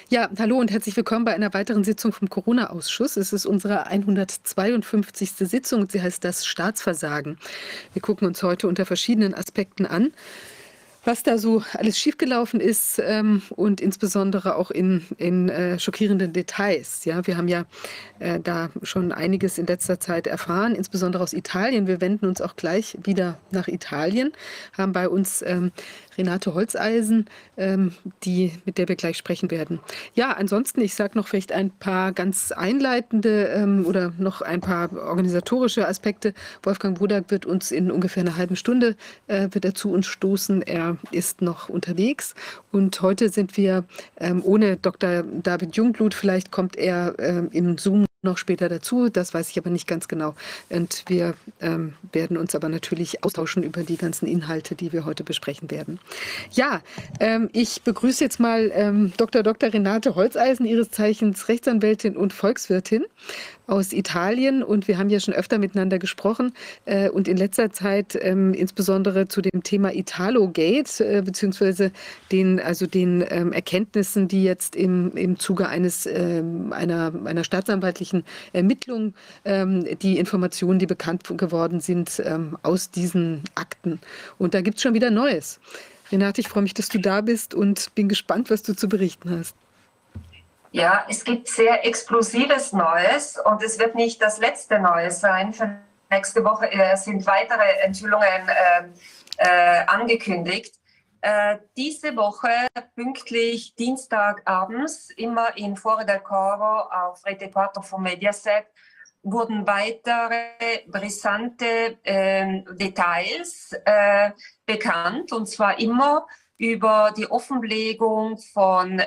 Ja, hallo und herzlich willkommen bei einer weiteren Sitzung vom Corona-Ausschuss. Es ist unsere 152. Sitzung und sie heißt das Staatsversagen. Wir gucken uns heute unter verschiedenen Aspekten an, was da so alles schiefgelaufen ist und insbesondere auch in schockierenden Details. Ja, wir haben ja da schon einiges in letzter Zeit erfahren, insbesondere aus Italien. Wir wenden uns auch gleich wieder nach Italien, haben bei uns Renate Holzeisen, mit der wir gleich sprechen werden. Ja, ansonsten, ich sage noch vielleicht ein paar ganz einleitende oder noch ein paar organisatorische Aspekte. Wolfgang Wodak wird uns in ungefähr einer halben Stunde wird er zu uns stoßen. Er ist noch unterwegs und heute sind wir ohne Dr. David Jungblut. Vielleicht kommt er im Zoom noch später dazu, das weiß ich aber nicht ganz genau. Und wir werden uns aber natürlich austauschen über die ganzen Inhalte, die wir heute besprechen werden. Ja, ich begrüße jetzt mal Dr. Renate Holzeisen, ihres Zeichens Rechtsanwältin und Volkswirtin aus Italien. Und wir haben ja schon öfter miteinander gesprochen und in letzter Zeit insbesondere zu dem Thema Italogate, beziehungsweise den Erkenntnissen, die jetzt im Zuge einer staatsanwaltlichen Ermittlung, die Informationen, die bekannt geworden sind, aus diesen Akten. Und da gibt es schon wieder Neues. Renate, ich freue mich, dass du da bist und bin gespannt, was du zu berichten hast. Ja, es gibt sehr explosives Neues und es wird nicht das letzte Neues sein. Für nächste Woche sind weitere Enthüllungen angekündigt. Diese Woche, pünktlich Dienstagabends, immer in Fora del Corvo auf Rete 4 von Mediaset, wurden weitere brisante Details bekannt, und zwar immer über die Offenlegung von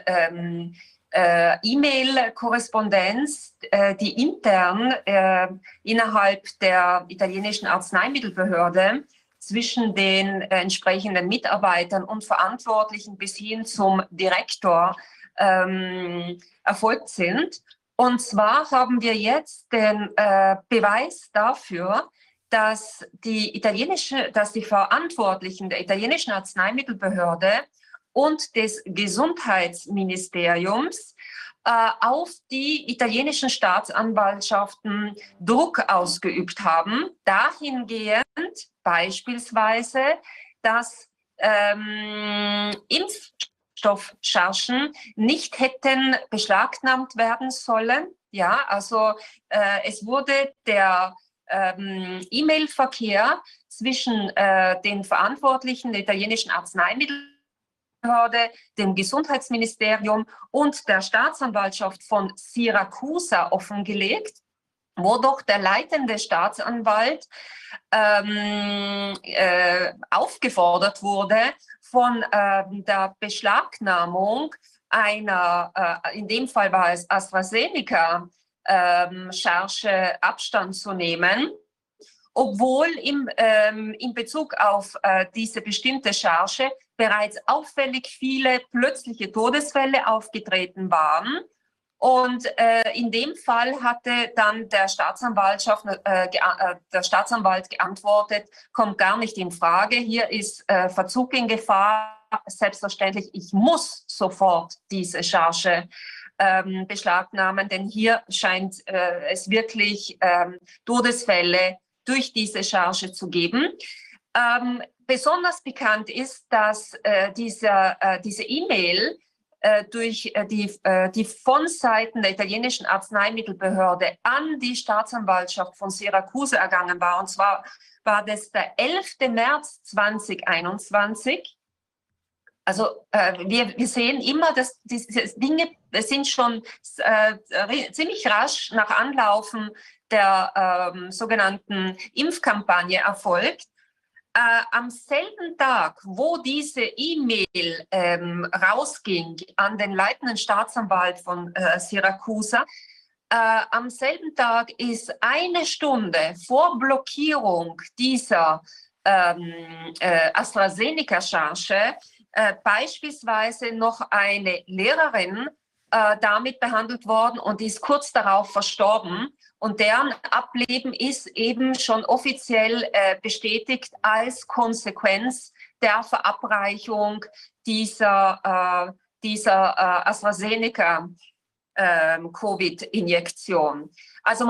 E-Mail-Korrespondenz, die intern innerhalb der italienischen Arzneimittelbehörde zwischen den entsprechenden Mitarbeitern und Verantwortlichen bis hin zum Direktor erfolgt sind. Und zwar haben wir jetzt den Beweis dafür, dass die Verantwortlichen der italienischen Arzneimittelbehörde und des Gesundheitsministeriums auf die italienischen Staatsanwaltschaften Druck ausgeübt haben, dahingehend beispielsweise, dass Impfstoffchargen nicht hätten beschlagnahmt werden sollen. Ja, also es wurde der E-Mail-Verkehr zwischen den Verantwortlichen der italienischen Arzneimittelbehörde, dem Gesundheitsministerium und der Staatsanwaltschaft von Siracusa offengelegt, wo doch der leitende Staatsanwalt aufgefordert wurde, von der Beschlagnahmung einer, in dem Fall war es AstraZeneca, Charge Abstand zu nehmen, obwohl in Bezug auf diese bestimmte Charge bereits auffällig viele plötzliche Todesfälle aufgetreten waren. Und in dem Fall hatte dann der Staatsanwalt geantwortet, kommt gar nicht in Frage, hier ist Verzug in Gefahr, selbstverständlich, ich muss sofort diese Charge beschlagnahmen, denn hier scheint es wirklich Todesfälle durch diese Charge zu geben. Besonders bekannt ist, dass diese E-Mail durch die von Seiten der italienischen Arzneimittelbehörde an die Staatsanwaltschaft von Siracusa ergangen war. Und zwar war das der 11. März 2021. Also wir sehen immer, dass diese Dinge sind schon ziemlich rasch nach Anlaufen der sogenannten Impfkampagne erfolgt. Am selben Tag, wo diese E-Mail rausging an den leitenden Staatsanwalt von Siracusa, am selben Tag ist eine Stunde vor Blockierung dieser AstraZeneca-Charge beispielsweise noch eine Lehrerin damit behandelt worden und ist kurz darauf verstorben. Und deren Ableben ist eben schon offiziell bestätigt als Konsequenz der Verabreichung dieser dieser AstraZeneca-Covid-Injektion. Also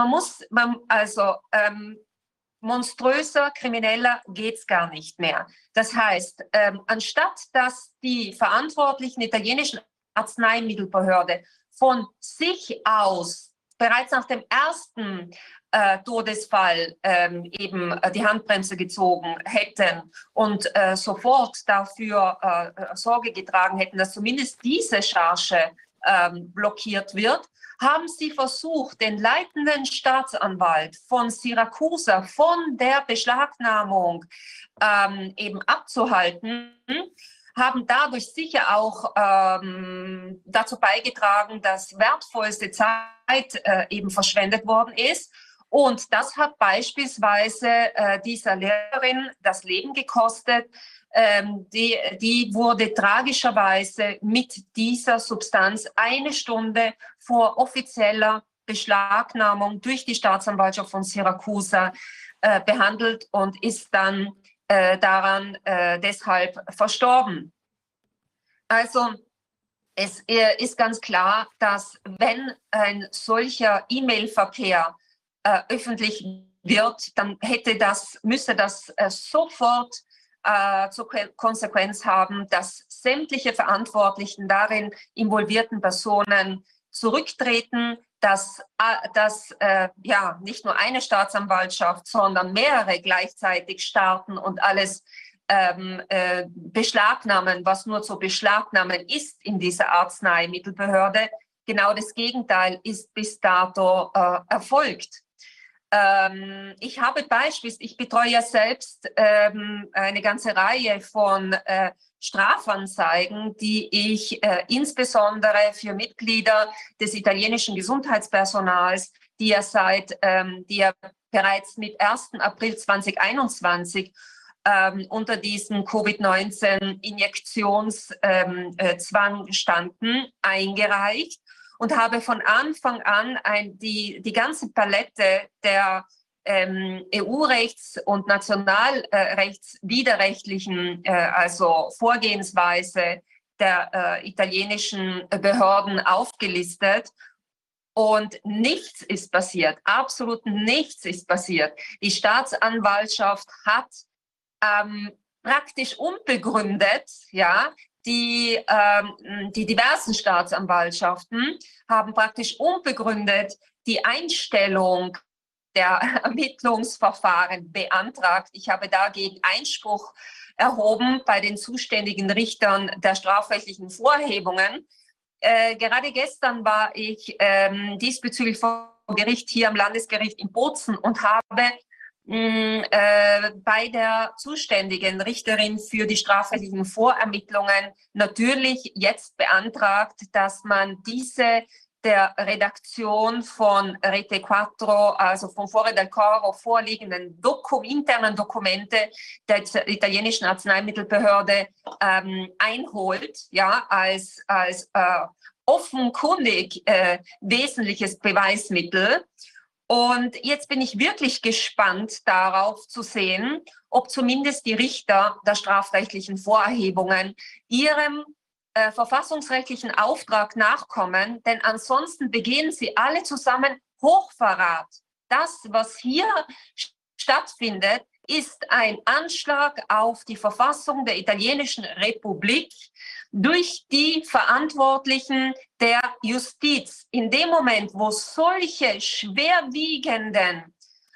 monströser, krimineller geht es gar nicht mehr. Das heißt, anstatt dass die verantwortlichen italienischen Arzneimittelbehörde von sich aus bereits nach dem ersten Todesfall eben die Handbremse gezogen hätten und sofort dafür Sorge getragen hätten, dass zumindest diese Charge blockiert wird, haben sie versucht, den leitenden Staatsanwalt von Siracusa von der Beschlagnahmung eben abzuhalten, haben dadurch sicher auch dazu beigetragen, dass wertvollste Zeit eben verschwendet worden ist. Und das hat beispielsweise dieser Lehrerin das Leben gekostet. Die wurde tragischerweise mit dieser Substanz 1 Stunde vor offizieller Beschlagnahmung durch die Staatsanwaltschaft von Siracusa behandelt und ist dann daran deshalb verstorben. Also es ist ganz klar, dass wenn ein solcher E-Mail-Verkehr öffentlich wird, dann müsse das sofort zur Konsequenz haben, dass sämtliche Verantwortlichen darin involvierten Personen zurücktreten, dass nicht nur eine Staatsanwaltschaft, sondern mehrere gleichzeitig starten und alles beschlagnahmen, was nur zu beschlagnahmen ist in dieser Arzneimittelbehörde. Genau das Gegenteil ist bis dato erfolgt. Ich betreue ja selbst eine ganze Reihe von Strafanzeigen, die ich insbesondere für Mitglieder des italienischen Gesundheitspersonals, die ja bereits mit 1. April 2021 unter diesem Covid-19-Injektionszwang standen, eingereicht. Und habe von Anfang an die ganze Palette der EU-Rechts- und Nationalrechtswiderrechtlichen also Vorgehensweise der italienischen Behörden aufgelistet. Und nichts ist passiert, absolut nichts ist passiert. Die Staatsanwaltschaft hat praktisch unbegründet, ja, die diversen Staatsanwaltschaften haben praktisch unbegründet die Einstellung der Ermittlungsverfahren beantragt. Ich habe dagegen Einspruch erhoben bei den zuständigen Richtern der strafrechtlichen Vorerhebungen. Gerade gestern war ich diesbezüglich vor Gericht hier am Landesgericht in Bozen und habe bei der zuständigen Richterin für die strafrechtlichen Vorermittlungen natürlich jetzt beantragt, dass man diese der Redaktion von Rete Quattro, also vom Fore del Corpo vorliegenden internen Dokumente der italienischen Arzneimittelbehörde einholt, ja, als offenkundig wesentliches Beweismittel. Und jetzt bin ich wirklich gespannt darauf zu sehen, ob zumindest die Richter der strafrechtlichen Vorerhebungen ihrem verfassungsrechtlichen Auftrag nachkommen, denn ansonsten begehen sie alle zusammen Hochverrat. Das, was hier stattfindet, ist ein Anschlag auf die Verfassung der italienischen Republik durch die Verantwortlichen der Justiz. In dem Moment, wo solche schwerwiegenden,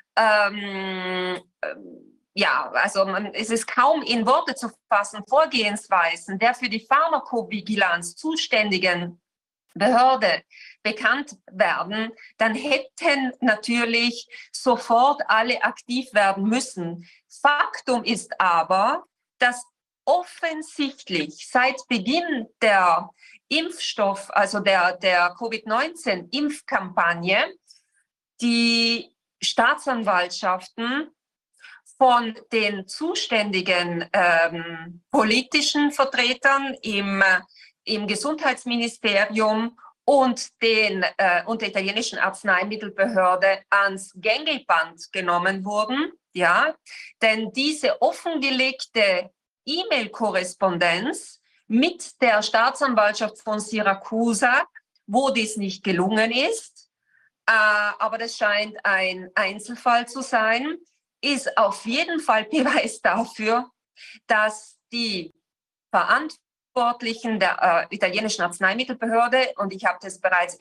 es ist kaum in Worte zu fassen, Vorgehensweisen der für die Pharmakovigilanz zuständigen Behörde bekannt werden, dann hätten natürlich sofort alle aktiv werden müssen. Faktum ist aber, dass offensichtlich seit Beginn der Impfstoff, also der Covid-19-Impfkampagne, die Staatsanwaltschaften von den zuständigen politischen Vertretern im Gesundheitsministerium und der italienischen Arzneimittelbehörde ans Gängelband genommen wurden, ja, denn diese offengelegte E-Mail-Korrespondenz mit der Staatsanwaltschaft von Siracusa, wo dies nicht gelungen ist, aber das scheint ein Einzelfall zu sein, ist auf jeden Fall Beweis dafür, dass die Verantwortlichen der italienischen Arzneimittelbehörde, und ich habe das bereits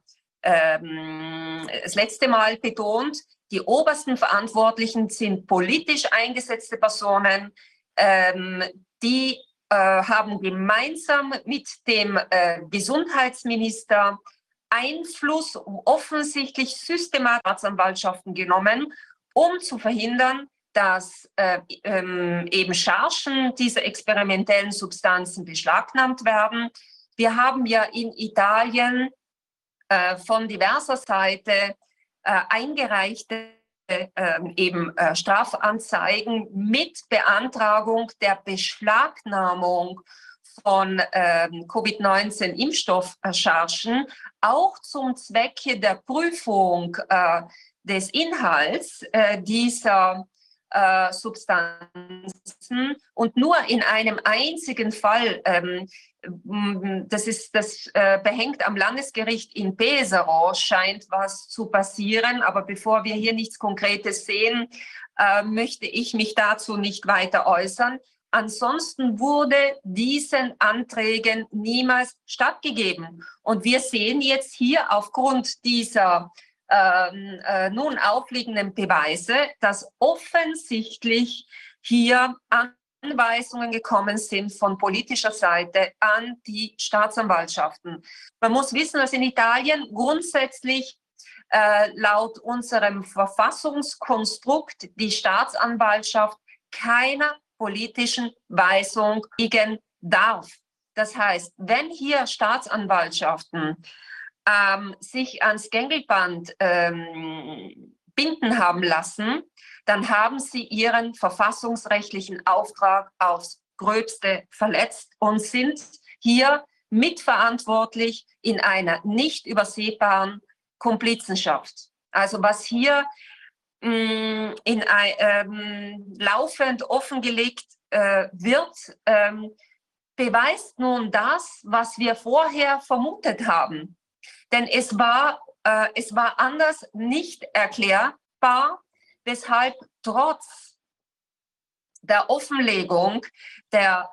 das letzte Mal betont, die obersten Verantwortlichen sind politisch eingesetzte Personen, die haben gemeinsam mit dem Gesundheitsminister Einfluss offensichtlich systematisch Staatsanwaltschaften genommen, um zu verhindern, dass eben Chargen dieser experimentellen Substanzen beschlagnahmt werden. Wir haben ja in Italien von diverser Seite eingereichte Strafanzeigen mit Beantragung der Beschlagnahmung von Covid-19-Impfstoffchargen, auch zum Zwecke der Prüfung des Inhalts dieser Substanzen, und nur in einem einzigen Fall, das behängt am Landesgericht in Pesaro, scheint was zu passieren, aber bevor wir hier nichts Konkretes sehen, möchte ich mich dazu nicht weiter äußern. Ansonsten wurde diesen Anträgen niemals stattgegeben. Und wir sehen jetzt hier aufgrund dieser nun aufliegenden Beweise, dass offensichtlich hier Anweisungen gekommen sind von politischer Seite an die Staatsanwaltschaften. Man muss wissen, dass in Italien grundsätzlich laut unserem Verfassungskonstrukt die Staatsanwaltschaft keiner politischen Weisung liegen darf. Das heißt, wenn hier Staatsanwaltschaften sich ans Gängelband binden haben lassen, dann haben sie ihren verfassungsrechtlichen Auftrag aufs Gröbste verletzt und sind hier mitverantwortlich in einer nicht übersehbaren Komplizenschaft. Also was hier laufend offengelegt wird, beweist nun das, was wir vorher vermutet haben. Denn es war anders nicht erklärbar, weshalb trotz der Offenlegung der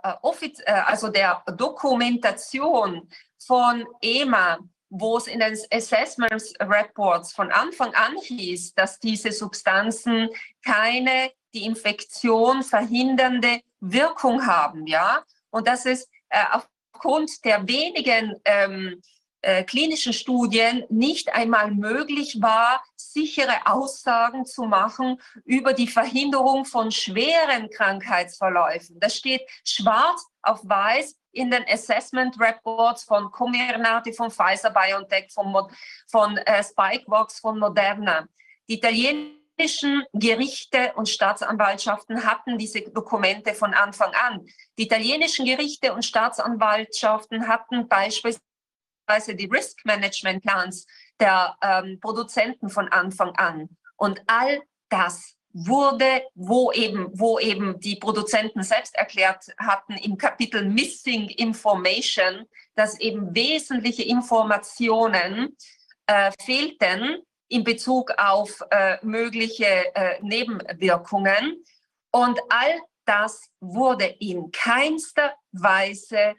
Dokumentation von EMA, wo es in den Assessment Reports von Anfang an hieß, dass diese Substanzen keine die Infektion verhindernde Wirkung haben, ja, und dass es aufgrund der wenigen klinischen Studien nicht einmal möglich war, sichere Aussagen zu machen über die Verhinderung von schweren Krankheitsverläufen. Das steht schwarz auf weiß in den Assessment Reports von Comirnaty, von Pfizer-BioNTech, von Spikevax, von Moderna. Die italienischen Gerichte und Staatsanwaltschaften hatten diese Dokumente von Anfang an. Die italienischen Gerichte und Staatsanwaltschaften hatten beispielsweise die Risk Management Plans der Produzenten von Anfang an. Und all das wurde, wo eben die Produzenten selbst erklärt hatten im Kapitel Missing Information, dass eben wesentliche Informationen fehlten in Bezug auf mögliche Nebenwirkungen. Und all das wurde in keinster Weise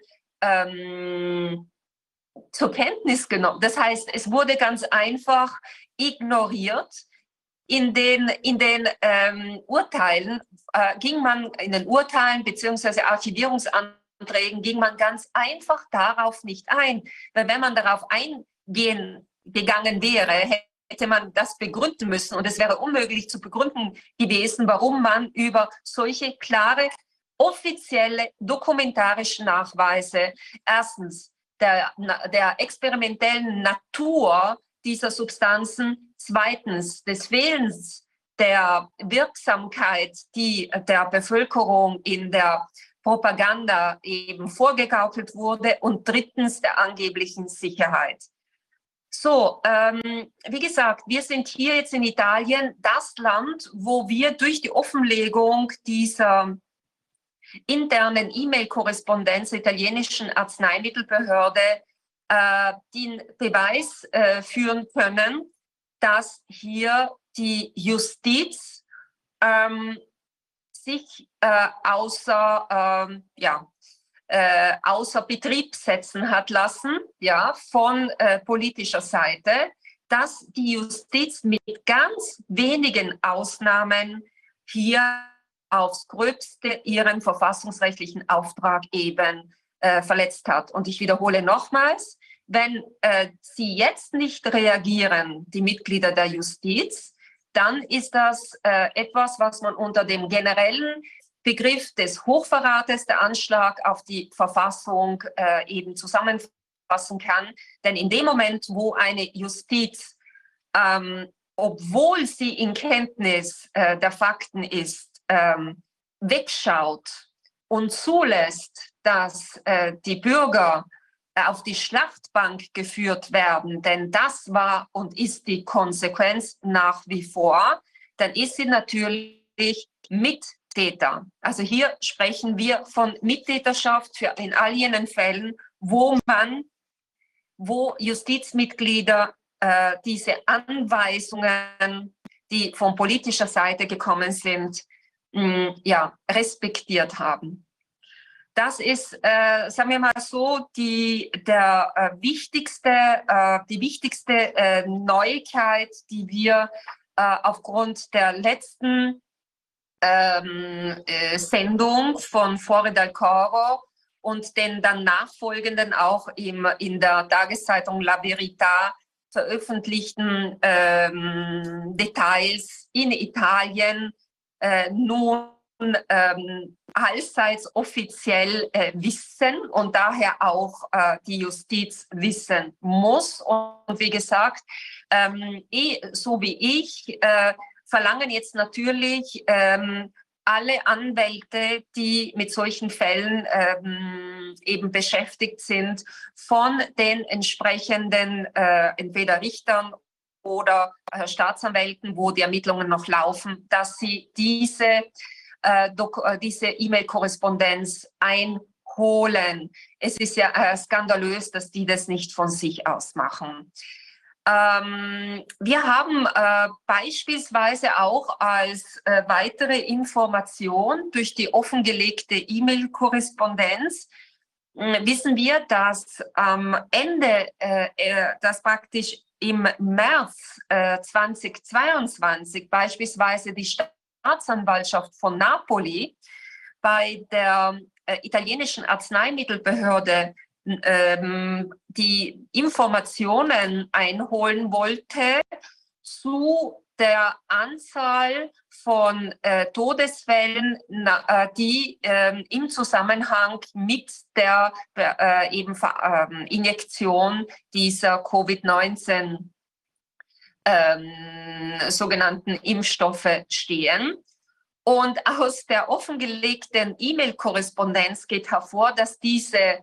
zur Kenntnis genommen. Das heißt, es wurde ganz einfach ignoriert. In den Urteilen in den Urteilen bzw. Archivierungsanträgen ging man ganz einfach darauf nicht ein. Weil wenn man darauf gegangen wäre, hätte man das begründen müssen. Und es wäre unmöglich zu begründen gewesen, warum man über solche klare, offizielle, dokumentarische Nachweise erstens der experimentellen Natur dieser Substanzen, zweitens des Fehlens der Wirksamkeit, die der Bevölkerung in der Propaganda eben vorgegaukelt wurde, und drittens der angeblichen Sicherheit. So, wie gesagt, wir sind hier jetzt in Italien das Land, wo wir durch die Offenlegung dieser internen E-Mail-Korrespondenz der italienischen Arzneimittelbehörde den Beweis führen können, dass hier die Justiz sich außer Betrieb setzen hat lassen, ja, von politischer Seite, dass die Justiz mit ganz wenigen Ausnahmen hier aufs Gröbste ihren verfassungsrechtlichen Auftrag eben verletzt hat. Und ich wiederhole nochmals, wenn sie jetzt nicht reagieren, die Mitglieder der Justiz, dann ist das etwas, was man unter dem generellen Begriff des Hochverrates, der Anschlag auf die Verfassung eben zusammenfassen kann. Denn in dem Moment, wo eine Justiz, obwohl sie in Kenntnis der Fakten ist, wegschaut und zulässt, dass die Bürger auf die Schlachtbank geführt werden, denn das war und ist die Konsequenz nach wie vor, dann ist sie natürlich Mittäter. Also hier sprechen wir von Mittäterschaft in all jenen Fällen, wo Justizmitglieder diese Anweisungen, die von politischer Seite gekommen sind, respektiert haben. Das ist, sagen wir mal so, die wichtigste Neuigkeit, die wir aufgrund der letzten Sendung von Fuori dal Coro und den dann nachfolgenden auch in der Tageszeitung La Verità veröffentlichten Details in Italien nun allseits offiziell wissen und daher auch die Justiz wissen muss. Und wie gesagt, so wie ich, verlangen jetzt natürlich alle Anwälte, die mit solchen Fällen eben beschäftigt sind, von den entsprechenden entweder Richtern oder Staatsanwälten, wo die Ermittlungen noch laufen, dass sie diese E-Mail-Korrespondenz einholen. Es ist ja skandalös, dass die das nicht von sich aus machen. Wir haben beispielsweise auch als weitere Information durch die offengelegte E-Mail-Korrespondenz wissen wir, dass am Ende, dass praktisch im März 2022 beispielsweise die Staatsanwaltschaft von Napoli bei der italienischen Arzneimittelbehörde die Informationen einholen wollte zu der Anzahl von Todesfällen, die im Zusammenhang mit der Injektion dieser Covid-19 sogenannten Impfstoffe stehen. Und aus der offengelegten E-Mail-Korrespondenz geht hervor, dass diese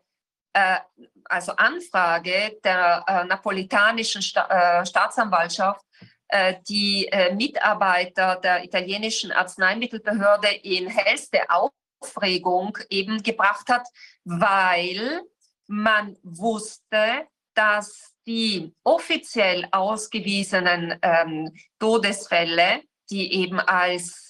Anfrage der napolitanischen Staatsanwaltschaft die Mitarbeiter der italienischen Arzneimittelbehörde in hellste Aufregung eben gebracht hat, weil man wusste, dass die offiziell ausgewiesenen Todesfälle, die eben als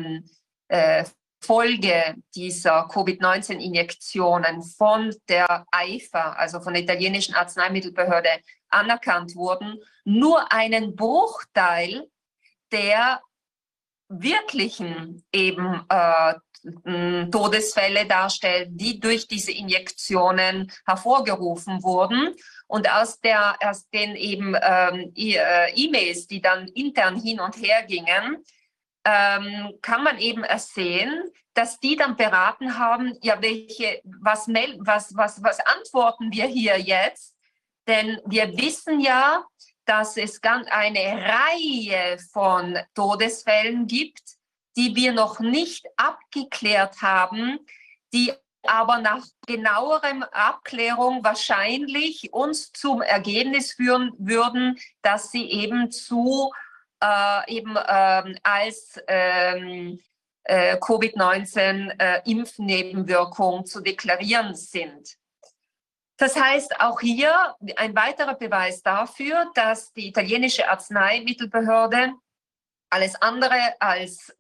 Folge dieser Covid-19-Injektionen von der AIFA, also von der italienischen Arzneimittelbehörde, anerkannt wurden, nur einen Bruchteil der wirklichen eben Todesfälle darstellt, die durch diese Injektionen hervorgerufen wurden. Und aus den eben E-Mails, die dann intern hin und her gingen, kann man eben ersehen, dass die dann beraten haben, ja, was antworten wir hier jetzt? Denn wir wissen ja, dass es eine Reihe von Todesfällen gibt, die wir noch nicht abgeklärt haben, die aber nach genauerem Abklärung wahrscheinlich uns zum Ergebnis führen würden, dass sie eben als Covid-19-Impfnebenwirkung zu deklarieren sind. Das heißt, auch hier ein weiterer Beweis dafür, dass die italienische Arzneimittelbehörde alles andere als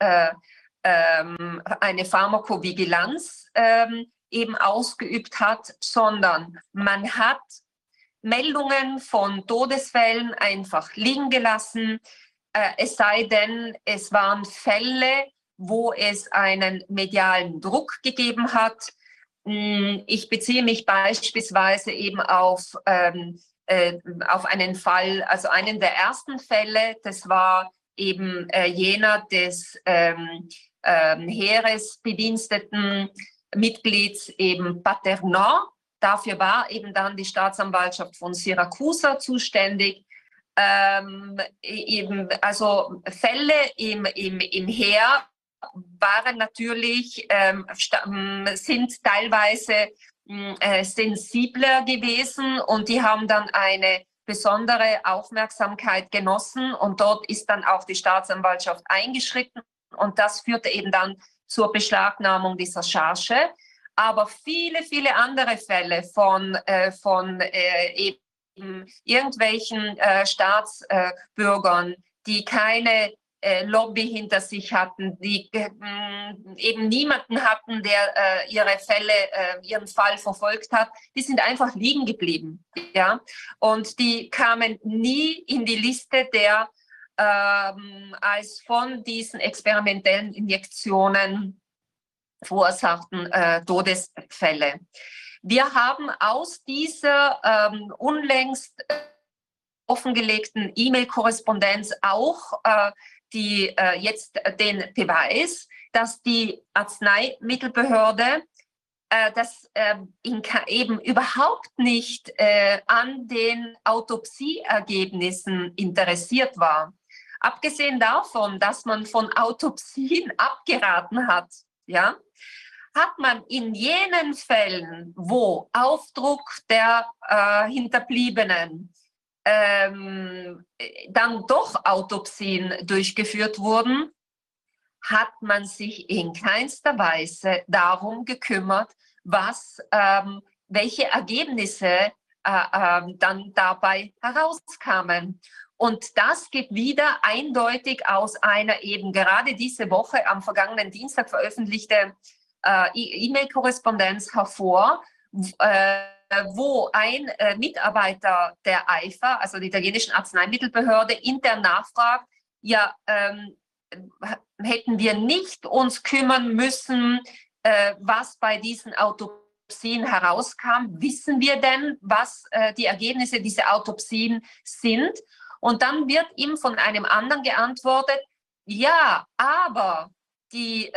eine Pharmakovigilanz eben ausgeübt hat, sondern man hat Meldungen von Todesfällen einfach liegen gelassen, es sei denn, es waren Fälle, wo es einen medialen Druck gegeben hat. Ich beziehe mich beispielsweise eben auf einen Fall, also einen der ersten Fälle, das war eben jener des Heeresbediensteten Mitglieds eben Paternò. Dafür war eben dann die Staatsanwaltschaft von Siracusa zuständig. Also Fälle im Heer waren natürlich, sind teilweise sensibler gewesen und die haben dann eine besondere Aufmerksamkeit genossen und dort ist dann auch die Staatsanwaltschaft eingeschritten und das führte eben dann zur Beschlagnahmung dieser Charge. Aber viele, viele andere Fälle von eben irgendwelchen Staatsbürgern, die keine Lobby hinter sich hatten, die eben niemanden hatten, der ihren Fall verfolgt hat, die sind einfach liegen geblieben. Ja? Und die kamen nie in die Liste der als von diesen experimentellen Injektionen verursachten Todesfälle. Wir haben aus dieser unlängst offengelegten E-Mail-Korrespondenz auch jetzt den Beweis, dass die Arzneimittelbehörde eben überhaupt nicht an den Autopsieergebnissen interessiert war. Abgesehen davon, dass man von Autopsien abgeraten hat, ja, hat man in jenen Fällen, wo auf Druck der Hinterbliebenen dann doch Autopsien durchgeführt wurden, hat man sich in keinster Weise darum gekümmert, welche Ergebnisse dann dabei herauskamen. Und das geht wieder eindeutig aus einer eben gerade diese Woche am vergangenen Dienstag veröffentlichte E-Mail-Korrespondenz hervor, wo ein Mitarbeiter der AIFA, also der italienischen Arzneimittelbehörde, intern nachfragt, ja, hätten wir nicht uns kümmern müssen, was bei diesen Autopsien herauskam? Wissen wir denn, was die Ergebnisse dieser Autopsien sind? Und dann wird ihm von einem anderen geantwortet, ja, aber die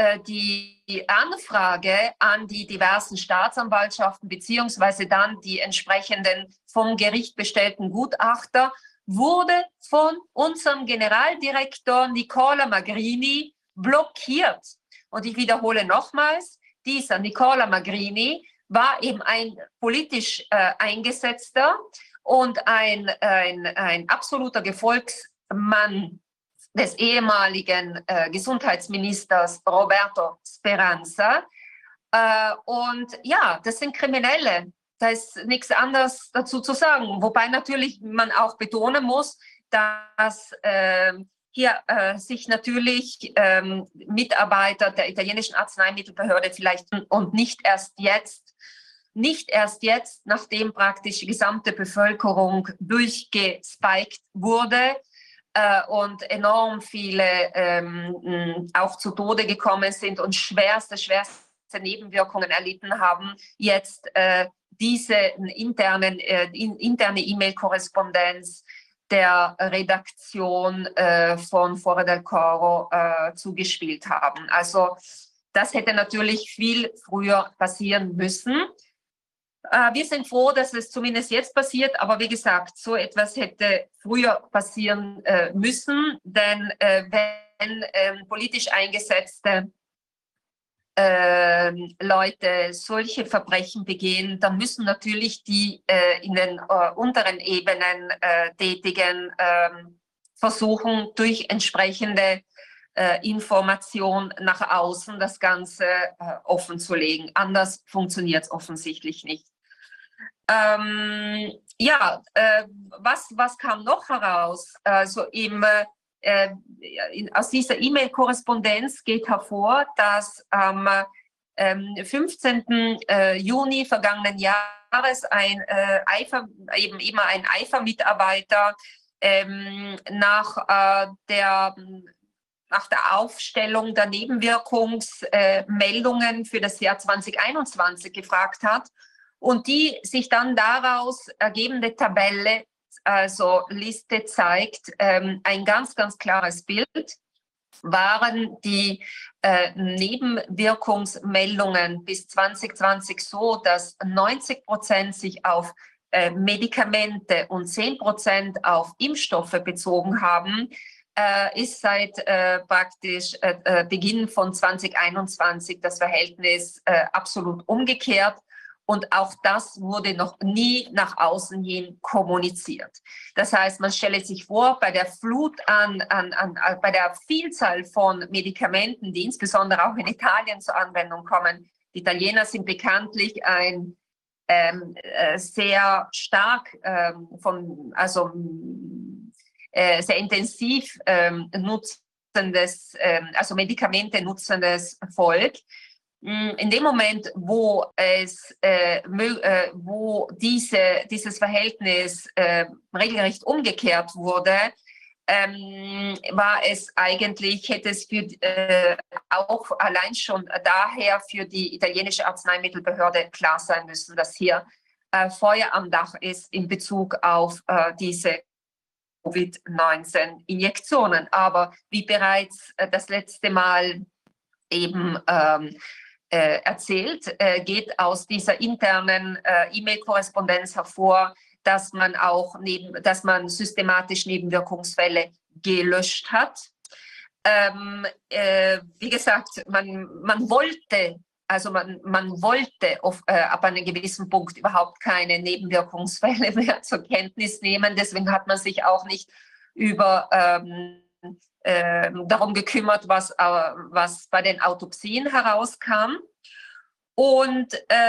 Anfrage an die diversen Staatsanwaltschaften beziehungsweise dann die entsprechenden vom Gericht bestellten Gutachter wurde von unserem Generaldirektor Nicola Magrini blockiert. Und ich wiederhole nochmals, dieser Nicola Magrini war eben ein politisch Eingesetzter und ein absoluter Gefolgsmann des ehemaligen Gesundheitsministers Roberto Speranza. Und ja, das sind Kriminelle. Da ist nichts anderes dazu zu sagen. Wobei natürlich man auch betonen muss, dass hier sich natürlich Mitarbeiter der italienischen Arzneimittelbehörde vielleicht und nicht erst jetzt, nachdem praktisch die gesamte Bevölkerung durchgespiked wurde, und enorm viele auch zu Tode gekommen sind und schwerste Nebenwirkungen erlitten haben, jetzt diese interne E-Mail-Korrespondenz der Redaktion von Fora del Coro zugespielt haben. Also das hätte natürlich viel früher passieren müssen. Wir sind froh, dass es zumindest jetzt passiert, aber wie gesagt, so etwas hätte früher passieren müssen, denn wenn politisch eingesetzte Leute solche Verbrechen begehen, dann müssen natürlich die in den unteren Ebenen Tätigen versuchen, durch entsprechende Information nach außen das Ganze offen zu legen. Anders funktioniert es offensichtlich nicht. Was kam noch heraus? Also aus dieser E-Mail-Korrespondenz geht hervor, dass am 15. Juni vergangenen Jahres ein Eifer-Mitarbeiter nach der Aufstellung der Nebenwirkungsmeldungen für das Jahr 2021 gefragt hat und die sich dann daraus ergebende Tabelle, also Liste, zeigt ein ganz, ganz klares Bild. Waren die Nebenwirkungsmeldungen bis 2020 so, dass 90% sich auf Medikamente und 10% auf Impfstoffe bezogen haben, ist seit praktisch Beginn von 2021 das Verhältnis absolut umgekehrt. Und auch das wurde noch nie nach außen hin kommuniziert. Das heißt, man stelle sich vor, bei der Flut bei der Vielzahl von Medikamenten, die insbesondere auch in Italien zur Anwendung kommen. Die Italiener sind bekanntlich ein sehr stark sehr intensiv nutzendes, also Medikamente nutzendes Volk. In dem Moment, wo dieses Verhältnis regelrecht umgekehrt wurde, hätte es auch allein schon daher für die italienische Arzneimittelbehörde klar sein müssen, dass hier Feuer am Dach ist in Bezug auf diese Covid-19-Injektionen. Aber wie bereits das letzte Mal eben erzählt, geht aus dieser internen E-Mail-Korrespondenz hervor, dass man systematisch Nebenwirkungsfälle gelöscht hat. Wie gesagt, man wollte ab einem gewissen Punkt überhaupt keine Nebenwirkungsfälle mehr zur Kenntnis nehmen. Deswegen hat man sich auch nicht darum gekümmert, was bei den Autopsien herauskam. Und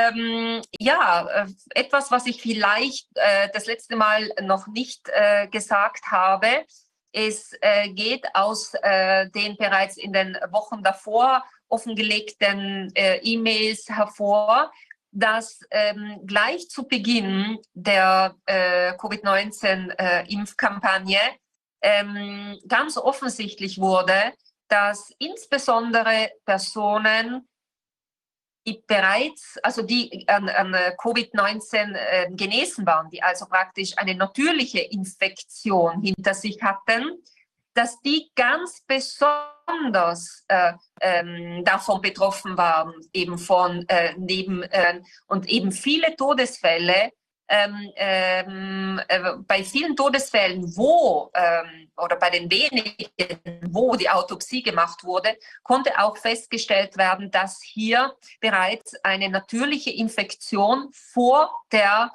etwas, was ich vielleicht das letzte Mal noch nicht gesagt habe, geht aus den bereits in den Wochen davor offengelegten E-Mails hervor, dass gleich zu Beginn der Covid-19-Impfkampagne ganz offensichtlich wurde, dass insbesondere Personen, die an Covid-19 genesen waren, die also praktisch eine natürliche Infektion hinter sich hatten, dass die ganz besonders davon betroffen waren, eben von und eben viele Todesfälle, bei vielen Todesfällen, oder bei den wenigen, wo die Autopsie gemacht wurde, konnte auch festgestellt werden, dass hier bereits eine natürliche Infektion vor der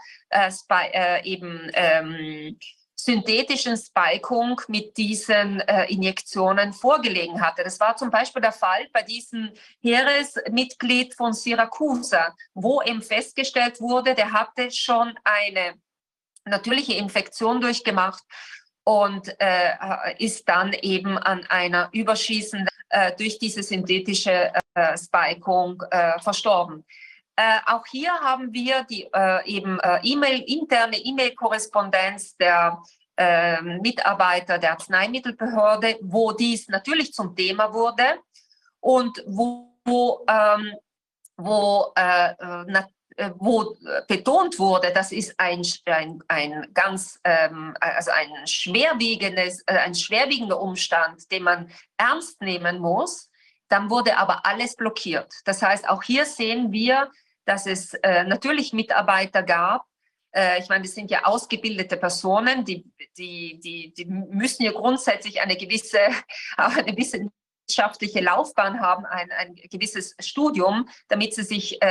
synthetischen Spikung mit diesen Injektionen vorgelegen hatte. Das war zum Beispiel der Fall bei diesem Heeresmitglied von Syracusa, wo eben festgestellt wurde, der hatte schon eine natürliche Infektion durchgemacht und ist dann eben an einer Überschießenden durch diese synthetische Spikung verstorben. Auch hier haben wir die interne E-Mail-Korrespondenz der Mitarbeiter der Arzneimittelbehörde, wo dies natürlich zum Thema wurde und wo betont wurde, das ist ein schwerwiegender Umstand, den man ernst nehmen muss. Dann wurde aber alles blockiert. Das heißt, auch hier sehen wir, dass es natürlich Mitarbeiter gab. Ich meine, das sind ja ausgebildete Personen, die müssen ja grundsätzlich eine gewisse wissenschaftliche Laufbahn haben, ein gewisses Studium, damit sie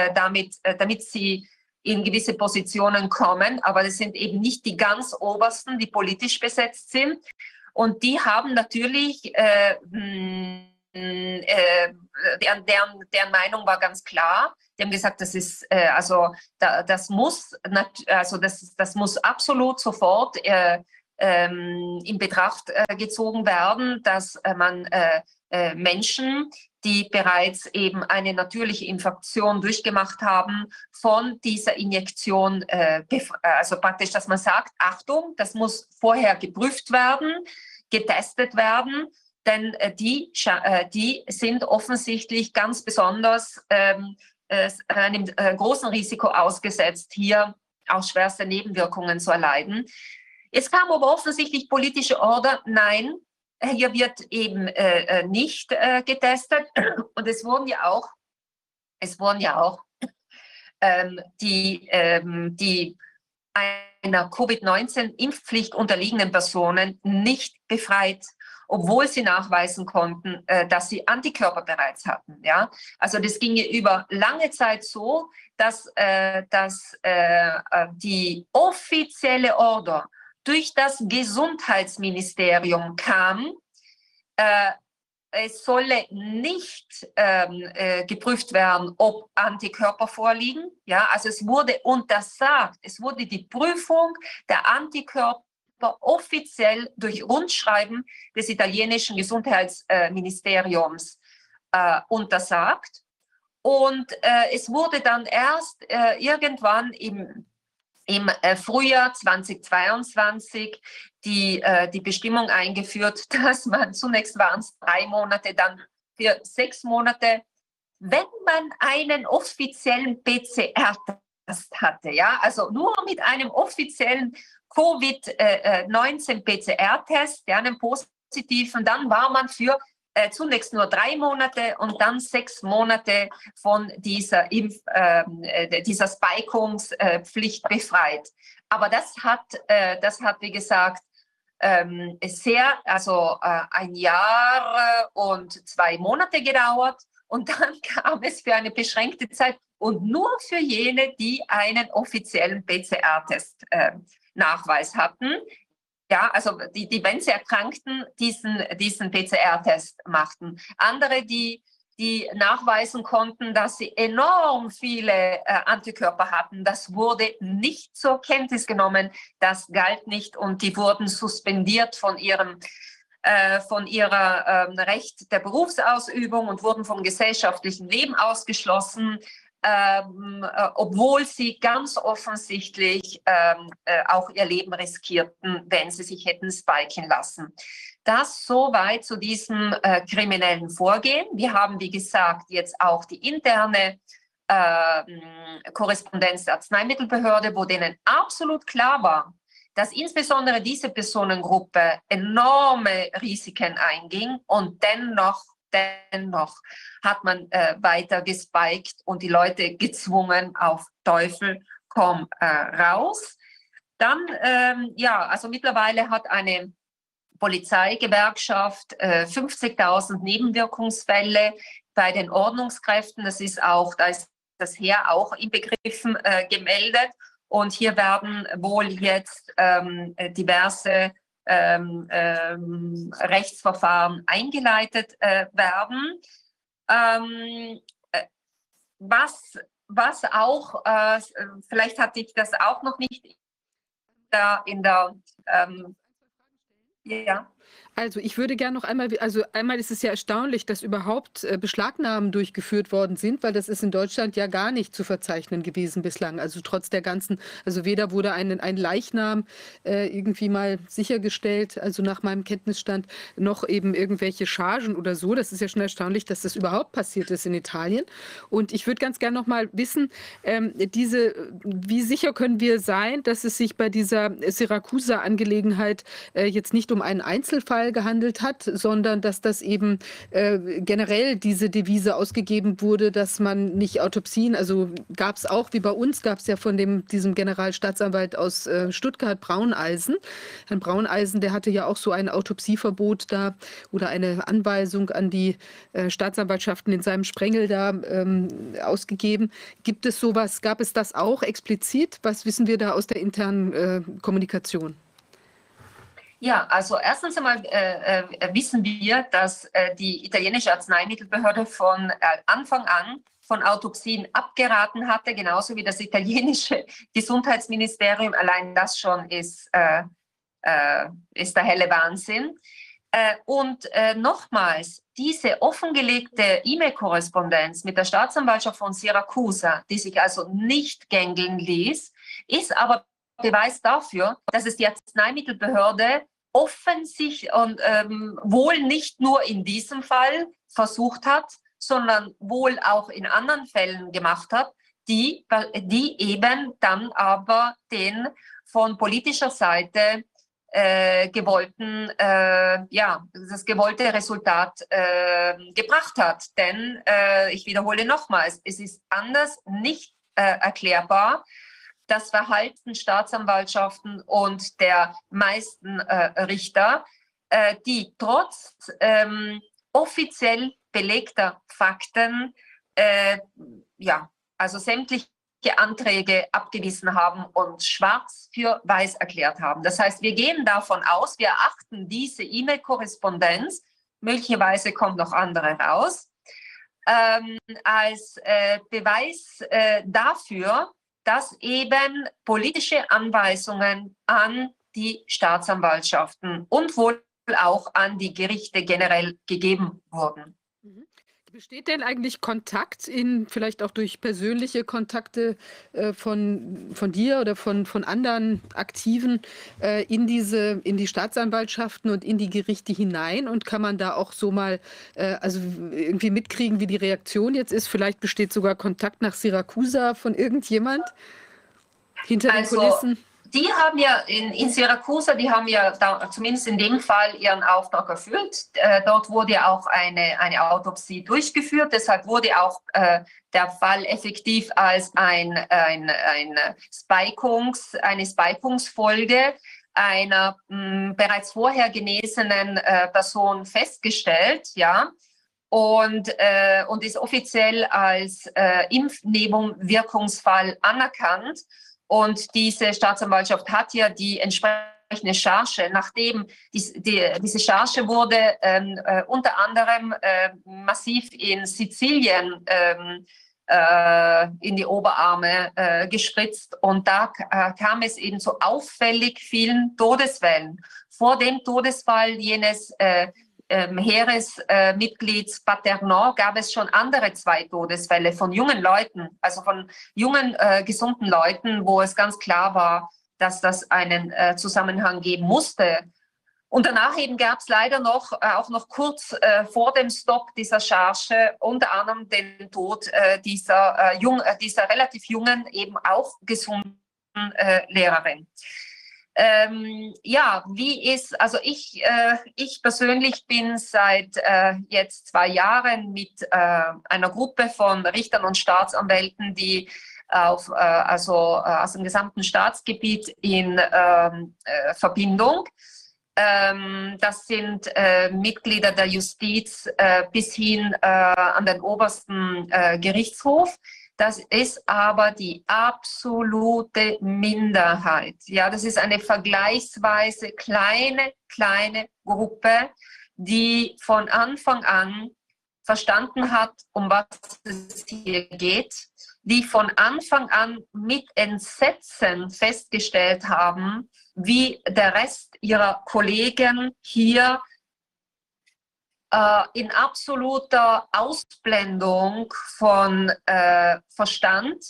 in gewisse Positionen kommen. Aber das sind eben nicht die ganz Obersten, die politisch besetzt sind. Und die haben natürlich deren Meinung war ganz klar. Die haben gesagt, das ist das muss absolut sofort in Betracht gezogen werden, dass man Menschen, die bereits eben eine natürliche Infektion durchgemacht haben, von dieser Injektion, also praktisch, dass man sagt, Achtung, das muss vorher geprüft werden, getestet werden, denn die sind offensichtlich ganz besonders einem großen Risiko ausgesetzt, hier auch schwerste Nebenwirkungen zu erleiden. Es kam aber offensichtlich politische Order, nein, hier wird eben nicht getestet. Und es wurden ja auch die einer Covid-19-Impfpflicht unterliegenden Personen nicht befreit, obwohl sie nachweisen konnten, dass sie Antikörper bereits hatten. Ja? Also das ging über lange Zeit so, dass die offizielle Order durch das Gesundheitsministerium kam, es solle nicht geprüft werden, ob Antikörper vorliegen. Ja, also es wurde untersagt, es wurde die Prüfung der Antikörper offiziell durch Rundschreiben des italienischen Gesundheitsministeriums untersagt. Und es wurde dann erst irgendwann im Frühjahr 2022 die Bestimmung eingeführt, dass man, zunächst waren es 3 Monate, dann für 6 Monate, wenn man einen offiziellen PCR-Test hatte, ja, also nur mit einem offiziellen Covid-19 PCR-Test, ja, einem positiven, dann war man für zunächst nur 3 Monate und dann 6 Monate von dieser Spikungspflicht befreit. Aber das hat, wie gesagt, ein Jahr und 2 Monate gedauert und dann kam es für eine beschränkte Zeit und nur für jene, die einen offiziellen PCR-Test-Nachweis hatten. Ja, also die, wenn sie erkrankten, diesen PCR-Test machten. Andere, die nachweisen konnten, dass sie enorm viele Antikörper hatten, das wurde nicht zur Kenntnis genommen, das galt nicht und die wurden suspendiert von ihrer Recht der Berufsausübung und wurden vom gesellschaftlichen Leben ausgeschlossen. Obwohl sie ganz offensichtlich auch ihr Leben riskierten, wenn sie sich hätten spiken lassen. Das soweit zu diesem kriminellen Vorgehen. Wir haben, wie gesagt, jetzt auch die interne Korrespondenz der Arzneimittelbehörde, wo denen absolut klar war, dass insbesondere diese Personengruppe enorme Risiken einging und dennoch hat man weiter gespiked und die Leute gezwungen, auf Teufel komm raus. Dann, also mittlerweile hat eine Polizeigewerkschaft 50.000 Nebenwirkungsfälle bei den Ordnungskräften. Da ist das Heer auch inbegriffen gemeldet. Und hier werden wohl jetzt diverse Rechtsverfahren eingeleitet werden. Was auch, vielleicht hatte ich das auch noch nicht ja. Also ich würde gerne noch einmal, also einmal ist es ja erstaunlich, dass überhaupt Beschlagnahmen durchgeführt worden sind, weil das ist in Deutschland ja gar nicht zu verzeichnen gewesen bislang. Also trotz der ganzen, also weder wurde ein Leichnam irgendwie mal sichergestellt, also nach meinem Kenntnisstand, noch eben irgendwelche Chargen oder so. Das ist ja schon erstaunlich, dass das überhaupt passiert ist in Italien. Und ich würde ganz gerne noch mal wissen, wie sicher können wir sein, dass es sich bei dieser Syracusa-Angelegenheit jetzt nicht um einen Einzelfall gehandelt hat, sondern dass das eben generell diese Devise ausgegeben wurde, dass man nicht Autopsien, also gab es auch, wie bei uns, gab es ja von diesem Generalstaatsanwalt aus Stuttgart, Brauneisen. Herrn Brauneisen, der hatte ja auch so ein Autopsieverbot da oder eine Anweisung an die Staatsanwaltschaften in seinem Sprengel da ausgegeben. Gibt es sowas, gab es das auch explizit? Was wissen wir da aus der internen Kommunikation? Ja, also erstens einmal wissen wir, dass die italienische Arzneimittelbehörde von Anfang an von Autopsien abgeraten hatte, genauso wie das italienische Gesundheitsministerium. Allein das schon ist der helle Wahnsinn. Und nochmals, diese offengelegte E-Mail-Korrespondenz mit der Staatsanwaltschaft von Siracusa, die sich also nicht gängeln ließ, ist aber Beweis dafür, dass es die Arzneimittelbehörde offensichtlich und wohl nicht nur in diesem Fall versucht hat, sondern wohl auch in anderen Fällen gemacht hat, die eben dann aber den von politischer Seite gewollten, das gewollte Resultat gebracht hat. Denn ich wiederhole nochmals, es ist anders nicht erklärbar, das Verhalten Staatsanwaltschaften und der meisten Richter, die trotz offiziell belegter Fakten also sämtliche Anträge abgewiesen haben und schwarz für weiß erklärt haben. Das heißt, wir gehen davon aus, wir erachten diese E-Mail-Korrespondenz, möglicherweise kommt noch andere raus, als Beweis dafür, dass eben politische Anweisungen an die Staatsanwaltschaften und wohl auch an die Gerichte generell gegeben wurden. Mhm. Besteht denn eigentlich Kontakt vielleicht auch durch persönliche Kontakte von dir oder von anderen Aktiven in die Staatsanwaltschaften und in die Gerichte hinein? Und kann man da auch so mal also irgendwie mitkriegen, wie die Reaktion jetzt ist? Vielleicht besteht sogar Kontakt nach Syrakusa von irgendjemand hinter den Kulissen? Die haben ja in Syrakusa, die haben ja da, zumindest in dem Fall ihren Auftrag erfüllt. Dort wurde ja auch eine Autopsie durchgeführt. Deshalb wurde auch der Fall effektiv als eine Spikungsfolge einer bereits vorher genesenen Person festgestellt, ja. Und ist offiziell als Impfnebenwirkungsfall anerkannt. Und diese Staatsanwaltschaft hat ja die entsprechende Charge, nachdem diese Charge wurde unter anderem massiv in Sizilien in die Oberarme gespritzt. Und da kam es eben zu auffällig vielen Todesfällen. Vor dem Todesfall jenes Heeresmitglieds Paternò gab es schon andere 2 Todesfälle von jungen Leuten, also von jungen, gesunden Leuten, wo es ganz klar war, dass das einen Zusammenhang geben musste. Und danach eben gab es leider auch noch kurz vor dem Stopp dieser Charge unter anderem den Tod dieser relativ jungen, eben auch gesunden Lehrerin. Also ich persönlich bin seit jetzt 2 Jahren mit einer Gruppe von Richtern und Staatsanwälten, die aus dem gesamten Staatsgebiet in Verbindung. Das sind Mitglieder der Justiz bis hin an den obersten Gerichtshof. Das ist aber die absolute Minderheit. Ja, das ist eine vergleichsweise kleine Gruppe, die von Anfang an verstanden hat, um was es hier geht, die von Anfang an mit Entsetzen festgestellt haben, wie der Rest ihrer Kollegen hier in absoluter Ausblendung von Verstand,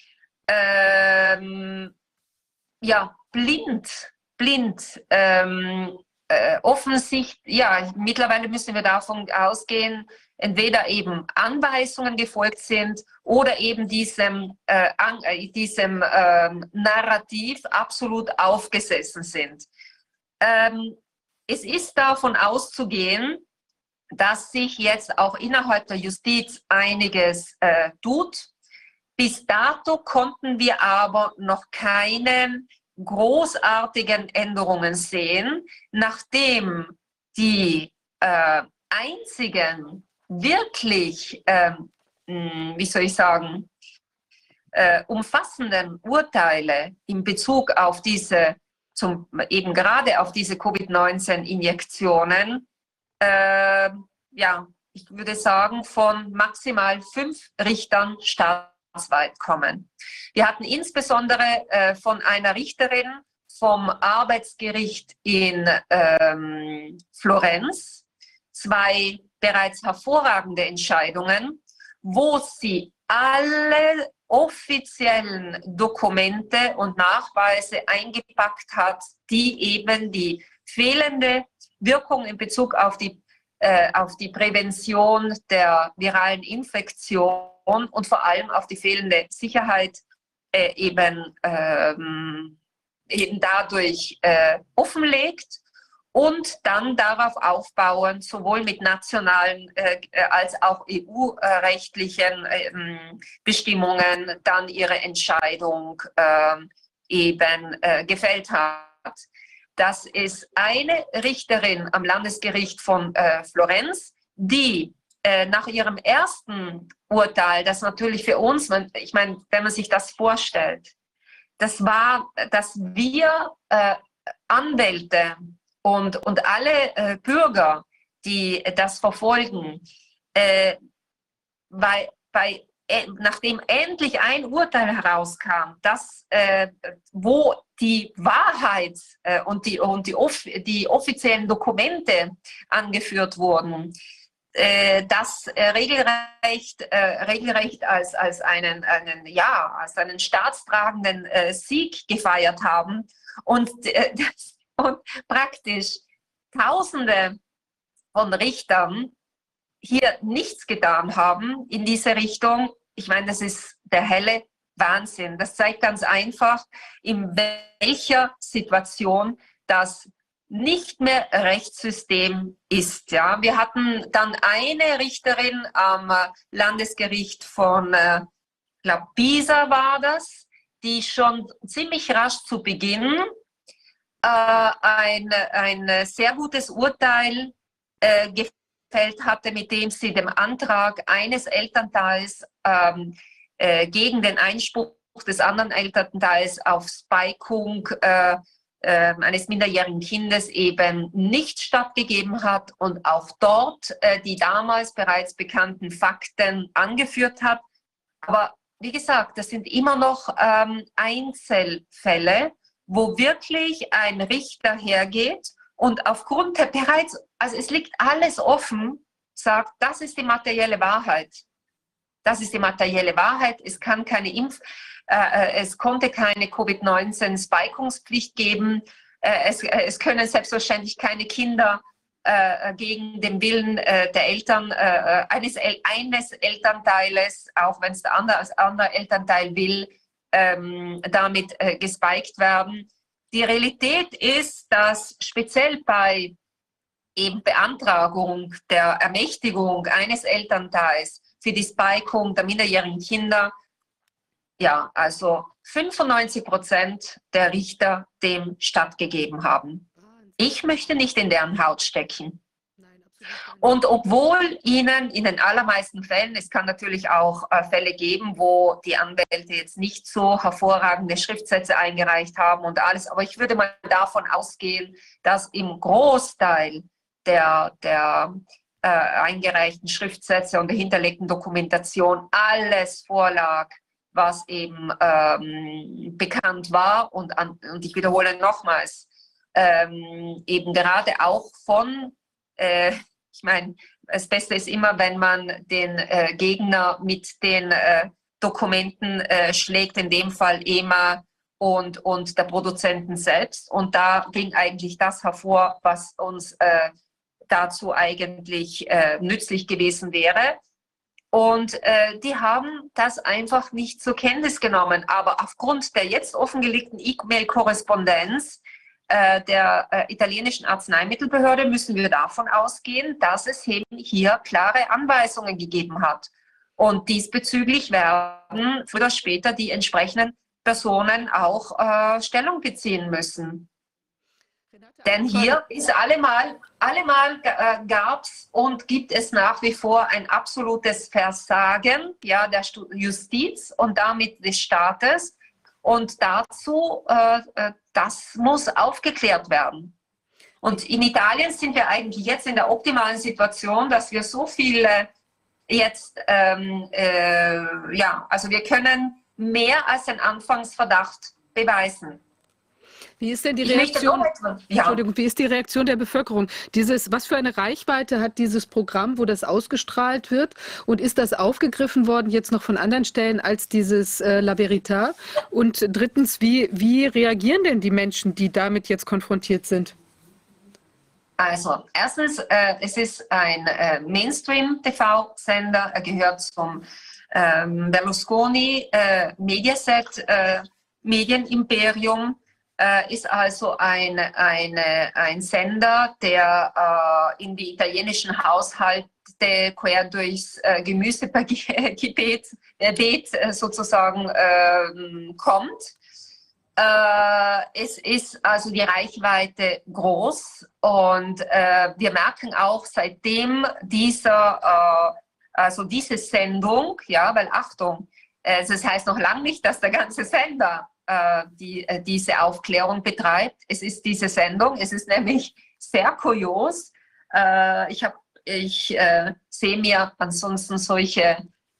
blind, offensichtlich, ja, mittlerweile müssen wir davon ausgehen, entweder eben Anweisungen gefolgt sind oder eben diesem Narrativ absolut aufgesessen sind. Es ist davon auszugehen, dass sich jetzt auch innerhalb der Justiz einiges tut. Bis dato konnten wir aber noch keine großartigen Änderungen sehen, nachdem die einzigen wirklich, umfassenden Urteile in Bezug auf diese eben gerade auf diese Covid-19-Injektionen, ja, ich würde sagen, von maximal 5 Richtern staatsweit kommen. Wir hatten insbesondere von einer Richterin vom Arbeitsgericht in Florenz 2 bereits hervorragende Entscheidungen, wo sie alle offiziellen Dokumente und Nachweise eingepackt hat, die eben die fehlende Wirkung in Bezug auf die Prävention der viralen Infektion und vor allem auf die fehlende Sicherheit eben dadurch offenlegt und dann darauf aufbauend sowohl mit nationalen als auch EU-rechtlichen Bestimmungen dann ihre Entscheidung eben gefällt hat. Das ist eine Richterin am Landesgericht von Florenz, die nach ihrem ersten Urteil, das natürlich für uns, ich meine, wenn man sich das vorstellt, das war, dass wir Anwälte und alle Bürger, die das verfolgen, nachdem endlich ein Urteil herauskam, wo die Wahrheit und die offiziellen Dokumente angeführt wurden, das regelrecht als einen staatstragenden Sieg gefeiert haben und praktisch Tausende von Richtern hier nichts getan haben in diese Richtung. Ich meine, das ist der helle Wahnsinn. Das zeigt ganz einfach, in welcher Situation das nicht mehr Rechtssystem ist. Ja, wir hatten dann eine Richterin am Landesgericht von, ich glaube, Pisa war das, die schon ziemlich rasch zu Beginn ein sehr gutes Urteil gefällt hatte, mit dem sie dem Antrag eines Elternteils gegen den Einspruch des anderen Elternteils auf Spikung eines minderjährigen Kindes eben nicht stattgegeben hat und auch dort die damals bereits bekannten Fakten angeführt hat. Aber wie gesagt, das sind immer noch Einzelfälle, wo wirklich ein Richter hergeht und aufgrund der bereits, also es liegt alles offen, sagt, das ist die materielle Wahrheit. Das ist die materielle Wahrheit. Es kann keine es konnte keine Covid-19-Spikungspflicht geben. Es können selbstverständlich keine Kinder gegen den Willen der Eltern, eines Elternteiles, auch wenn es der andere Elternteil will, damit gespiked werden. Die Realität ist, dass speziell bei eben Beantragung der Ermächtigung eines Elternteils für die Spikung der minderjährigen Kinder, ja, also 95% der Richter dem stattgegeben haben. Ich möchte nicht in deren Haut stecken. Und obwohl ihnen in den allermeisten Fällen, es kann natürlich auch Fälle geben, wo die Anwälte jetzt nicht so hervorragende Schriftsätze eingereicht haben und alles, aber ich würde mal davon ausgehen, dass im Großteil der eingereichten Schriftsätze und der hinterlegten Dokumentation alles vorlag, was eben bekannt war und ich wiederhole nochmals, eben gerade auch von ich meine, das Beste ist immer, wenn man den Gegner mit den Dokumenten schlägt, in dem Fall EMA und der Produzenten selbst. Und da ging eigentlich das hervor, was uns dazu eigentlich nützlich gewesen wäre. Und die haben das einfach nicht zur Kenntnis genommen. Aber aufgrund der jetzt offengelegten E-Mail-Korrespondenz der italienischen Arzneimittelbehörde müssen wir davon ausgehen, dass es eben hier klare Anweisungen gegeben hat. Und diesbezüglich werden früher oder später die entsprechenden Personen auch Stellung beziehen müssen. Denn hier ist allemal gab es und gibt es nach wie vor ein absolutes Versagen, ja, der Justiz und damit des Staates. Und dazu das muss aufgeklärt werden. Und in Italien sind wir eigentlich jetzt in der optimalen Situation, dass wir so viele jetzt, also wir können mehr als den Anfangsverdacht beweisen. Wie ist denn die Reaktion? Entschuldigung, wie ist die Reaktion der Bevölkerung? Was für eine Reichweite hat dieses Programm, wo das ausgestrahlt wird? Und ist das aufgegriffen worden jetzt noch von anderen Stellen als dieses La Verità? Und drittens, wie reagieren denn die Menschen, die damit jetzt konfrontiert sind? Also, erstens, es ist ein Mainstream-TV-Sender, er gehört zum Berlusconi Mediaset Medienimperium, ist also ein Sender, der in die italienischen Haushalte quer durchs Gemüsebeet sozusagen kommt. Es ist also die Reichweite groß und wir merken auch seitdem diese Sendung, ja, weil Achtung, das heißt noch lange nicht, dass der ganze Sender diese Aufklärung betreibt. Es ist diese Sendung, es ist nämlich sehr kurios. Ich sehe mir ansonsten solche,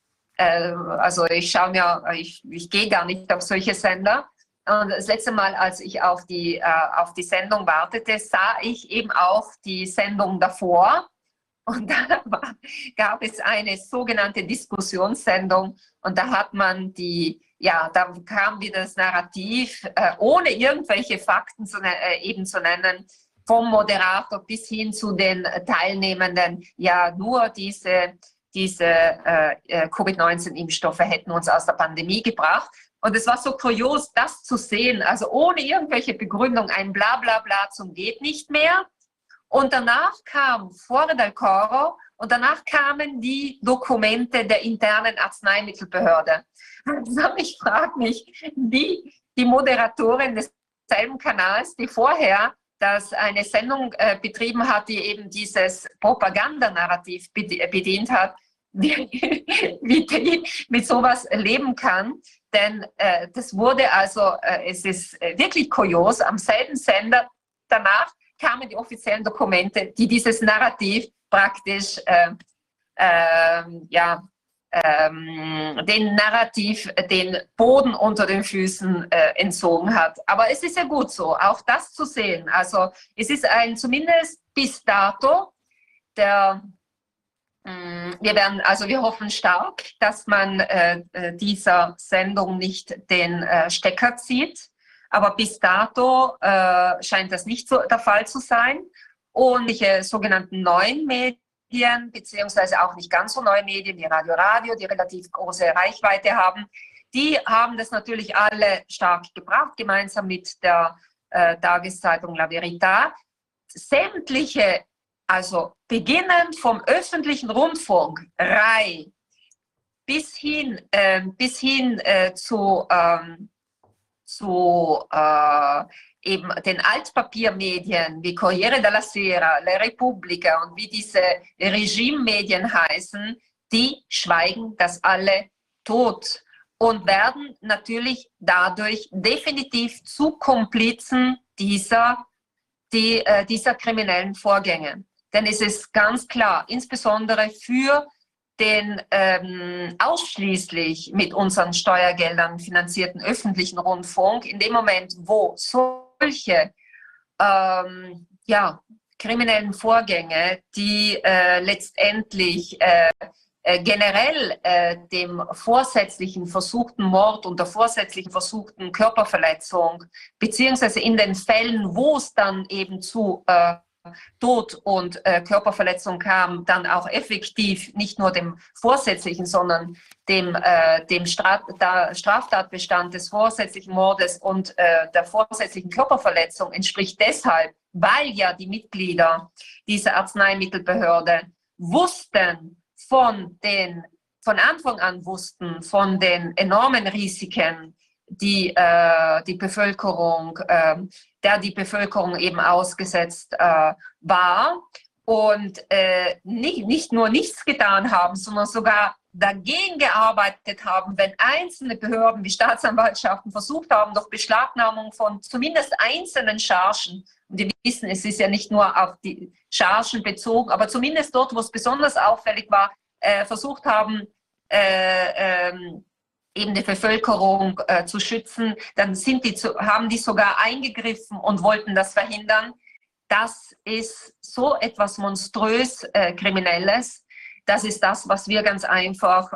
ich gehe gar nicht auf solche Sender. Und das letzte Mal, als ich auf die Sendung wartete, sah ich eben auch die Sendung davor. Und da gab es eine sogenannte Diskussionssendung. Und da hat man da kam wieder das Narrativ, ohne irgendwelche Fakten zu nennen, vom Moderator bis hin zu den Teilnehmenden, ja, nur diese Covid-19-Impfstoffe hätten uns aus der Pandemie gebracht. Und es war so kurios, das zu sehen, also ohne irgendwelche Begründung, ein Blablabla zum geht nicht mehr. Und danach kam Fuori dal Coro und danach kamen die Dokumente der internen Arzneimittelbehörde. Also ich frage mich, wie die Moderatorin desselben Kanals, die vorher eine Sendung betrieben hat, die eben dieses Propagandanarrativ bedient hat, wie die mit sowas leben kann. Denn das wurde es ist wirklich kurios, am selben Sender danach kamen die offiziellen Dokumente, die dieses Narrativ praktisch den Boden unter den Füßen entzogen hat. Aber es ist ja gut so, auch das zu sehen. Also es ist zumindest bis dato, wir hoffen stark, dass man dieser Sendung nicht den Stecker zieht. Aber bis dato scheint das nicht so der Fall zu sein. Und die sogenannten neuen Medien, beziehungsweise auch nicht ganz so neue Medien wie Radio, die relativ große Reichweite haben, die haben das natürlich alle stark gebracht, gemeinsam mit der Tageszeitung La Verità. Sämtliche, also beginnend vom öffentlichen Rundfunk, RAI, bis hin zu eben den Altpapiermedien wie Corriere della Sera, La Repubblica und wie diese Regimemedien heißen, die schweigen das alle tot und werden natürlich dadurch definitiv zu Komplizen dieser kriminellen Vorgänge. Denn es ist ganz klar, insbesondere für den ausschließlich mit unseren Steuergeldern finanzierten öffentlichen Rundfunk, in dem Moment, wo solche kriminellen Vorgänge, die letztendlich generell dem vorsätzlichen versuchten Mord und der vorsätzlichen versuchten Körperverletzung, beziehungsweise in den Fällen, wo es dann eben zu Tod und Körperverletzung kam, dann auch effektiv nicht nur dem vorsätzlichen, sondern dem Straftatbestand des vorsätzlichen Mordes und der vorsätzlichen Körperverletzung entspricht deshalb, weil ja die Mitglieder dieser Arzneimittelbehörde von Anfang an wussten von den enormen Risiken, die Bevölkerung eben ausgesetzt war und nicht nur nichts getan haben, sondern sogar dagegen gearbeitet haben, wenn einzelne Behörden wie Staatsanwaltschaften versucht haben, durch Beschlagnahmung von zumindest einzelnen Chargen, und wir wissen, es ist ja nicht nur auf die Chargen bezogen, aber zumindest dort, wo es besonders auffällig war, versucht haben, eben die Bevölkerung zu schützen, dann haben die sogar eingegriffen und wollten das verhindern. Das ist so etwas monströs Kriminelles. Das ist das, was wir ganz einfach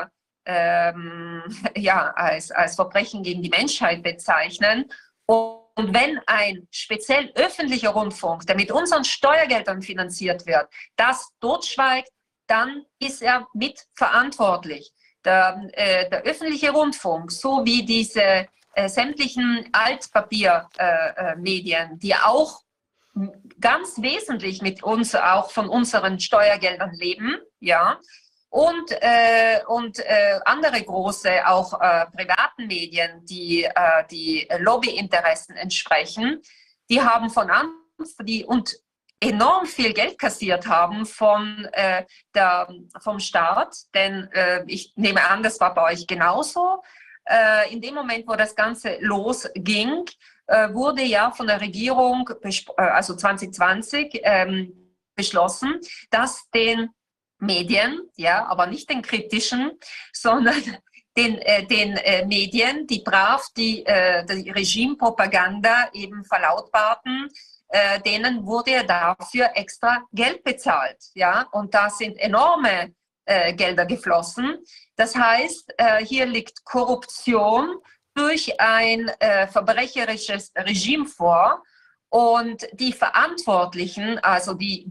ja, als Verbrechen gegen die Menschheit bezeichnen. Und wenn ein speziell öffentlicher Rundfunk, der mit unseren Steuergeldern finanziert wird, das totschweigt, dann ist er mitverantwortlich. Der öffentliche Rundfunk, so wie diese sämtlichen Altpapiermedien, die auch ganz wesentlich mit uns auch von unseren Steuergeldern leben, ja, und andere große, auch privaten Medien, die Lobbyinteressen entsprechen, die haben und enorm viel Geld kassiert haben vom Staat, denn ich nehme an, das war bei euch genauso. In dem Moment, wo das Ganze losging, wurde ja von der Regierung, also 2020, beschlossen, dass den Medien, ja, aber nicht den kritischen, sondern den Medien, die brav die Regimepropaganda eben verlautbarten, denen wurde dafür extra Geld bezahlt, ja, und da sind enorme Gelder geflossen. Das heißt, hier liegt Korruption durch ein verbrecherisches Regime vor, und die Verantwortlichen, also die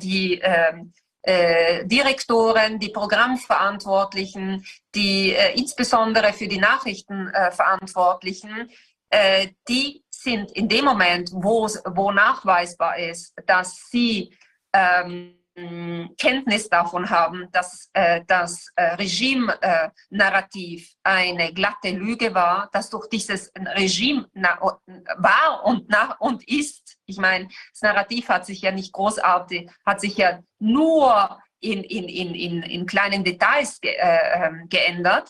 Direktoren, die Programmverantwortlichen, die insbesondere für die Nachrichten Verantwortlichen, die sind in dem Moment, wo nachweisbar ist, dass sie Kenntnis davon haben, dass das Regime-Narrativ eine glatte Lüge war, dass durch dieses Regime war und ist, ich meine, das Narrativ hat sich ja nicht großartig, hat sich ja nur in kleinen Details geändert,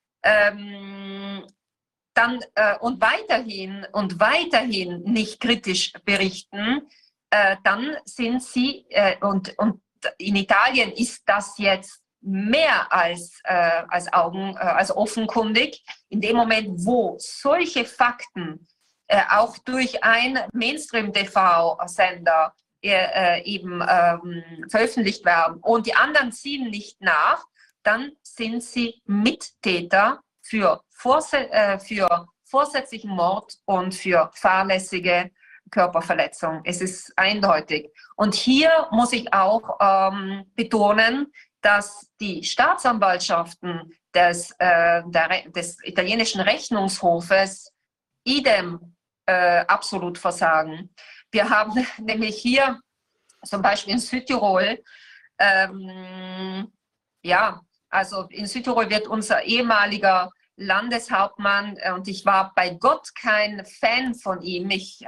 dann und weiterhin nicht kritisch berichten, dann sind sie, und in Italien ist das jetzt mehr als offenkundig, in dem Moment, wo solche Fakten auch durch ein Mainstream-TV-Sender eben veröffentlicht werden und die anderen ziehen nicht nach, dann sind sie Mittäter für vorsätzlichen Mord und für fahrlässige Körperverletzung. Es ist eindeutig. Und hier muss ich auch betonen, dass die Staatsanwaltschaften des italienischen Rechnungshofes idem absolut versagen. Wir haben nämlich hier zum Beispiel in Südtirol, ja, also in Südtirol wird unser ehemaliger Landeshauptmann, und ich war bei Gott kein Fan von ihm. Ich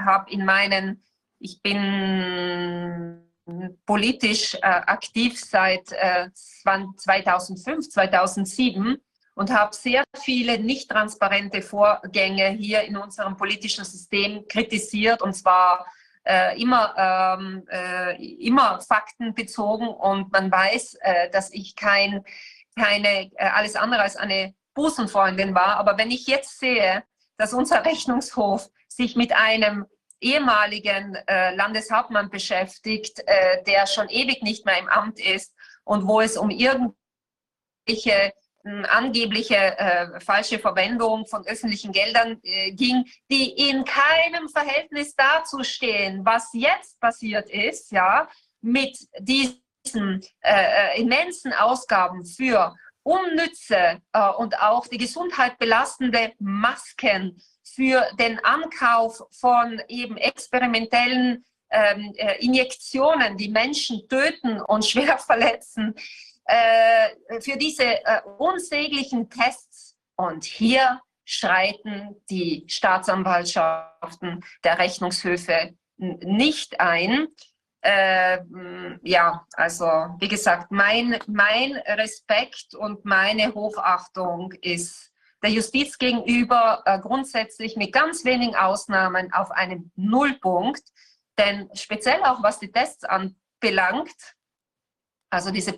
bin politisch aktiv seit 2005, 2007 und habe sehr viele nicht transparente Vorgänge hier in unserem politischen System kritisiert, und zwar immer faktenbezogen, und man weiß, dass ich keine alles andere als eine Busenfreundin war. Aber wenn ich jetzt sehe, dass unser Rechnungshof sich mit einem ehemaligen Landeshauptmann beschäftigt, der schon ewig nicht mehr im Amt ist, und wo es um irgendwelche angebliche falsche Verwendung von öffentlichen Geldern ging, die in keinem Verhältnis dazu stehen, was jetzt passiert ist, ja, mit diesen immensen Ausgaben für unnütze und auch die Gesundheit belastende Masken, für den Ankauf von eben experimentellen Injektionen, die Menschen töten und schwer verletzen, für diese unsäglichen Tests. Und hier schreiten die Staatsanwaltschaften der Rechnungshöfe nicht ein. Ja, also wie gesagt, mein Respekt und meine Hochachtung ist der Justiz gegenüber grundsätzlich mit ganz wenigen Ausnahmen auf einem Nullpunkt. Denn speziell auch was die Tests anbelangt, also dieser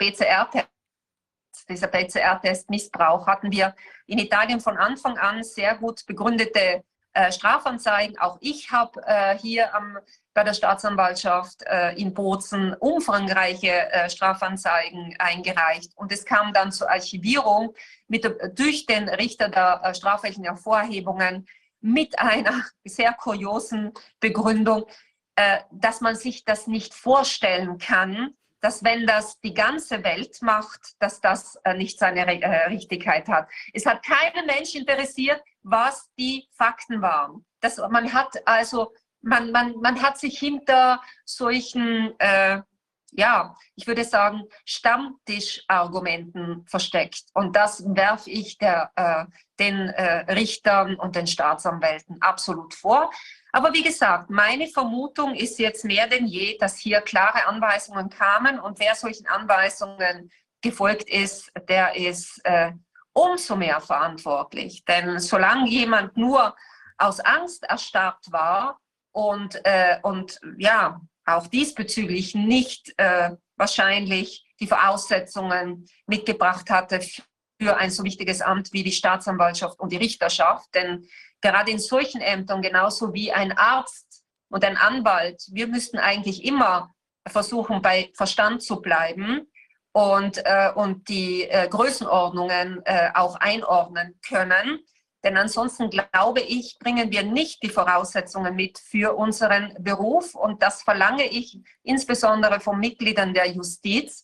PCR-Test-Missbrauch, hatten wir in Italien von Anfang an sehr gut begründete Strafanzeigen. Auch ich habe hier bei der Staatsanwaltschaft in Bozen umfangreiche Strafanzeigen eingereicht. Und es kam dann zur Archivierung durch den Richter der strafrechtlichen Hervorhebungen mit einer sehr kuriosen Begründung, dass man sich das nicht vorstellen kann, dass wenn das die ganze Welt macht, dass das nicht seine Richtigkeit hat. Es hat keinen Mensch interessiert, was die Fakten waren. Man hat sich hinter solchen, ja, ich würde sagen, Stammtischargumenten versteckt. Und das werfe ich den Richtern und den Staatsanwälten absolut vor. Aber wie gesagt, meine Vermutung ist jetzt mehr denn je, dass hier klare Anweisungen kamen und wer solchen Anweisungen gefolgt ist, der ist umso mehr verantwortlich. Denn solange jemand nur aus Angst erstarrt war und ja, auch diesbezüglich nicht wahrscheinlich die Voraussetzungen mitgebracht hatte für ein so wichtiges Amt wie die Staatsanwaltschaft und die Richterschaft, denn gerade in solchen Ämtern, genauso wie ein Arzt und ein Anwalt, wir müssten eigentlich immer versuchen, bei Verstand zu bleiben und die Größenordnungen auch einordnen können. Denn ansonsten, glaube ich, bringen wir nicht die Voraussetzungen mit für unseren Beruf. Und das verlange ich insbesondere von Mitgliedern der Justiz.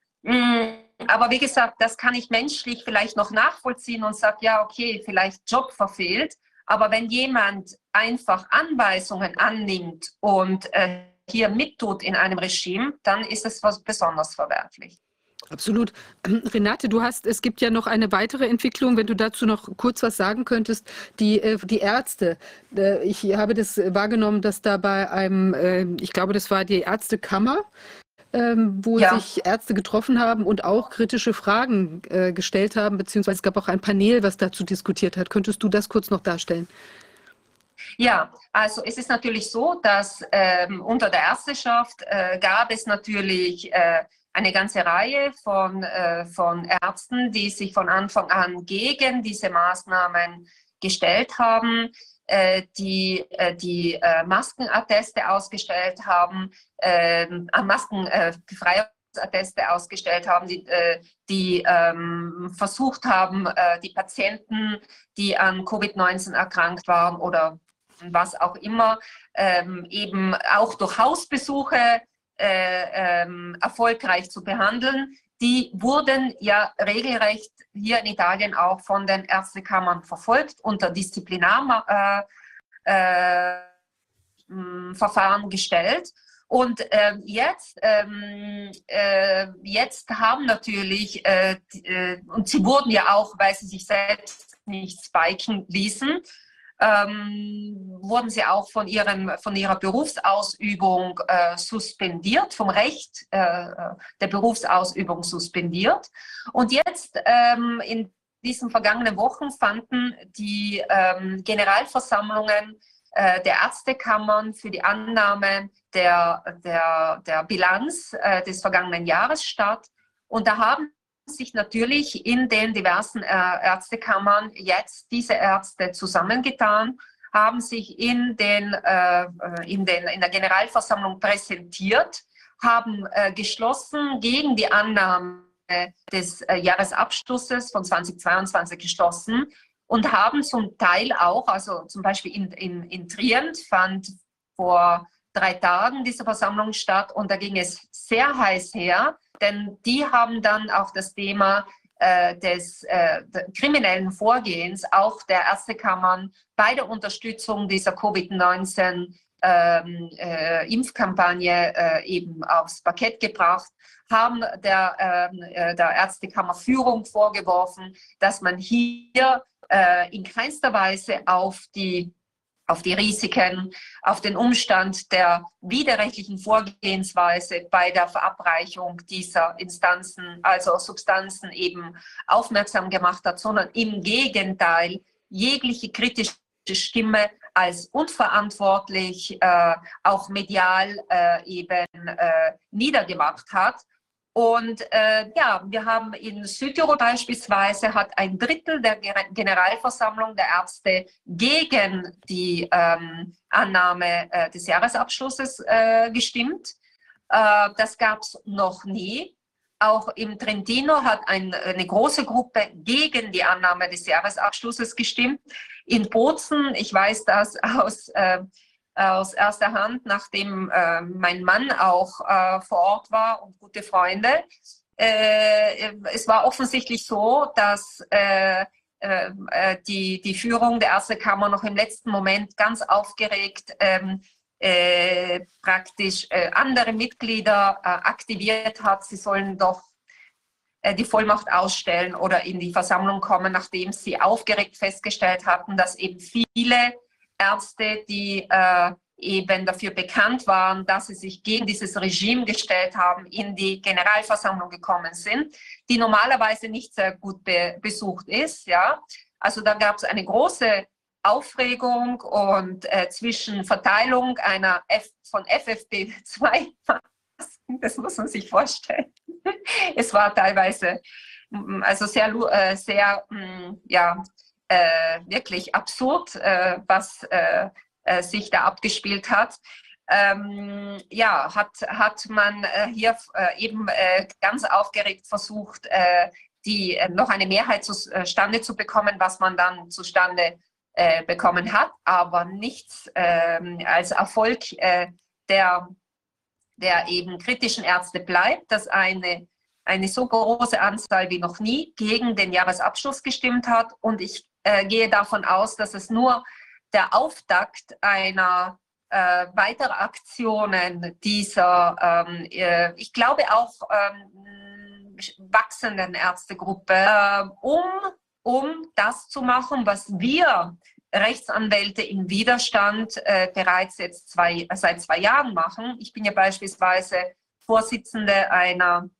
Aber wie gesagt, das kann ich menschlich vielleicht noch nachvollziehen und sage, ja, okay, vielleicht Job verfehlt. Aber wenn jemand einfach Anweisungen annimmt und hier mittut in einem Regime, dann ist es was besonders verwerflich. Absolut. Renate, es gibt ja noch eine weitere Entwicklung, wenn du dazu noch kurz was sagen könntest, die Ärzte. Ich habe das wahrgenommen, dass da bei einem, ich glaube, das war die Ärztekammer, wo sich Ärzte getroffen haben und auch kritische Fragen gestellt haben, beziehungsweise es gab auch ein Panel, was dazu diskutiert hat. Könntest du das kurz noch darstellen? Ja, also es ist natürlich so, dass unter der Ärzteschaft gab es natürlich eine ganze Reihe von Ärzten, die sich von Anfang an gegen diese Maßnahmen gestellt haben, die Maskenatteste ausgestellt haben, Maskenbefreiungsatteste ausgestellt haben, die versucht haben, die Patienten, die an Covid-19 erkrankt waren oder was auch immer, eben auch durch Hausbesuche erfolgreich zu behandeln. Die wurden ja regelrecht hier in Italien auch von den Ärztekammern verfolgt, unter Disziplinarverfahren gestellt. Und jetzt haben natürlich, und sie wurden ja auch, weil sie sich selbst nicht spiken ließen, wurden sie auch von ihrer Berufsausübung suspendiert, vom Recht der Berufsausübung suspendiert. Und jetzt in diesen vergangenen Wochen fanden die Generalversammlungen der Ärztekammern für die Annahme der Bilanz des vergangenen Jahres statt. Und da haben sich natürlich in den diversen Ärztekammern jetzt diese Ärzte zusammengetan, haben sich in der Generalversammlung präsentiert, haben geschlossen gegen die Annahme des Jahresabschlusses von 2022 geschlossen und haben zum Teil auch, also zum Beispiel in Trient fand vor 3 Tagen diese Versammlung statt und da ging es sehr heiß her, denn die haben dann auch das Thema des kriminellen Vorgehens auch der Ärztekammern bei der Unterstützung dieser Covid-19 Impfkampagne eben aufs Parkett gebracht, haben der Ärztekammerführung vorgeworfen, dass man hier in keinster Weise auf die auf die Risiken, auf den Umstand der widerrechtlichen Vorgehensweise bei der Verabreichung dieser Instanzen, also Substanzen eben aufmerksam gemacht hat, sondern im Gegenteil jegliche kritische Stimme als unverantwortlich, auch medial eben niedergemacht hat. Und ja, wir haben in Südtirol beispielsweise hat ein Drittel der Generalversammlung der Ärzte gegen die Annahme des Jahresabschlusses gestimmt. Das gab es noch nie. Auch im Trentino hat eine große Gruppe gegen die Annahme des Jahresabschlusses gestimmt. In Bozen, ich weiß das aus erster Hand, nachdem mein Mann auch vor Ort war und gute Freunde. Es war offensichtlich so, dass die Führung der Ärztekammer noch im letzten Moment ganz aufgeregt praktisch andere Mitglieder aktiviert hat. Sie sollen doch die Vollmacht ausstellen oder in die Versammlung kommen, nachdem sie aufgeregt festgestellt hatten, dass eben viele Ärzte, die eben dafür bekannt waren, dass sie sich gegen dieses Regime gestellt haben, in die Generalversammlung gekommen sind, die normalerweise nicht sehr gut besucht ist. Ja? Also da gab es eine große Aufregung und zwischen Verteilung einer von FFP2-Masken, das muss man sich vorstellen. Es war teilweise also sehr ja, wirklich absurd, was sich da abgespielt hat. Ja, hat man hier eben ganz aufgeregt versucht, noch eine Mehrheit zustande zu bekommen, was man dann zustande bekommen hat, aber nichts als Erfolg der eben kritischen Ärzte bleibt, dass eine so große Anzahl wie noch nie gegen den Jahresabschluss gestimmt hat. Und ich gehe davon aus, dass es nur der Auftakt einer weiterer Aktionen dieser, ich glaube auch wachsenden Ärztegruppe, um das zu machen, was wir Rechtsanwälte im Widerstand bereits jetzt seit 2 Jahren machen. Ich bin ja beispielsweise Vorsitzende einer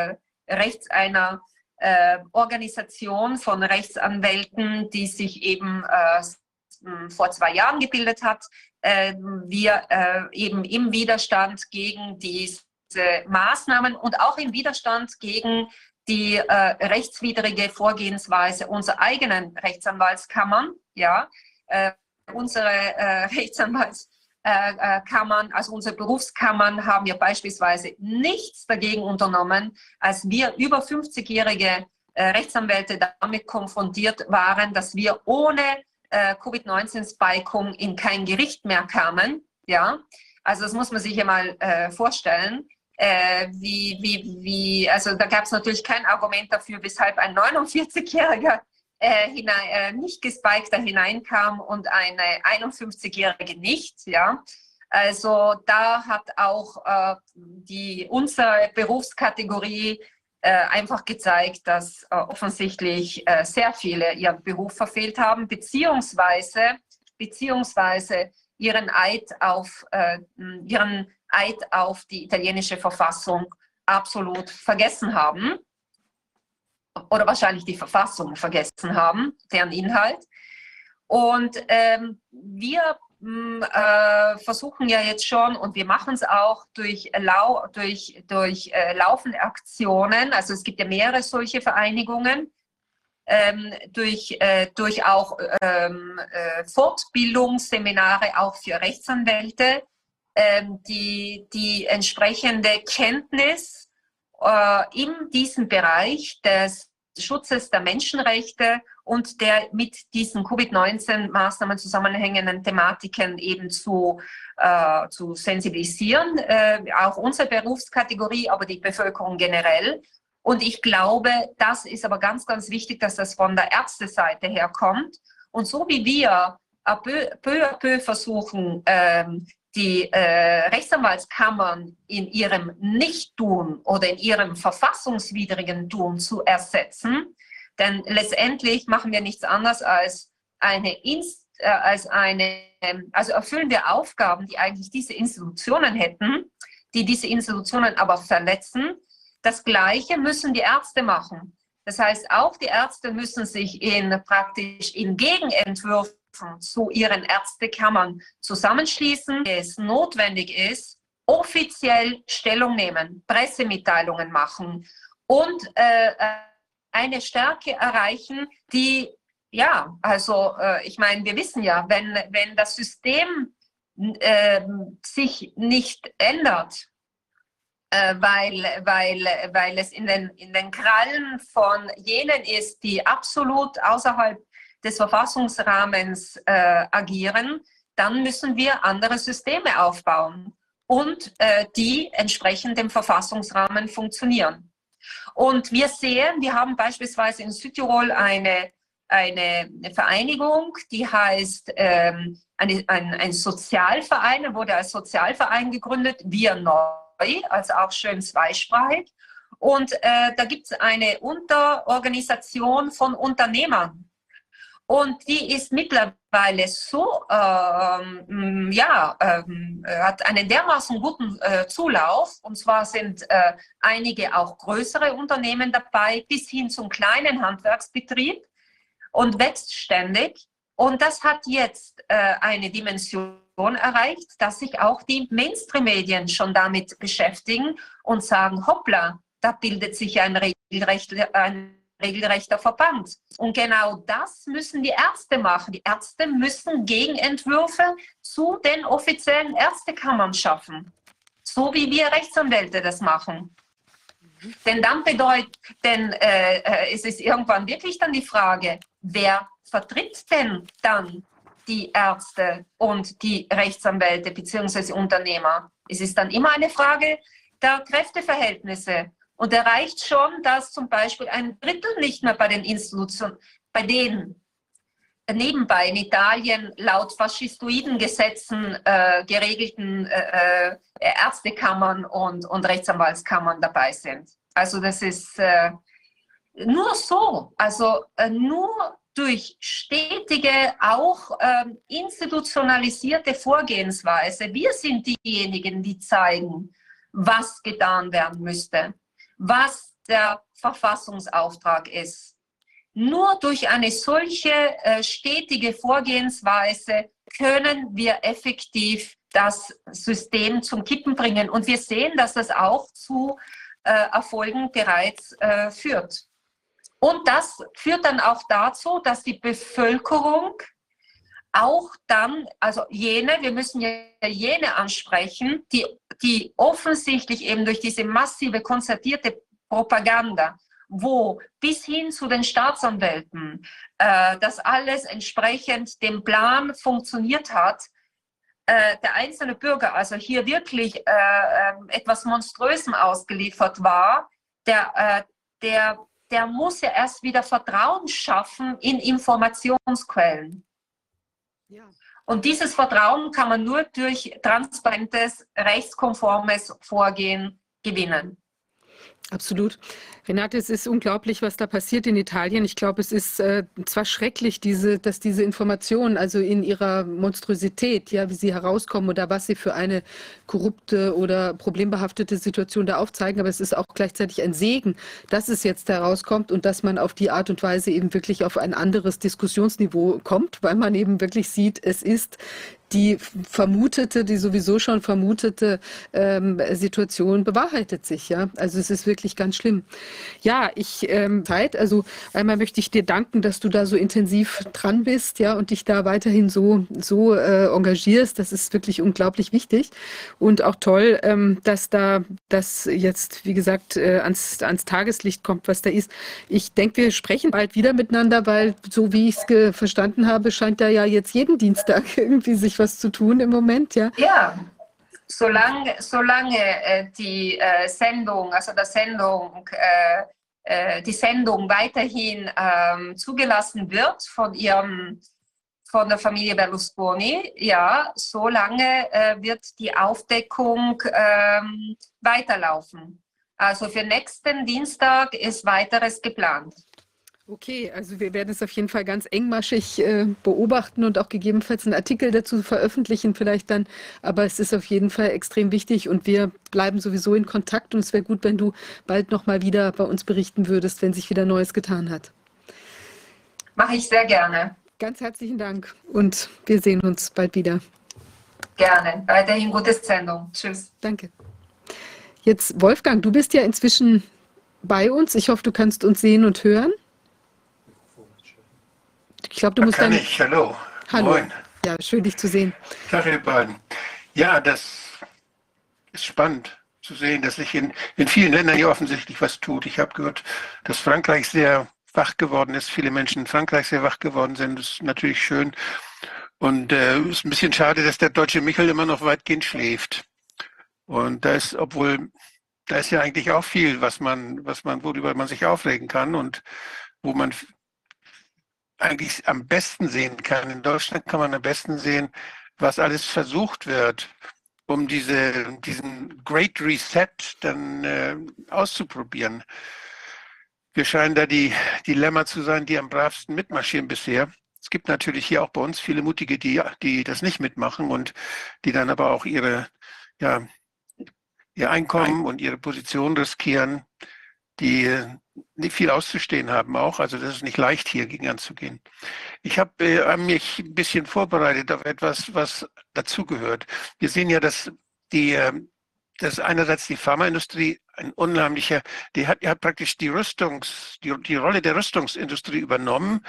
Organisation von Rechtsanwälten, die sich eben vor 2 Jahren gebildet hat. Wir eben im Widerstand gegen diese Maßnahmen und auch im Widerstand gegen die rechtswidrige Vorgehensweise unserer eigenen Rechtsanwaltskammern. Ja, unsere Rechtsanwaltskammern, also unsere Berufskammern haben ja beispielsweise nichts dagegen unternommen, als wir über 50-jährige Rechtsanwälte damit konfrontiert waren, dass wir ohne Covid-19-Spikung in kein Gericht mehr kamen. Ja, also das muss man sich ja mal vorstellen. Also da gab es natürlich kein Argument dafür, weshalb ein 49-Jähriger nicht gespikter hineinkam und eine 51-Jährige nicht. Ja? Also da hat auch unsere Berufskategorie einfach gezeigt, dass offensichtlich sehr viele ihren Beruf verfehlt haben, beziehungsweise ihren Eid auf die italienische Verfassung absolut vergessen haben oder wahrscheinlich die Verfassung vergessen haben, deren Inhalt. Und wir versuchen ja jetzt schon, und wir machen es auch durch laufende Aktionen, also es gibt ja mehrere solche Vereinigungen, durch auch Fortbildungsseminare auch für Rechtsanwälte, die entsprechende Kenntnis in diesem Bereich des Schutzes der Menschenrechte und der mit diesen Covid-19-Maßnahmen zusammenhängenden Thematiken eben zu sensibilisieren, auch unsere Berufskategorie, aber die Bevölkerung generell. Und ich glaube, das ist aber ganz, ganz wichtig, dass das von der Ärzteseite herkommt. Und so wie wir peu à peu versuchen, die Rechtsanwaltskammern in ihrem Nichttun oder in ihrem verfassungswidrigen Tun zu ersetzen. Denn letztendlich machen wir nichts anderes als eine also erfüllen wir Aufgaben, die eigentlich diese Institutionen hätten, die diese Institutionen aber verletzen. Das Gleiche müssen die Ärzte machen. Das heißt, auch die Ärzte müssen sich praktisch in Gegenentwürfen zu ihren Ärztekammern zusammenschließen, es notwendig ist, offiziell Stellung nehmen, Pressemitteilungen machen und eine Stärke erreichen, die, ja, also ich meine, wir wissen ja, wenn das System sich nicht ändert, weil es in den Krallen von jenen ist, die absolut außerhalb des Verfassungsrahmens agieren, dann müssen wir andere Systeme aufbauen und die entsprechend dem Verfassungsrahmen funktionieren. Und wir haben beispielsweise in Südtirol eine Vereinigung, die heißt ein Sozialverein, wurde als Sozialverein gegründet, Wir Neu, also auch schön zweisprachig. Und da gibt es eine Unterorganisation von Unternehmern. Und die ist mittlerweile so, hat einen dermaßen guten Zulauf. Und zwar sind einige auch größere Unternehmen dabei, bis hin zum kleinen Handwerksbetrieb und wächst ständig. Und das hat jetzt eine Dimension erreicht, dass sich auch die Mainstream-Medien schon damit beschäftigen und sagen, hoppla, da bildet sich ein regelrechter Verband. Und genau das müssen die Ärzte machen. Die Ärzte müssen Gegenentwürfe zu den offiziellen Ärztekammern schaffen, so wie wir Rechtsanwälte das machen. Denn dann es ist irgendwann wirklich dann die Frage, wer vertritt denn dann die Ärzte und die Rechtsanwälte bzw. Unternehmer? Es ist dann immer eine Frage der Kräfteverhältnisse. Und da reicht schon, dass zum Beispiel ein Drittel nicht mehr bei den Institutionen, bei den nebenbei in Italien laut faschistoiden Gesetzen geregelten Ärztekammern und Rechtsanwaltskammern dabei sind. Also das ist nur so, also nur durch stetige, auch institutionalisierte Vorgehensweise. Wir sind diejenigen, die zeigen, was getan werden müsste, was der Verfassungsauftrag ist. Nur durch eine solche stetige Vorgehensweise können wir effektiv das System zum Kippen bringen. Und wir sehen, dass das auch zu Erfolgen bereits führt. Und das führt dann auch dazu, dass die Bevölkerung auch dann, also wir müssen ja jene ansprechen, die offensichtlich eben durch diese massive konzertierte Propaganda, wo bis hin zu den Staatsanwälten das alles entsprechend dem Plan funktioniert hat, der einzelne Bürger also hier wirklich etwas Monströsem ausgeliefert war, der muss ja erst wieder Vertrauen schaffen in Informationsquellen. Ja. Und dieses Vertrauen kann man nur durch transparentes, rechtskonformes Vorgehen gewinnen. Absolut. Renate, es ist unglaublich, was da passiert in Italien. Ich glaube, es ist zwar schrecklich, dass diese Informationen, also in ihrer Monstrosität, ja, wie sie herauskommen oder was sie für eine korrupte oder problembehaftete Situation da aufzeigen, aber es ist auch gleichzeitig ein Segen, dass es jetzt herauskommt und dass man auf die Art und Weise eben wirklich auf ein anderes Diskussionsniveau kommt, weil man eben wirklich sieht, es ist die sowieso schon vermutete Situation bewahrheitet sich, ja. Also es ist wirklich ganz schlimm. Ja, also einmal möchte ich dir danken, dass du da so intensiv dran bist, ja, und dich da weiterhin so engagierst. Das ist wirklich unglaublich wichtig und auch toll, dass das jetzt, wie gesagt, ans Tageslicht kommt, was da ist. Ich denke, wir sprechen bald wieder miteinander, weil so wie ich es verstanden habe, scheint da ja jetzt jeden Dienstag irgendwie sich was zu tun im Moment, ja? Ja, solange die Sendung weiterhin zugelassen wird von der Familie Berlusconi, ja, solange wird die Aufdeckung weiterlaufen. Also für nächsten Dienstag ist weiteres geplant. Okay, also wir werden es auf jeden Fall ganz engmaschig beobachten und auch gegebenenfalls einen Artikel dazu veröffentlichen, vielleicht dann. Aber es ist auf jeden Fall extrem wichtig und wir bleiben sowieso in Kontakt und es wäre gut, wenn du bald nochmal wieder bei uns berichten würdest, wenn sich wieder Neues getan hat. Mache ich sehr gerne. Ganz herzlichen Dank und wir sehen uns bald wieder. Gerne. Weiterhin gute Sendung. Tschüss. Danke. Jetzt, Wolfgang, du bist ja inzwischen bei uns. Ich hoffe, du kannst uns sehen und hören. Ich glaube, du musst Kann dann. ich, hallo. Hallo. Moin. Ja, schön, dich zu sehen. Tag, ihr beiden. Ja, das ist spannend zu sehen, dass sich in vielen Ländern hier offensichtlich was tut. Ich habe gehört, dass Frankreich sehr wach geworden ist, viele Menschen in Frankreich sehr wach geworden sind. Das ist natürlich schön. Und es ist ein bisschen schade, dass der deutsche Michel immer noch weitgehend schläft. Und da ist ja eigentlich auch viel, worüber man sich aufregen kann und wo man eigentlich am besten sehen kann. In Deutschland kann man am besten sehen, was alles versucht wird, um diesen Great Reset dann auszuprobieren. Wir scheinen da die Dilemma zu sein, die am bravsten mitmarschieren bisher. Es gibt natürlich hier auch bei uns viele Mutige, die das nicht mitmachen und die dann aber auch ihr Einkommen und ihre Position riskieren, die nicht viel auszustehen haben auch. Also das ist nicht leicht, hier gegen anzugehen. Ich habe mich ein bisschen vorbereitet auf etwas, was dazugehört. Wir sehen ja, dass einerseits die Pharmaindustrie ein unheimlicher, die hat praktisch die Rolle der Rüstungsindustrie übernommen,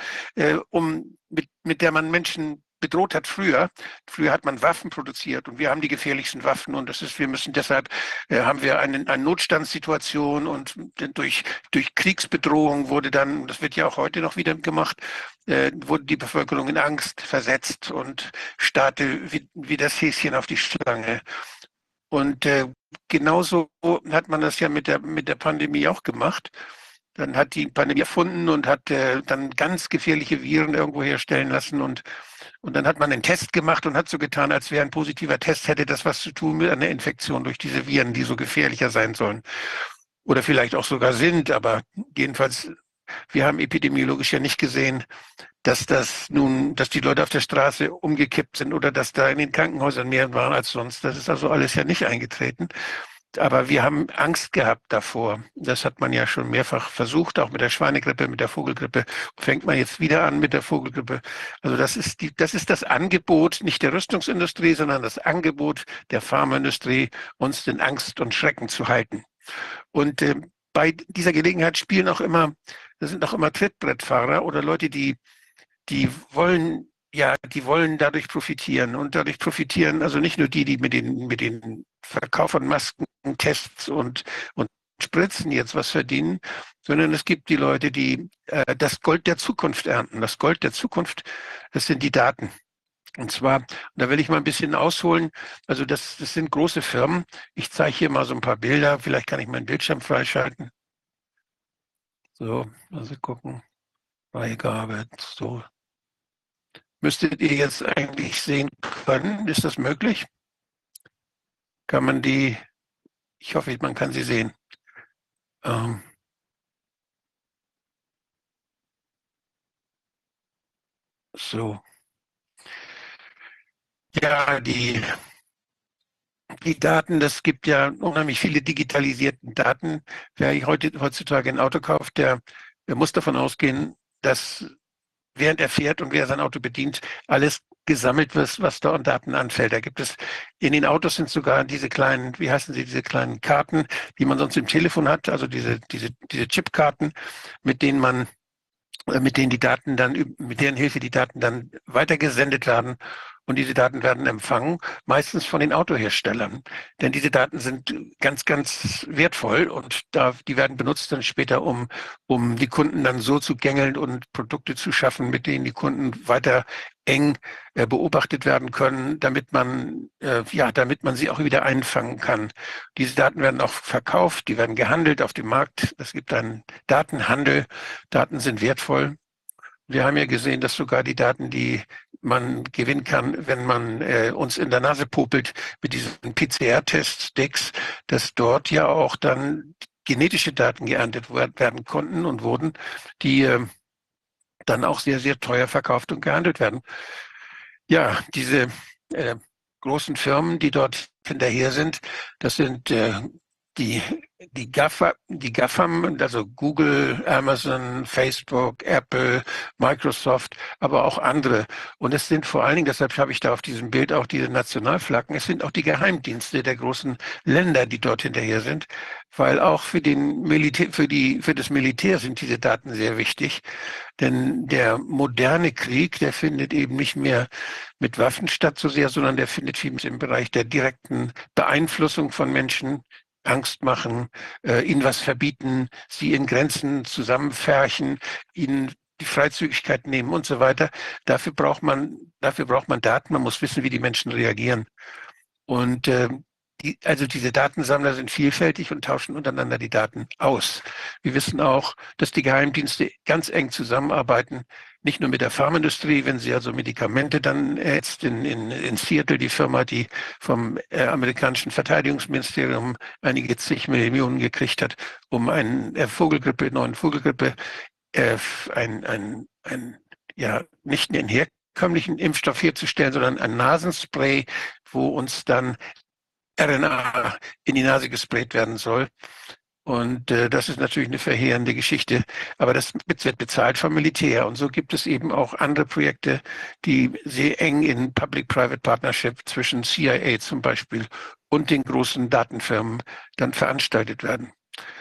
mit der man Menschen bedroht hat früher. Früher hat man Waffen produziert und wir haben die gefährlichsten Waffen und haben wir eine Notstandssituation und durch Kriegsbedrohung wurde dann, das wird ja auch heute noch wieder gemacht, wurde die Bevölkerung in Angst versetzt und starrte wie das Häschen auf die Schlange. Und genauso hat man das ja mit der Pandemie auch gemacht. Dann hat die Pandemie erfunden und hat dann ganz gefährliche Viren irgendwo herstellen lassen und dann hat man einen Test gemacht und hat so getan, als wäre ein positiver Test, hätte das was zu tun mit einer Infektion durch diese Viren, die so gefährlicher sein sollen. Oder vielleicht auch sogar sind, aber jedenfalls, wir haben epidemiologisch ja nicht gesehen, dass die Leute auf der Straße umgekippt sind oder dass da in den Krankenhäusern mehr waren als sonst. Das ist also alles ja nicht eingetreten. Aber wir haben Angst gehabt davor. Das hat man ja schon mehrfach versucht, auch mit der Schweinegrippe, mit der Vogelgrippe. Fängt man jetzt wieder an mit der Vogelgrippe. Also das ist das Angebot, nicht der Rüstungsindustrie, sondern das Angebot der Pharmaindustrie, uns in Angst und Schrecken zu halten. Und bei dieser Gelegenheit das sind auch immer Trittbrettfahrer oder Leute, die wollen dadurch profitieren und dadurch profitieren also nicht nur die mit den Verkauf von Masken, Tests und Spritzen jetzt was verdienen, sondern es gibt die Leute, die das Gold der Zukunft ernten. Das Gold der Zukunft, das sind die Daten. Und zwar, da will ich mal ein bisschen ausholen, also das sind große Firmen. Ich zeige hier mal so ein paar Bilder, vielleicht kann ich meinen Bildschirm freischalten. So, also gucken, Freigabe, so. Müsstet ihr jetzt eigentlich sehen können. Ist das möglich? Kann man ich hoffe, man kann sie sehen. So. Ja, die Daten, das gibt ja unheimlich viele digitalisierte Daten. Wer heutzutage ein Auto kauft, der muss davon ausgehen, dass während er fährt und wer sein Auto bedient, alles gesammelt wird, was da an Daten anfällt. In den Autos sind sogar diese kleinen, wie heißen sie, diese kleinen Karten, die man sonst im Telefon hat, also diese Chipkarten, mit deren Hilfe die Daten dann weitergesendet werden. Und diese Daten werden empfangen, meistens von den Autoherstellern. Denn diese Daten sind ganz, ganz wertvoll und die werden benutzt dann später, um die Kunden dann so zu gängeln und Produkte zu schaffen, mit denen die Kunden weiter eng beobachtet werden können, damit man sie auch wieder einfangen kann. Diese Daten werden auch verkauft, die werden gehandelt auf dem Markt. Es gibt einen Datenhandel. Daten sind wertvoll. Wir haben ja gesehen, dass sogar die Daten, die man gewinnen kann, wenn man uns in der Nase popelt mit diesen PCR-Test-Sticks, dass dort ja auch dann genetische Daten geerntet werden konnten und wurden, die dann auch sehr, sehr teuer verkauft und gehandelt werden. Ja, diese großen Firmen, die dort hinterher sind, das sind die, die GAFAM, also Google, Amazon, Facebook, Apple, Microsoft, aber auch andere. Und es sind vor allen Dingen, deshalb habe ich da auf diesem Bild auch diese Nationalflaggen, es sind auch die Geheimdienste der großen Länder, die dort hinterher sind, weil auch für den Militär, für das Militär sind diese Daten sehr wichtig. Denn der moderne Krieg, der findet eben nicht mehr mit Waffen statt so sehr, sondern der findet viel im Bereich der direkten Beeinflussung von Menschen, Angst machen, ihnen was verbieten, sie in Grenzen zusammenpferchen, ihnen die Freizügigkeit nehmen und so weiter. Dafür braucht man Daten. Man muss wissen, wie die Menschen reagieren. Und also diese Datensammler sind vielfältig und tauschen untereinander die Daten aus. Wir wissen auch, dass die Geheimdienste ganz eng zusammenarbeiten, nicht nur mit der Pharmaindustrie, wenn sie also Medikamente dann jetzt in Seattle, die Firma, die vom amerikanischen Verteidigungsministerium einige zig Millionen gekriegt hat, um einen neuen Vogelgrippe, ja, nicht einen herkömmlichen Impfstoff herzustellen, sondern ein Nasenspray, wo uns dann RNA in die Nase gesprayt werden soll. Und das ist natürlich eine verheerende Geschichte. Aber das wird bezahlt vom Militär. Und so gibt es eben auch andere Projekte, die sehr eng in Public-Private Partnership zwischen CIA zum Beispiel und den großen Datenfirmen dann veranstaltet werden.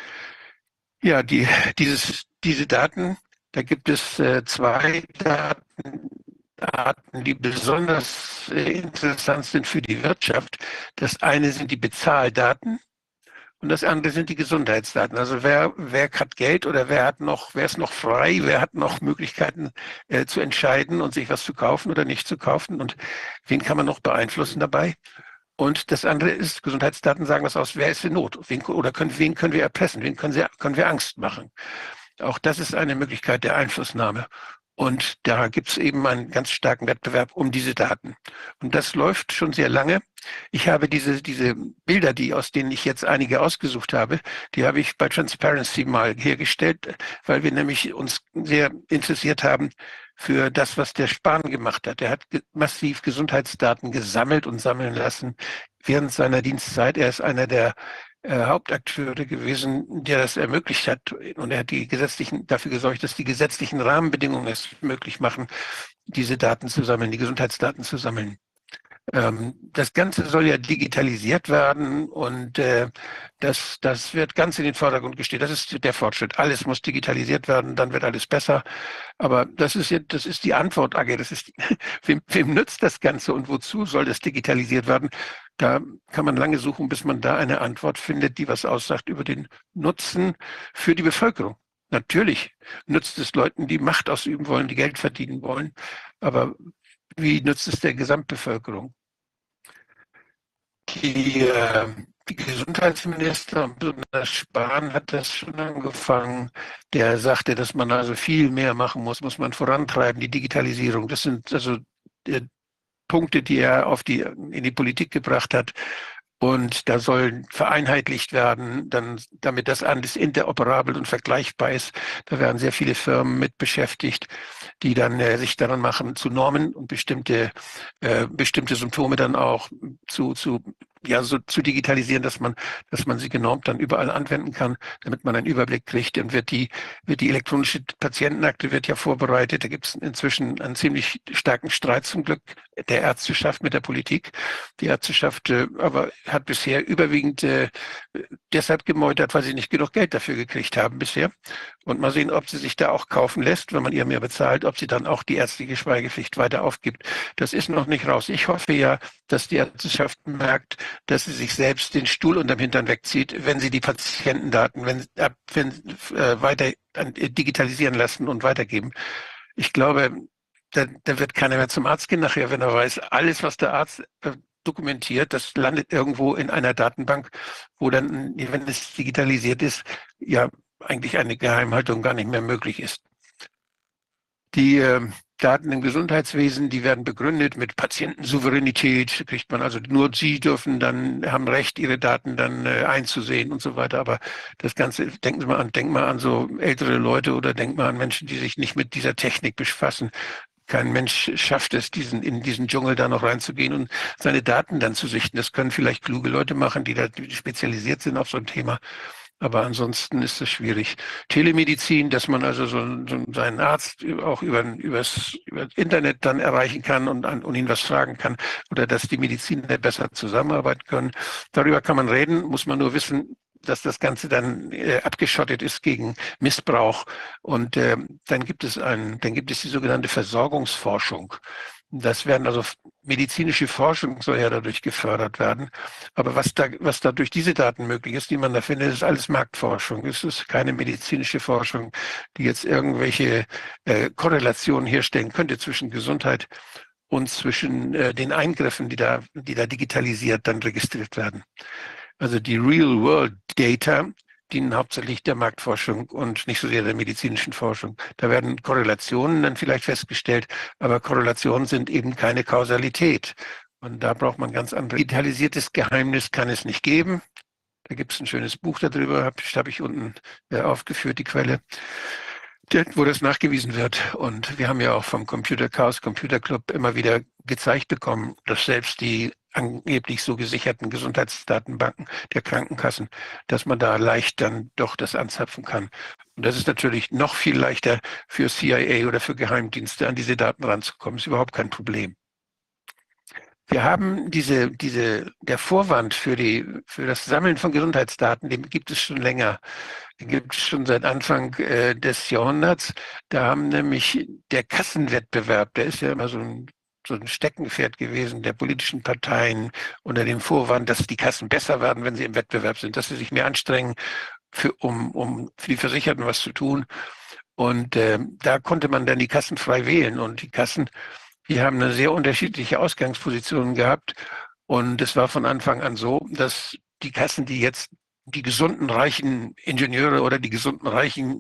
Ja, diese Daten, da gibt es zwei Daten, die besonders interessant sind für die Wirtschaft. Das eine sind die Bezahldaten und das andere sind die Gesundheitsdaten. Also wer hat Geld oder wer ist noch frei, wer hat noch Möglichkeiten zu entscheiden und sich was zu kaufen oder nicht zu kaufen und wen kann man noch beeinflussen dabei? Und das andere ist, Gesundheitsdaten sagen das aus, wer ist in Not? Wen können wir erpressen? Wen können wir Angst machen? Auch das ist eine Möglichkeit der Einflussnahme. Und da gibt es eben einen ganz starken Wettbewerb um diese Daten. Und das läuft schon sehr lange. Ich habe diese Bilder, aus denen ich jetzt einige ausgesucht habe, die habe ich bei Transparency mal hergestellt, weil wir nämlich uns sehr interessiert haben für das, was der Spahn gemacht hat. Er hat massiv Gesundheitsdaten gesammelt und sammeln lassen während seiner Dienstzeit. Er ist einer der Hauptakteure gewesen, der das ermöglicht hat. Und er hat dafür gesorgt, dass die gesetzlichen Rahmenbedingungen es möglich machen, diese Daten zu sammeln, die Gesundheitsdaten zu sammeln. Das Ganze soll ja digitalisiert werden und das wird ganz in den Vordergrund gestellt. Das ist der Fortschritt. Alles muss digitalisiert werden, dann wird alles besser. Aber das ist die Antwort, Age. Wem nützt das Ganze und wozu soll das digitalisiert werden? Da kann man lange suchen, bis man da eine Antwort findet, die was aussagt über den Nutzen für die Bevölkerung. Natürlich nützt es Leuten, die Macht ausüben wollen, die Geld verdienen wollen. Aber wie nützt es der Gesamtbevölkerung? Die Gesundheitsminister, besonders Spahn, hat das schon angefangen. Der sagte, dass man also viel mehr machen muss man vorantreiben, die Digitalisierung. Das sind also Punkte, die er in die Politik gebracht hat. Und da soll vereinheitlicht werden, damit das alles interoperabel und vergleichbar ist. Da werden sehr viele Firmen mit beschäftigt, die dann sich daran machen, zu Normen und bestimmte Symptome dann auch zu digitalisieren, dass man sie genormt dann überall anwenden kann, damit man einen Überblick kriegt. Dann wird die elektronische Patientenakte wird ja vorbereitet. Da gibt es inzwischen einen ziemlich starken Streit zum Glück der Ärzteschaft mit der Politik. Die Ärzteschaft aber hat bisher überwiegend deshalb gemeutert, weil sie nicht genug Geld dafür gekriegt haben bisher. Und mal sehen, ob sie sich da auch kaufen lässt, wenn man ihr mehr bezahlt, ob sie dann auch die ärztliche Schweigepflicht weiter aufgibt. Das ist noch nicht raus. Ich hoffe ja, dass die Ärzteschaft merkt, dass sie sich selbst den Stuhl unterm Hintern wegzieht, wenn sie die Patientendaten weiter digitalisieren lassen und weitergeben. Ich glaube, da wird keiner mehr zum Arzt gehen nachher, wenn er weiß, alles, was der Arzt dokumentiert, das landet irgendwo in einer Datenbank, wo dann, wenn es digitalisiert ist, ja eigentlich eine Geheimhaltung gar nicht mehr möglich ist. Die Daten im Gesundheitswesen, die werden begründet mit Patientensouveränität, kriegt man also nur sie dürfen dann, haben Recht, ihre Daten dann einzusehen und so weiter. Aber das Ganze, denken Sie mal an, denk mal an so ältere Leute oder denk mal an Menschen, die sich nicht mit dieser Technik befassen. Kein Mensch schafft es, in diesen Dschungel da noch reinzugehen und seine Daten dann zu sichten. Das können vielleicht kluge Leute machen, die da spezialisiert sind auf so ein Thema. Aber ansonsten ist es schwierig. Telemedizin, dass man also seinen Arzt auch über das Internet dann erreichen kann und ihn was fragen kann oder dass die Mediziner besser zusammenarbeiten können. Darüber kann man reden, muss man nur wissen, dass das Ganze dann abgeschottet ist gegen Missbrauch. Und dann gibt es die sogenannte Versorgungsforschung. Das werden also medizinische Forschung soll ja dadurch gefördert werden. Aber was da durch diese Daten möglich ist, die man da findet, ist alles Marktforschung. Es ist keine medizinische Forschung, die jetzt irgendwelche Korrelationen herstellen könnte zwischen Gesundheit und zwischen den Eingriffen, die da digitalisiert dann registriert werden. Also die Real-World-Data dienen hauptsächlich der Marktforschung und nicht so sehr der medizinischen Forschung. Da werden Korrelationen dann vielleicht festgestellt, aber Korrelationen sind eben keine Kausalität. Und da braucht man ganz andere. Digitalisiertes Geheimnis kann es nicht geben. Da gibt es ein schönes Buch darüber, habe ich unten aufgeführt, die Quelle, wo das nachgewiesen wird. Und wir haben ja auch vom Computer Chaos Computer Club immer wieder gezeigt bekommen, dass selbst die angeblich so gesicherten Gesundheitsdatenbanken der Krankenkassen, dass man da leicht dann doch das anzapfen kann. Und das ist natürlich noch viel leichter für CIA oder für Geheimdienste, an diese Daten ranzukommen. Ist überhaupt kein Problem. Wir haben der Vorwand für das Sammeln von Gesundheitsdaten, den gibt es schon länger. Den gibt es schon seit Anfang des Jahrhunderts. Da haben nämlich der Kassenwettbewerb, der ist ja immer so ein Steckenpferd gewesen der politischen Parteien unter dem Vorwand, dass die Kassen besser werden, wenn sie im Wettbewerb sind, dass sie sich mehr anstrengen, um für die Versicherten was zu tun. Und da konnte man dann die Kassen frei wählen. Und die Kassen, die haben eine sehr unterschiedliche Ausgangspositionen gehabt. Und es war von Anfang an so, dass die Kassen, die jetzt die gesunden, reichen Ingenieure oder die gesunden, reichen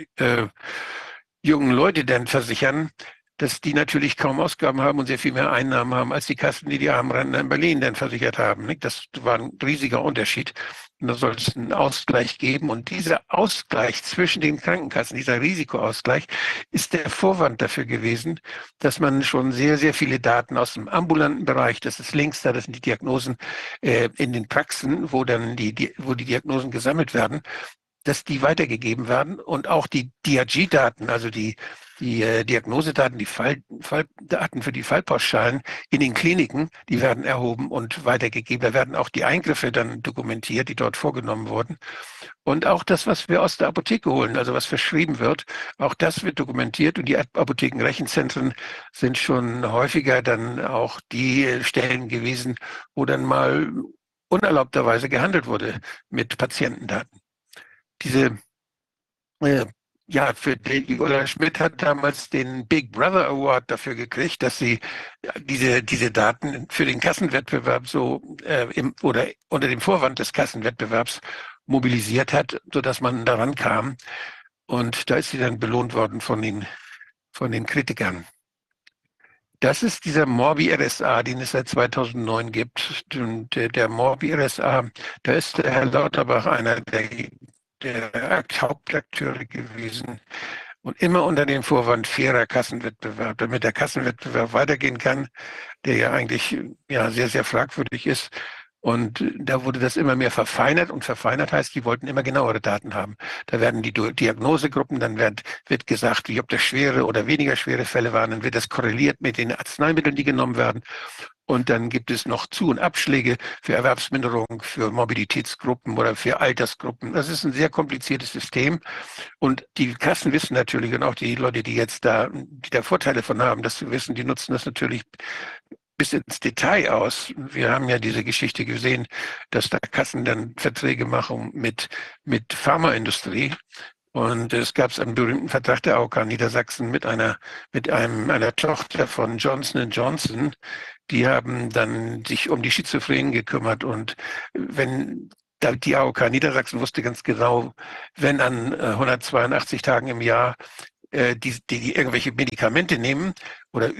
jungen Leute dann versichern, dass die natürlich kaum Ausgaben haben und sehr viel mehr Einnahmen haben als die Kassen, die armen Rentner in Berlin dann versichert haben. Das war ein riesiger Unterschied. Und da soll es einen Ausgleich geben. Und dieser Ausgleich zwischen den Krankenkassen, dieser Risikoausgleich, ist der Vorwand dafür gewesen, dass man schon sehr, sehr viele Daten aus dem ambulanten Bereich, das ist links da, das sind die Diagnosen in den Praxen, wo die Diagnosen gesammelt werden, dass die weitergegeben werden und auch die DRG-Daten, also die Diagnosedaten, die Falldaten für die Fallpauschalen in den Kliniken, die werden erhoben und weitergegeben. Da werden auch die Eingriffe dann dokumentiert, die dort vorgenommen wurden. Und auch das, was wir aus der Apotheke holen, also was verschrieben wird, auch das wird dokumentiert. Und die Apothekenrechenzentren sind schon häufiger dann auch die Stellen gewesen, wo dann mal unerlaubterweise gehandelt wurde mit Patientendaten. Die Ulla Schmidt hat damals den Big Brother Award dafür gekriegt, dass sie diese Daten für den Kassenwettbewerb oder unter dem Vorwand des Kassenwettbewerbs mobilisiert hat, sodass man daran kam. Und da ist sie dann belohnt worden von den Kritikern. Das ist dieser Morbi-RSA, den es seit 2009 gibt. Und der Morbi-RSA, da ist der Herr Lauterbach einer der Hauptakteure gewesen und immer unter dem Vorwand fairer Kassenwettbewerb, damit der Kassenwettbewerb weitergehen kann, der ja eigentlich sehr, sehr fragwürdig ist. Und da wurde das immer mehr verfeinert und verfeinert heißt, die wollten immer genauere Daten haben. Da werden die Diagnosegruppen, dann wird gesagt, ob das schwere oder weniger schwere Fälle waren, dann wird das korreliert mit den Arzneimitteln, die genommen werden. Und dann gibt es noch Zu- und Abschläge für Erwerbsminderung, für Mobilitätsgruppen oder für Altersgruppen. Das ist ein sehr kompliziertes System. Und die Kassen wissen natürlich, und auch die Leute, die da Vorteile von haben, das zu wissen, die nutzen das natürlich bis ins Detail aus. Wir haben ja diese Geschichte gesehen, dass da Kassen dann Verträge machen mit Pharmaindustrie. Und es gab einen berühmten Vertrag der AOK Niedersachsen mit einer Tochter von Johnson & Johnson. Die haben dann sich um die Schizophrenen gekümmert. Und die AOK Niedersachsen wusste ganz genau, wenn an 182 Tagen im Jahr die irgendwelche Medikamente nehmen oder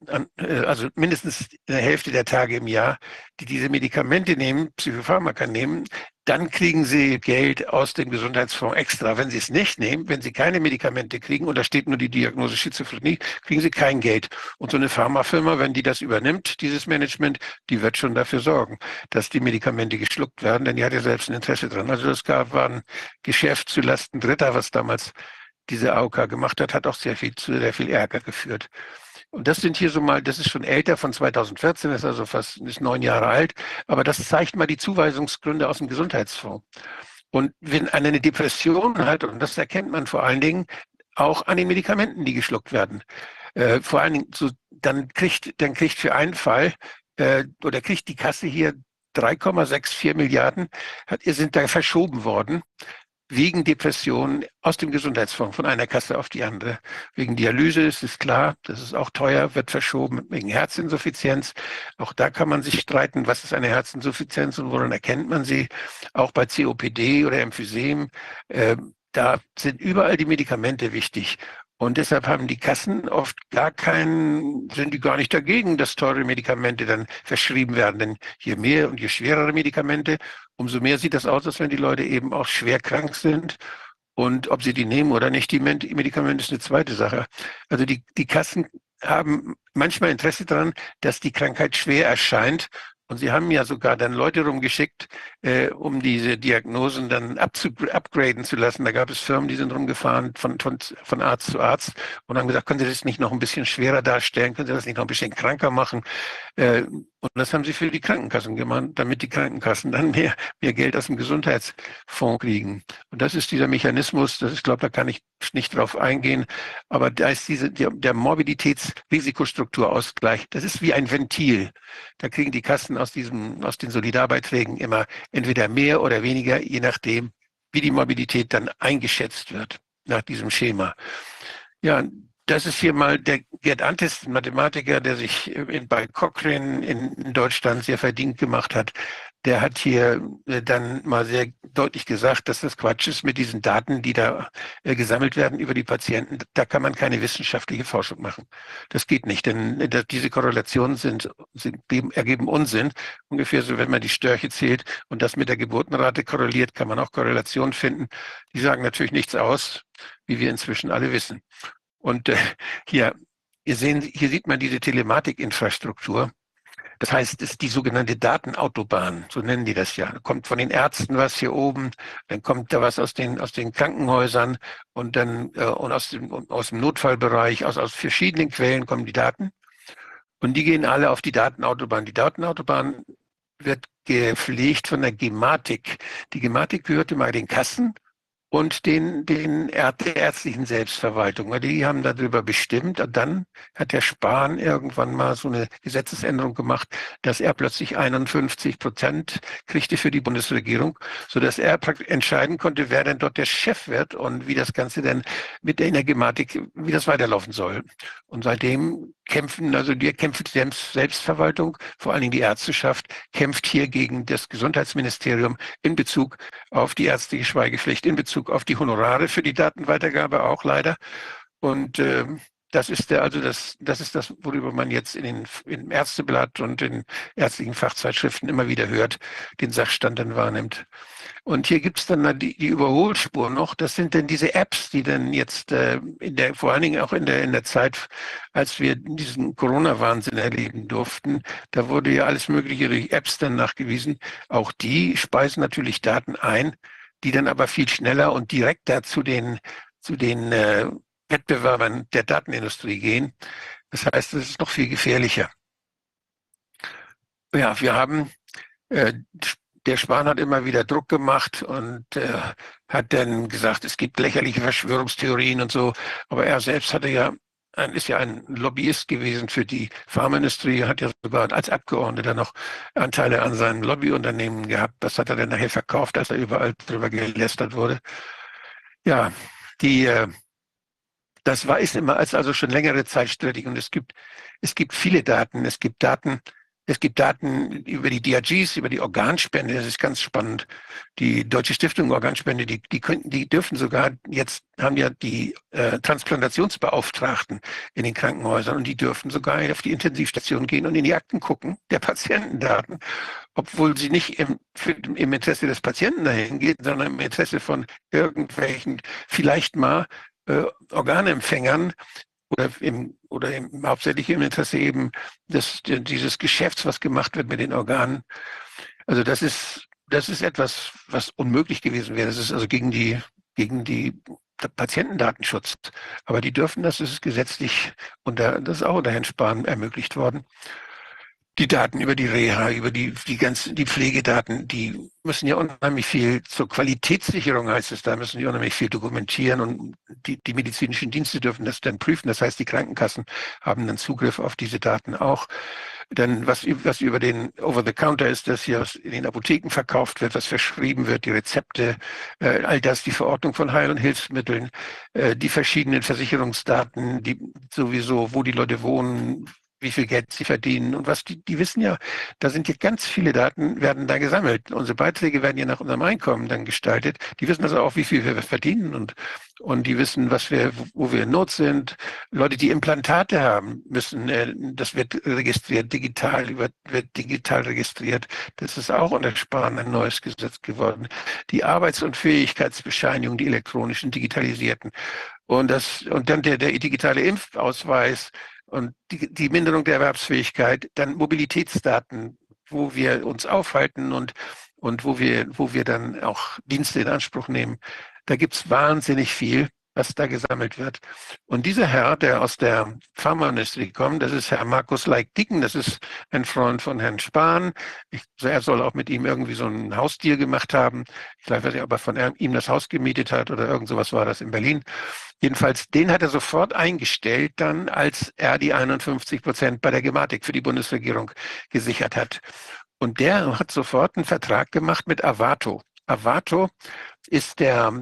also mindestens eine Hälfte der Tage im Jahr, die diese Medikamente nehmen, Psychopharmaka nehmen, dann kriegen sie Geld aus dem Gesundheitsfonds extra. Wenn sie es nicht nehmen, wenn sie keine Medikamente kriegen und da steht nur die Diagnose Schizophrenie, kriegen sie kein Geld. Und so eine Pharmafirma, wenn die das übernimmt, dieses Management, die wird schon dafür sorgen, dass die Medikamente geschluckt werden, denn die hat ja selbst ein Interesse dran. Also war ein Geschäft zulasten Dritter, was damals diese AOK gemacht hat, hat auch sehr viel Ärger geführt. Und das sind hier so mal, das ist schon älter, von 2014, ist also ist 9 Jahre alt, aber das zeigt mal die Zuweisungsgründe aus dem Gesundheitsfonds. Und wenn eine Depression hat, und das erkennt man vor allen Dingen auch an den Medikamenten, die geschluckt werden, vor allen Dingen, dann kriegt für einen Fall, oder kriegt die Kasse hier 3,64 Milliarden, sind da verschoben worden, wegen Depressionen aus dem Gesundheitsfonds von einer Kasse auf die andere. Wegen Dialyse ist klar, das ist auch teuer, wird verschoben. Wegen Herzinsuffizienz, auch da kann man sich streiten, was ist eine Herzinsuffizienz und woran erkennt man sie. Auch bei COPD oder Emphysem, da sind überall die Medikamente wichtig. Und deshalb haben die Kassen oft sind die gar nicht dagegen, dass teure Medikamente dann verschrieben werden. Denn je mehr und je schwerere Medikamente, umso mehr sieht das aus, als wenn die Leute eben auch schwer krank sind. Und ob sie die nehmen oder nicht, die Medikamente ist eine zweite Sache. Also die Kassen haben manchmal Interesse daran, dass die Krankheit schwer erscheint. Und sie haben ja sogar dann Leute rumgeschickt, um diese Diagnosen dann upgraden zu lassen. Da gab es Firmen, die sind rumgefahren von Arzt zu Arzt und haben gesagt, können Sie das nicht noch ein bisschen schwerer darstellen? Können Sie das nicht noch ein bisschen kranker machen? Und das haben sie für die Krankenkassen gemacht, damit die Krankenkassen dann mehr Geld aus dem Gesundheitsfonds kriegen. Und das ist dieser Mechanismus, ich glaube, da kann ich nicht drauf eingehen, aber da ist der Morbiditätsrisikostrukturausgleich, das ist wie ein Ventil. Da kriegen die Kassen aus den Solidarbeiträgen immer entweder mehr oder weniger, je nachdem, wie die Morbidität dann eingeschätzt wird, nach diesem Schema. Ja, das ist hier mal der Gerd Antist, ein Mathematiker, der sich bei Cochrane in Deutschland sehr verdient gemacht hat. Der hat hier dann mal sehr deutlich gesagt, dass das Quatsch ist mit diesen Daten, die da gesammelt werden über die Patienten. Da kann man keine wissenschaftliche Forschung machen. Das geht nicht, denn diese Korrelationen ergeben Unsinn. Ungefähr so, wenn man die Störche zählt und das mit der Geburtenrate korreliert, kann man auch Korrelationen finden. Die sagen natürlich nichts aus, wie wir inzwischen alle wissen. Und hier sieht man diese Telematikinfrastruktur. Das heißt, es ist die sogenannte Datenautobahn, so nennen die das ja. Da kommt von den Ärzten was hier oben, dann kommt da was aus den Krankenhäusern und dann und aus dem Notfallbereich, aus verschiedenen Quellen kommen die Daten. Und die gehen alle auf die Datenautobahn. Die Datenautobahn wird gepflegt von der Gematik. Die Gematik gehört immer den Kassen und der ärztlichen Selbstverwaltung. Weil die haben darüber bestimmt. Und dann hat der Spahn irgendwann mal so eine Gesetzesänderung gemacht, dass er plötzlich 51% kriegte für die Bundesregierung, sodass er entscheiden konnte, wer denn dort der Chef wird und wie das Ganze denn mit der Gematik, wie das weiterlaufen soll. Und seitdem kämpft die Selbstverwaltung, vor allen Dingen die Ärzteschaft, kämpft hier gegen das Gesundheitsministerium in Bezug auf die ärztliche Schweigepflicht, in Bezug auf die Honorare für die Datenweitergabe auch leider. Und das ist das, worüber man jetzt im Ärzteblatt und in ärztlichen Fachzeitschriften immer wieder hört, den Sachstand dann wahrnimmt. Und hier gibt es dann die Überholspur noch. Das sind dann diese Apps, die dann jetzt vor allen Dingen auch in der Zeit, als wir diesen Corona-Wahnsinn erleben durften, da wurde ja alles Mögliche durch Apps dann nachgewiesen. Auch die speisen natürlich Daten ein, die dann aber viel schneller und direkter zu den Wettbewerbern der Datenindustrie gehen. Das heißt, es ist noch viel gefährlicher. Ja, wir haben der Spahn hat immer wieder Druck gemacht und hat dann gesagt, es gibt lächerliche Verschwörungstheorien und so. Aber er selbst ist ja ein Lobbyist gewesen für die Pharmaindustrie, hat ja sogar als Abgeordneter noch Anteile an seinem Lobbyunternehmen gehabt. Das hat er dann nachher verkauft, als er überall drüber gelästert wurde. Ja, ist immer also schon längere Zeit strittig und es gibt viele Daten. Es gibt Daten Es gibt Daten über die DRGs, über die Organspende. Das ist ganz spannend. Die Deutsche Stiftung Organspende, die dürfen sogar, jetzt haben ja die Transplantationsbeauftragten in den Krankenhäusern und die dürfen sogar auf die Intensivstation gehen und in die Akten gucken, der Patientendaten, obwohl sie nicht im Interesse des Patienten dahin geht, sondern im Interesse von irgendwelchen, vielleicht mal Organempfängern, hauptsächlich im Interesse eben dieses Geschäfts, was gemacht wird mit den Organen. Also das ist etwas, was unmöglich gewesen wäre. Das ist also gegen die Patientendatenschutz. Aber die dürfen das ist gesetzlich das ist auch unter Herrn Spahn ermöglicht worden. Die Daten über die Reha, über die Pflegedaten, die müssen ja unheimlich viel zur Qualitätssicherung, heißt es, da müssen die unheimlich viel dokumentieren und die medizinischen Dienste dürfen das dann prüfen. Das heißt, die Krankenkassen haben dann Zugriff auf diese Daten auch. Dann was über den Over-the-Counter ist, das hier in den Apotheken verkauft wird, was verschrieben wird, die Rezepte, all das, die Verordnung von Heil- und Hilfsmitteln, die verschiedenen Versicherungsdaten, die sowieso, wo die Leute wohnen, wie viel Geld sie verdienen und was die wissen ja, da sind ja ganz viele Daten, werden da gesammelt. Unsere Beiträge werden ja nach unserem Einkommen dann gestaltet. Die wissen also auch, wie viel wir verdienen und die wissen, wo wir in Not sind. Leute, die Implantate haben, das wird registriert, wird digital registriert. Das ist auch unter Spahn ein neues Gesetz geworden. Die Arbeitsunfähigkeitsbescheinigung, die elektronischen, digitalisierten. Und dann der digitale Impfausweis, und die Minderung der Erwerbsfähigkeit, dann Mobilitätsdaten, wo wir uns aufhalten und wo wir dann auch Dienste in Anspruch nehmen. Da gibt's wahnsinnig viel, was da gesammelt wird. Und dieser Herr, der aus der Pharmaindustrie kommt, das ist Herr Markus Laik-Dicken, das ist ein Freund von Herrn Spahn. Er soll auch mit ihm irgendwie so einen Hausdeal gemacht haben. Ich weiß nicht, ob er von ihm das Haus gemietet hat oder irgend sowas war das in Berlin. Jedenfalls, den hat er sofort eingestellt dann, als er die 51% bei der Gematik für die Bundesregierung gesichert hat. Und der hat sofort einen Vertrag gemacht mit Avato. Avato ist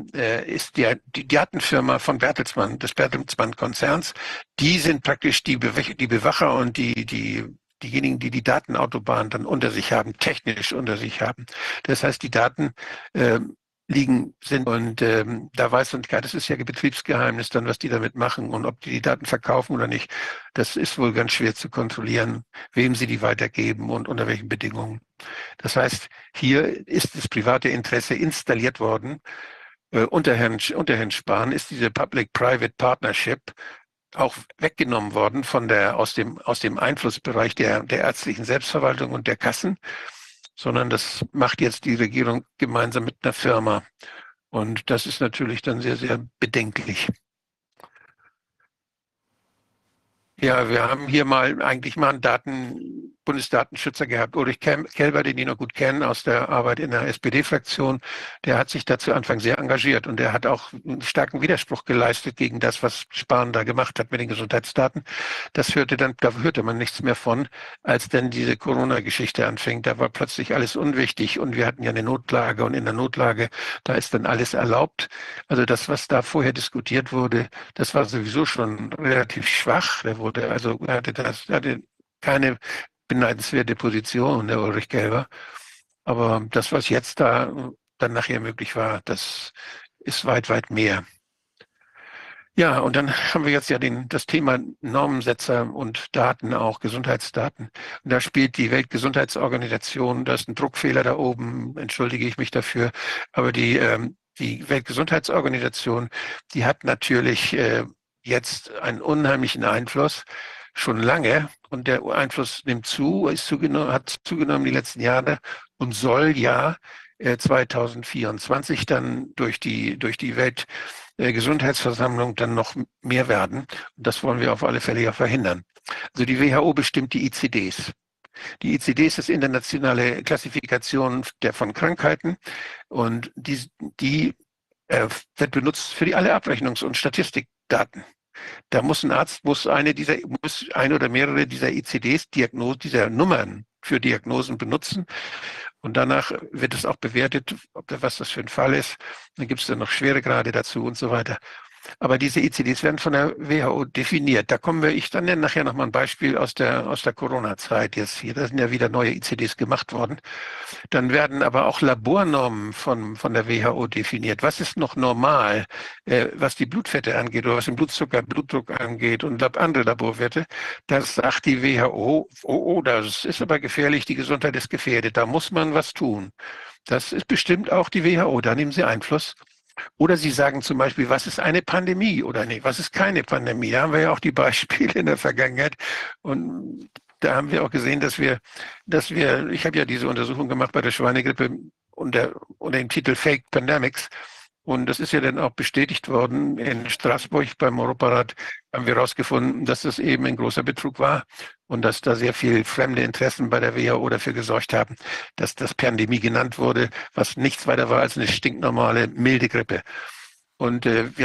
die Datenfirma von Bertelsmann, des Bertelsmann-Konzerns. Die sind praktisch die Bewacher und diejenigen, die die Datenautobahn dann unter sich haben, technisch unter sich haben. Das heißt, die Daten sind und da weiß man, das ist ja Betriebsgeheimnis dann, was die damit machen und ob die Daten verkaufen oder nicht, das ist wohl ganz schwer zu kontrollieren, wem sie die weitergeben und unter welchen Bedingungen. Das heißt, hier ist das private Interesse installiert worden. Unter Herrn Spahn ist diese Public-Private Partnership auch weggenommen worden aus dem Einflussbereich der ärztlichen Selbstverwaltung und der Kassen, sondern das macht jetzt die Regierung gemeinsam mit einer Firma. Und das ist natürlich dann sehr, sehr bedenklich. Ja, wir haben hier eigentlich mal einen Bundesdatenschützer gehabt, Ulrich Kelber, den die noch gut kennen aus der Arbeit in der SPD-Fraktion. Der hat sich da zu Anfang sehr engagiert und der hat auch einen starken Widerspruch geleistet gegen das, was Spahn da gemacht hat mit den Gesundheitsdaten. Da hörte man nichts mehr von, als denn diese Corona-Geschichte anfing. Da war plötzlich alles unwichtig und wir hatten ja eine Notlage und in der Notlage, da ist dann alles erlaubt. Also das, was da vorher diskutiert wurde, das war sowieso schon relativ schwach. Er hatte keine beneidenswerte Position, der Ulrich Kelber. Aber das, was jetzt da dann nachher möglich war, das ist weit, weit mehr. Ja, und dann haben wir jetzt ja das Thema Normensetzer und Daten, auch Gesundheitsdaten. Und da spielt die Weltgesundheitsorganisation, da ist ein Druckfehler da oben, entschuldige ich mich dafür, aber die Weltgesundheitsorganisation, die hat natürlich jetzt einen unheimlichen Einfluss, schon lange, und der Einfluss hat zugenommen die letzten Jahre und soll ja 2024 dann durch die Weltgesundheitsversammlung dann noch mehr werden. Und das wollen wir auf alle Fälle ja verhindern. Also die WHO bestimmt die ICDs. Die ICDs ist internationale Klassifikation von Krankheiten und die wird benutzt für alle Abrechnungs- und Statistikdaten. Da muss ein Arzt eine oder mehrere dieser ICDs, dieser Nummern für Diagnosen benutzen. Und danach wird es auch bewertet, was das für ein Fall ist. Dann gibt es dann noch Schweregrade dazu und so weiter. Aber diese ICDs werden von der WHO definiert. Da kommen wir, ich dann nenne nachher nochmal ein Beispiel aus der Corona-Zeit jetzt hier. Da sind ja wieder neue ICDs gemacht worden. Dann werden aber auch Labornormen von der WHO definiert. Was ist noch normal, was die Blutfette angeht oder was den Blutzucker, Blutdruck angeht und andere Laborwerte? Das sagt die WHO, oh, das ist aber gefährlich, die Gesundheit ist gefährdet, da muss man was tun. Das ist bestimmt auch die WHO, da nehmen sie Einfluss. Oder Sie sagen zum Beispiel, was ist eine Pandemie oder nee, was ist keine Pandemie? Da haben wir ja auch die Beispiele in der Vergangenheit. Und da haben wir auch gesehen, ich habe ja diese Untersuchung gemacht bei der Schweinegrippe unter dem Titel Fake Pandemics. Und das ist ja dann auch bestätigt worden. In Straßburg beim Europarat haben wir herausgefunden, dass das eben ein großer Betrug war und dass da sehr viel fremde Interessen bei der WHO dafür gesorgt haben, dass das Pandemie genannt wurde, was nichts weiter war als eine stinknormale, milde Grippe. Und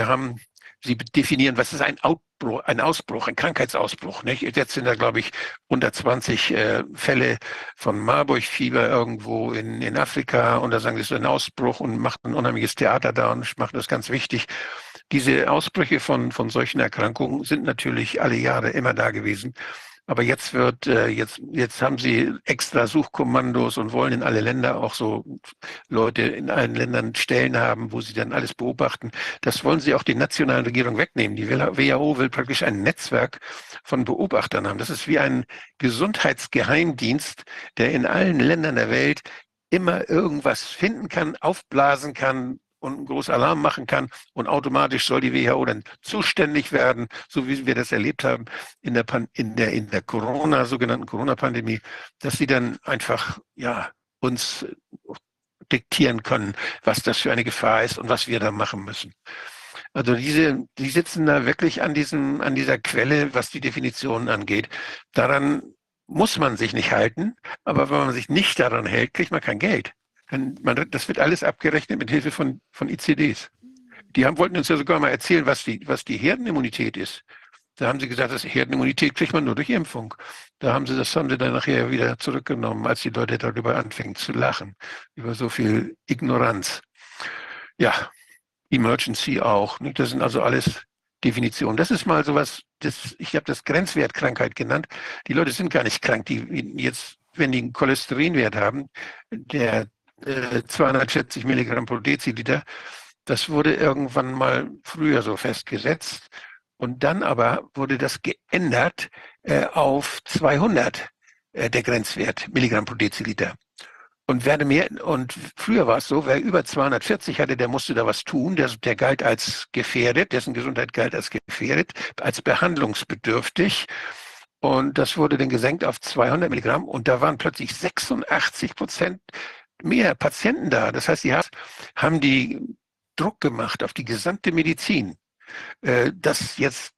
Sie definieren, was ist ein Ausbruch, ein Krankheitsausbruch. Nicht? Jetzt sind da, glaube ich, unter 20 Fälle von Marburg-Fieber irgendwo in Afrika und da sagen sie, es ist ein Ausbruch und macht ein unheimliches Theater da und macht das ganz wichtig. Diese Ausbrüche von solchen Erkrankungen sind natürlich alle Jahre immer da gewesen. Aber jetzt jetzt haben sie extra Suchkommandos und wollen in alle Länder auch so Leute in allen Ländern Stellen haben, wo sie dann alles beobachten. Das wollen sie auch den nationalen Regierungen wegnehmen. Die WHO will praktisch ein Netzwerk von Beobachtern haben. Das ist wie ein Gesundheitsgeheimdienst, der in allen Ländern der Welt immer irgendwas finden kann, aufblasen kann und einen großen Alarm machen kann und automatisch soll die WHO dann zuständig werden, so wie wir das erlebt haben in der sogenannten Corona-Pandemie, dass sie dann einfach uns diktieren können, was das für eine Gefahr ist und was wir da machen müssen. Also die sitzen da wirklich an dieser Quelle, was die Definitionen angeht. Daran muss man sich nicht halten, aber wenn man sich nicht daran hält, kriegt man kein Geld. Das wird alles abgerechnet mit Hilfe von ICDs. Wollten uns ja sogar mal erzählen, was die Herdenimmunität ist. Da haben sie gesagt, dass Herdenimmunität kriegt man nur durch Impfung. Das haben sie dann nachher wieder zurückgenommen, als die Leute darüber anfingen zu lachen, über so viel Ignoranz. Ja, Emergency auch. Nicht? Das sind also alles Definitionen. Das ist mal sowas, ich habe das Grenzwertkrankheit genannt. Die Leute sind gar nicht krank. Wenn die einen Cholesterinwert haben, der 240 Milligramm pro Deziliter. Das wurde irgendwann mal früher so festgesetzt. Und dann aber wurde das geändert auf 200, der Grenzwert, Milligramm pro Deziliter. Und früher war es so, wer über 240 hatte, der musste da was tun. Der galt als gefährdet, dessen Gesundheit galt als gefährdet, als behandlungsbedürftig. Und das wurde dann gesenkt auf 200 Milligramm. Und da waren plötzlich 86% mehr Patienten da. Das heißt, haben die Druck gemacht auf die gesamte Medizin, dass jetzt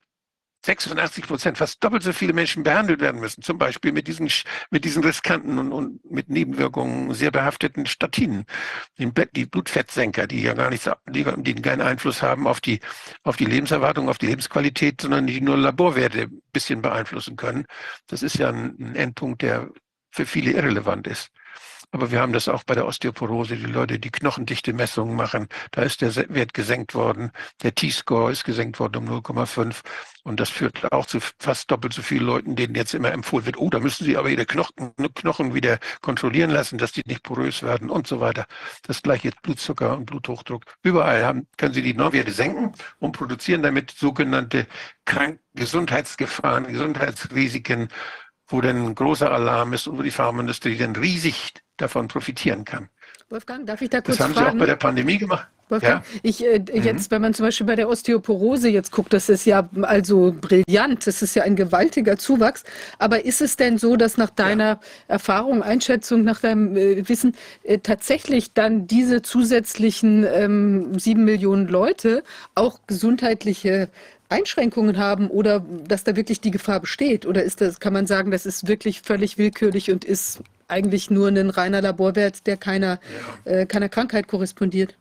86%, fast doppelt so viele Menschen behandelt werden müssen, zum Beispiel mit diesen riskanten und mit Nebenwirkungen sehr behafteten Statinen. Die Blutfettsenker, die ja die keinen Einfluss haben auf die Lebenserwartung, auf die Lebensqualität, sondern die nur Laborwerte ein bisschen beeinflussen können. Das ist ja ein Endpunkt, der für viele irrelevant ist. Aber wir haben das auch bei der Osteoporose, die Leute, die Knochendichte-Messungen machen, da ist der Wert gesenkt worden, der T-Score ist gesenkt worden um 0,5 und das führt auch zu fast doppelt so vielen Leuten, denen jetzt immer empfohlen wird, da müssen Sie aber Ihre Knochen wieder kontrollieren lassen, dass die nicht porös werden und so weiter. Das gleiche jetzt Blutzucker und Bluthochdruck. Überall können Sie die Normwerte senken und produzieren damit sogenannte Gesundheitsgefahren, Gesundheitsrisiken, wo dann ein großer Alarm ist und wo die Pharmaindustrie dann riesig davon profitieren kann. Wolfgang, darf ich da kurz fragen? Das haben Sie auch bei der Pandemie gemacht. Wolfgang, jetzt, wenn man zum Beispiel bei der Osteoporose jetzt guckt, das ist ja also brillant, das ist ja ein gewaltiger Zuwachs. Aber ist es denn so, dass nach deiner Erfahrung, Einschätzung, nach deinem Wissen tatsächlich dann diese zusätzlichen 7 Millionen Leute auch gesundheitliche Einschränkungen haben oder dass da wirklich die Gefahr besteht? Oder kann man sagen, das ist wirklich völlig willkürlich und ist eigentlich nur ein reiner Laborwert, der keiner Krankheit korrespondiert?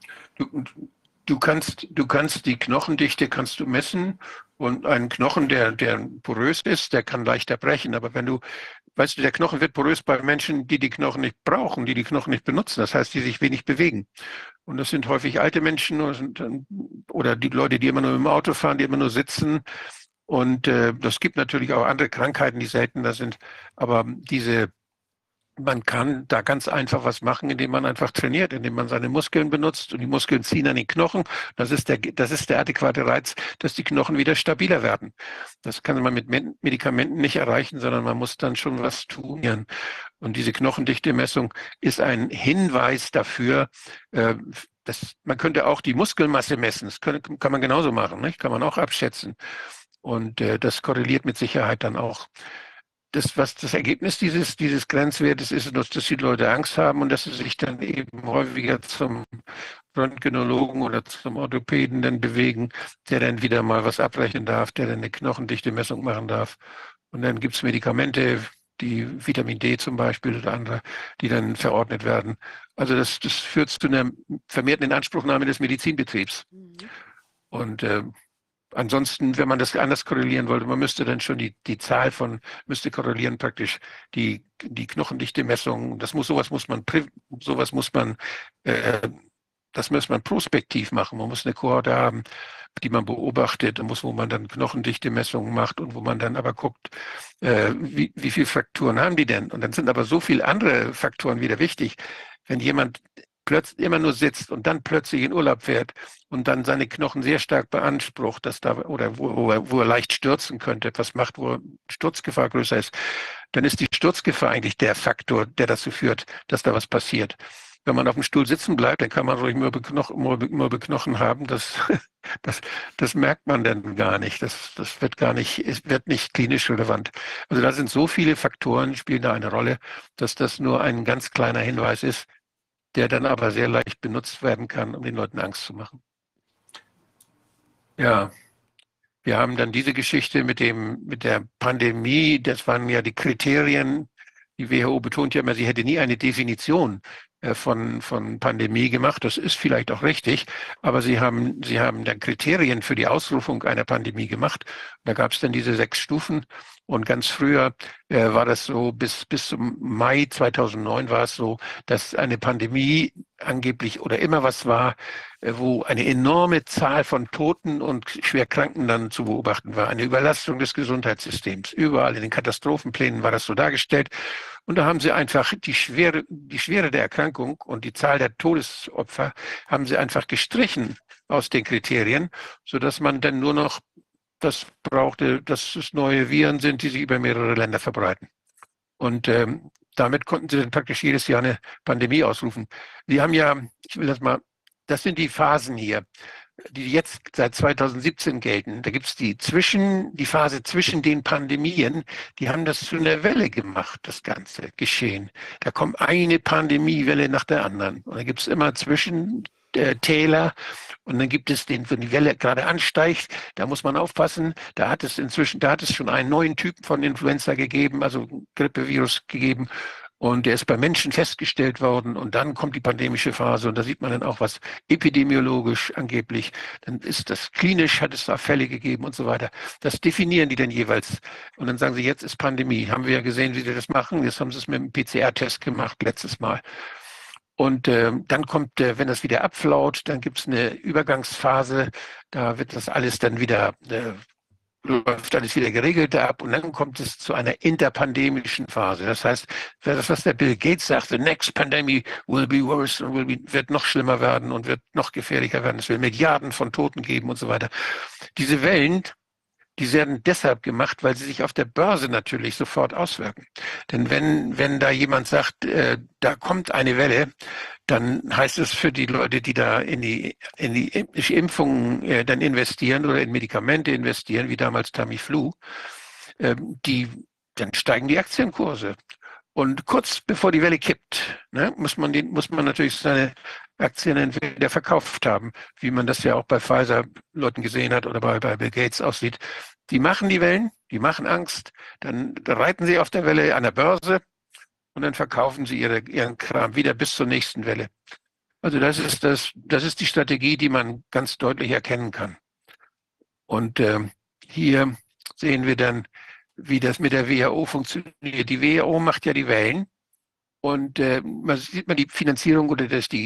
Du kannst die Knochendichte messen und einen Knochen, der porös ist, der kann leichter brechen. Aber wenn du weißt du, der Knochen wird porös bei Menschen, die die Knochen nicht brauchen, die die Knochen nicht benutzen. Das heißt, die sich wenig bewegen. Und das sind häufig alte Menschen oder die Leute, die immer nur im Auto fahren, die immer nur sitzen. Und das gibt natürlich auch andere Krankheiten, die seltener sind. Aber man kann da ganz einfach was machen, indem man einfach trainiert, indem man seine Muskeln benutzt und die Muskeln ziehen an den Knochen. Das ist der adäquate Reiz, dass die Knochen wieder stabiler werden. Das kann man mit Medikamenten nicht erreichen, sondern man muss dann schon was tun. Und diese Knochendichte-Messung ist ein Hinweis dafür, man könnte auch die Muskelmasse messen. Das kann man genauso machen, nicht? Kann man auch abschätzen. Und das korreliert mit Sicherheit dann auch. Was das Ergebnis dieses Grenzwertes ist, dass die Leute Angst haben und dass sie sich dann eben häufiger zum Röntgenologen oder zum Orthopäden dann bewegen, der dann wieder mal was abrechnen darf, der dann eine Knochendichte-Messung machen darf. Und dann gibt es Medikamente, die Vitamin D zum Beispiel oder andere, die dann verordnet werden. Also das führt zu einer vermehrten Inanspruchnahme des Medizinbetriebs. Und ansonsten, wenn man das anders korrelieren wollte, man müsste dann schon die Zahl müsste korrelieren praktisch die Knochendichte-Messung. Das muss man prospektiv machen. Man muss eine Kohorte haben, die man beobachtet, wo man dann Knochendichte-Messungen macht und wo man dann aber guckt, wie viele Frakturen haben die denn? Und dann sind aber so viele andere Faktoren wieder wichtig. Wenn jemand plötzlich immer nur sitzt und dann plötzlich in Urlaub fährt und dann seine Knochen sehr stark beansprucht, oder wo er leicht stürzen könnte, etwas macht, wo Sturzgefahr größer ist, dann ist die Sturzgefahr eigentlich der Faktor, der dazu führt, dass da was passiert. Wenn man auf dem Stuhl sitzen bleibt, dann kann man ruhig mürbe Knochen haben. Das merkt man dann gar nicht. Das wird nicht klinisch relevant. Also da sind so viele Faktoren, spielen da eine Rolle, dass das nur ein ganz kleiner Hinweis ist, der dann aber sehr leicht benutzt werden kann, um den Leuten Angst zu machen. Ja, wir haben dann diese Geschichte mit der Pandemie. Das waren ja die Kriterien. Die WHO betont ja immer, sie hätte nie eine Definition von Pandemie gemacht. Das ist vielleicht auch richtig, aber sie haben dann Kriterien für die Ausrufung einer Pandemie gemacht. Da gab es dann diese 6 Stufen. Und ganz früher war das so, bis zum Mai 2009 war es so, dass eine Pandemie angeblich oder immer was war, wo eine enorme Zahl von Toten und Schwerkranken dann zu beobachten war. Eine Überlastung des Gesundheitssystems. Überall in den Katastrophenplänen war das so dargestellt. Und da haben sie einfach die Schwere der Erkrankung und die Zahl der Todesopfer haben sie einfach gestrichen aus den Kriterien, sodass man dann nur noch das brauchte, dass es neue Viren sind, die sich über mehrere Länder verbreiten. Und damit konnten sie dann praktisch jedes Jahr eine Pandemie ausrufen. Sie haben ja, das sind die Phasen hier, die jetzt seit 2017 gelten. Da gibt es die Phase zwischen den Pandemien, die haben das zu einer Welle gemacht, das ganze Geschehen. Da kommt eine Pandemiewelle nach der anderen. Und da gibt es immer Täler. Und dann gibt es wenn die Welle gerade ansteigt, da muss man aufpassen. Da hat es schon einen neuen Typen von Influenza gegeben, also Grippevirus gegeben. Und der ist bei Menschen festgestellt worden. Und dann kommt die pandemische Phase. Und da sieht man dann auch was epidemiologisch angeblich. Dann ist das klinisch, hat es da Fälle gegeben und so weiter. Das definieren die dann jeweils. Und dann sagen sie, jetzt ist Pandemie. Haben wir ja gesehen, wie sie das machen. Jetzt haben sie es mit dem PCR-Test gemacht, letztes Mal. Und dann kommt, wenn das wieder abflaut, dann gibt es eine Übergangsphase. Da wird das alles dann wieder läuft alles wieder geregelt ab und dann kommt es zu einer interpandemischen Phase. Das heißt, das, was der Bill Gates sagt, the next pandemic will be worse und wird noch schlimmer werden und wird noch gefährlicher werden. Es will Milliarden von Toten geben und so weiter. Diese Wellen, die werden deshalb gemacht, weil sie sich auf der Börse natürlich sofort auswirken. Denn wenn da jemand sagt, da kommt eine Welle, dann heißt es für die Leute, die da in die Impfungen dann investieren oder in Medikamente investieren, wie damals Tamiflu, dann steigen die Aktienkurse. Und kurz bevor die Welle kippt, ne, muss man natürlich seine Aktien entweder verkauft haben, wie man das ja auch bei Pfizer-Leuten gesehen hat oder bei Bill Gates aussieht. Die machen die Wellen, die machen Angst, dann reiten sie auf der Welle an der Börse und dann verkaufen sie ihren Kram wieder bis zur nächsten Welle. Also das ist die Strategie, die man ganz deutlich erkennen kann. Und hier sehen wir dann wie das mit der WHO funktioniert. Die WHO macht ja die Wellen und man sieht man die Finanzierung oder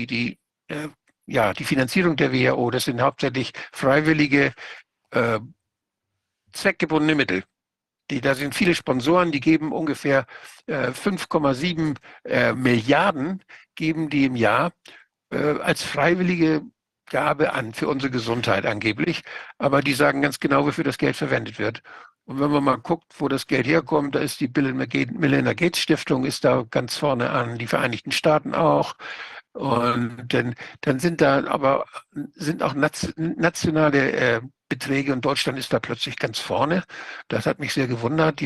die Finanzierung der WHO, das sind hauptsächlich freiwillige, äh, zweckgebundene Mittel. Da sind viele Sponsoren, die geben ungefähr 5,7 Milliarden, geben die im Jahr als freiwillige Gabe an für unsere Gesundheit angeblich. Aber die sagen ganz genau, wofür das Geld verwendet wird. Und wenn man mal guckt, wo das Geld herkommt, da ist die Melinda Gates Stiftung ist da ganz vorne an, die Vereinigten Staaten auch. Und dann sind auch nationale Beträge und Deutschland ist da plötzlich ganz vorne. Das hat mich sehr gewundert.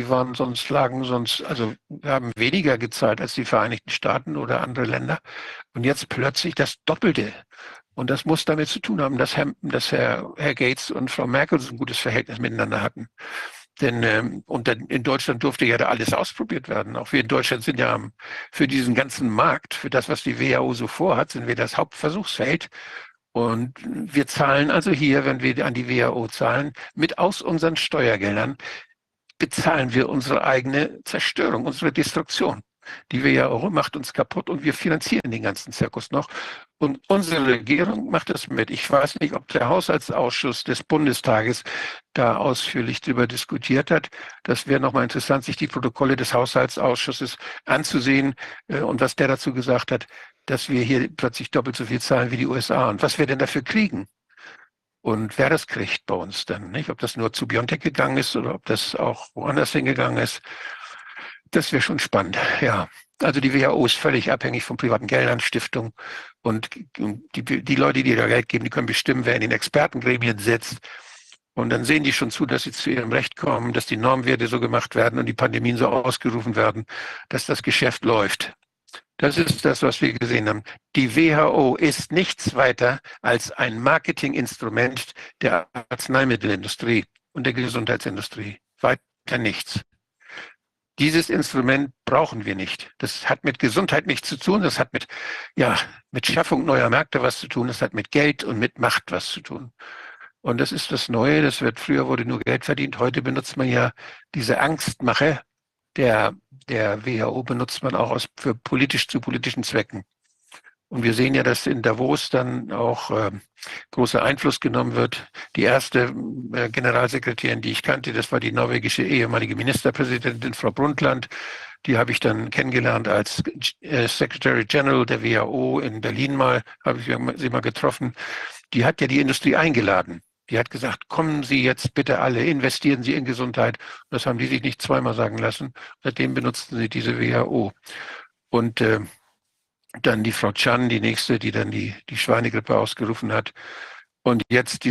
Also wir haben weniger gezahlt als die Vereinigten Staaten oder andere Länder. Und jetzt plötzlich das Doppelte. Und das muss damit zu tun haben, dass Herr Gates und Frau Merkel so ein gutes Verhältnis miteinander hatten. Denn in Deutschland durfte ja da alles ausprobiert werden. Auch wir in Deutschland sind ja für diesen ganzen Markt, für das, was die WHO so vorhat, sind wir das Hauptversuchsfeld. Und wir zahlen also hier, wenn wir an die WHO zahlen, aus unseren Steuergeldern bezahlen wir unsere eigene Zerstörung, unsere Destruktion. Die WHO macht uns kaputt und wir finanzieren den ganzen Zirkus noch. Und unsere Regierung macht das mit. Ich weiß nicht, ob der Haushaltsausschuss des Bundestages da ausführlich darüber diskutiert hat. Das wäre nochmal interessant, sich die Protokolle des Haushaltsausschusses anzusehen und was der dazu gesagt hat, dass wir hier plötzlich doppelt so viel zahlen wie die USA und was wir denn dafür kriegen. Und wer das kriegt bei uns dann, nicht? Ob das nur zu BioNTech gegangen ist oder ob das auch woanders hingegangen ist, das wäre schon spannend, ja. Also die WHO ist völlig abhängig von privaten Geldern, Stiftungen und die Leute, die da Geld geben, die können bestimmen, wer in den Expertengremien sitzt. Und dann sehen die schon zu, dass sie zu ihrem Recht kommen, dass die Normwerte so gemacht werden und die Pandemien so ausgerufen werden, dass das Geschäft läuft. Das ist das, was wir gesehen haben. Die WHO ist nichts weiter als ein Marketinginstrument der Arzneimittelindustrie und der Gesundheitsindustrie. Weiter nichts. Dieses Instrument brauchen wir nicht. Das hat mit Gesundheit nichts zu tun. Das hat mit Schaffung neuer Märkte was zu tun. Das hat mit Geld und mit Macht was zu tun. Und das ist das Neue. Früher wurde nur Geld verdient. Heute benutzt man ja diese Angstmache der WHO benutzt man auch zu politischen Zwecken. Und wir sehen ja, dass in Davos dann auch großer Einfluss genommen wird. Die erste Generalsekretärin, die ich kannte, das war die norwegische ehemalige Ministerpräsidentin, Frau Brundtland. Die habe ich dann kennengelernt als Secretary General der WHO in Berlin habe ich sie mal getroffen. Die hat ja die Industrie eingeladen. Die hat gesagt, kommen Sie jetzt bitte alle, investieren Sie in Gesundheit. Das haben die sich nicht zweimal sagen lassen. Seitdem benutzten sie diese WHO. Und dann die Frau Chan, die nächste, die dann die Schweinegrippe ausgerufen hat. Und jetzt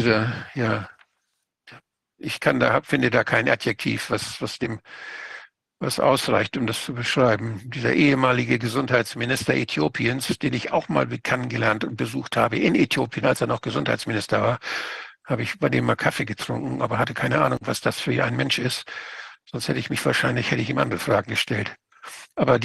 finde da kein Adjektiv, was ausreicht, um das zu beschreiben. Dieser ehemalige Gesundheitsminister Äthiopiens, den ich auch mal kennengelernt und besucht habe in Äthiopien, als er noch Gesundheitsminister war, habe ich bei dem mal Kaffee getrunken, aber hatte keine Ahnung, was das für ein Mensch ist. Sonst hätte ich ihm andere Fragen gestellt. Aber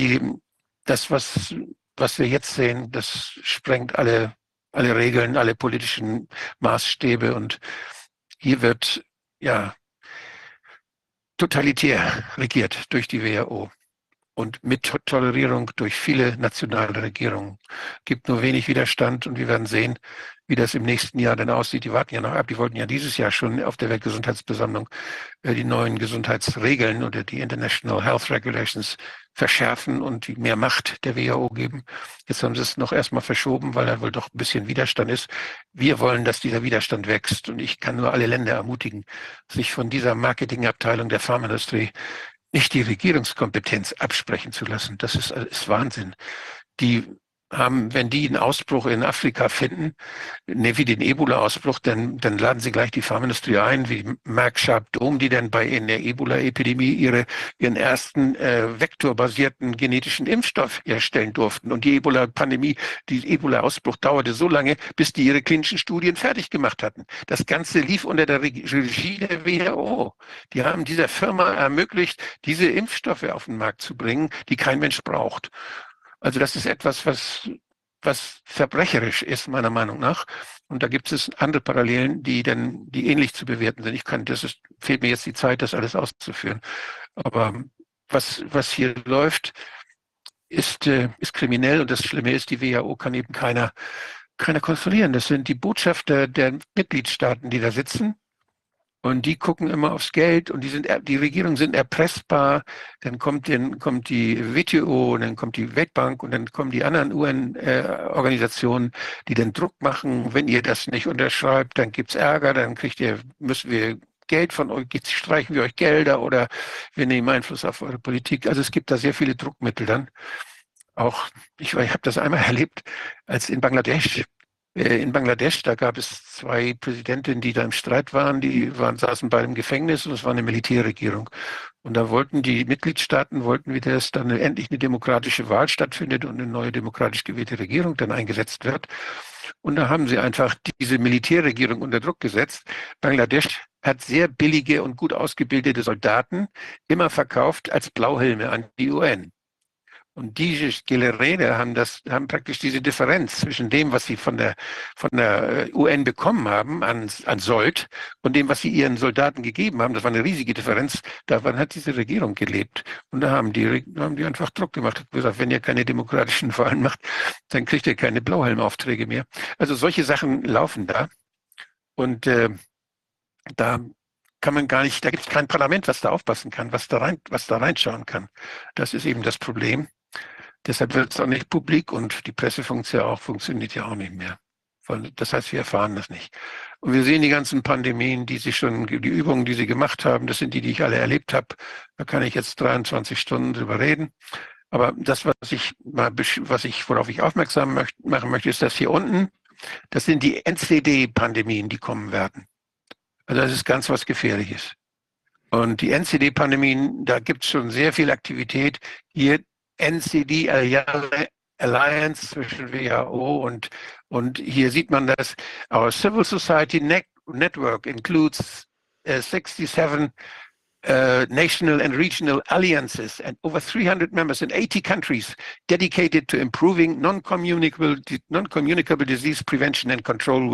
was wir jetzt sehen, das sprengt alle Regeln, alle politischen Maßstäbe und hier wird totalitär regiert durch die WHO und mit Tolerierung durch viele nationale Regierungen. Gibt nur wenig Widerstand und wir werden sehen, wie das im nächsten Jahr dann aussieht. Die warten ja noch ab. Die wollten ja dieses Jahr schon auf der Weltgesundheitsversammlung die neuen Gesundheitsregeln oder die International Health Regulations verschärfen und die mehr Macht der WHO geben. Jetzt haben sie es noch erstmal verschoben, weil da wohl doch ein bisschen Widerstand ist. Wir wollen, dass dieser Widerstand wächst und ich kann nur alle Länder ermutigen, sich von dieser Marketingabteilung der Pharmaindustrie nicht die Regierungskompetenz absprechen zu lassen. Das ist Wahnsinn. Wenn die einen Ausbruch in Afrika finden, wie den Ebola-Ausbruch, dann laden sie gleich die Pharmaindustrie ein, wie Merck Sharp Dome, die dann in der Ebola-Epidemie ihren ersten vektorbasierten genetischen Impfstoff herstellen durften. Und die Ebola-Ausbruch dauerte so lange, bis die ihre klinischen Studien fertig gemacht hatten. Das Ganze lief unter der Regie der WHO. Die haben dieser Firma ermöglicht, diese Impfstoffe auf den Markt zu bringen, die kein Mensch braucht. Also das ist etwas, was was verbrecherisch ist, meiner Meinung nach. Und da gibt es andere Parallelen, die ähnlich zu bewerten sind. Fehlt mir jetzt die Zeit, das alles auszuführen. Aber was hier läuft, ist kriminell, und das Schlimme ist, die WHO kann eben keiner kontrollieren. Das sind die Botschafter der Mitgliedstaaten, die da sitzen. Und die gucken immer aufs Geld, und die Regierungen sind erpressbar. Dann kommt die WTO, und dann kommt die Weltbank, und dann kommen die anderen UN-Organisationen, die dann Druck machen. Wenn ihr das nicht unterschreibt, dann gibt's Ärger, dann müssen wir Geld von euch, streichen wir euch Gelder, oder wir nehmen Einfluss auf eure Politik. Also es gibt da sehr viele Druckmittel dann. Auch ich habe das einmal erlebt, als in Bangladesch. Da gab es 2 Präsidentinnen, die da im Streit waren. Saßen beide im Gefängnis, und es war eine Militärregierung. Und da wollten die Mitgliedstaaten, wie das dann endlich eine demokratische Wahl stattfindet und eine neue demokratisch gewählte Regierung dann eingesetzt wird. Und da haben sie einfach diese Militärregierung unter Druck gesetzt. Bangladesch hat sehr billige und gut ausgebildete Soldaten immer verkauft als Blauhelme an die UN. Und diese Generäle haben praktisch diese Differenz zwischen dem, was sie von der UN bekommen haben an Sold, und dem, was sie ihren Soldaten gegeben haben. Das war eine riesige Differenz. Davon hat diese Regierung gelebt. Und da haben die einfach Druck gemacht und gesagt, wenn ihr keine demokratischen Wahlen macht, dann kriegt ihr keine Blauhelmaufträge mehr. Also solche Sachen laufen da. Und da kann man gar nicht, da gibt es kein Parlament, was da aufpassen kann, was da reinschauen kann. Das ist eben das Problem. Deshalb wird es auch nicht publik, und die funktioniert ja auch nicht mehr. Das heißt, wir erfahren das nicht. Und wir sehen die ganzen Pandemien, die Übungen, die sie gemacht haben, das sind die ich alle erlebt habe. Da kann ich jetzt 23 Stunden drüber reden. Aber das, worauf ich aufmerksam machen möchte, ist das hier unten. Das sind die NCD-Pandemien, die kommen werden. Also das ist ganz was Gefährliches. Und die NCD-Pandemien, da gibt es schon sehr viel Aktivität. Hier NCD Alliance zwischen WHO und hier sieht man das. Our Civil Society Network includes 67 national and regional alliances and over 300 members in 80 countries dedicated to improving non-communicable disease prevention and control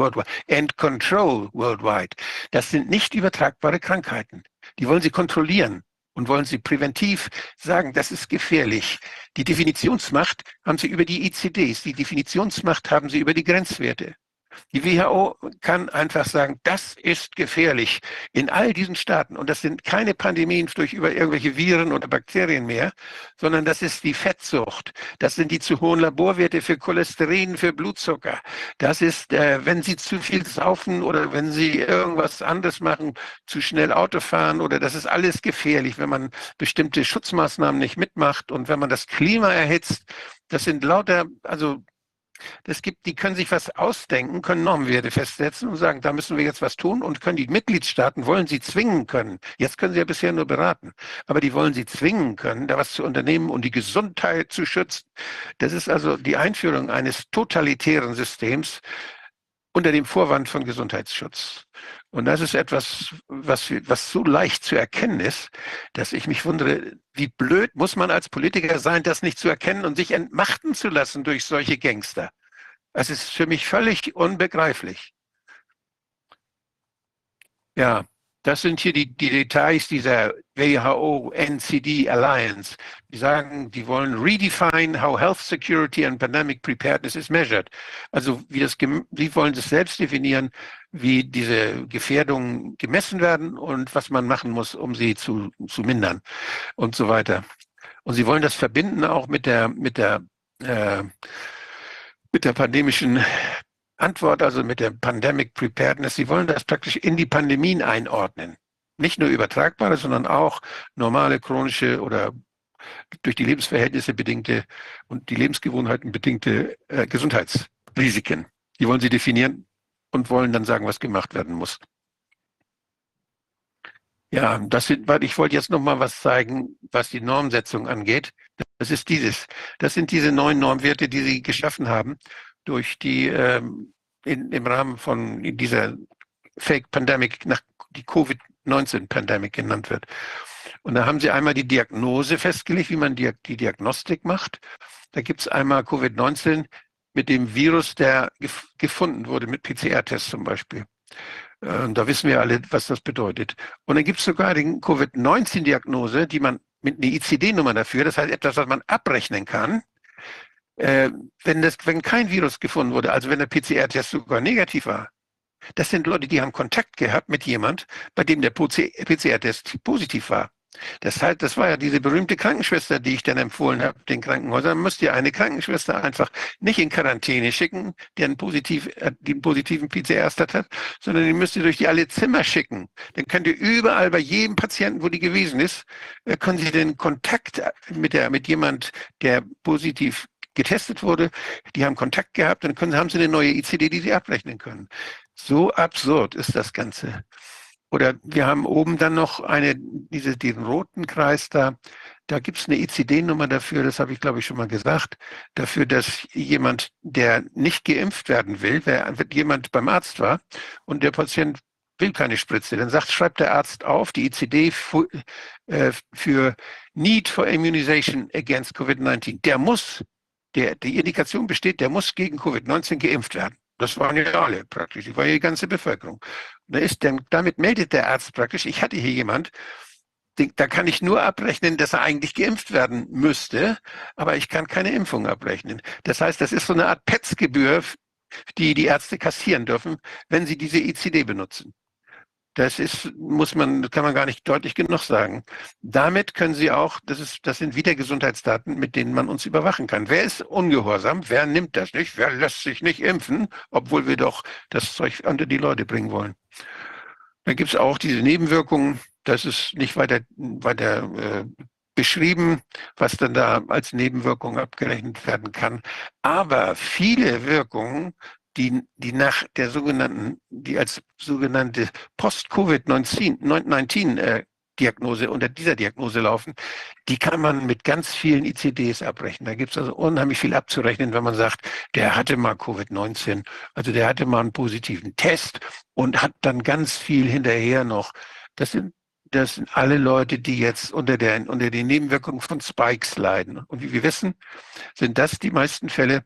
worldwide. Das sind nicht übertragbare Krankheiten. Die wollen sie kontrollieren und wollen sie präventiv sagen, das ist gefährlich. Die Definitionsmacht haben sie über die ICDs, die Definitionsmacht haben sie über die Grenzwerte. Die WHO kann einfach sagen, das ist gefährlich in all diesen Staaten. Und das sind keine Pandemien über irgendwelche Viren oder Bakterien mehr, sondern das ist die Fettsucht. Das sind die zu hohen Laborwerte für Cholesterin, für Blutzucker. Das ist, wenn Sie zu viel saufen oder wenn Sie irgendwas anderes machen, zu schnell Auto fahren, oder das ist alles gefährlich, wenn man bestimmte Schutzmaßnahmen nicht mitmacht und wenn man das Klima erhitzt. Das sind lauter, die können sich was ausdenken, können Normwerte festsetzen und sagen, da müssen wir jetzt was tun, und können die Mitgliedstaaten, wollen sie zwingen können. Jetzt können sie ja bisher nur beraten, aber die wollen sie zwingen können, da was zu unternehmen und die Gesundheit zu schützen. Das ist also die Einführung eines totalitären Systems unter dem Vorwand von Gesundheitsschutz. Und das ist etwas, was so leicht zu erkennen ist, dass ich mich wundere, wie blöd muss man als Politiker sein, das nicht zu erkennen und sich entmachten zu lassen durch solche Gangster. Das ist für mich völlig unbegreiflich. Ja, das sind hier die Details dieser WHO-NCD Alliance. Die sagen, die wollen redefine how health security and pandemic preparedness is measured. Also die wollen das selbst definieren, wie diese Gefährdungen gemessen werden und was man machen muss, um sie zu mindern und so weiter. Und sie wollen das verbinden auch mit der pandemischen Antwort, also mit der Pandemic Preparedness. Sie wollen das praktisch in die Pandemien einordnen. Nicht nur übertragbare, sondern auch normale, chronische oder durch die Lebensverhältnisse bedingte und die Lebensgewohnheiten bedingte Gesundheitsrisiken. Die wollen sie definieren und wollen dann sagen, was gemacht werden muss. Ja, ich wollte jetzt noch mal was zeigen, was die Normsetzung angeht. Das ist dieses. Das sind diese neuen Normwerte, die sie geschaffen haben durch die im Rahmen von dieser Fake Pandemic, die Covid-19-Pandemic genannt wird. Und da haben sie einmal die Diagnose festgelegt, wie man die Diagnostik macht. Da gibt es einmal Covid-19 mit dem Virus, der gefunden wurde, mit PCR-Tests zum Beispiel. Und da wissen wir alle, was das bedeutet. Und dann gibt es sogar die Covid-19-Diagnose, die man mit einer ICD-Nummer dafür, das heißt etwas, was man abrechnen kann, wenn kein Virus gefunden wurde, also wenn der PCR-Test sogar negativ war. Das sind Leute, die haben Kontakt gehabt mit jemand, bei dem der PCR-Test positiv war. Das heißt, das war ja diese berühmte Krankenschwester, die ich dann empfohlen habe, den Krankenhäusern. Müsst ihr eine Krankenschwester einfach nicht in Quarantäne schicken, die einen positiven PCR-Stat hat, sondern die müsst ihr durch die alle Zimmer schicken. Dann könnt ihr überall bei jedem Patienten, wo die gewesen ist, können Sie den Kontakt mit jemand, der positiv getestet wurde, die haben Kontakt gehabt, dann haben Sie eine neue ICD, die Sie abrechnen können. So absurd ist das Ganze. Oder wir haben oben dann noch diesen roten Kreis da. Da gibt es eine ICD-Nummer dafür, das habe ich, glaube ich, schon mal gesagt, dafür, dass jemand, der nicht geimpft werden will, wenn jemand beim Arzt war und der Patient will keine Spritze, dann schreibt der Arzt auf, die ICD für Need for Immunization against COVID-19. Die Indikation besteht, der muss gegen Covid-19 geimpft werden. Das waren ja alle praktisch, das war ja die ganze Bevölkerung. Damit meldet der Arzt praktisch, ich hatte hier jemand, da kann ich nur abrechnen, dass er eigentlich geimpft werden müsste, aber ich kann keine Impfung abrechnen. Das heißt, das ist so eine Art PETS-Gebühr, die die Ärzte kassieren dürfen, wenn sie diese ICD benutzen. Das kann man gar nicht deutlich genug sagen. Damit können Sie auch, das sind wieder Gesundheitsdaten, mit denen man uns überwachen kann. Wer ist ungehorsam? Wer nimmt das nicht? Wer lässt sich nicht impfen, obwohl wir doch das Zeug unter die Leute bringen wollen? Dann gibt es auch diese Nebenwirkungen. Das ist nicht weiter beschrieben, was dann da als Nebenwirkung abgerechnet werden kann. Aber viele Wirkungen, die als sogenannte Post-Covid-19-Diagnose unter dieser Diagnose laufen, die kann man mit ganz vielen ICDs abrechnen. Da gibt es also unheimlich viel abzurechnen, wenn man sagt, der hatte mal Covid-19, also der hatte mal einen positiven Test und hat dann ganz viel hinterher noch. Das sind alle Leute, die jetzt unter den Nebenwirkungen von Spikes leiden. Und wie wir wissen, sind das meistens Fälle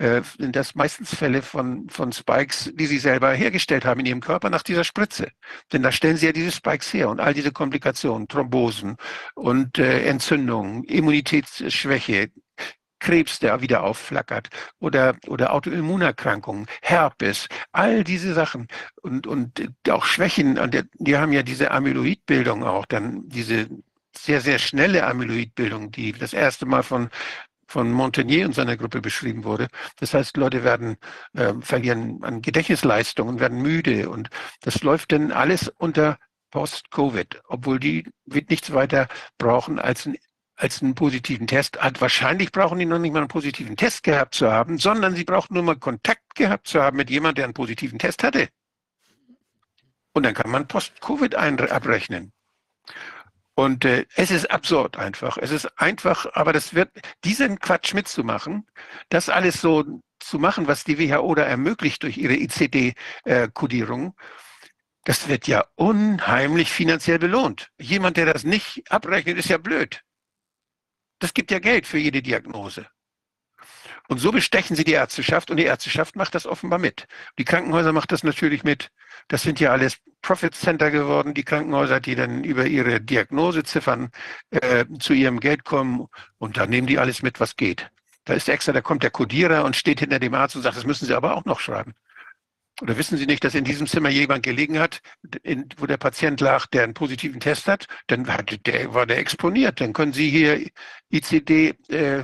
von Spikes, die sie selber hergestellt haben in ihrem Körper nach dieser Spritze. Denn da stellen sie ja diese Spikes her und all diese Komplikationen, Thrombosen und Entzündungen, Immunitätsschwäche, Krebs, der wieder aufflackert oder Autoimmunerkrankungen, Herpes, all diese Sachen und auch Schwächen, die haben ja diese Amyloidbildung auch, dann diese sehr, sehr schnelle Amyloidbildung, die das erste Mal von Montagnier und seiner Gruppe beschrieben wurde. Das heißt, Leute verlieren an Gedächtnisleistung und werden müde und das läuft dann alles unter Post-Covid, obwohl die nichts weiter brauchen als einen positiven Test. Wahrscheinlich brauchen die noch nicht mal einen positiven Test gehabt zu haben, sondern sie brauchen nur mal Kontakt gehabt zu haben mit jemandem, der einen positiven Test hatte. Und dann kann man Post-Covid abrechnen. Und es ist absurd einfach. Es ist einfach, aber diesen Quatsch mitzumachen, das alles so zu machen, was die WHO da ermöglicht durch ihre ICD-Kodierung, das wird ja unheimlich finanziell belohnt. Jemand, der das nicht abrechnet, ist ja blöd. Das gibt ja Geld für jede Diagnose. Und so bestechen sie die Ärzteschaft und die Ärzteschaft macht das offenbar mit. Die Krankenhäuser machen das natürlich mit. Das sind ja alles Profit Center geworden, die Krankenhäuser, die dann über ihre Diagnoseziffern zu ihrem Geld kommen und da nehmen die alles mit, was geht. Da kommt der Kodierer und steht hinter dem Arzt und sagt, das müssen Sie aber auch noch schreiben. Oder wissen Sie nicht, dass in diesem Zimmer jemand gelegen hat, wo der Patient lag, der einen positiven Test hat? Dann war der exponiert. Dann können Sie hier ICD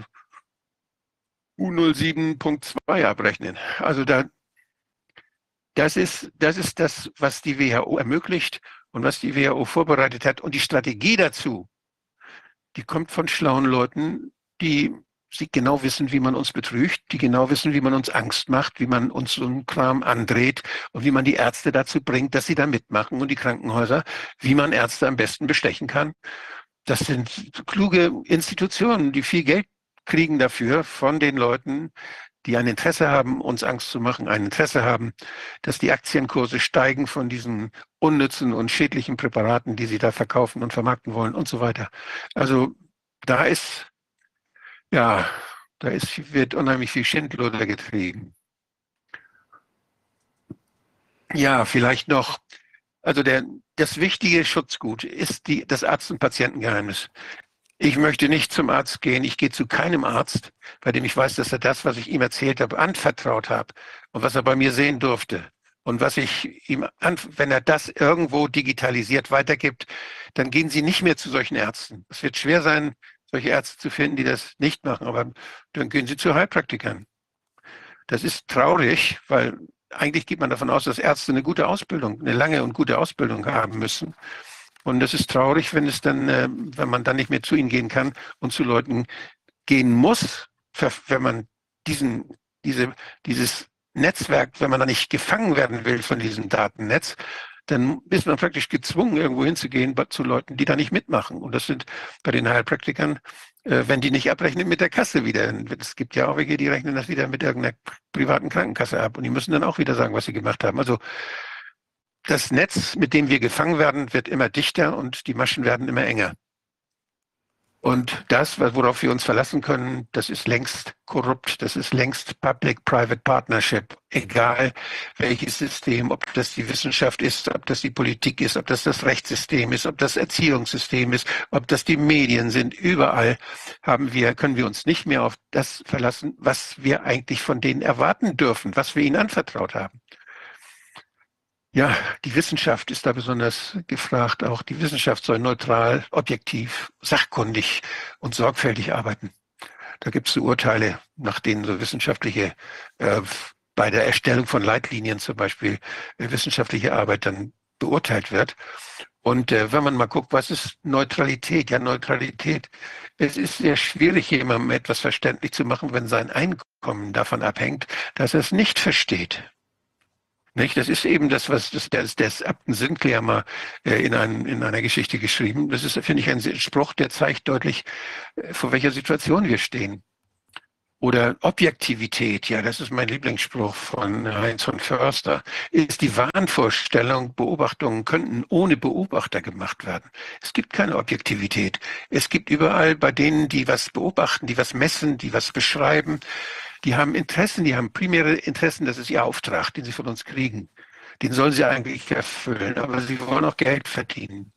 U07.2 abrechnen. Also das ist das, was die WHO ermöglicht und was die WHO vorbereitet hat. Und die Strategie dazu, die kommt von schlauen Leuten, die genau wissen, wie man uns betrügt, die genau wissen, wie man uns Angst macht, wie man uns so einen Kram andreht und wie man die Ärzte dazu bringt, dass sie da mitmachen und die Krankenhäuser, wie man Ärzte am besten bestechen kann. Das sind kluge Institutionen, die viel Geld kriegen dafür von den Leuten, die ein Interesse haben, uns Angst zu machen, ein Interesse haben, dass die Aktienkurse steigen von diesen unnützen und schädlichen Präparaten, die sie da verkaufen und vermarkten wollen und so weiter. Also da ist, ja, wird unheimlich viel Schindluder getrieben. Ja, vielleicht noch, also das wichtige Schutzgut ist das Arzt- und Patientengeheimnis. Ich möchte nicht zum Arzt gehen. Ich gehe zu keinem Arzt, bei dem ich weiß, dass er das, was ich ihm erzählt habe, anvertraut habe und was er bei mir sehen durfte. Und was ich ihm, wenn er das irgendwo digitalisiert weitergibt, dann gehen Sie nicht mehr zu solchen Ärzten. Es wird schwer sein, solche Ärzte zu finden, die das nicht machen, aber dann gehen Sie zu Heilpraktikern. Das ist traurig, weil eigentlich geht man davon aus, dass Ärzte eine gute Ausbildung, eine lange und gute Ausbildung haben müssen. Und das ist traurig, wenn wenn man dann nicht mehr zu ihnen gehen kann und zu Leuten gehen muss, wenn man dieses Netzwerk, wenn man da nicht gefangen werden will von diesem Datennetz, dann ist man praktisch gezwungen, irgendwo hinzugehen zu Leuten, die da nicht mitmachen. Und das sind bei den Heilpraktikern, wenn die nicht abrechnen mit der Kasse wieder. Es gibt ja auch welche, die rechnen das wieder mit irgendeiner privaten Krankenkasse ab. Und die müssen dann auch wieder sagen, was sie gemacht haben. Also das Netz, mit dem wir gefangen werden, wird immer dichter und die Maschen werden immer enger. Und das, worauf wir uns verlassen können, das ist längst korrupt, das ist längst Public-Private Partnership, egal welches System, ob das die Wissenschaft ist, ob das die Politik ist, ob das das Rechtssystem ist, ob das Erziehungssystem ist, ob das die Medien sind, überall können wir uns nicht mehr auf das verlassen, was wir eigentlich von denen erwarten dürfen, was wir ihnen anvertraut haben. Ja, die Wissenschaft ist da besonders gefragt. Auch die Wissenschaft soll neutral, objektiv, sachkundig und sorgfältig arbeiten. Da gibt es so Urteile, nach denen so wissenschaftliche, bei der Erstellung von Leitlinien zum Beispiel, wissenschaftliche Arbeit dann beurteilt wird. Und wenn man mal guckt, was ist Neutralität? Ja, Neutralität, es ist sehr schwierig, jemandem etwas verständlich zu machen, wenn sein Einkommen davon abhängt, dass er es nicht versteht. Nicht? Das ist eben das, was das Upton Sinclair mal in einer Geschichte geschrieben. Das ist, finde ich, ein Spruch, der zeigt deutlich, vor welcher Situation wir stehen. Oder Objektivität, ja, das ist mein Lieblingsspruch von Heinz von Förster, ist die Wahnvorstellung, Beobachtungen könnten ohne Beobachter gemacht werden. Es gibt keine Objektivität. Es gibt überall bei denen, die was beobachten, die was messen, die was beschreiben, die haben Interessen, die haben primäre Interessen, das ist ihr Auftrag, den sie von uns kriegen. Den sollen sie eigentlich erfüllen, aber sie wollen auch Geld verdienen.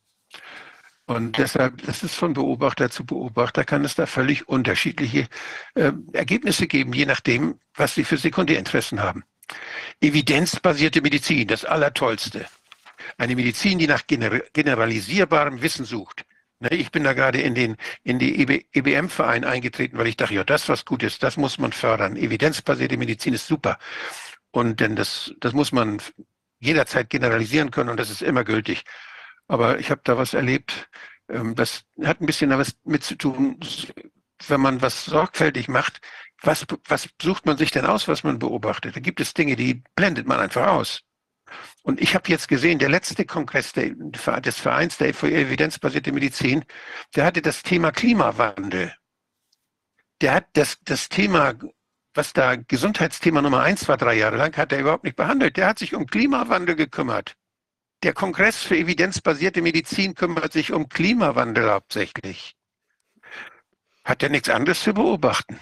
Und deshalb, das ist von Beobachter zu Beobachter, kann es da völlig unterschiedliche Ergebnisse geben, je nachdem, was sie für Sekundärinteressen haben. Evidenzbasierte Medizin, das Allertollste. Eine Medizin, die nach generalisierbarem Wissen sucht. Ich bin da gerade in die EBM-Verein eingetreten, weil ich dachte, ja, das, was gut ist, das muss man fördern. Evidenzbasierte Medizin ist super. Und denn das muss man jederzeit generalisieren können und das ist immer gültig. Aber ich habe da was erlebt, das hat ein bisschen was mit zu tun, wenn man was sorgfältig macht, was sucht man sich denn aus, was man beobachtet? Da gibt es Dinge, die blendet man einfach aus. Und ich habe jetzt gesehen, der letzte Kongress des Vereins der evidenzbasierte Medizin, der hatte das Thema Klimawandel. Der hat das Thema, was da Gesundheitsthema Nummer 1 war 3 Jahre lang, hat er überhaupt nicht behandelt. Der hat sich um Klimawandel gekümmert. Der Kongress für evidenzbasierte Medizin kümmert sich um Klimawandel hauptsächlich. Hat er nichts anderes zu beobachten?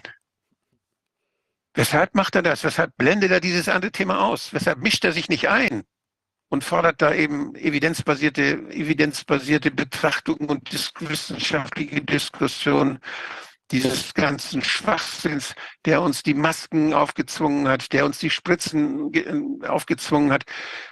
Weshalb macht er das? Weshalb blendet er dieses andere Thema aus? Weshalb mischt er sich nicht ein und fordert da eben evidenzbasierte Betrachtungen und wissenschaftliche Diskussionen dieses ganzen Schwachsinns, der uns die Masken aufgezwungen hat, der uns die Spritzen aufgezwungen hat.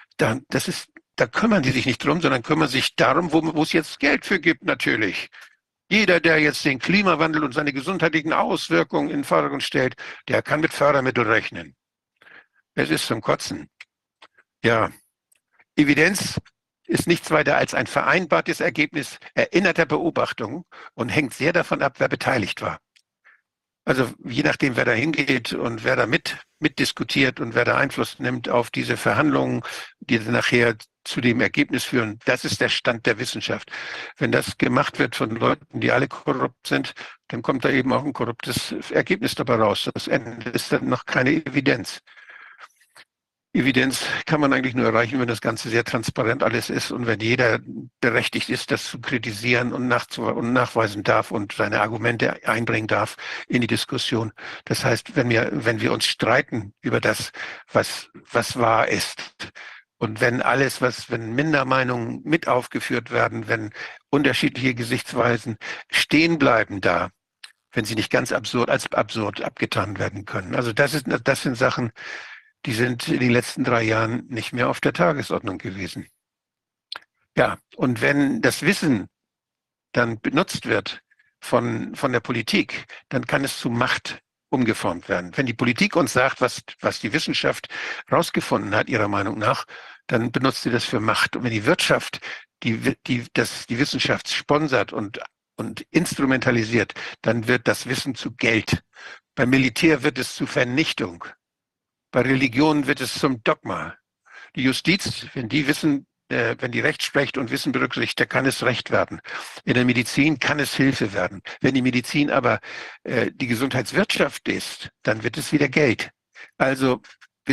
Da kümmern die sich nicht drum, sondern kümmern sich darum, wo es jetzt Geld für gibt, natürlich. Jeder, der jetzt den Klimawandel und seine gesundheitlichen Auswirkungen in den Vordergrund stellt, der kann mit Fördermitteln rechnen. Es ist zum Kotzen. Ja, Evidenz ist nichts weiter als ein vereinbartes Ergebnis erinnerter Beobachtungen und hängt sehr davon ab, wer beteiligt war. Also je nachdem, wer da hingeht und wer da mitdiskutiert und wer da Einfluss nimmt auf diese Verhandlungen, die nachher zu dem Ergebnis führen, das ist der Stand der Wissenschaft. Wenn das gemacht wird von Leuten, die alle korrupt sind, dann kommt da eben auch ein korruptes Ergebnis dabei raus. Das Ende ist dann noch keine Evidenz. Evidenz kann man eigentlich nur erreichen, wenn das Ganze sehr transparent alles ist und wenn jeder berechtigt ist, das zu kritisieren und nachweisen darf und seine Argumente einbringen darf in die Diskussion. Das heißt, wenn wir uns streiten über das, was wahr ist, und wenn Mindermeinungen mit aufgeführt werden, wenn unterschiedliche Gesichtsweisen stehen bleiben da, wenn sie nicht ganz als absurd abgetan werden können. Also das sind Sachen, die sind in den letzten 3 Jahren nicht mehr auf der Tagesordnung gewesen. Ja, und wenn das Wissen dann benutzt wird von der Politik, dann kann es zu Macht umgeformt werden. Wenn die Politik uns sagt, was die Wissenschaft rausgefunden hat, ihrer Meinung nach, dann benutzt sie das für Macht. Und wenn die Wirtschaft die Wissenschaft sponsert und instrumentalisiert, dann wird das Wissen zu Geld. Beim Militär wird es zu Vernichtung. Bei Religionen wird es zum Dogma. Die Justiz, wenn die Recht spricht und Wissen berücksichtigt, da kann es Recht werden. In der Medizin kann es Hilfe werden. Wenn die Medizin aber die Gesundheitswirtschaft ist, dann wird es wieder Geld. Also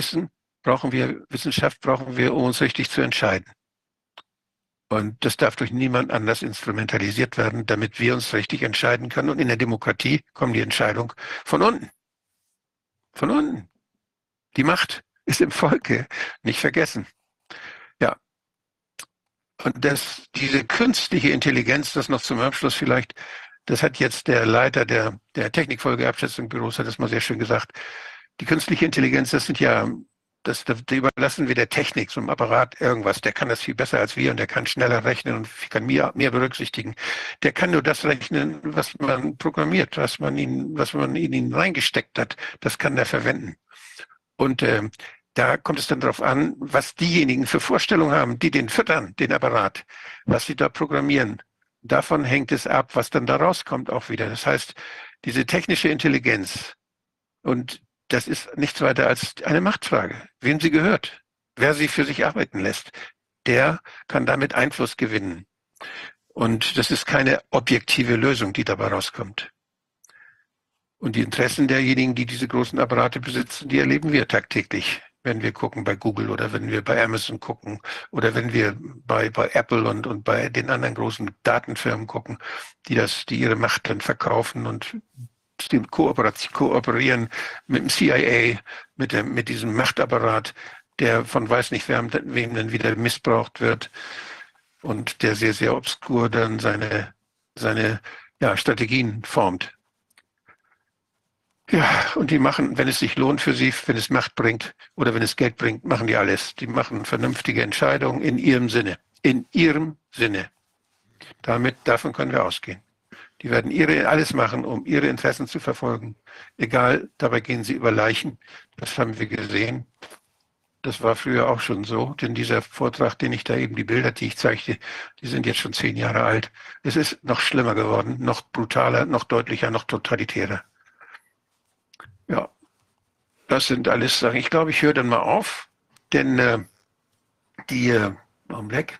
Wissenschaft brauchen wir, um uns richtig zu entscheiden. Und das darf durch niemand anders instrumentalisiert werden, damit wir uns richtig entscheiden können. Und in der Demokratie kommt die Entscheidung von unten. Von unten. Die Macht ist im Volke, nicht vergessen. Ja. Und diese künstliche Intelligenz, das noch zum Abschluss vielleicht, das hat jetzt der Leiter der Technikfolgeabschätzungsbüros, hat das mal sehr schön gesagt. Die künstliche Intelligenz, das überlassen wir der Technik, so einem Apparat irgendwas. Der kann das viel besser als wir und der kann schneller rechnen und kann mehr berücksichtigen. Der kann nur das rechnen, was man programmiert, was man in ihn reingesteckt hat. Das kann der verwenden. Und da kommt es dann darauf an, was diejenigen für Vorstellungen haben, die den füttern, den Apparat, was sie da programmieren. Davon hängt es ab, was dann da rauskommt auch wieder. Das heißt, diese technische Intelligenz, und das ist nichts weiter als eine Machtfrage, wem sie gehört, wer sie für sich arbeiten lässt, der kann damit Einfluss gewinnen. Und das ist keine objektive Lösung, die dabei rauskommt. Und die Interessen derjenigen, die diese großen Apparate besitzen, die erleben wir tagtäglich, wenn wir gucken bei Google oder wenn wir bei Amazon gucken oder wenn wir bei Apple und bei den anderen großen Datenfirmen gucken, die ihre Macht dann verkaufen und kooperieren mit dem CIA, mit diesem Machtapparat, der von weiß nicht wem dann wieder missbraucht wird und der sehr, sehr obskur dann seine Strategien formt. Ja, und die machen, wenn es sich lohnt für sie, wenn es Macht bringt oder wenn es Geld bringt, machen die alles. Die machen vernünftige Entscheidungen in ihrem Sinne. In ihrem Sinne. Davon können wir ausgehen. Die werden alles machen, um ihre Interessen zu verfolgen. Egal, dabei gehen sie über Leichen. Das haben wir gesehen. Das war früher auch schon so, denn dieser Vortrag, die Bilder, die ich zeigte, die sind jetzt schon 10 Jahre alt. Es ist noch schlimmer geworden, noch brutaler, noch deutlicher, noch totalitärer. Ja, das sind alles Sachen. Ich glaube, ich höre dann mal auf, denn Augenblick.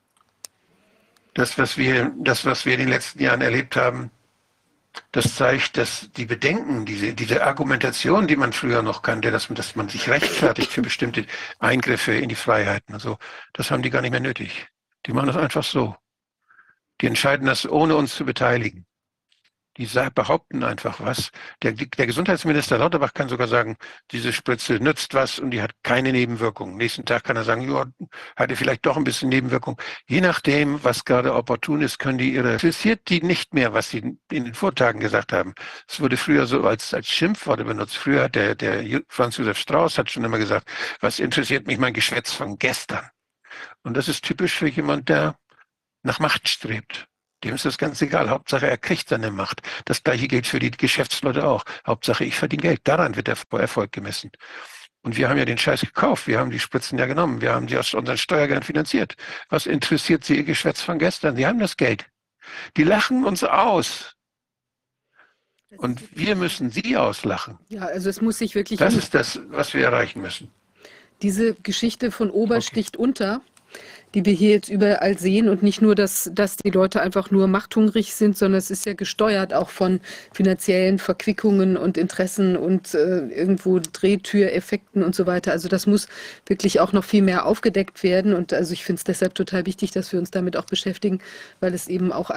Das, was wir in den letzten Jahren erlebt haben, das zeigt, dass die Bedenken, diese Argumentation, die man früher noch kannte, dass man sich rechtfertigt für bestimmte Eingriffe in die Freiheiten und so, das haben die gar nicht mehr nötig. Die machen das einfach so. Die entscheiden das, ohne uns zu beteiligen. Die behaupten einfach was. Der Gesundheitsminister Lauterbach kann sogar sagen, diese Spritze nützt was und die hat keine Nebenwirkungen. Nächsten Tag kann er sagen, ja, hatte vielleicht doch ein bisschen Nebenwirkung. Je nachdem, was gerade opportun ist, interessiert die nicht mehr, was sie in den Vortagen gesagt haben. Es wurde früher so als Schimpfworte benutzt. Früher hat der Franz Josef Strauß hat schon immer gesagt, was interessiert mich mein Geschwätz von gestern? Und das ist typisch für jemand, der nach Macht strebt. Dem ist das ganz egal. Hauptsache, er kriegt seine Macht. Das Gleiche gilt für die Geschäftsleute auch. Hauptsache, ich verdiene Geld. Daran wird der Erfolg gemessen. Und wir haben ja den Scheiß gekauft. Wir haben die Spritzen ja genommen. Wir haben die aus unseren Steuergeldern finanziert. Was interessiert sie ihr Geschwätz von gestern? Sie haben das Geld. Die lachen uns aus. Und wir müssen sie auslachen. Ja, also es muss sich wirklich... Das ist das, was wir erreichen müssen. Diese Geschichte von Ober sticht unter. die wir hier jetzt überall sehen und nicht nur, dass die Leute einfach nur machthungrig sind, sondern es ist ja gesteuert auch von finanziellen Verquickungen und Interessen und irgendwo Drehtüreffekten und so weiter. Also das muss wirklich auch noch viel mehr aufgedeckt werden und also ich finde es deshalb total wichtig, dass wir uns damit auch beschäftigen, weil es eben auch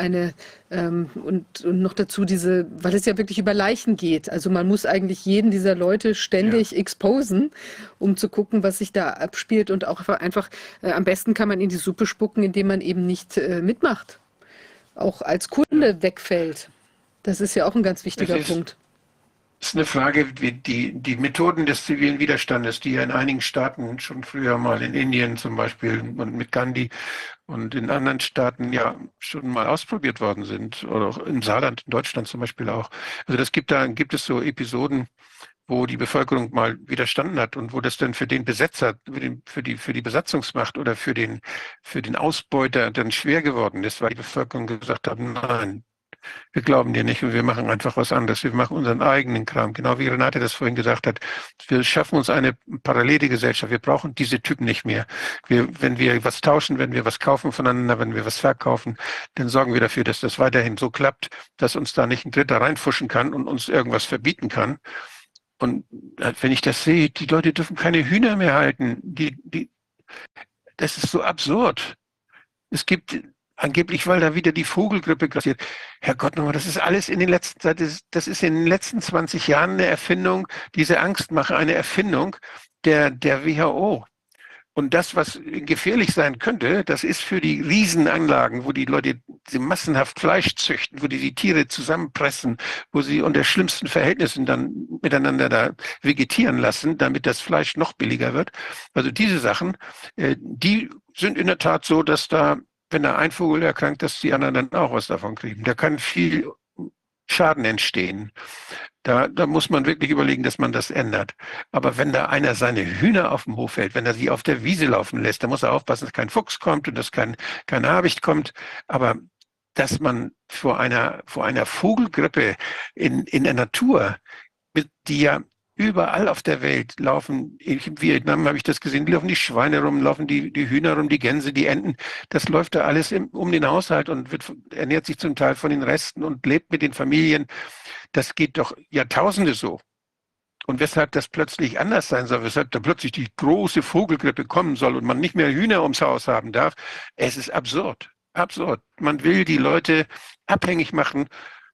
und noch dazu weil es ja wirklich über Leichen geht. Also man muss eigentlich jeden dieser Leute ständig exposen, um zu gucken, was sich da abspielt und auch einfach, am besten kann man in die Suppe spucken, indem man eben nicht mitmacht. Auch als Kunde wegfällt. Das ist ja auch ein ganz wichtiger Punkt. Es ist eine Frage, wie die Methoden des zivilen Widerstandes, die ja in einigen Staaten schon früher mal in Indien zum Beispiel und mit Gandhi und in anderen Staaten ja schon mal ausprobiert worden sind, oder auch im Saarland, in Deutschland zum Beispiel auch. Also gibt es so Episoden, wo die Bevölkerung mal widerstanden hat und wo das dann für den Besetzer, für die Besatzungsmacht oder für den Ausbeuter dann schwer geworden ist, weil die Bevölkerung gesagt hat, nein, wir glauben dir nicht und wir machen einfach was anderes. Wir machen unseren eigenen Kram. Genau wie Renate das vorhin gesagt hat. Wir schaffen uns eine parallele Gesellschaft. Wir brauchen diese Typen nicht mehr. Wenn wir was tauschen, wenn wir was kaufen voneinander, wenn wir was verkaufen, dann sorgen wir dafür, dass das weiterhin so klappt, dass uns da nicht ein Dritter reinfuschen kann und uns irgendwas verbieten kann. Und wenn ich das sehe, die Leute dürfen keine Hühner mehr halten. Das ist so absurd. Es gibt angeblich, weil da wieder die Vogelgrippe grassiert. Herrgott nochmal, das ist alles das ist in den letzten 20 Jahren eine Erfindung, diese Angstmache, eine Erfindung der WHO. Und das, was gefährlich sein könnte, das ist für die Riesenanlagen, wo die Leute massenhaft Fleisch züchten, wo die Tiere zusammenpressen, wo sie unter schlimmsten Verhältnissen dann miteinander da vegetieren lassen, damit das Fleisch noch billiger wird. Also diese Sachen, die sind in der Tat so, dass wenn da ein Vogel erkrankt, dass die anderen dann auch was davon kriegen. Da kann viel Schaden entstehen. Da muss man wirklich überlegen, dass man das ändert. Aber wenn da einer seine Hühner auf dem Hof hält, wenn er sie auf der Wiese laufen lässt, dann muss er aufpassen, dass kein Fuchs kommt und dass kein Habicht kommt. Aber dass man vor einer Vogelgrippe in der Natur, die ja überall auf der Welt laufen, in Vietnam habe ich das gesehen, laufen die Schweine rum, laufen die Hühner rum, die Gänse, die Enten. Das läuft da alles um den Haushalt und ernährt sich zum Teil von den Resten und lebt mit den Familien. Das geht doch Jahrtausende so. Und weshalb das plötzlich anders sein soll, weshalb da plötzlich die große Vogelgrippe kommen soll und man nicht mehr Hühner ums Haus haben darf, es ist absurd. Absurd. Man will die Leute abhängig machen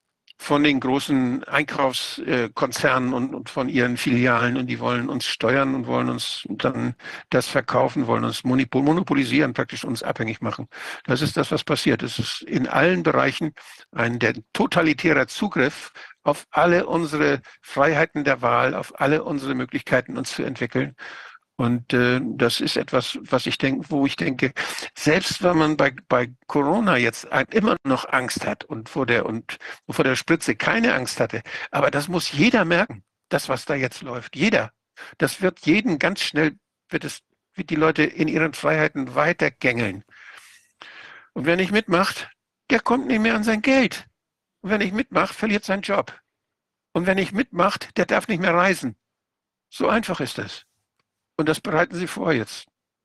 von den großen Einkaufskonzernen und von ihren Filialen und die wollen uns steuern und wollen uns dann das verkaufen, wollen uns monopolisieren, praktisch uns abhängig machen. Das ist das, was passiert. Es ist in allen Bereichen der totalitärer Zugriff auf alle unsere Freiheiten der Wahl, auf alle unsere Möglichkeiten, uns zu entwickeln. Und das ist etwas, wo ich denke, selbst wenn man bei Corona jetzt immer noch Angst hat und vor der Spritze keine Angst hatte, aber das muss jeder merken, das, was da jetzt läuft. Jeder. Das wird jeden ganz schnell, wird die Leute in ihren Freiheiten weiter gängeln. Und wer nicht mitmacht, der kommt nicht mehr an sein Geld. Und wer nicht mitmacht, verliert seinen Job. Und wer nicht mitmacht, der darf nicht mehr reisen. So einfach ist es. Und das bereiten Sie vor jetzt.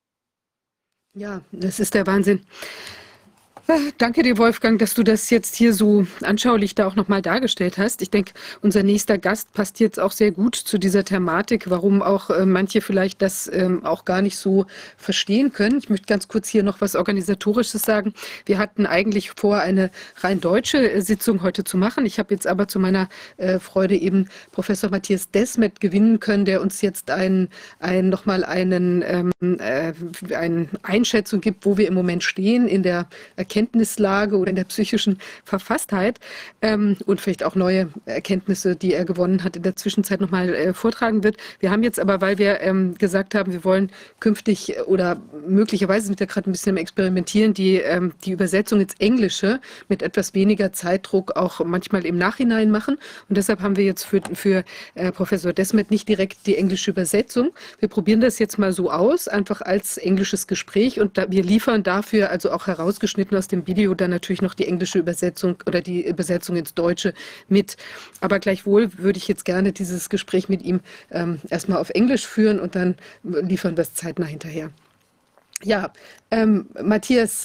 Ja, das ist der Wahnsinn. Danke dir, Wolfgang, dass du das jetzt hier so anschaulich da auch nochmal dargestellt hast. Ich denke, unser nächster Gast passt jetzt auch sehr gut zu dieser Thematik, warum auch manche vielleicht das auch gar nicht so verstehen können. Ich möchte ganz kurz hier noch was Organisatorisches sagen. Wir hatten eigentlich vor, eine rein deutsche Sitzung heute zu machen. Ich habe jetzt aber zu meiner Freude eben Professor Matthias Desmet gewinnen können, der uns jetzt nochmal eine Einschätzung gibt, wo wir im Moment stehen in der Erkenntnislage oder in der psychischen Verfasstheit und vielleicht auch neue Erkenntnisse, die er gewonnen hat, in der Zwischenzeit nochmal vortragen wird. Wir haben jetzt aber, weil wir gesagt haben, wir wollen künftig oder möglicherweise sind wir gerade ein bisschen am Experimentieren, die Übersetzung ins Englische mit etwas weniger Zeitdruck auch manchmal im Nachhinein machen. Und deshalb haben wir jetzt für Professor Desmet nicht direkt die englische Übersetzung. Wir probieren das jetzt mal so aus, einfach als englisches Gespräch und wir liefern dafür also auch herausgeschnitten aus dem Video dann natürlich noch die englische Übersetzung oder die Übersetzung ins Deutsche mit. Aber gleichwohl würde ich jetzt gerne dieses Gespräch mit ihm erstmal auf Englisch führen und dann liefern wir es zeitnah hinterher. Yeah, Matthias,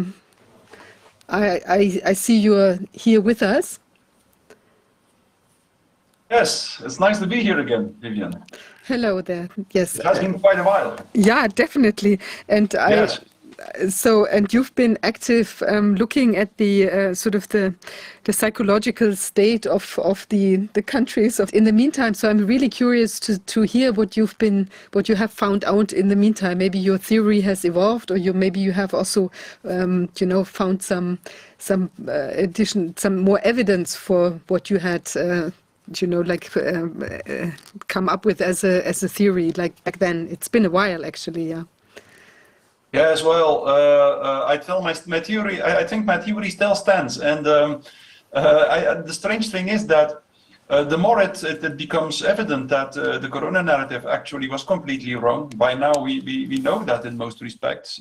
I see you're here with us. Yes, it's nice to be here again, Vivian. Hello there. Yes. It has been quite a while. Yeah, definitely. And Yes. and you've been active looking at the sort of the psychological state of the countries in the meantime. So I'm really curious to hear what you have found out in the meantime. Maybe your theory has evolved, or maybe you have also found some more evidence for what you had come up with as a theory, like back then. It's been a while, actually. Yeah. Yes, well, I tell my theory. I think my theory still stands, and the strange thing is that the more it becomes evident that the corona narrative actually was completely wrong. By now, we know that in most respects,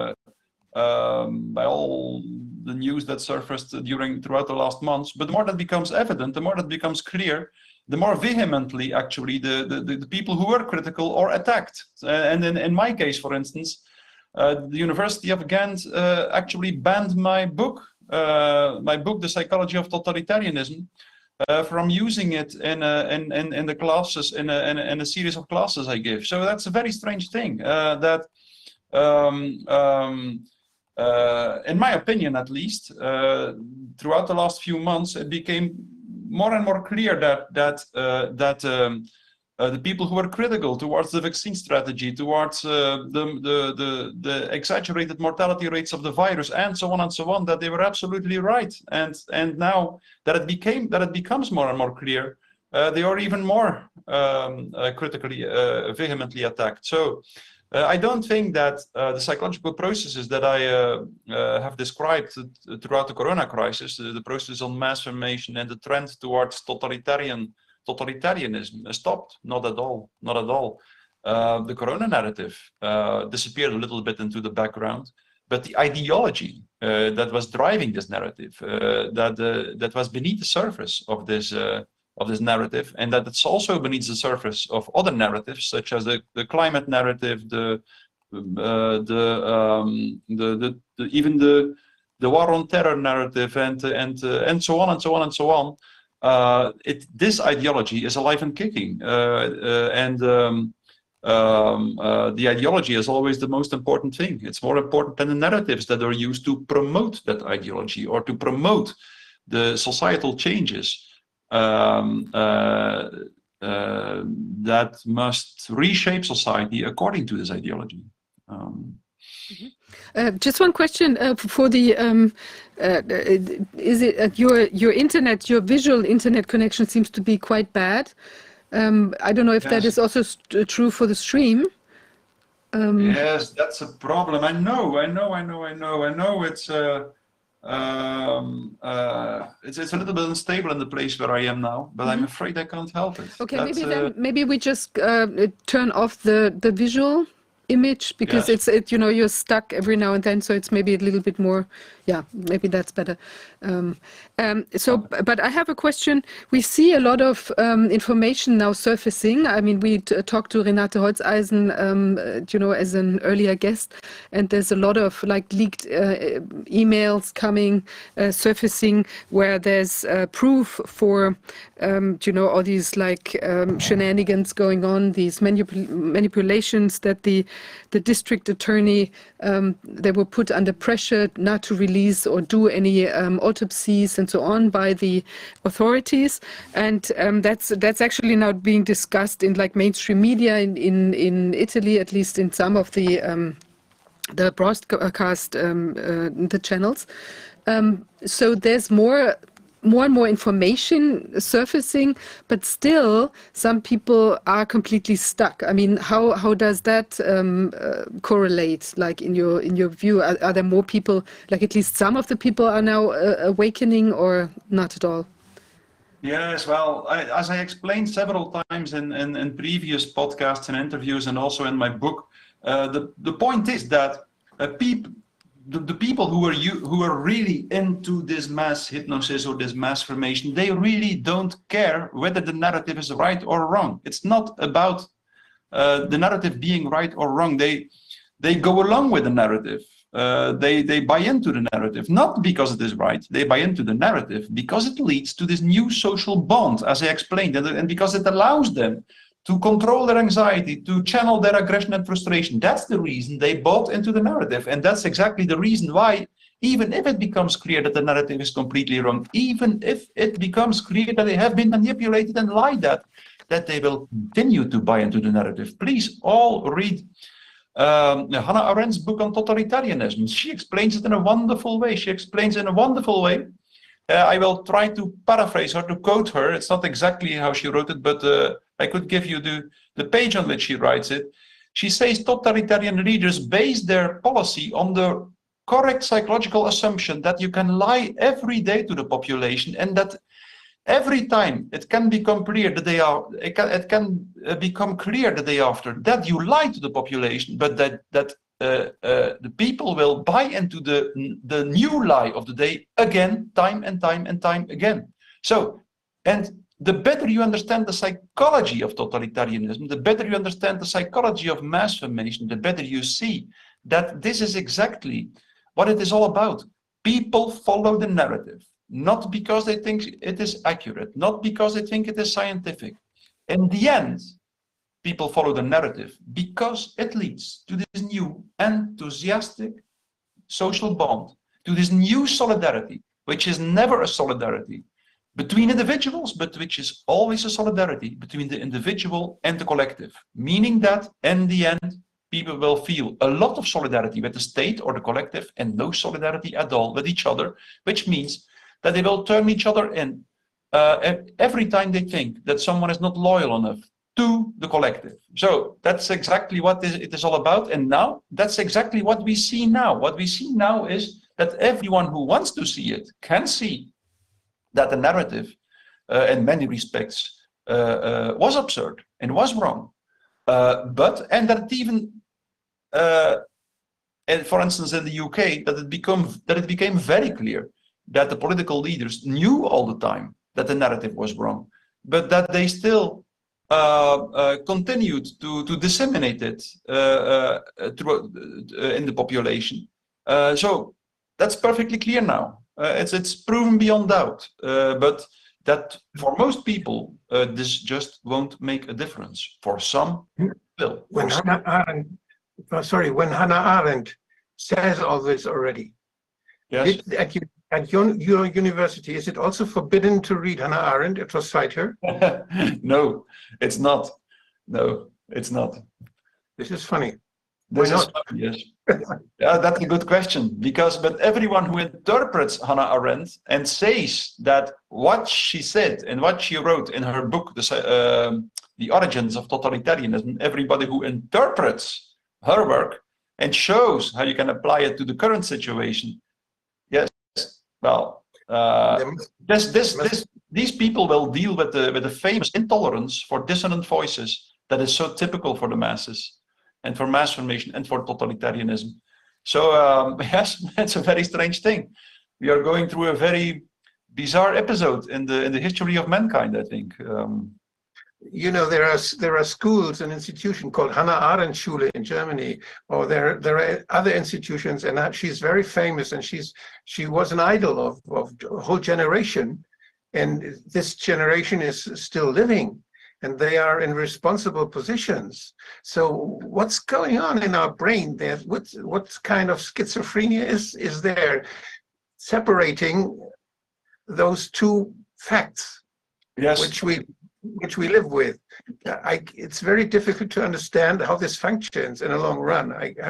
by all the news that surfaced throughout the last months. But the more that becomes evident, the more that becomes clear, the more vehemently actually the people who were critical are attacked. And in my case, for instance, the University of Ghent actually banned my book, The Psychology of Totalitarianism, from using it in the classes, in a series of classes I give. So that's a very strange thing. In my opinion, at least, throughout the last few months, it became more and more clear that the people who were critical towards the vaccine strategy, towards the exaggerated mortality rates of the virus, and so on, that they were absolutely right. And now that it becomes more and more clear, they are even more critically, vehemently attacked. So I don't think that the psychological processes that I have described throughout the corona crisis, the process on mass formation and the trend towards totalitarianism stopped. Not at all. Not at all. The corona narrative disappeared a little bit into the background, but the ideology that was driving this narrative, that was beneath the surface of this narrative, and that it's also beneath the surface of other narratives, such as the climate narrative, even the war on terror narrative, and so on and so on and so on. This ideology is alive and kicking, the ideology is always the most important thing. It's more important than the narratives that are used to promote that ideology or to promote the societal changes that must reshape society according to this ideology. Just one question for the is it your internet, your visual internet connection seems to be quite bad. I don't know if that is also true for the stream. Yes, that's a problem. I know. It's a little bit unstable in the place where I am now, but I'm afraid I can't help it. Okay, maybe we just turn off the visual image, because you're stuck every now and then, so it's maybe a little bit more. Yeah, maybe that's better. But I have a question. We see a lot of information now surfacing. I mean, we talked to Renate Holzeisen, as an earlier guest, and there's a lot of leaked emails coming, surfacing, where there's proof for, all these shenanigans going on, these manipulations that the district attorney, they were put under pressure not to release or do any autopsies and so on by the authorities, and that's actually now being discussed in mainstream media in Italy, at least in some of the broadcast the channels. So there's more and more information surfacing, but still some people are completely stuck. I mean, how does that correlate? In your view, are there more people? At least some of the people are now awakening, or not at all? Yes, well, as I explained several times in previous podcasts and interviews, and also in my book, the point is that the people who are really into this mass hypnosis or this mass formation, they really don't care whether the narrative is right or wrong. It's not about the narrative being right or wrong. They they go along with the narrative. They buy into the narrative, not because it is right. They buy into the narrative because it leads to this new social bond, as I explained, and because it allows them to control their anxiety, to channel their aggression and frustration. That's the reason they bought into the narrative. And that's exactly the reason why, even if it becomes clear that the narrative is completely wrong, even if it becomes clear that they have been manipulated and lied at, that they will continue to buy into the narrative. Please all read Hannah Arendt's book on totalitarianism. She explains it in a wonderful way. I will try to paraphrase her, to quote her. It's not exactly how she wrote it, but I could give you the page on which she writes it. She says totalitarian leaders base their policy on the correct psychological assumption that you can lie every day to the population, and that every time it can become clear the day after, it can become clear the day after that you lie to the population, but that the people will buy into the new lie of the day again, time and time and time again. So, and the better you understand the psychology of totalitarianism, the better you understand the psychology of mass formation, the better you see that this is exactly what it is all about. People follow the narrative, not because they think it is accurate, not because they think it is scientific. In the end, people follow the narrative because it leads to this new enthusiastic social bond, to this new solidarity, which is never a solidarity between individuals, but which is always a solidarity between the individual and the collective, meaning that in the end, people will feel a lot of solidarity with the state or the collective and no solidarity at all with each other, which means that they will turn each other in every time they think that someone is not loyal enough to the collective. So that's exactly what it is all about. And now that's exactly what we see now. What we see now is that everyone who wants to see it can see that the narrative in many respects was absurd and was wrong. And that even, and for instance, in the UK, that it became very clear that the political leaders knew all the time that the narrative was wrong, but that they still continued to disseminate it in the population. So that's perfectly clear now. It's proven beyond doubt, but that for most people, this just won't make a difference. For some, will. When Hannah Arendt says all this already, yes. At your university, is it also forbidden to read Hannah Arendt, to cite her? No, it's not. No, it's not. This is funny. Why not? Yes. Yeah, that's a good question. But everyone who interprets Hannah Arendt and says that what she said and what she wrote in her book, The Origins of Totalitarianism, everybody who interprets her work and shows how you can apply it to the current situation, yes, well, these people will deal with the famous intolerance for dissonant voices that is so typical for the masses and for mass formation and for totalitarianism. So yes, it's a very strange thing. We are going through a very bizarre episode in the history of mankind, I think. You know, there are schools and institutions called Hannah Arendt Schule in Germany, or there are other institutions, and she's very famous, and she was an idol of a whole generation, and this generation is still living, and they are in responsible positions. So what's going on in our brain there? What kind of schizophrenia is there separating those two facts? Yes. which we live with? It's very difficult to understand how this functions in a long run.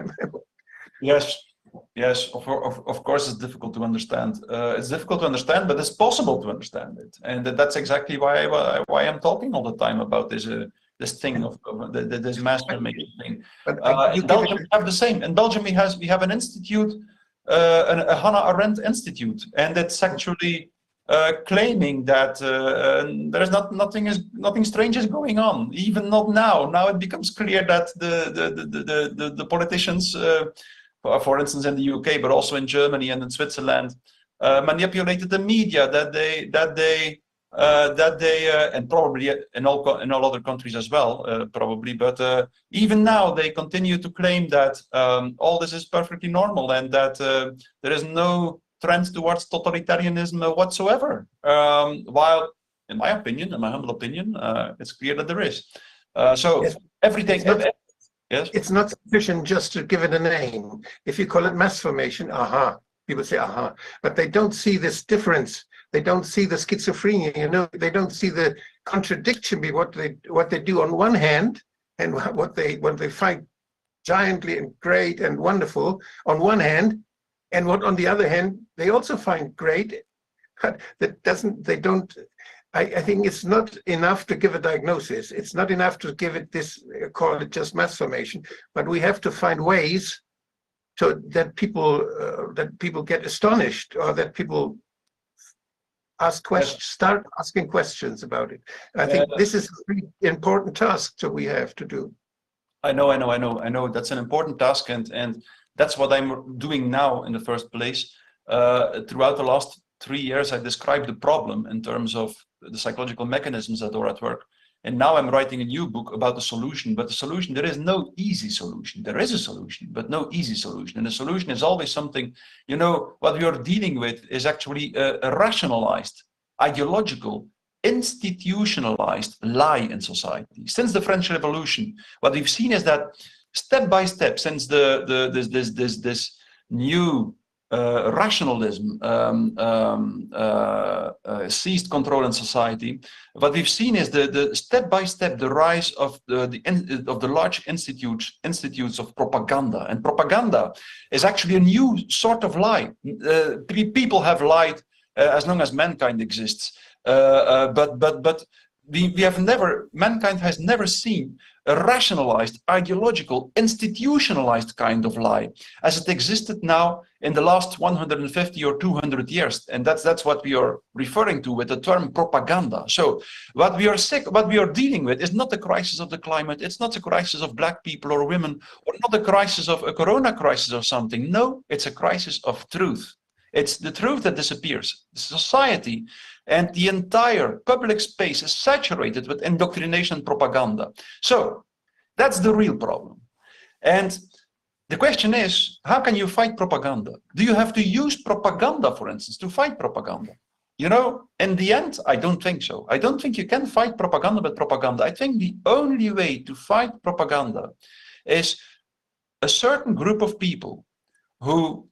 Yes, of course it's difficult to understand. It's difficult to understand, but it's possible to understand it. And that's exactly why I'm talking all the time about this thing of this mass formation thing. In Belgium we have the same. In Belgium we have an institute, a Hannah Arendt Institute, and it's actually claiming that there is nothing strange is going on, even not now. Now it becomes clear that the politicians, for instance in the UK, but also in Germany and in Switzerland, manipulated the media. That they that they, and probably in all other countries as well, probably, but even now they continue to claim that all this is perfectly normal and that there is no trend towards totalitarianism whatsoever. While, in my opinion, in my humble opinion, it's clear that there is. So Yes. everything. Yes. It's not sufficient just to give it a name. If you call it mass formation, aha, people say aha, but they don't see this difference. They don't see the schizophrenia, you know, they don't see the contradiction between what they do on one hand and what they find giantly and great and wonderful on one hand, and what on the other hand they also find great. I think it's not enough to give a diagnosis. It's not enough to give it this, call it just mass formation, but we have to find ways so that people get astonished, or that people ask questions, start asking questions about it. I think this is a really important task that we have to do. I know. That's an important task, and that's what I'm doing now in the first place. Throughout the last 3 years, I described the problem in terms of the psychological mechanisms that are at work. And now I'm writing a new book about the solution, but the solution, there is no easy solution. There is a solution, but no easy solution. And the solution is always something, you know, what we are dealing with is actually a rationalized, ideological, institutionalized lie in society. Since the French Revolution, what we've seen is that step by step, since this new rationalism seized control in society, what we've seen is the step by step the rise of the large institutes of propaganda. And propaganda is actually a new sort of lie. People have lied as long as mankind exists, but mankind has never seen a rationalized, ideological, institutionalized kind of lie as it existed now in the last 150 or 200 years. And that's what we are referring to with the term propaganda. So what we are dealing with is not the crisis of the climate. It's not a crisis of black people or women, or not a crisis of a corona crisis or something. No, it's a crisis of truth. It's the truth that disappears. Society and the entire public space is saturated with indoctrination and propaganda. So that's the real problem. And the question is, how can you fight propaganda? Do you have to use propaganda, for instance, to fight propaganda? You know, in the end, I don't think so. I don't think you can fight propaganda with propaganda. I think the only way to fight propaganda is a certain group of people who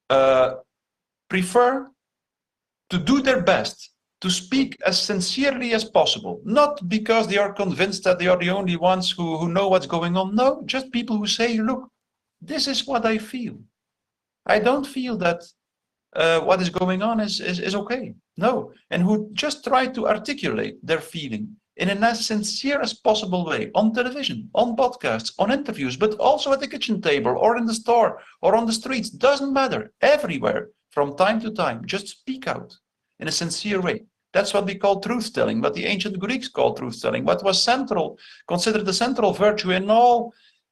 prefer to do their best to speak as sincerely as possible, not because they are convinced that they are the only ones who know what's going on. No, just people who say, look, this is what I feel. I don't feel that what is going on is okay. No, and who just try to articulate their feeling in as sincere as possible way on television, on podcasts, on interviews, but also at the kitchen table or in the store or on the streets, doesn't matter, everywhere, from time to time, just speak out in a sincere way. That's what we call truth-telling, what the ancient Greeks called truth-telling, what was considered the central virtue in all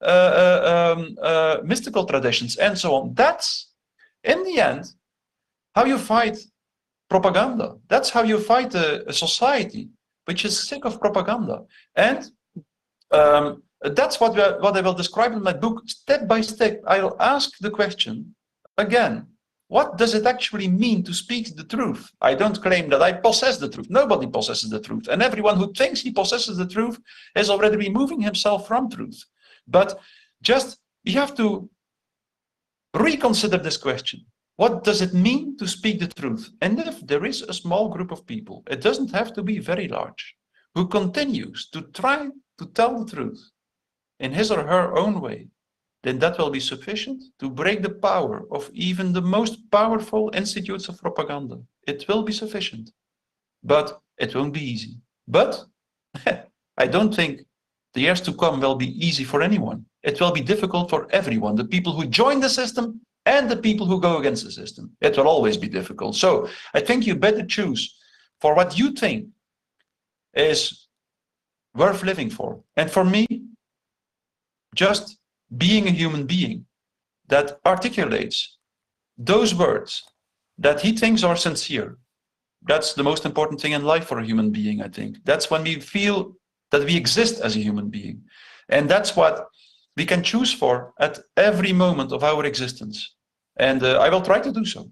mystical traditions and so on. That's, in the end, how you fight propaganda. That's how you fight a society which is sick of propaganda. And that's what I will describe in my book. Step by step, I'll ask the question again. What does it actually mean to speak the truth? I don't claim that I possess the truth. Nobody possesses the truth. And everyone who thinks he possesses the truth is already removing himself from truth. But just, you have to reconsider this question. What does it mean to speak the truth? And if there is a small group of people, it doesn't have to be very large, who continues to try to tell the truth in his or her own way, then that will be sufficient to break the power of even the most powerful institutes of propaganda. It will be sufficient, but it won't be easy. But I don't think the years to come will be easy for anyone. It will be difficult for everyone, the people who join the system and the people who go against the system. It will always be difficult. So I think you better choose for what you think is worth living for. And for me, just being a human being that articulates those words that he thinks are sincere, That's the most important thing in life for a human being, I think. That's when we feel that we exist as a human being. And that's what we can choose for at every moment of our existence. And I will try to do so.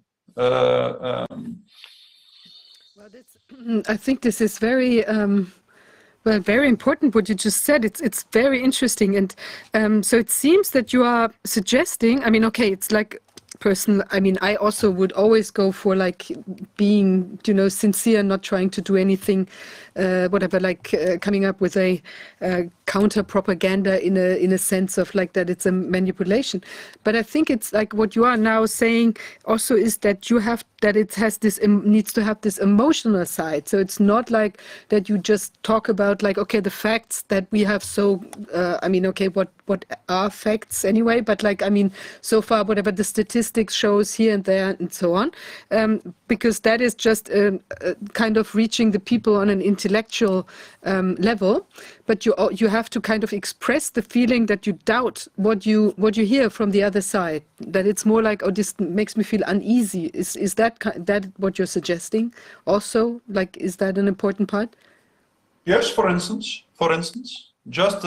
I think this is very well, very important what you just said. It's very interesting, and so it seems that you are suggesting. I mean, okay, it's like personal. I mean, I also would always go for like being, sincere, not trying to do anything, whatever, like coming up with a counter propaganda in a sense of like that it's a manipulation. But I think it's like what you are now saying also is that it has this needs to have this emotional side. So it's not like that you just talk about like, okay, the facts that we have. So I mean, okay, what are facts anyway? But like, I mean, so far whatever the statistics shows here and there and so on, because that is just kind of reaching the people on an intellectual level. But you have to kind of express the feeling that you doubt what you hear from the other side. That it's more like, oh, this makes me feel uneasy. Is that what you're suggesting? Also, like, is that an important part? Yes, for instance, just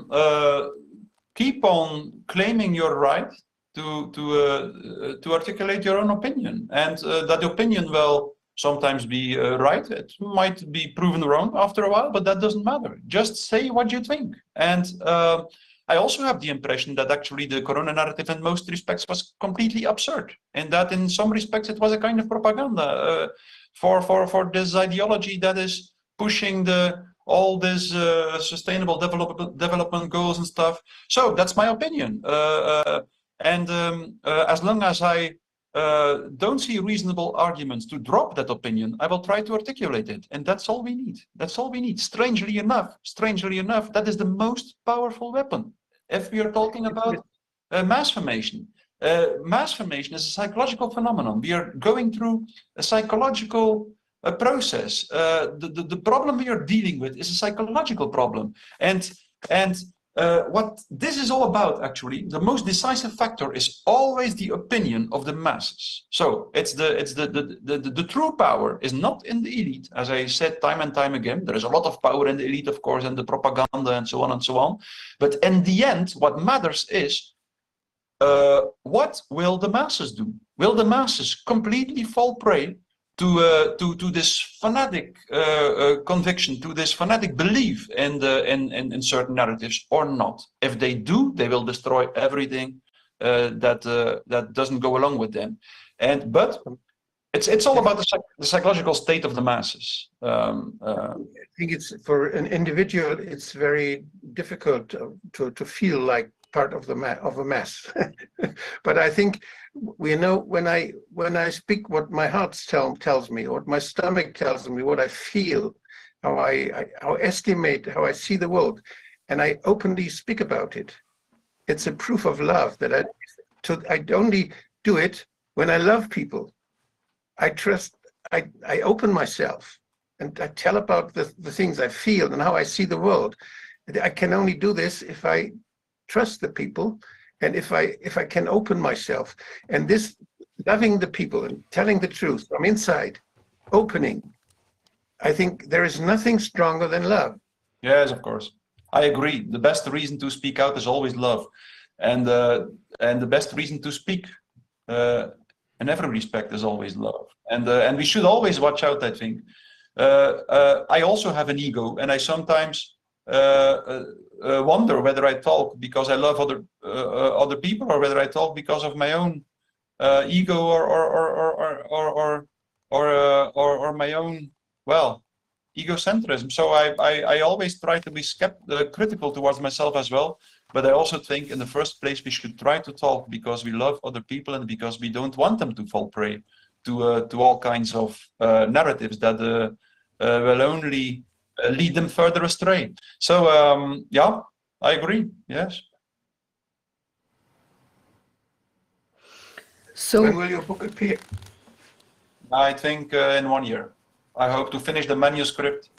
keep on claiming your right to articulate your own opinion, and that opinion will sometimes be right. It might be proven wrong after a while, but that doesn't matter. Just say what you think. And I also have the impression that actually the corona narrative in most respects was completely absurd, and that in some respects it was a kind of propaganda for this ideology that is pushing all these sustainable development goals and stuff. So that's my opinion. As long as I don't see reasonable arguments to drop that opinion, I will try to articulate it, and that's all we need. That's all we need. Strangely enough, that is the most powerful weapon. If we are talking about mass formation, mass formation is a psychological phenomenon. We are going through a psychological process. The problem we are dealing with is a psychological problem, and what this is all about, actually, the most decisive factor is always the opinion of the masses. So the true power is not in the elite, as I said time and time again. There is a lot of power in the elite, of course, and the propaganda and so on and so on. But in the end, what matters is what will the masses do? Will the masses completely fall prey to this fanatic conviction, to this fanatic belief in certain narratives, or not? If they do, they will destroy everything that doesn't go along with them. But it's all about the psychological state of the masses. I think it's, for an individual, it's very difficult to feel like part of a mass. But I think we know, when I speak what my heart tells me, what my stomach tells me, what I feel, how I estimate, how I see the world, and I openly speak about it, it's a proof of love that I only do it when I love people. I trust, I open myself, and I tell about the things I feel and how I see the world. I can only do this if I trust the people, and if I can open myself. And this loving the people and telling the truth from inside, opening, I think there is nothing stronger than love. Yes, of course, I agree. The best reason to speak out is always love, and the best reason to speak in every respect is always love. And we should always watch out, I think. I also have an ego, and I sometimes wonder whether I talk because I love other people, or whether I talk because of my own ego, or my own, well, egocentrism. So I always try to be critical towards myself as well. But I also think, in the first place, we should try to talk because we love other people, and because we don't want them to fall prey to all kinds of narratives that will only lead them further astray. So yeah, I agree. Yes. So when will your book appear? I think in 1 year. I hope to finish the manuscript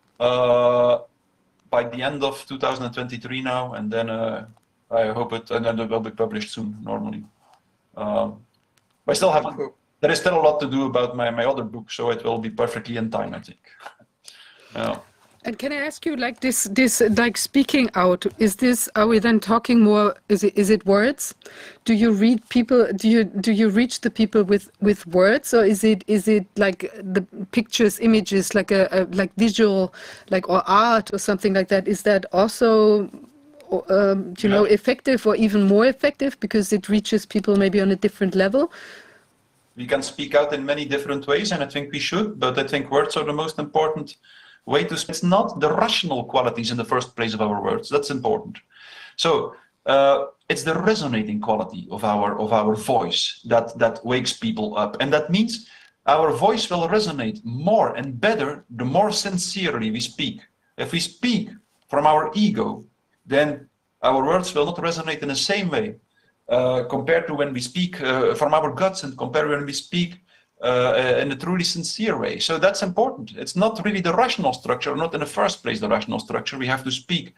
by the end of 2023 now, and then I hope it will be published soon. Normally, I still haven't. there is still a lot to do about my other book, so it will be perfectly in time, I think. And can I ask you, like this like speaking out, are we then talking more, is it words? Do you read people, do you reach the people with words, or is it like the pictures, images, like like visual, like, or art or something like that? Is that also effective, or even more effective because it reaches people maybe on a different level? We can speak out in many different ways, and I think we should, but I think words are the most important way to speak. It's not the rational qualities in the first place of our words, that's important. So it's the resonating quality of our voice that wakes people up, and that means our voice will resonate more and better the more sincerely we speak. If we speak from our ego, then our words will not resonate in the same way compared to when we speak from our guts, and compared to when we speak in a truly sincere way. So that's important. It's not really the rational structure, not in the first place the rational structure. We have to speak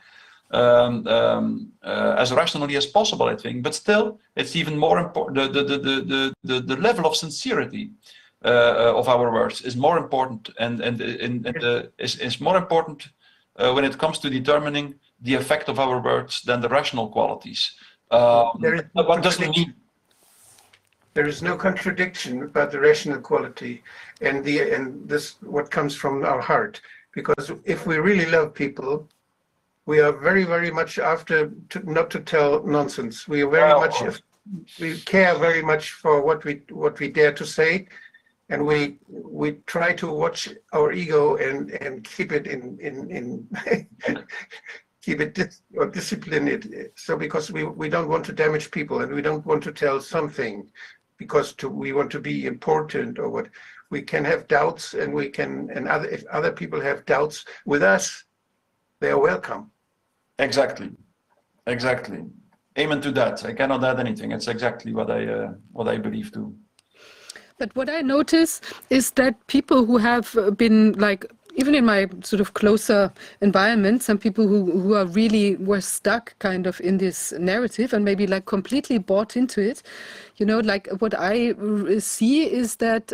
as rationally as possible, I think. But still, it's even more important. The level of sincerity of our words is more important, and is more important when it comes to determining the effect of our words than the rational qualities. What does it mean? There is no contradiction about the rational quality and this what comes from our heart. Because if we really love people, we are very, very much after not to tell nonsense. We are very much, we care very much for what we dare to say, and we try to watch our ego and keep it in keep it or discipline it. So because we don't want to damage people, and we don't want to tell something because we want to be important, or what. We can have doubts, and if other people have doubts with us, they are welcome. Exactly. Amen to that. I cannot add anything. It's exactly what I believe too. But what I notice is that people who have been, like, even in my sort of closer environment, some people who were stuck kind of in this narrative and maybe like completely bought into it, like what I see is that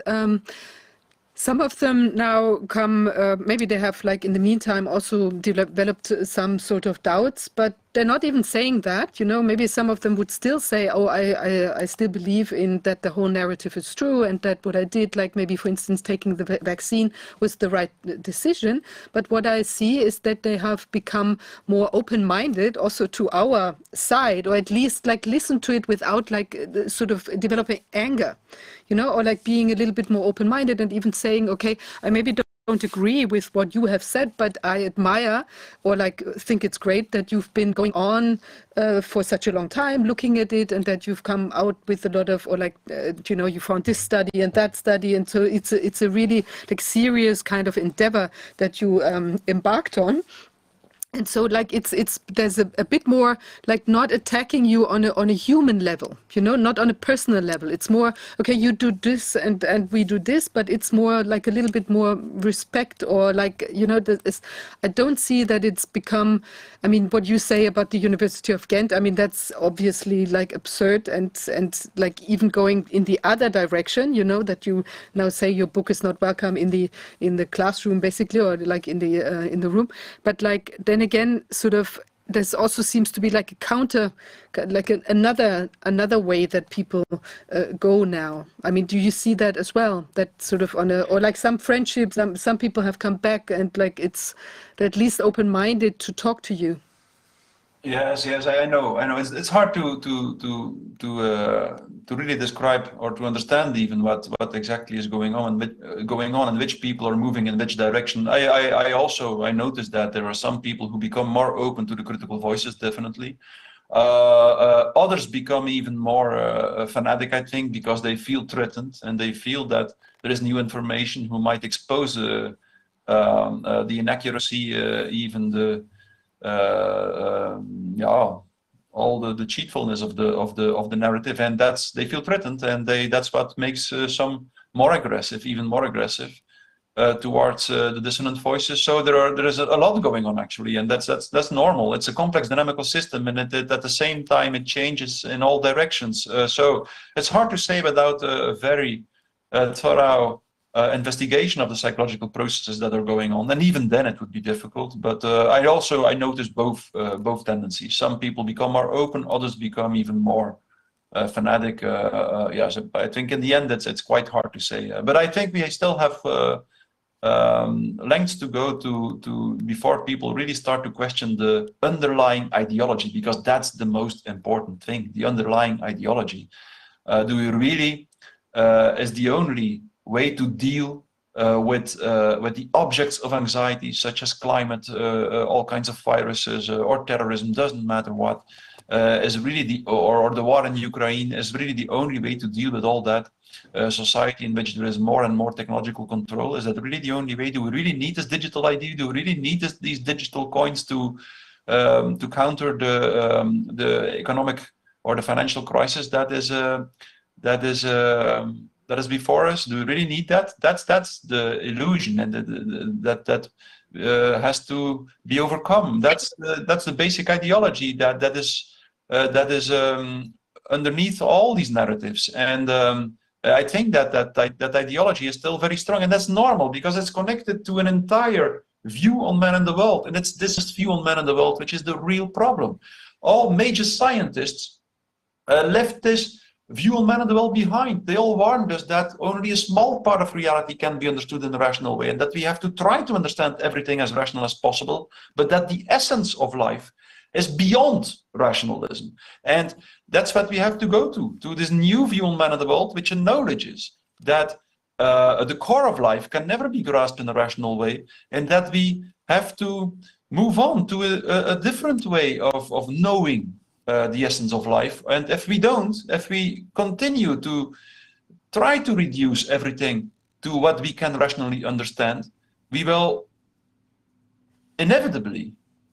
some of them now come, maybe they have, like, in the meantime also developed some sort of doubts, but they're not even saying that, maybe some of them would still say, oh, I still believe in that the whole narrative is true, and that what I did, like maybe, for instance, taking the vaccine was the right decision. But what I see is that they have become more open-minded also to our side, or at least like listen to it without like sort of developing anger, or like being a little bit more open-minded, and even saying, okay, I maybe don't agree with what you have said, but I admire, or like think it's great that you've been going on for such a long time looking at it, and that you've come out with a lot of, or like you found this study and that study, and so it's a really like serious kind of endeavor that you embarked on. And so, like, there's a bit more like not attacking you on a human level, not on a personal level. It's more, okay, you do this and we do this, but it's more like a little bit more respect, or like, I don't see that it's become, I mean, what you say about the University of Ghent, I mean, that's obviously like absurd, and like even going in the other direction, that you now say your book is not welcome in the classroom, basically, or like in the room. But like, then again, sort of, this also seems to be like a counter, like another way that people go now. I mean, do you see that as well? That sort of or like some friendships, some people have come back, and like they're at least open-minded to talk to you. Yes, I know. It's hard to really describe or to understand even what exactly is going on and which people are moving in which direction. I also noticed that there are some people who become more open to the critical voices, definitely. Others become even more fanatic, I think, because they feel threatened, and they feel that there is new information who might expose the inaccuracy, even all the deceitfulness of the narrative, and they feel threatened, and that's what makes some more aggressive, even more aggressive towards the dissonant voices. So there is a lot going on, actually, and that's normal. It's a complex dynamical system, and at the same time it changes in all directions. So it's hard to say without a very thorough investigation of the psychological processes that are going on, and even then it would be difficult. But I notice both tendencies. Some people become more open, others become even more fanatic. Yeah, so I think in the end it's quite hard to say. But I think we still have lengths to go to before people really start to question the underlying ideology, because that's the most important thing. The underlying ideology. Do we really is the only way to deal with the objects of anxiety, such as climate, all kinds of viruses, or terrorism, doesn't matter what, is really or the war in Ukraine is really the only way to deal with all that. Society in which there is more and more technological control, is that really the only way? Do we really need this digital ID? Do we really need these digital coins to counter the economic or the financial crisis that is before us? Do we really need that? That's the illusion, and that has to be overcome. That's the basic ideology that is underneath all these narratives, and I think that ideology is still very strong, and that's normal because it's connected to an entire view on man and the world, and it's this view on man and the world which is the real problem. All major scientists left this view on man and the world behind. They all warned us that only a small part of reality can be understood in a rational way, and that we have to try to understand everything as rational as possible, but that the essence of life is beyond rationalism. And that's what we have to go to this new view on man and the world, which acknowledges that the core of life can never be grasped in a rational way, and that we have to move on to a different way of knowing the essence of life. And if we continue to try to reduce everything to what we can rationally understand, we will inevitably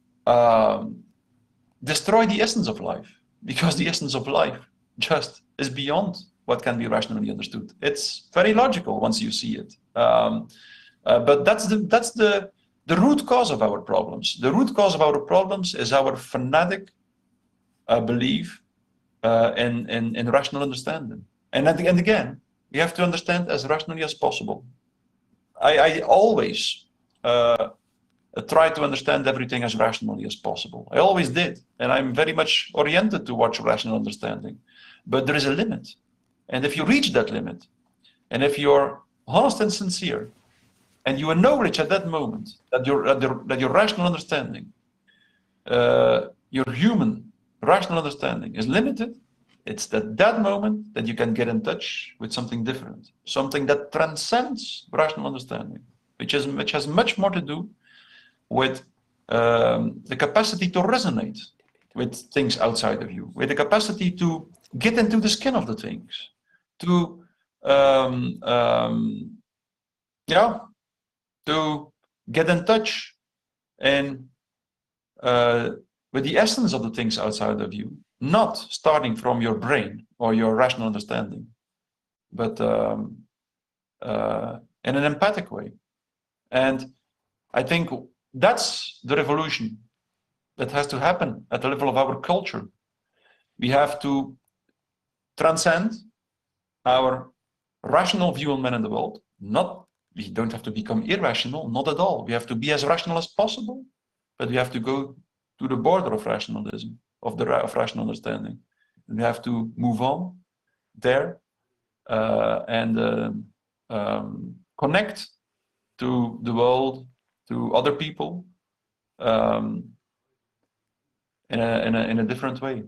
destroy the essence of life, because the essence of life just is beyond what can be rationally understood. It's very logical once you see it. But that's the root cause of our problems. The root cause of our problems is our fanatic belief in rational understanding. And again, we have to understand as rationally as possible. I always try to understand everything as rationally as possible. I always did, and I'm very much oriented towards rational understanding. But there is a limit, and if you reach that limit, and if you're honest and sincere, and you acknowledge at that moment that your rational understanding, your human rational understanding is limited, it's at that moment that you can get in touch with something different, something that transcends rational understanding, which has much more to do with the capacity to resonate with things outside of you, with the capacity to get into the skin of the things, to get in touch and with the essence of the things outside of you, not starting from your brain or your rational understanding, but in an empathic way. And I think that's the revolution that has to happen at the level of our culture. We have to transcend our rational view on man and the world. We don't have to become irrational, not at all. We have to be as rational as possible, but we have to go to the border of rationalism, of rational understanding. And we have to move on there and connect to the world, to other people in a different way.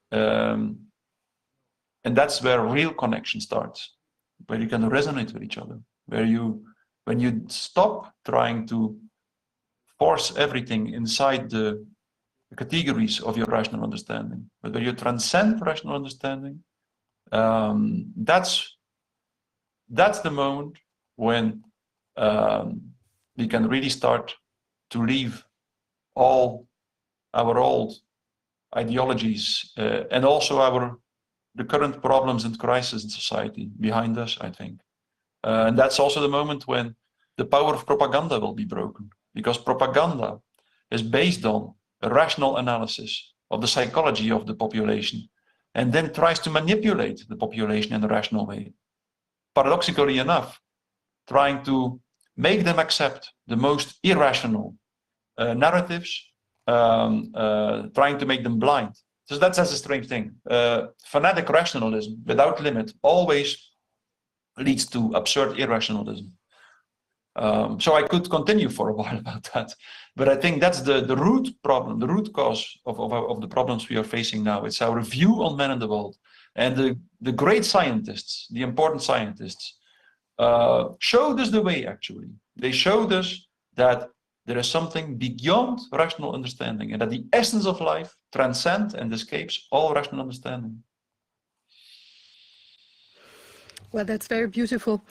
And that's where real connection starts, where you can resonate with each other, when you stop trying to force everything inside the categories of your rational understanding, but where you transcend rational understanding. That's the moment when we can really start to leave all our old ideologies and also the current problems and crises in society behind us, I think. And that's also the moment when the power of propaganda will be broken, because propaganda is based on a rational analysis of the psychology of the population, and then tries to manipulate the population in a rational way. paradoxically enough, trying to make them accept the most irrational narratives, trying to make them blind. So that's a strange thing. Fanatic rationalism without limit always leads to absurd irrationalism. So I could continue for a while about that, but I think that's the root problem, the root cause of the problems we are facing now. It's our view on man and the world. And the great scientists, the important scientists, showed us the way, actually. They showed us that there is something beyond rational understanding, and that the essence of life transcends and escapes all rational understanding. Well, that's very beautiful.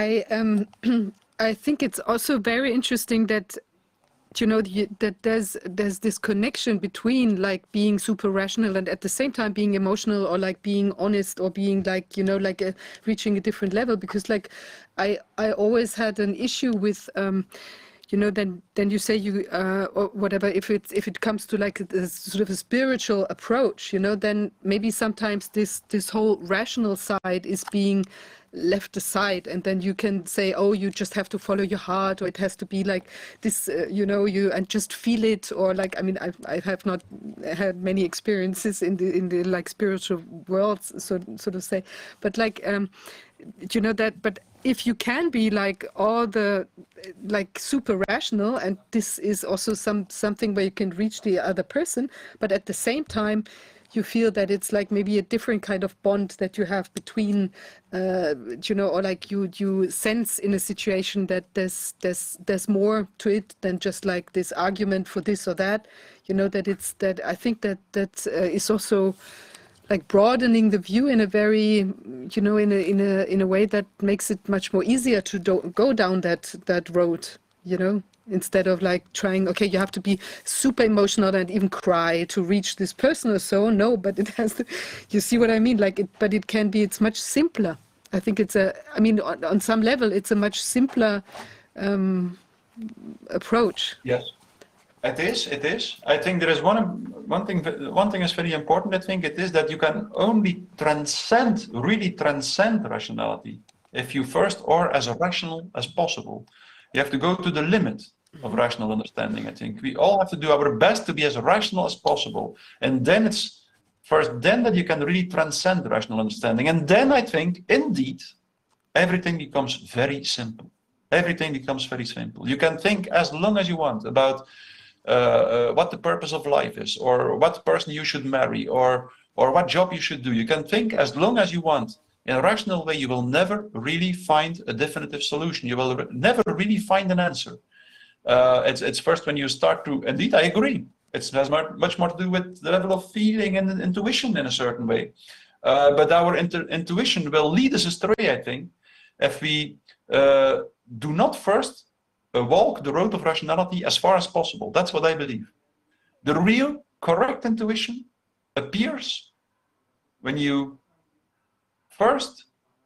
I think it's also very interesting that, you know, that there's this connection between like being super rational and at the same time being emotional, or like being honest, or being like, you know, like reaching a different level. Because like I always had an issue with you know, then you say you or whatever, if it comes to like a sort of a spiritual approach, you know, then maybe sometimes this whole rational side is being left aside, and then you can say, oh, you just have to follow your heart, or it has to be like this, you know, and just feel it, or like, I mean, I have not had many experiences in the like spiritual worlds, so to say, but like you know that, but if you can be like all the like super rational, and this is also something where you can reach the other person, but at the same time you feel that it's like maybe a different kind of bond that you have between you know, or like you sense in a situation that there's more to it than just like this argument for this or that, you know, that it's that I think that is also like broadening the view in a very, you know, in a way that makes it much more easier to go down that road, you know, instead of like trying, okay, you have to be super emotional and even cry to reach this person or so. No, but it has to, you see what I mean? Like but it can be, it's much simpler. I think it's I mean, on some level, it's a much simpler approach. Yes. It is. I think there is one thing is very important. I think it is that you can only really transcend rationality if you first are as rational as possible. You have to go to the limit of rational understanding. I think we all have to do our best to be as rational as possible, and then it's first then that you can really transcend rational understanding. And then I think, indeed, everything becomes very simple. Everything becomes very simple. You can think as long as you want about what the purpose of life is, or what person you should marry, or what job you should do. You can think as long as you want. In a rational way, you will never really find a definitive solution. You will never really find an answer. It's first when you start to, indeed, I agree. It has much more to do with the level of feeling and intuition in a certain way. But our intuition will lead us astray, I think, if we do not first walk the road of rationality as far as possible. That's what I believe. The real correct intuition appears when you first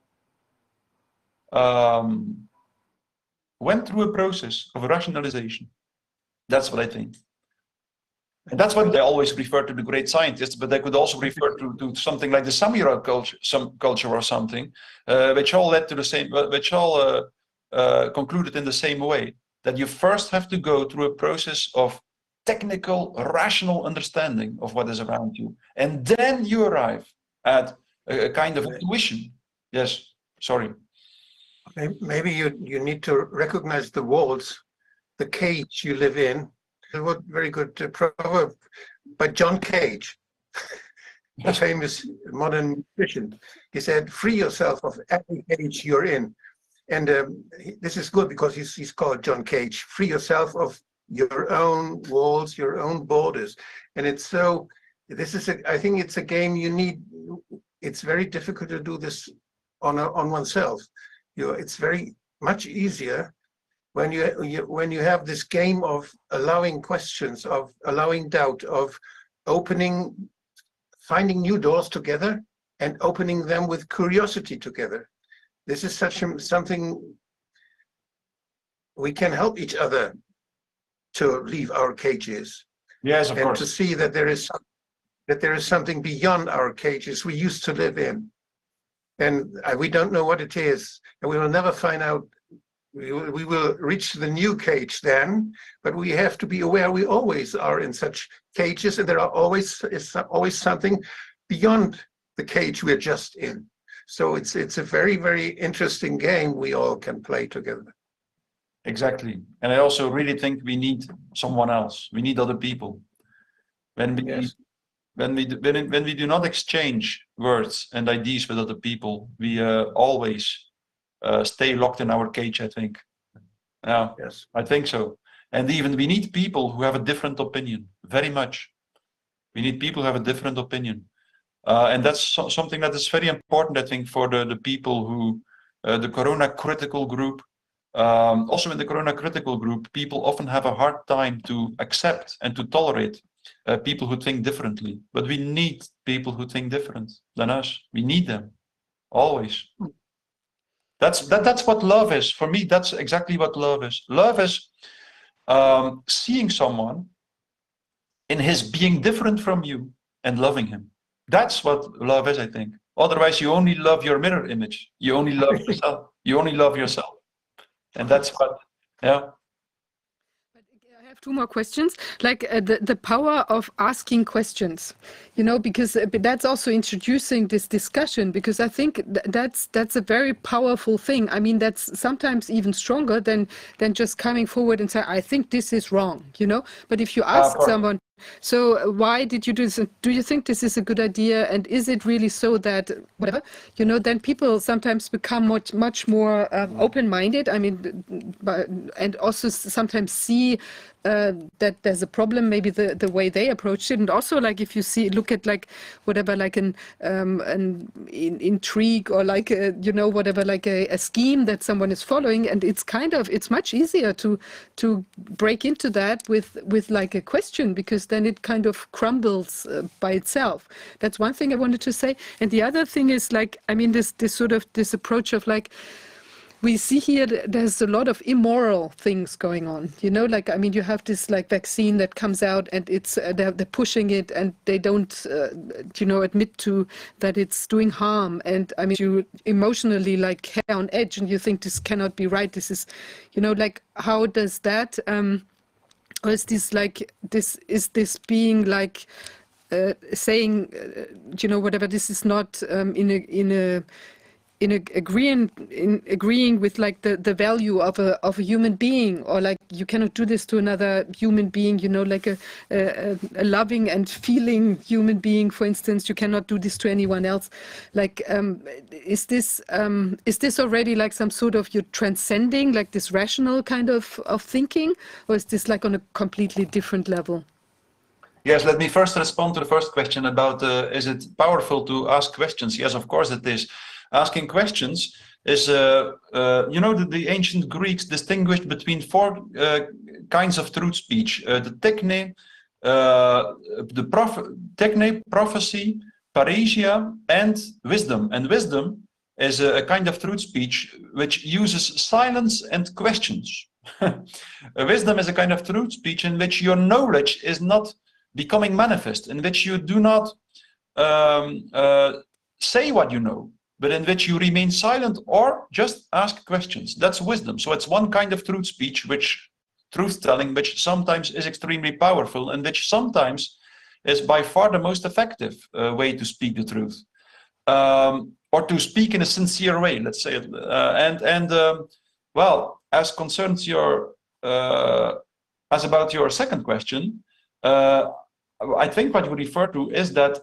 went through a process of rationalization. That's what I think. And that's what they always refer to the great scientists, but they could also refer to something like the samurai culture or something, which all led to the same, which all concluded in the same way, that you first have to go through a process of technical, rational understanding of what is around you. And then you arrive at a kind of intuition. Yes, sorry. Maybe you need to recognize the walls, the cage you live in. What very good proverb by John Cage, the famous modern musician. He said, "Free yourself of every cage you're in." And this is good because he's called John Cage. Free yourself of your own walls, your own borders. And it's so, I think it's a game you need. It's very difficult to do this on oneself. It's very much easier when you have this game of allowing questions, of allowing doubt, of finding new doors together and opening them with curiosity together. This is something we can help each other to leave our cages. Yes, of course. And to see that there is something beyond our cages we used to live in. and we don't know what it is, and we will never find out. We will reach the new cage then, but we have to be aware we always are in such cages, and there is always something beyond the cage we're just in. So it's a very, very interesting game we all can play together. Exactly. And I also really think we need someone else. We need other people. When we do not exchange words and ideas with other people, we always stay locked in our cage, I think. Yeah, Yes. I think so. And even we need people who have a different opinion, very much. We need people who have a different opinion. And that's something that is very important, I think, for the people who, the Corona critical group. Also in the Corona critical group, people often have a hard time to accept and to tolerate people who think differently. But we need people who think different than us. We need them, always. That's what love is. For me, that's exactly what love is. Love is seeing someone in his being different from you and loving him. That's what love is, I think. Otherwise, you only love your mirror image. You only love yourself. You only love yourself. And that's what, yeah. I have two more questions. Like the power of asking questions, you know, because that's also introducing this discussion, because I think that's a very powerful thing. I mean, that's sometimes even stronger than just coming forward and say, I think this is wrong, you know. But if you ask someone, so why did you do this? Do you think this is a good idea? And is it really so that whatever, you know, then people sometimes become much more open-minded. I mean, and also sometimes see that there's a problem, maybe the way they approached it. And also, like, if you look at like whatever, like an intrigue or like you know, whatever, like a scheme that someone is following, and it's much easier to break into that with like a question, because then it kind of crumbles by itself. That's one thing I wanted to say. And the other thing is, like, I mean, this approach of like, we see here there's a lot of immoral things going on, you know, like, I mean, you have this like vaccine that comes out, and it's they're pushing it, and they don't you know, admit to that it's doing harm. And I mean, you emotionally like hair on edge, and you think this cannot be right. This is, you know, like, how does that or is this like is this being like saying you know, whatever, this is not in agreeing with like the value of a human being, or like, you cannot do this to another human being, you know, like a loving and feeling human being, for instance. You cannot do this to anyone else. Like, is this already like some sort of, you're transcending like this rational kind of thinking, or is this like on a completely different level? Yes, let me first respond to the first question about is it powerful to ask questions? Yes, of course it is. Asking questions is, you know, the ancient Greeks distinguished between four kinds of truth speech: the techne, prophecy, parrhesia, and wisdom. And wisdom is a kind of truth speech which uses silence and questions. Wisdom is a kind of truth speech in which your knowledge is not becoming manifest, in which you do not say what you know, but in which you remain silent or just ask questions. That's wisdom. So it's one kind of truth speech, which truth-telling, which sometimes is extremely powerful, and which sometimes is by far the most effective way to speak the truth, or to speak in a sincere way, let's say. Well, as concerns your, as about your second question, I think what you refer to is that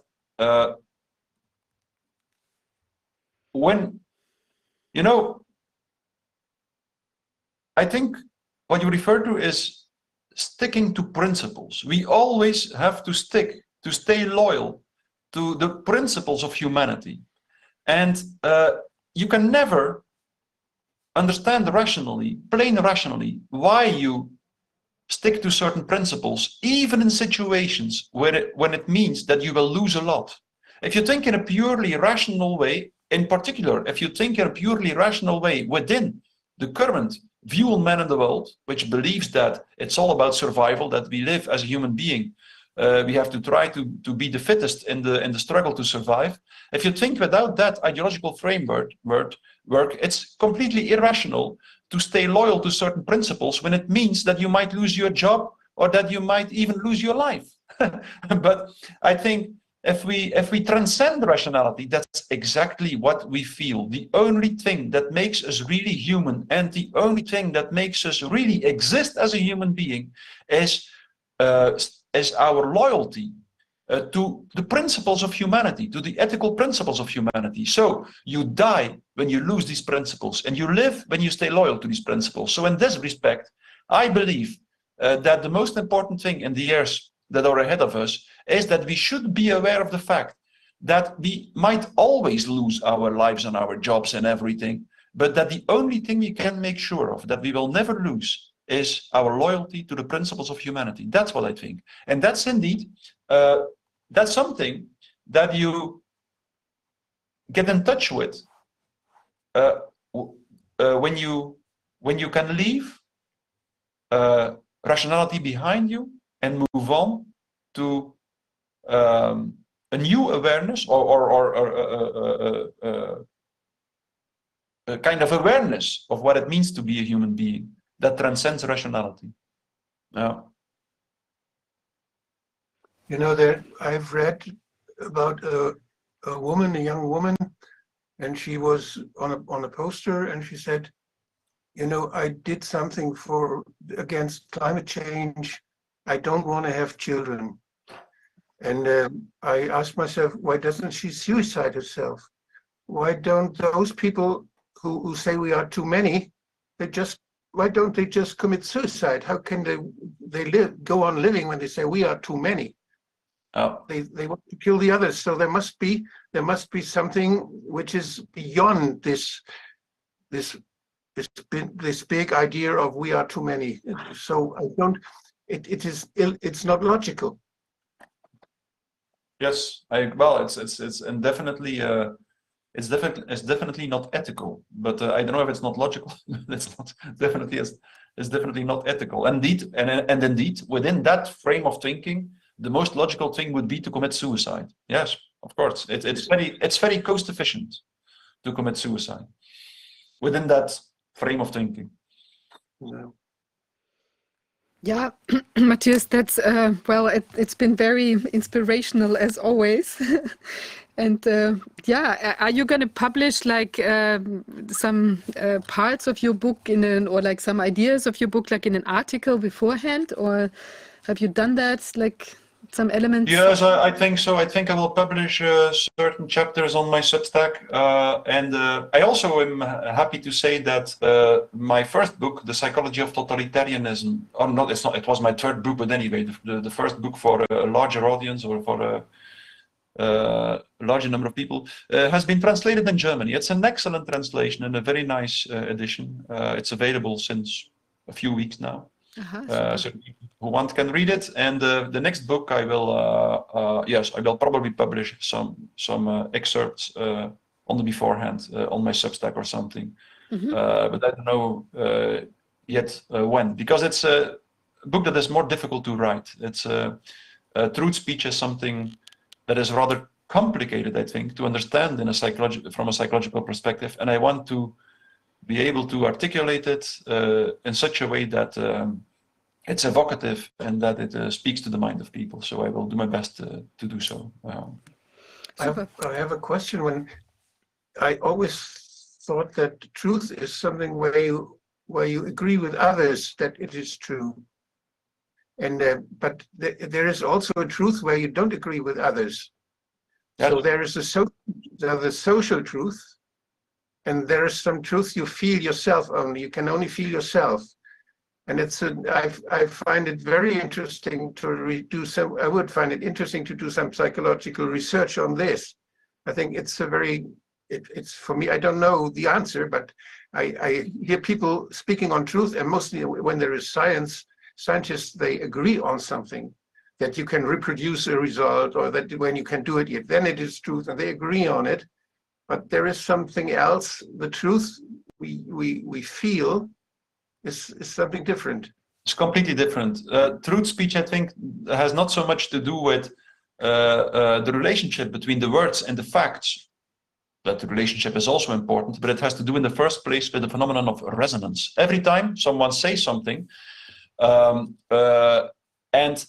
when, you know, I think what you refer to is sticking to principles. We always have to stay loyal to the principles of humanity. And you can never understand rationally, plain rationally, why you stick to certain principles, even in situations where when it means that you will lose a lot. If you think in a purely rational way, in particular, if you think in a purely rational way within the current view on man in the world, which believes that it's all about survival, that we live as a human being We have to try to be the fittest in the struggle to survive. If you think without that ideological framework, it's completely irrational to stay loyal to certain principles when it means that you might lose your job or that you might even lose your life. But I think if we transcend rationality, that's exactly what we feel. The only thing that makes us really human and the only thing that makes us really exist as a human being is our loyalty to the principles of humanity, to the ethical principles of humanity. So you die when you lose these principles, and you live when you stay loyal to these principles. So in this respect, I believe that the most important thing in the years that are ahead of us is that we should be aware of the fact that we might always lose our lives and our jobs and everything, but that the only thing we can make sure of, that we will never lose, is our loyalty to the principles of humanity. That's what I think. And that's indeed, that's something that you get in touch with when you can leave rationality behind you and move on to a new awareness or a kind of awareness of what it means to be a human being that transcends rationality. Yeah. You know, that I've read about a woman, a young woman, and she was on a poster, and she said, you know, I did something against climate change. I don't want to have children. And I asked myself, why doesn't she suicide herself? Why don't those people who say we are too many, why don't they just commit suicide? How can they go on living when they say we are too many? They want to kill the others. So there must be something which is beyond this big idea of we are too many. So it's not logical. Yes, it's definitely it's definitely not ethical. But I don't know if it's not logical. It's definitely not ethical. Indeed, and indeed, within that frame of thinking, the most logical thing would be to commit suicide. Yes, of course. It's very cost efficient to commit suicide within that frame of thinking. Yeah, Matthias, that's well, it's been very inspirational as always. And yeah, are you going to publish like some parts of your book or like some ideas of your book like in an article beforehand, or have you done that, like some elements? Yes, I think so. I think I will publish certain chapters on my Substack, and I also am happy to say that my first book, The Psychology of Totalitarianism, or not, it's not. It was my third book, but anyway, the first book for a larger audience or for a larger number of people, has been translated in Germany. It's an excellent translation and a very nice edition. It's available since a few weeks now. So who want can read it. And the next book I will I will probably publish some excerpts on the beforehand on my Substack or something. But I don't know yet when, because it's a book that is more difficult to write. It's truth speech is something that is rather complicated, I think, to understand from a psychological perspective, and I want to be able to articulate it in such a way that it's evocative and that it speaks to the mind of people. So I will do my best to do so. I have a question. When I always thought that truth is something where you agree with others that it is true, and but there is also a truth where you don't agree with others. Yes. So there is the social truth. And there is some truth you feel yourself only. You can only feel yourself, and I find it very interesting to do some. I would find it interesting to do some psychological research on this. I think it's it's for me. I don't know the answer, but I hear people speaking on truth, and mostly when there is scientists they agree on something, that you can reproduce a result, or that when you can do it, then it is truth, and they agree on it. But there is something else. The truth we feel is something different. It's completely different. Truth speech, I think, has not so much to do with the relationship between the words and the facts. That the relationship is also important, but it has to do in the first place with the phenomenon of resonance. Every time someone says something, and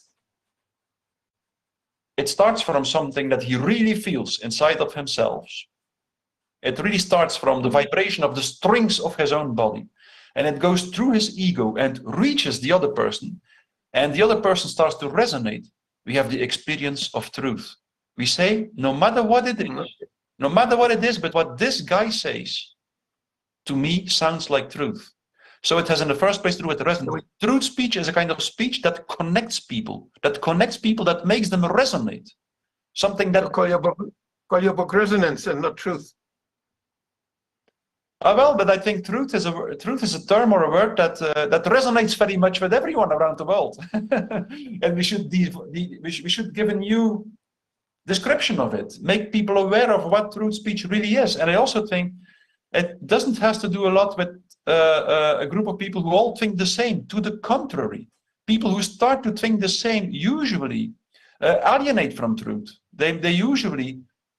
it starts from something that he really feels inside of himself. It really starts from the vibration of the strings of his own body. And it goes through his ego and reaches the other person. And the other person starts to resonate. We have the experience of truth. We say, no matter what it is, but what this guy says, to me, sounds like truth. So it has in the first place to do with the resonance. Truth speech is a kind of speech that connects people, that makes them resonate. Something that... Call your book Resonance and not Truth. Well, but I think truth is a term or a word that resonates very much with everyone around the world, and we should give a new description of it, make people aware of what truth speech really is. And I also think it doesn't have to do a lot with a group of people who all think the same. To the contrary, people who start to think the same usually alienate from truth. They usually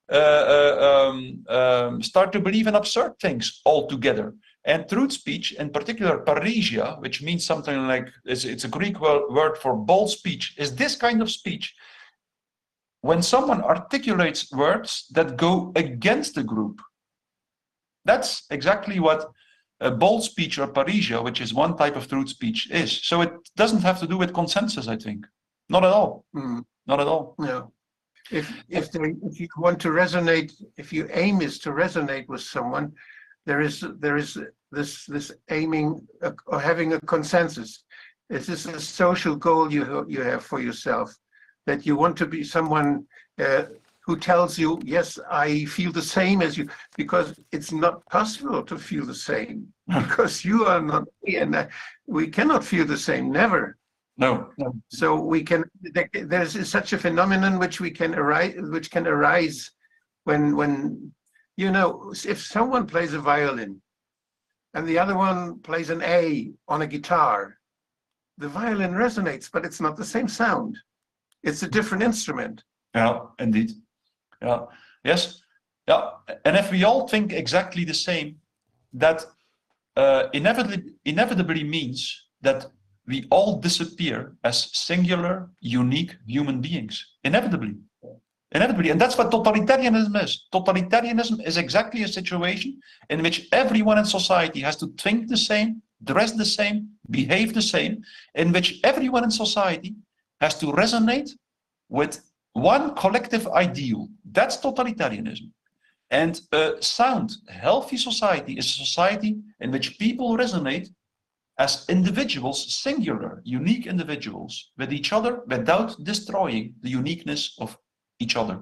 start to believe in absurd things altogether. And truth speech, in particular parrhesia, which means something like, it's a Greek word for bold speech, is this kind of speech. When someone articulates words that go against the group, that's exactly what a bold speech or parrhesia, which is one type of truth speech, is. So it doesn't have to do with consensus, I think. Not at all. Not at all. No. If you want to resonate, if your aim is to resonate with someone, there is this aiming or having a consensus. This is a social goal you have for yourself, that you want to be someone who tells you, yes, I feel the same as you, because it's not possible to feel the same, because you are not me, and we cannot feel the same, never. No. So we can. There's such a phenomenon which can arise when if someone plays a violin, and the other one plays an A on a guitar, the violin resonates, but it's not the same sound. It's a different instrument. Yeah, indeed. Yeah. Yes. Yeah. And if we all think exactly the same, that inevitably means that we all disappear as singular, unique human beings. Inevitably. And that's what totalitarianism is. Totalitarianism is exactly a situation in which everyone in society has to think the same, dress the same, behave the same, in which everyone in society has to resonate with one collective ideal. That's totalitarianism. And a sound, healthy society is a society in which people resonate as individuals, singular, unique individuals, with each other without destroying the uniqueness of each other.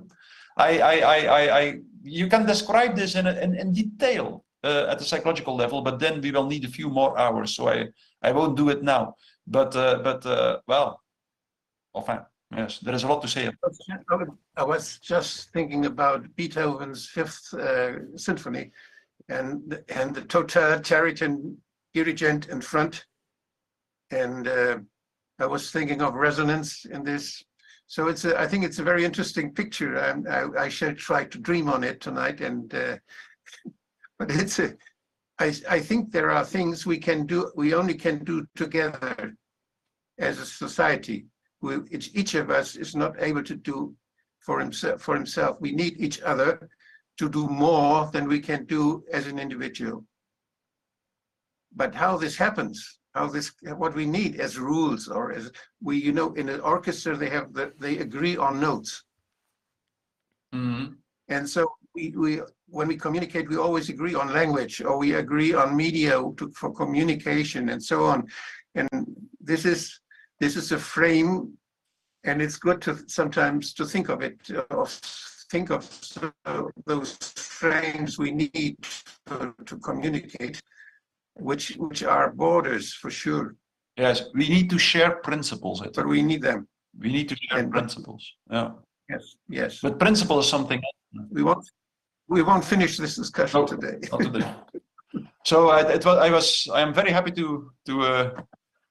You can describe this in detail at the psychological level, but then we will need a few more hours, so I won't do it now. But well, enfin, yes, there is a lot to say. I was just thinking about Beethoven's Fifth Symphony and the totalitarian dirigent in front, and I was thinking of resonance in this. So I think it's a very interesting picture. I should try to dream on it tonight. And but I think there are things we can do. We only can do together as a society. Each of us is not able to do for himself. We need each other to do more than we can do as an individual. But how this happens, what we need as rules, or as in an orchestra, they agree on notes. Mm-hmm. And so when we communicate, we always agree on language, or we agree on media for communication and so on. And this is a frame, and it's good to sometimes to think of it, think of those frames we need to communicate. Which are borders for sure. Yes, we need to share principles. But we need them. We need to share principles. Yeah. Yes. But principle is something. We won't finish this discussion today. Not today. So I am very happy to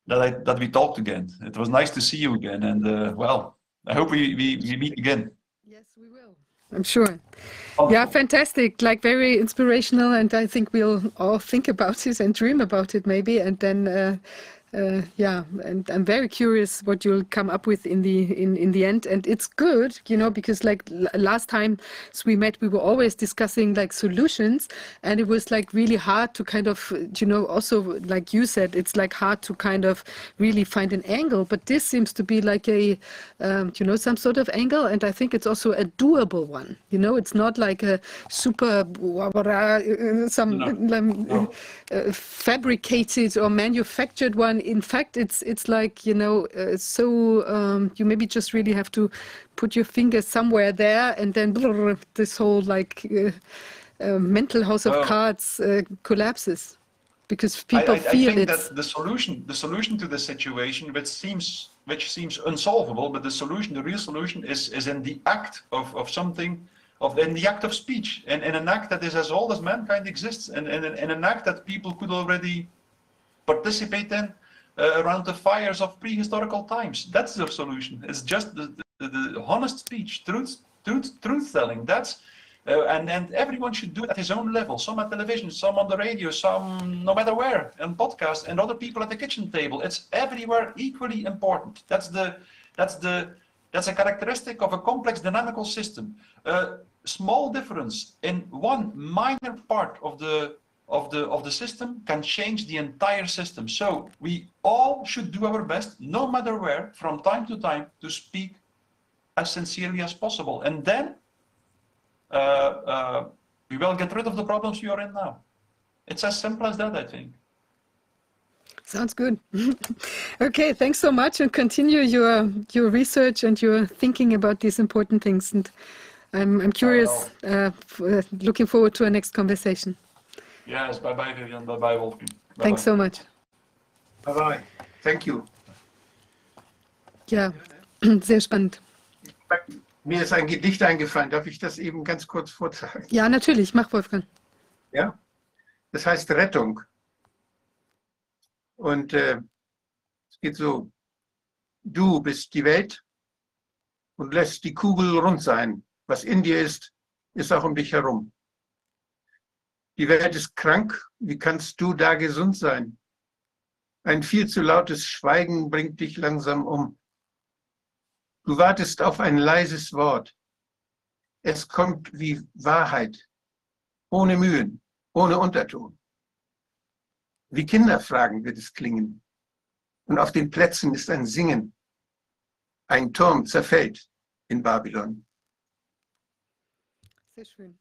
that we talked again. It was nice to see you again, and well, I hope we meet again. Yes, we will. I'm sure. Yeah, fantastic. Like very inspirational, and I think we'll all think about it and dream about it maybe, and then. Yeah, and I'm very curious what you'll come up with in the end. And it's good, you know, because like last time we met, we were always discussing like solutions, and it was like really hard to kind of, you know, also like you said, it's like hard to kind of really find an angle. But this seems to be like a, you know, some sort of angle, and I think it's also a doable one. You know, it's not like a super fabricated or manufactured one. In fact, it's like, you know, you maybe just really have to put your finger somewhere there, and then this whole like mental house of cards collapses because people feel I think it's. that the solution to the situation, which seems unsolvable, but the real solution is in the act of something. In the act of speech, and in an act that is as old as mankind exists, and in an act that people could already participate in around the fires of prehistorical times. That's the solution. It's just the honest speech, truth telling. That's and everyone should do it at his own level. Some at television, some on the radio, some no matter where, on podcasts, and other people at the kitchen table. It's everywhere equally important. That's a characteristic of a complex dynamical system. A small difference in one minor part of the system can change the entire system. So we all should do our best, no matter where, from time to time, to speak as sincerely as possible. And then we will get rid of the problems we are in now. It's as simple as that, I think. Sounds good. Okay, thanks so much, and continue your research and your thinking about these important things. And I'm curious, looking forward to our next conversation. Yes, bye-bye, Vivian. Bye-bye, Wolfgang. Thanks so much. Bye-bye. Thank you. Ja, sehr spannend. Mir ist ein Gedicht eingefallen. Darf ich das eben ganz kurz vortragen? Ja, natürlich. Mach, Wolfgang. Ja? Das heißt Rettung. Und es geht so: Du bist die Welt und lässt die Kugel rund sein. Was in dir ist, ist auch um dich herum. Die Welt ist krank. Wie kannst du da gesund sein? Ein viel zu lautes Schweigen bringt dich langsam um. Du wartest auf ein leises Wort. Es kommt wie Wahrheit, ohne Mühen, ohne Unterton. Wie Kinderfragen wird es klingen. Und auf den Plätzen ist ein Singen. Ein Turm zerfällt in Babylon. Sehr schön.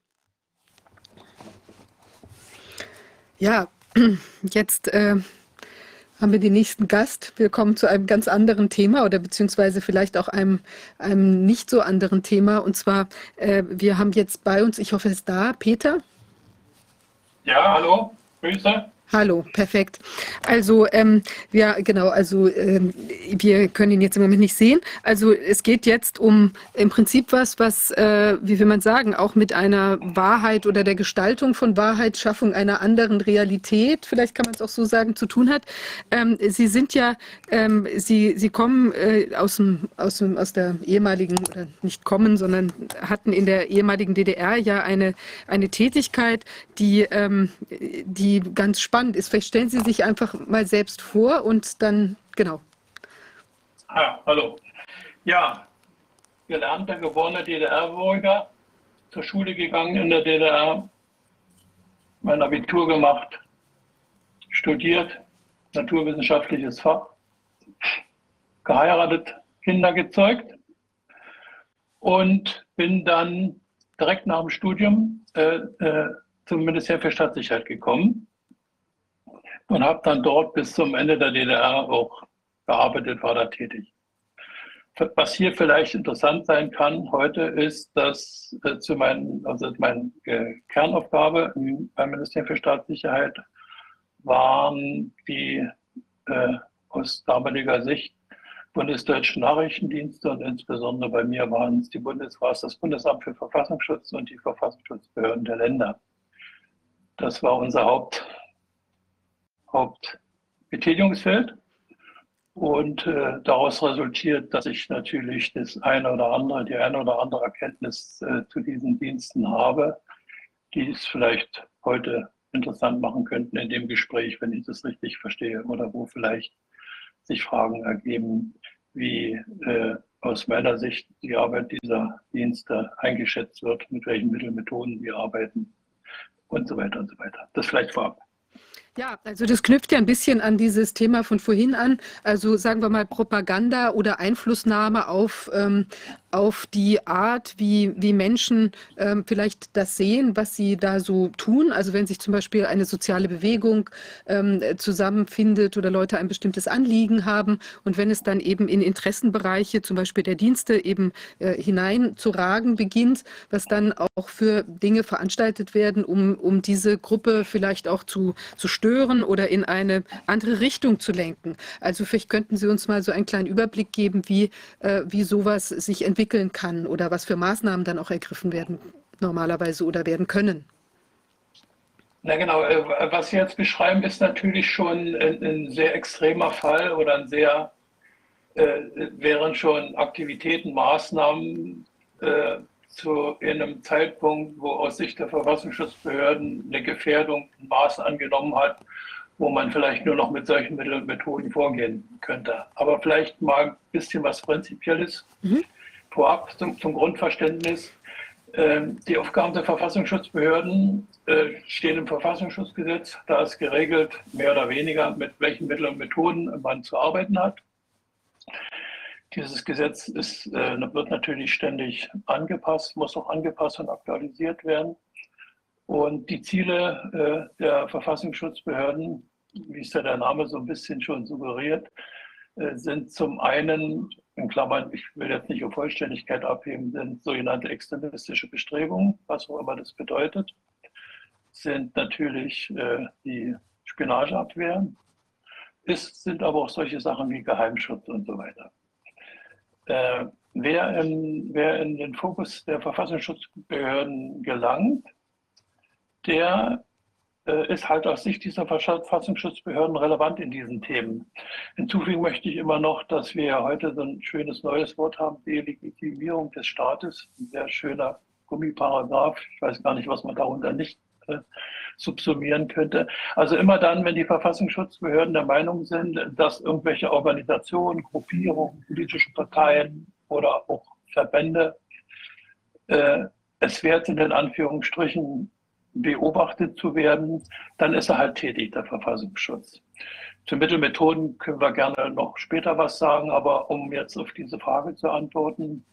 Ja, jetzt haben wir den nächsten Gast. Wir kommen zu einem ganz anderen Thema oder beziehungsweise vielleicht auch einem nicht so anderen Thema. Und zwar, wir haben jetzt bei uns, ich hoffe, er ist da, Peter. Ja, hallo, Grüße. Hallo, perfekt. Also, ja, genau, also wir können ihn jetzt im Moment nicht sehen. Also es geht jetzt um im Prinzip was, wie will man sagen, auch mit einer Wahrheit oder der Gestaltung von Wahrheit, Schaffung einer anderen Realität, vielleicht kann man es auch so sagen, zu tun hat. Sie sind ja, Sie kommen aus der ehemaligen, oder nicht kommen, sondern hatten in der ehemaligen DDR ja eine Tätigkeit, die ganz spannend ist. Vielleicht stellen Sie sich einfach mal selbst vor und dann, genau. Hallo. Ja, gelernter, geborener DDR-Bürger, zur Schule gegangen in der DDR, mein Abitur gemacht, studiert, naturwissenschaftliches Fach, geheiratet, Kinder gezeugt und bin dann direkt nach dem Studium zum Ministerium für Staatssicherheit gekommen und habe dann dort bis zum Ende der DDR auch gearbeitet, war da tätig. Was hier vielleicht interessant sein kann heute ist, dass meine Kernaufgabe beim Ministerium für Staatssicherheit waren die aus damaliger Sicht bundesdeutschen Nachrichtendienste und insbesondere bei mir war es das Bundesamt für Verfassungsschutz und die Verfassungsschutzbehörden der Länder. Das war unser Hauptbetätigungsfeld. Und daraus resultiert, dass ich natürlich die eine oder andere Erkenntnis zu diesen Diensten habe, die es vielleicht heute interessant machen könnten in dem Gespräch, wenn ich das richtig verstehe, oder wo vielleicht sich Fragen ergeben, wie aus meiner Sicht die Arbeit dieser Dienste eingeschätzt wird, mit welchen Mitteln, Methoden wir arbeiten und so weiter und so weiter. Das vielleicht vorab. Ja, also das knüpft ja ein bisschen an dieses Thema von vorhin an. Also sagen wir mal Propaganda oder Einflussnahme auf die Art, wie Menschen vielleicht das sehen, was sie da so tun. Also wenn sich zum Beispiel eine soziale Bewegung zusammenfindet oder Leute ein bestimmtes Anliegen haben und wenn es dann eben in Interessenbereiche, zum Beispiel der Dienste, eben hinein zu ragen beginnt, was dann auch für Dinge veranstaltet werden, um diese Gruppe vielleicht auch zu stören oder in eine andere Richtung zu lenken. Also vielleicht könnten Sie uns mal so einen kleinen Überblick geben, wie sowas sich entwickeln kann oder was für Maßnahmen dann auch ergriffen werden normalerweise oder werden können. Na genau, was Sie jetzt beschreiben, ist natürlich schon ein sehr extremer Fall oder wären schon Aktivitäten, Maßnahmen zu einem Zeitpunkt, wo aus Sicht der Verfassungsschutzbehörden eine Gefährdung ein Maß angenommen hat, wo man vielleicht nur noch mit solchen Mitteln und Methoden vorgehen könnte. Aber vielleicht mal ein bisschen was Prinzipielles vorab zum Grundverständnis. Die Aufgaben der Verfassungsschutzbehörden stehen im Verfassungsschutzgesetz. Da ist geregelt, mehr oder weniger, mit welchen Mitteln und Methoden man zu arbeiten hat. Dieses Gesetz wird natürlich ständig angepasst, muss auch angepasst und aktualisiert werden. Und die Ziele der Verfassungsschutzbehörden, wie es ja der Name so ein bisschen schon suggeriert, sind zum einen, in Klammern, ich will jetzt nicht auf Vollständigkeit abheben, sind sogenannte extremistische Bestrebungen, was auch immer das bedeutet, sind natürlich die Spionageabwehr, sind aber auch solche Sachen wie Geheimschutz und so weiter. Wer in den Fokus der Verfassungsschutzbehörden gelangt, der ist halt aus Sicht dieser Verfassungsschutzbehörden relevant in diesen Themen. Hinzufügen möchte ich immer noch, dass wir ja heute so ein schönes neues Wort haben, Delegitimierung des Staates, ein sehr schöner Gummiparagraph. Ich weiß gar nicht, was man darunter nicht subsumieren könnte. Also immer dann, wenn die Verfassungsschutzbehörden der Meinung sind, dass irgendwelche Organisationen, Gruppierungen, politische Parteien oder auch Verbände es wert sind, in Anführungsstrichen beobachtet zu werden, dann ist er halt tätig, der Verfassungsschutz. Zu Mittelmethoden können wir gerne noch später was sagen, aber um jetzt auf diese Frage zu antworten,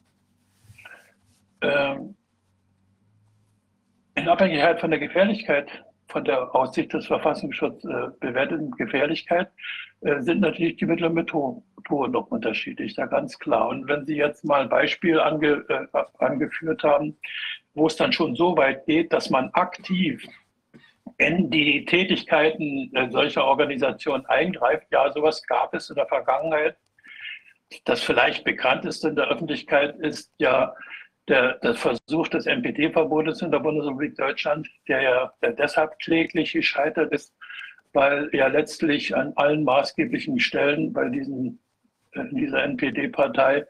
in Abhängigkeit von der Gefährlichkeit, von der aus Sicht des Verfassungsschutzes bewerteten Gefährlichkeit, sind natürlich die Mittel und Methoden noch unterschiedlich, ist ja ganz klar. Und wenn Sie jetzt mal ein Beispiel angeführt haben, wo es dann schon so weit geht, dass man aktiv in die Tätigkeiten solcher Organisationen eingreift, ja, sowas gab es in der Vergangenheit. Das vielleicht bekannteste in der Öffentlichkeit ist ja der Versuch des NPD-Verbotes in der Bundesrepublik Deutschland, der deshalb kläglich gescheitert ist, weil ja letztlich an allen maßgeblichen Stellen bei dieser NPD-Partei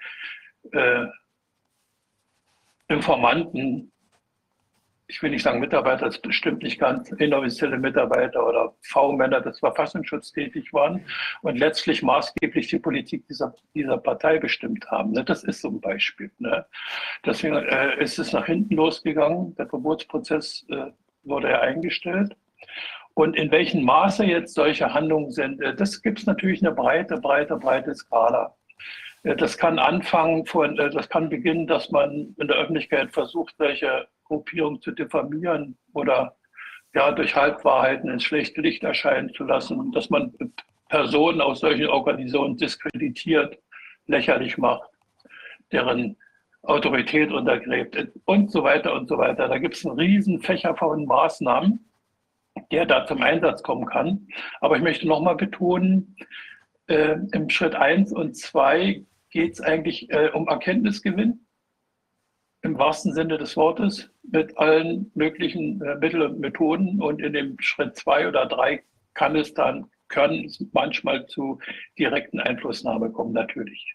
Informanten, ich will nicht sagen Mitarbeiter, das bestimmt nicht ganz, inoffizielle Mitarbeiter oder V-Männer des Verfassungsschutzes tätig waren und letztlich maßgeblich die Politik dieser Partei bestimmt haben. Das ist so ein Beispiel. Deswegen ist es nach hinten losgegangen. Der Verbotsprozess wurde ja eingestellt. Und in welchem Maße jetzt solche Handlungen sind, das gibt es natürlich eine breite Skala. Das kann das kann beginnen, dass man in der Öffentlichkeit versucht, solche Gruppierungen zu diffamieren oder ja durch Halbwahrheiten ins schlechte Licht erscheinen zu lassen, dass man Personen aus solchen Organisationen diskreditiert, lächerlich macht, deren Autorität untergräbt und so weiter und so weiter. Da gibt es einen riesen Fächer von Maßnahmen, der da zum Einsatz kommen kann. Aber ich möchte nochmal betonen, im Schritt 1 und 2 geht es eigentlich um Erkenntnisgewinn, im wahrsten Sinne des Wortes, mit allen möglichen Mitteln und Methoden. Und in dem Schritt 2 oder 3 kann es dann kann es manchmal zu direkten Einflussnahme kommen, natürlich.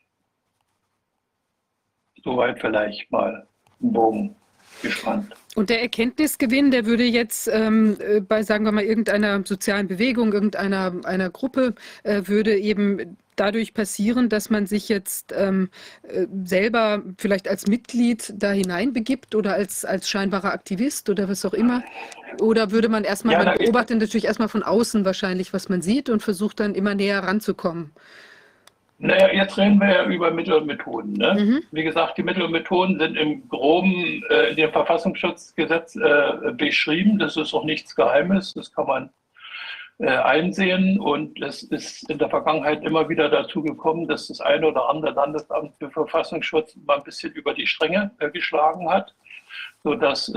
Soweit vielleicht mal ein Bogen gespannt. Und der Erkenntnisgewinn, der würde jetzt bei, sagen wir mal, irgendeiner sozialen Bewegung, einer Gruppe, würde eben dadurch passieren, dass man sich jetzt selber vielleicht als Mitglied da hineinbegibt oder als scheinbarer Aktivist oder was auch immer? Oder würde man erstmal, Ja, man beobachtet natürlich erstmal von außen wahrscheinlich, was man sieht und versucht dann immer näher ranzukommen? Naja, jetzt reden wir ja über Mittel und Methoden. Ne? Mhm. Wie gesagt, die Mittel und Methoden sind im Groben in dem Verfassungsschutzgesetz beschrieben. Das ist auch nichts Geheimes, das kann man einsehen. Und es ist in der Vergangenheit immer wieder dazu gekommen, dass das eine oder andere Landesamt für Verfassungsschutz mal ein bisschen über die Stränge geschlagen hat, sodass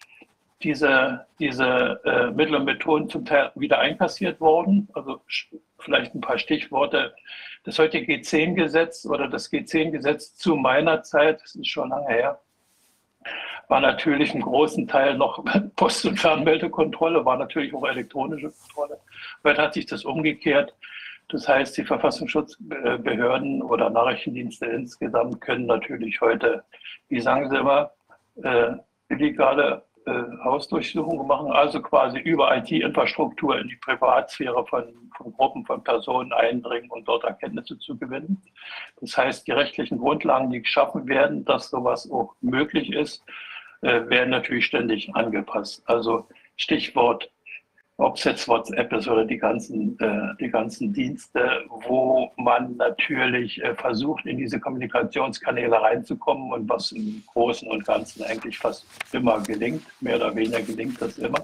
diese Mittel und Methoden zum Teil wieder einkassiert wurden. Also vielleicht ein paar Stichworte. Das heutige G10-Gesetz oder das G10-Gesetz zu meiner Zeit, das ist schon lange her, war natürlich im großen Teil noch Post- und Fernmeldekontrolle, war natürlich auch elektronische Kontrolle. Heute hat sich das umgekehrt. Das heißt, die Verfassungsschutzbehörden oder Nachrichtendienste insgesamt können natürlich heute, wie sagen sie immer, illegale Hausdurchsuchungen machen, also quasi über IT-Infrastruktur in die Privatsphäre von Gruppen von Personen eindringen und dort Erkenntnisse zu gewinnen. Das heißt, die rechtlichen Grundlagen, die geschaffen werden, dass sowas auch möglich ist, werden natürlich ständig angepasst. Also Stichwort, ob es jetzt WhatsApp ist oder die ganzen Dienste, wo man natürlich versucht, in diese Kommunikationskanäle reinzukommen und was im Großen und Ganzen eigentlich fast immer gelingt, mehr oder weniger gelingt das immer.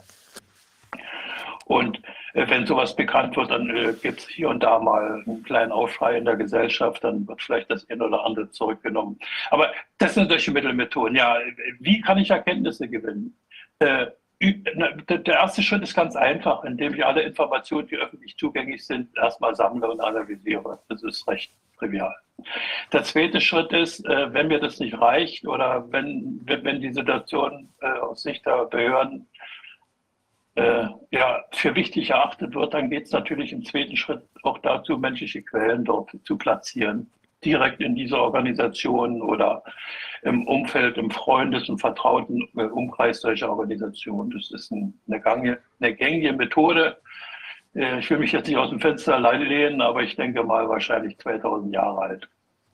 Und wenn sowas bekannt wird, dann gibt es hier und da mal einen kleinen Aufschrei in der Gesellschaft, dann wird vielleicht das eine oder andere zurückgenommen. Aber das sind solche Mittel und Methoden. Ja, wie kann ich Erkenntnisse gewinnen? Der erste Schritt ist ganz einfach, indem ich alle Informationen, die öffentlich zugänglich sind, erstmal sammle und analysiere. Das ist recht trivial. Der zweite Schritt ist, wenn mir das nicht reicht oder wenn die Situation aus Sicht der Behörden für wichtig erachtet wird, dann geht es natürlich im zweiten Schritt auch dazu, menschliche Quellen dort zu platzieren, direkt in diese Organisation oder im Umfeld, im Freundes- und vertrauten Umkreis solcher Organisationen. Das ist eine gängige Methode. Ich will mich jetzt nicht aus dem Fenster alleine lehnen, aber ich denke mal wahrscheinlich 2000 Jahre alt.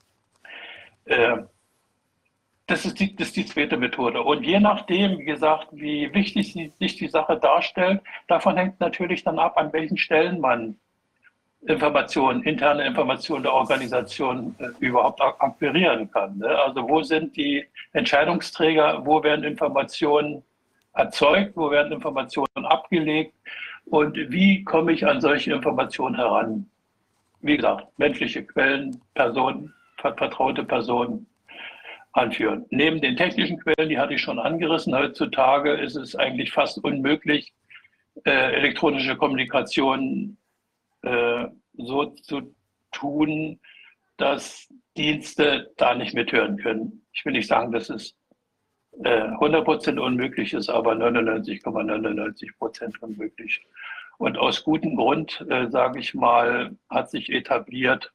Das ist die zweite Methode. Und je nachdem, wie gesagt, wie wichtig sich die Sache darstellt, davon hängt natürlich dann ab, an welchen Stellen man interne Informationen der Organisation überhaupt akquirieren kann. Ne? Also wo sind die Entscheidungsträger, wo werden Informationen erzeugt, wo werden Informationen abgelegt und wie komme ich an solche Informationen heran? Wie gesagt, menschliche Quellen, Personen, vertraute Personen anführen. Neben den technischen Quellen, die hatte ich schon angerissen, heutzutage ist es eigentlich fast unmöglich, elektronische Kommunikation so zu tun, dass Dienste da nicht mithören können. Ich will nicht sagen, dass es 100% unmöglich ist, aber 99,99% unmöglich. Und aus gutem Grund, sage ich mal, hat sich etabliert,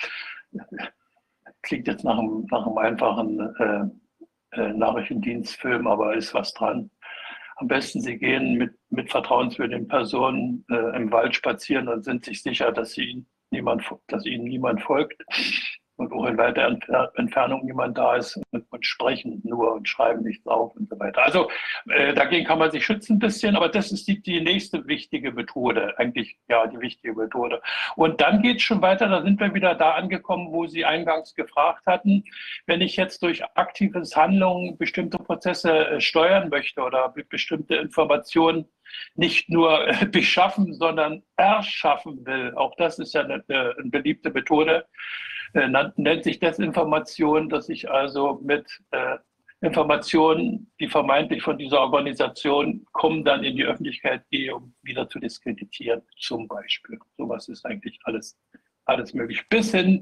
klingt jetzt nach einem einfachen Nachrichtendienstfilm, aber ist was dran. Am besten, Sie gehen mit vertrauenswürdigen Personen im Wald spazieren und sind sich sicher, dass Ihnen niemand folgt und auch in weiter Entfernung niemand da ist und sprechen nur und schreiben nichts auf und so weiter. Also dagegen kann man sich schützen ein bisschen, aber das ist die nächste wichtige Methode, eigentlich ja die wichtige Methode. Und dann geht es schon weiter, da sind wir wieder da angekommen, wo Sie eingangs gefragt hatten, wenn ich jetzt durch aktives Handeln bestimmte Prozesse steuern möchte oder bestimmte Informationen nicht nur beschaffen, sondern erschaffen will. Auch das ist ja eine beliebte Methode. Nennt sich Desinformation, dass ich also mit Informationen, die vermeintlich von dieser Organisation kommen, dann in die Öffentlichkeit gehe, um wieder zu diskreditieren, zum Beispiel. Sowas ist eigentlich alles möglich. Bis hin,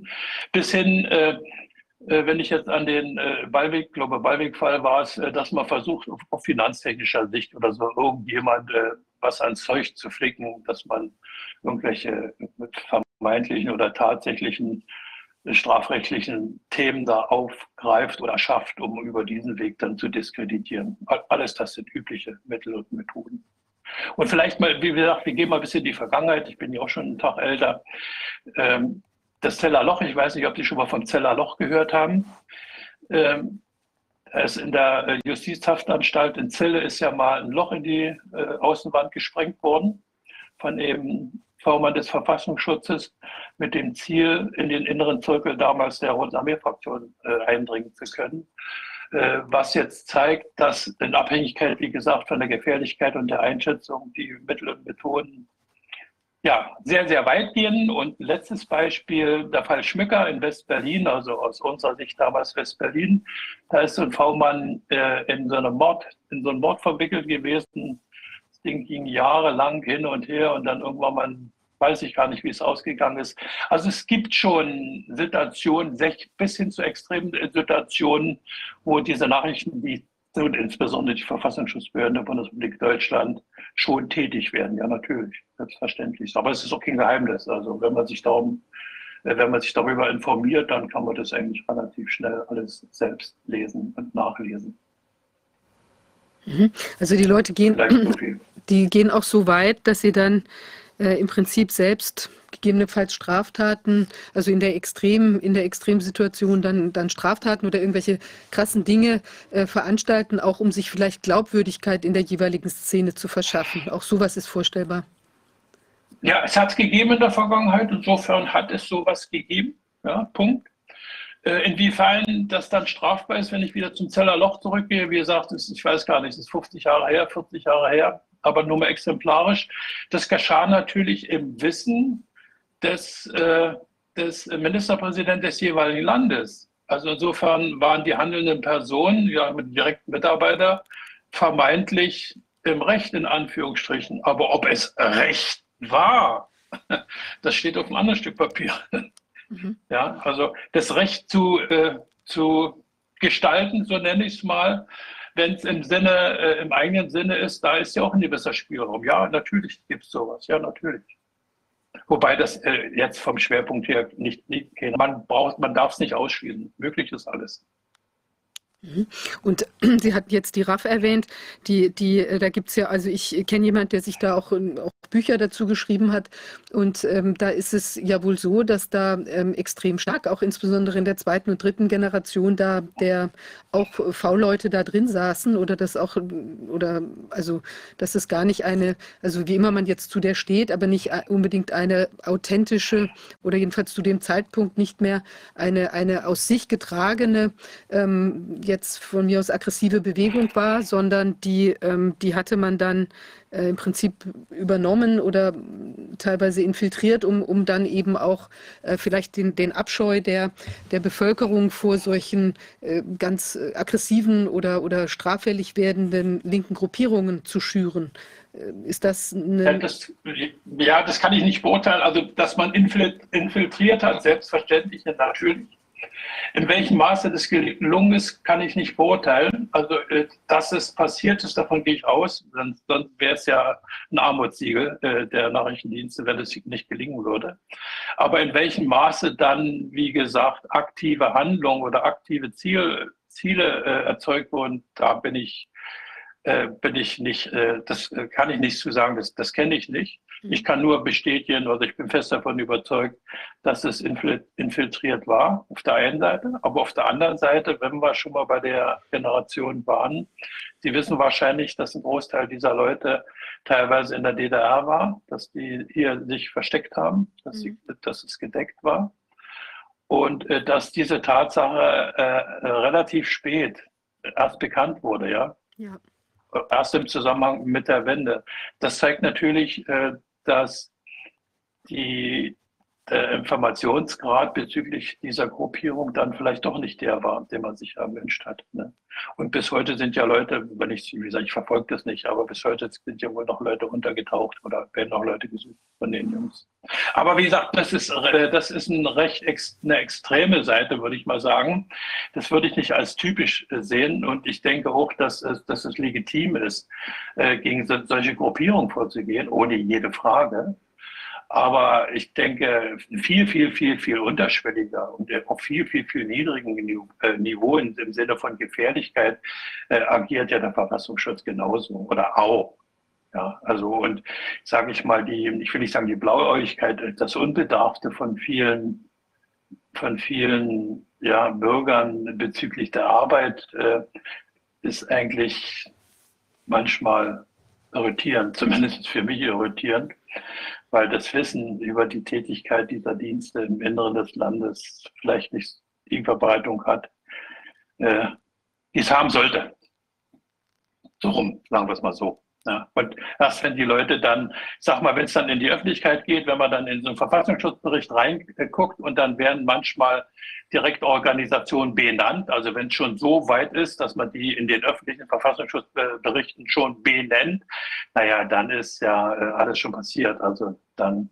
wenn ich jetzt an den Ballweg-Fall war es, dass man versucht, auf finanztechnischer Sicht oder so irgendjemand was ans Zeug zu flicken, dass man irgendwelche vermeintlichen oder tatsächlichen strafrechtlichen Themen da aufgreift oder schafft, um über diesen Weg dann zu diskreditieren. Alles das sind übliche Mittel und Methoden. Und vielleicht mal, wie gesagt, wir gehen mal ein bisschen in die Vergangenheit. Ich bin ja auch schon einen Tag älter. Das Zellerloch, ich weiß nicht, ob Sie schon mal vom Zellerloch gehört haben. Es in der Justizhaftanstalt in Celle ist ja mal ein Loch in die Außenwand gesprengt worden von eben V-Mann des Verfassungsschutzes mit dem Ziel, in den inneren Zirkel damals der Roten Armee-Fraktion eindringen zu können. Was jetzt zeigt, dass in Abhängigkeit, wie gesagt, von der Gefährlichkeit und der Einschätzung die Mittel und Methoden ja, sehr, sehr weit gehen. Und letztes Beispiel, der Fall Schmücker in West-Berlin, also aus unserer Sicht damals West-Berlin. Da ist so ein V-Mann in so einen Mord verwickelt gewesen. Das Ding ging jahrelang hin und her und dann irgendwann mal, weiß ich gar nicht, wie es ausgegangen ist. Also es gibt schon Situationen, bis hin zu extremen Situationen, wo diese Nachrichten, und insbesondere die Verfassungsschutzbehörden der Bundesrepublik Deutschland schon tätig werden. Ja, natürlich, selbstverständlich. Aber es ist auch kein Geheimnis. Also wenn man sich darüber informiert, dann kann man das eigentlich relativ schnell alles selbst lesen und nachlesen. Also die Leute So die gehen auch so weit, dass sie dann im Prinzip selbst gegebenenfalls Straftaten, also in der Extremsituation dann Straftaten oder irgendwelche krassen Dinge veranstalten, auch um sich vielleicht Glaubwürdigkeit in der jeweiligen Szene zu verschaffen. Auch sowas ist vorstellbar. Ja, es hat es gegeben in der Vergangenheit. Insofern hat es sowas gegeben. Ja, Punkt. Inwiefern das dann strafbar ist, wenn ich wieder zum Zellerloch zurückgehe, wie gesagt, ich weiß gar nicht, es ist 50 Jahre her, 40 Jahre her, aber nur mal exemplarisch. Das geschah natürlich im Wissen des Ministerpräsidenten des jeweiligen Landes. Also insofern waren die handelnden Personen, ja, mit direkten Mitarbeiter, vermeintlich im Recht, in Anführungsstrichen. Aber ob es Recht war, das steht auf einem anderen Stück Papier. Ja, also das Recht zu gestalten, so nenne ich es mal, wenn es im eigenen Sinne ist, da ist ja auch ein gewisser Spielraum. Ja, natürlich gibt es sowas. Ja, natürlich. Wobei das jetzt vom Schwerpunkt her nicht man darf es nicht ausschließen. Möglich ist alles. Und Sie hatten jetzt die RAF erwähnt, da gibt es ja, also ich kenne jemanden, der sich da auch Bücher dazu geschrieben hat und da ist es ja wohl so, dass da extrem stark, auch insbesondere in der zweiten und dritten Generation, da auch V-Leute da drin saßen also dass es gar nicht also wie immer man jetzt zu der steht, aber nicht unbedingt eine authentische oder jedenfalls zu dem Zeitpunkt nicht mehr eine aus sich getragene jetzt von mir aus aggressive Bewegung war, sondern die hatte man dann im Prinzip übernommen oder teilweise infiltriert, um dann eben auch vielleicht den Abscheu der Bevölkerung vor solchen ganz aggressiven oder straffällig werdenden linken Gruppierungen zu schüren. Ist das eine... Das kann ich nicht beurteilen. Also, dass man infiltriert hat, selbstverständlich, natürlich. In welchem Maße das gelungen ist, kann ich nicht beurteilen. Also, dass es passiert ist, davon gehe ich aus. Sonst wäre es ja ein Armutssiegel der Nachrichtendienste, wenn es nicht gelingen würde. Aber in welchem Maße dann, wie gesagt, aktive Handlungen oder aktive Ziele erzeugt wurden, da bin ich nicht, das kann ich nicht zu sagen, das kenne ich nicht. Ich kann nur bestätigen, oder ich bin fest davon überzeugt, dass es infiltriert war, auf der einen Seite. Aber auf der anderen Seite, wenn wir schon mal bei der Generation waren, Sie wissen wahrscheinlich, dass ein Großteil dieser Leute teilweise in der DDR war, dass die hier sich versteckt haben, dass es gedeckt war. Und dass diese Tatsache relativ spät erst bekannt wurde, ja. Erst im Zusammenhang mit der Wende. Das zeigt natürlich, dass der Informationsgrad bezüglich dieser Gruppierung dann vielleicht doch nicht der war, den man sich erwünscht hat. Ne? Und bis heute sind ja Leute, wie gesagt, ich verfolge das nicht, aber bis heute sind ja wohl noch Leute untergetaucht oder werden noch Leute gesucht von den Jungs. Aber wie gesagt, das ist eine extreme Seite, würde ich mal sagen. Das würde ich nicht als typisch sehen. Und ich denke auch, dass es legitim ist, gegen solche Gruppierungen vorzugehen, ohne jede Frage. Aber ich denke, viel unterschwelliger und auf viel niedrigen Niveau im Sinne von Gefährlichkeit agiert ja der Verfassungsschutz genauso oder auch. Ja, also und sage ich mal, ich will nicht sagen die Blauäugigkeit, das Unbedarfte von vielen ja, Bürgern bezüglich der Arbeit ist eigentlich manchmal irritierend, zumindest für mich irritierend, weil das Wissen über die Tätigkeit dieser Dienste im Inneren des Landes vielleicht nicht die Verbreitung hat, die es haben sollte. So rum, sagen wir es mal so. Ja, und erst wenn die Leute dann, sag mal, wenn es dann in die Öffentlichkeit geht, wenn man dann in so einen Verfassungsschutzbericht reinguckt und dann werden manchmal direkt Organisationen benannt, also wenn es schon so weit ist, dass man die in den öffentlichen Verfassungsschutzberichten schon benennt, naja, dann ist ja alles schon passiert. Also dann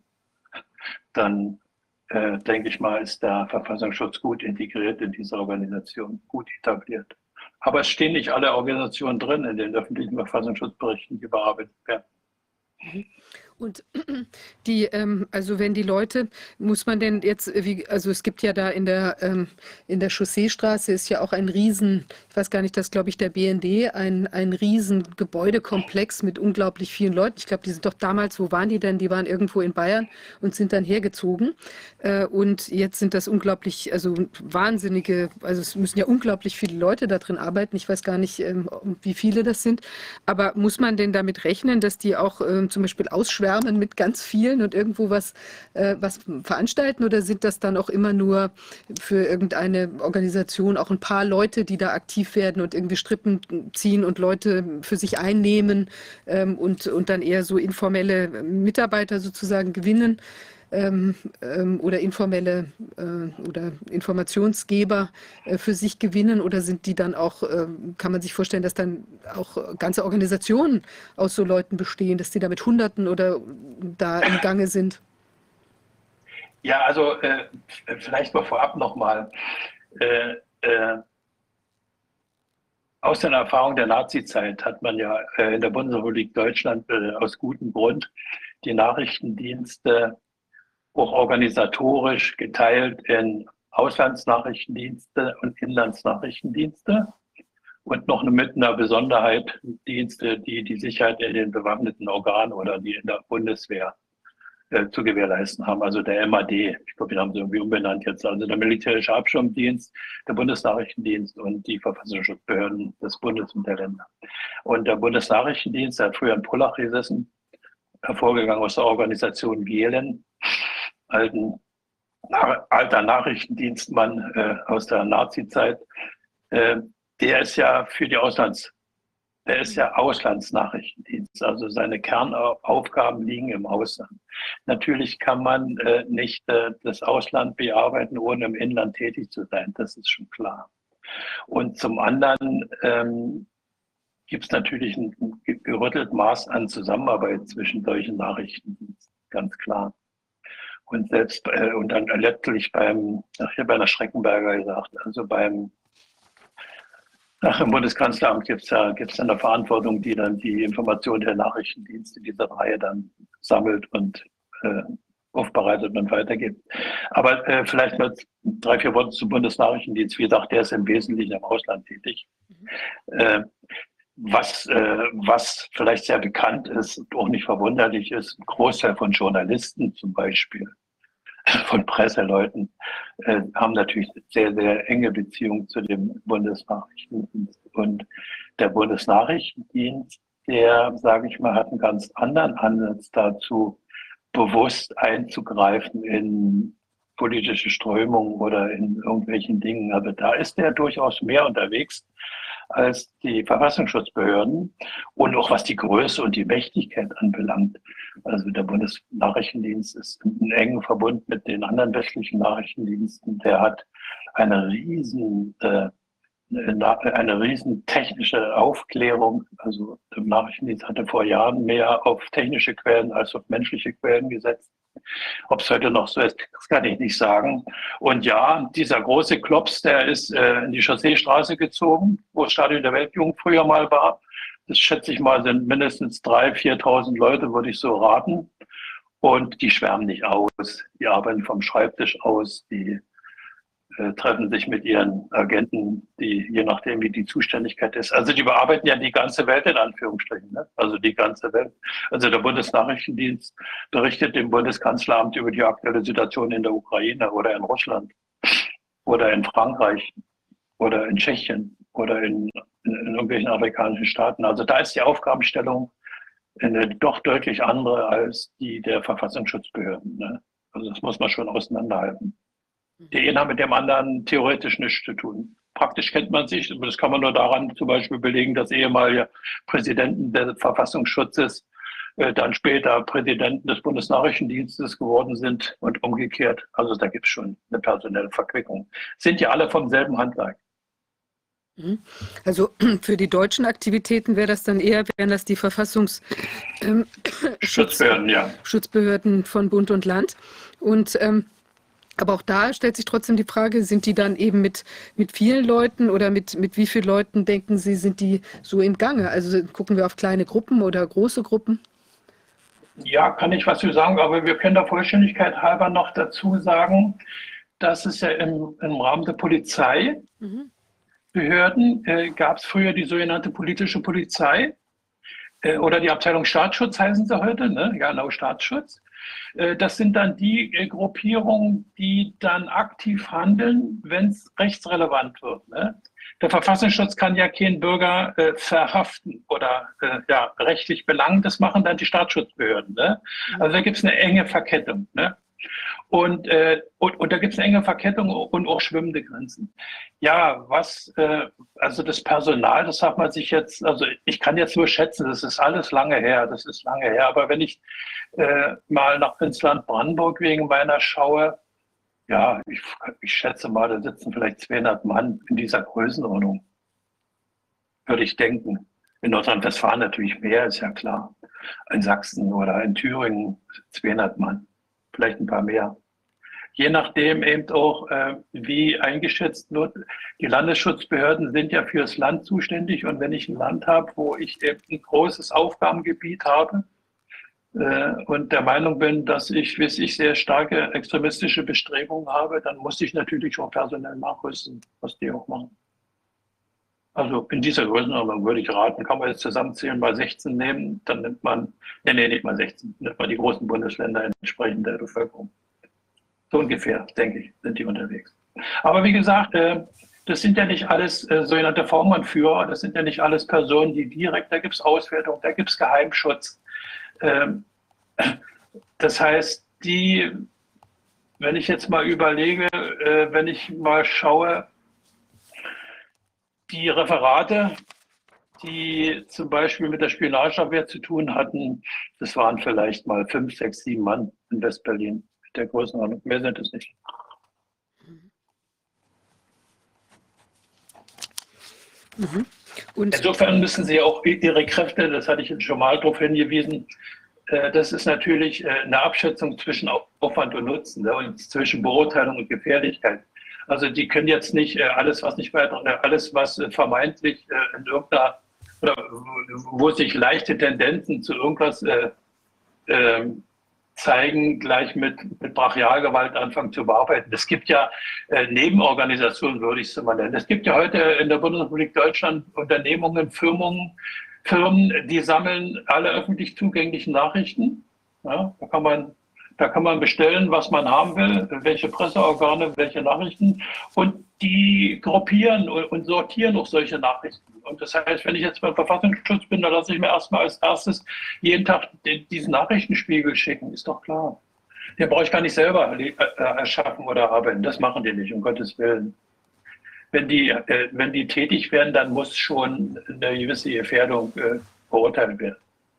denke ich mal, ist der Verfassungsschutz gut integriert in diese Organisation, gut etabliert. Aber es stehen nicht alle Organisationen drin in den öffentlichen Verfassungsschutzberichten, die bearbeitet werden. Und also wenn die Leute, muss man denn jetzt, also es gibt ja da in der Chausseestraße ist ja auch ein Riesen, ich weiß gar nicht, das glaube ich der BND, ein riesen Gebäudekomplex mit unglaublich vielen Leuten. Ich glaube, die sind doch damals, wo waren die denn? Die waren irgendwo in Bayern und sind dann hergezogen. Und jetzt sind das unglaublich, also wahnsinnige, also es müssen ja unglaublich viele Leute da drin arbeiten. Ich weiß gar nicht, wie viele das sind. Aber muss man denn damit rechnen, dass die auch zum Beispiel ausschwärmen mit ganz vielen und irgendwo was veranstalten, oder sind das dann auch immer nur für irgendeine Organisation auch ein paar Leute, die da aktiv werden und irgendwie Strippen ziehen und Leute für sich einnehmen und dann eher so informelle Mitarbeiter sozusagen gewinnen? Oder informelle oder Informationsgeber für sich gewinnen, oder sind die dann auch, kann man sich vorstellen, dass dann auch ganze Organisationen aus so Leuten bestehen, dass die da mit Hunderten oder da im Gange sind? Ja, also vielleicht mal vorab nochmal. Aus der Erfahrung der Nazizeit hat man ja in der Bundesrepublik Deutschland aus gutem Grund die Nachrichtendienste auch organisatorisch geteilt in Auslandsnachrichtendienste und Inlandsnachrichtendienste und noch mit einer Besonderheit Dienste, die die Sicherheit in den bewaffneten Organen oder die in der Bundeswehr zu gewährleisten haben, also der MAD. Ich glaube, wir haben sie irgendwie umbenannt jetzt, also der militärische Abschirmdienst, der Bundesnachrichtendienst und die Verfassungsschutzbehörden des Bundes und der Länder. Und der Bundesnachrichtendienst, der hat früher in Pullach gesessen, hervorgegangen aus der Organisation Gehlen, alter Nachrichtendienstmann aus der Nazi-Zeit, der ist ja für die Auslandsnachrichtendienst, also seine Kernaufgaben liegen im Ausland. Natürlich kann man nicht das Ausland bearbeiten, ohne im Inland tätig zu sein, das ist schon klar. Und zum anderen gibt es natürlich ein gerüttelt Maß an Zusammenarbeit zwischen solchen Nachrichtendiensten, ganz klar. Und selbst und dann letztlich bei der Schreckenberger gesagt, also im Bundeskanzleramt gibt es dann eine Verantwortung, die dann die Informationen der Nachrichtendienste dieser Reihe dann sammelt und aufbereitet und weitergibt. Aber vielleicht mal 3, 4 Worte zum Bundesnachrichtendienst. Wie gesagt, der ist im Wesentlichen im Ausland tätig. Was vielleicht sehr bekannt ist und auch nicht verwunderlich ist, ein Großteil von Journalisten zum Beispiel, von Presseleuten, haben natürlich sehr, sehr enge Beziehungen zu dem Bundesnachrichtendienst. Und der Bundesnachrichtendienst, der, sage ich mal, hat einen ganz anderen Ansatz dazu, bewusst einzugreifen in politische Strömungen oder in irgendwelchen Dingen. Aber da ist der durchaus mehr unterwegs als die Verfassungsschutzbehörden und auch was die Größe und die Mächtigkeit anbelangt. Also der Bundesnachrichtendienst ist in engem Verbund mit den anderen westlichen Nachrichtendiensten. Der hat eine riesen technische Aufklärung. Also der Nachrichtendienst hatte vor Jahren mehr auf technische Quellen als auf menschliche Quellen gesetzt. Ob es heute noch so ist, das kann ich nicht sagen. Und ja, dieser große Klops, der ist in die Chausseestraße gezogen, wo das Stadion der Weltjugend früher mal war. Das schätze ich mal, sind mindestens 3.000, 4.000 Leute, würde ich so raten. Und die schwärmen nicht aus. Die arbeiten vom Schreibtisch aus. Die treffen sich mit ihren Agenten, die, je nachdem, wie die Zuständigkeit ist. Also die bearbeiten ja die ganze Welt in Anführungsstrichen. Ne? Also die ganze Welt. Also der Bundesnachrichtendienst berichtet dem Bundeskanzleramt über die aktuelle Situation in der Ukraine oder in Russland oder in Frankreich oder in Tschechien oder in irgendwelchen afrikanischen Staaten. Also da ist die Aufgabenstellung eine doch deutlich andere als die der Verfassungsschutzbehörden. Ne? Also das muss man schon auseinanderhalten. Die einen haben mit dem anderen theoretisch nichts zu tun. Praktisch kennt man sich, aber das kann man nur daran zum Beispiel belegen, dass ehemalige Präsidenten des Verfassungsschutzes dann später Präsidenten des Bundesnachrichtendienstes geworden sind und umgekehrt. Also da gibt es schon eine personelle Verquickung. Sind ja alle vom selben Handwerk. Also für die deutschen Aktivitäten wären das die Schutzbehörden, ja. Schutzbehörden von Bund und Land. Und aber auch da stellt sich trotzdem die Frage, sind die dann eben mit vielen Leuten oder mit wie vielen Leuten, denken Sie, sind die so im Gange? Also gucken wir auf kleine Gruppen oder große Gruppen? Ja, kann ich was zu sagen, aber wir können der Vollständigkeit halber noch dazu sagen, dass es ja im Rahmen der Polizeibehörden gab es früher die sogenannte politische Polizei oder die Abteilung Staatsschutz heißen sie heute, ne? Ja, genau, Staatsschutz. Das sind dann die Gruppierungen, die dann aktiv handeln, wenn es rechtsrelevant wird. Ne? Der Verfassungsschutz kann ja keinen Bürger verhaften oder rechtlich belangen. Das machen dann die Staatsschutzbehörden. Ne? Also da gibt es eine enge Verkettung. Ne? Und da gibt es eine enge Verkettung und auch schwimmende Grenzen. Ja, also das Personal, das sagt man sich jetzt, also ich kann jetzt nur schätzen, das ist alles lange her, aber wenn ich mal ins Land Brandenburg wegen meiner schaue, ja, ich schätze mal, da sitzen vielleicht 200 Mann in dieser Größenordnung, würde ich denken. In Nordrhein-Westfalen natürlich mehr, ist ja klar. In Sachsen oder in Thüringen 200 Mann, vielleicht ein paar mehr. Je nachdem eben auch, wie eingeschätzt wird. Die Landesschutzbehörden sind ja für das Land zuständig. Und wenn ich ein Land habe, wo ich eben ein großes Aufgabengebiet habe und der Meinung bin, dass ich sehr starke extremistische Bestrebungen habe, dann muss ich natürlich auch personell nachrüsten, was die auch machen. Also in dieser Größenordnung würde ich raten, kann man jetzt zusammenzählen, mal 16 nehmen, dann nimmt man, nicht mal 16, nimmt man die großen Bundesländer entsprechend der Bevölkerung. So ungefähr, denke ich, sind die unterwegs. Aber wie gesagt, das sind ja nicht alles sogenannte V-Mann-Führer, das sind ja nicht alles Personen, die direkt, da gibt es Auswertung, da gibt es Geheimschutz. Das heißt, wenn ich jetzt mal überlege, wenn ich mal schaue, die Referate, die zum Beispiel mit der Spionageabwehr zu tun hatten, das waren vielleicht mal 5, 6, 7 Mann in West-Berlin. Der Größenordnung. Mehr sind es nicht. Und insofern müssen Sie auch Ihre Kräfte, das hatte ich jetzt schon mal darauf hingewiesen, das ist natürlich eine Abschätzung zwischen Aufwand und Nutzen, ne, und zwischen Beurteilung und Gefährlichkeit. Also die können jetzt nicht alles, was vermeintlich in irgendeiner oder wo sich leichte Tendenzen zu irgendwas zeigen, gleich mit Brachialgewalt anfangen zu bearbeiten. Es gibt ja Nebenorganisationen, würde ich es mal nennen. Es gibt ja heute in der Bundesrepublik Deutschland Unternehmungen, Firmen, die sammeln alle öffentlich zugänglichen Nachrichten. Ja, da kann man bestellen, was man haben will, welche Presseorgane, welche Nachrichten. Und die gruppieren und sortieren auch solche Nachrichten. Und das heißt, wenn ich jetzt beim Verfassungsschutz bin, dann lasse ich mir erstmal als erstes jeden Tag diesen Nachrichtenspiegel schicken, ist doch klar. Den brauche ich gar nicht selber erschaffen oder arbeiten. Das machen die nicht, um Gottes Willen. Wenn die tätig werden, dann muss schon eine gewisse Gefährdung beurteilt werden.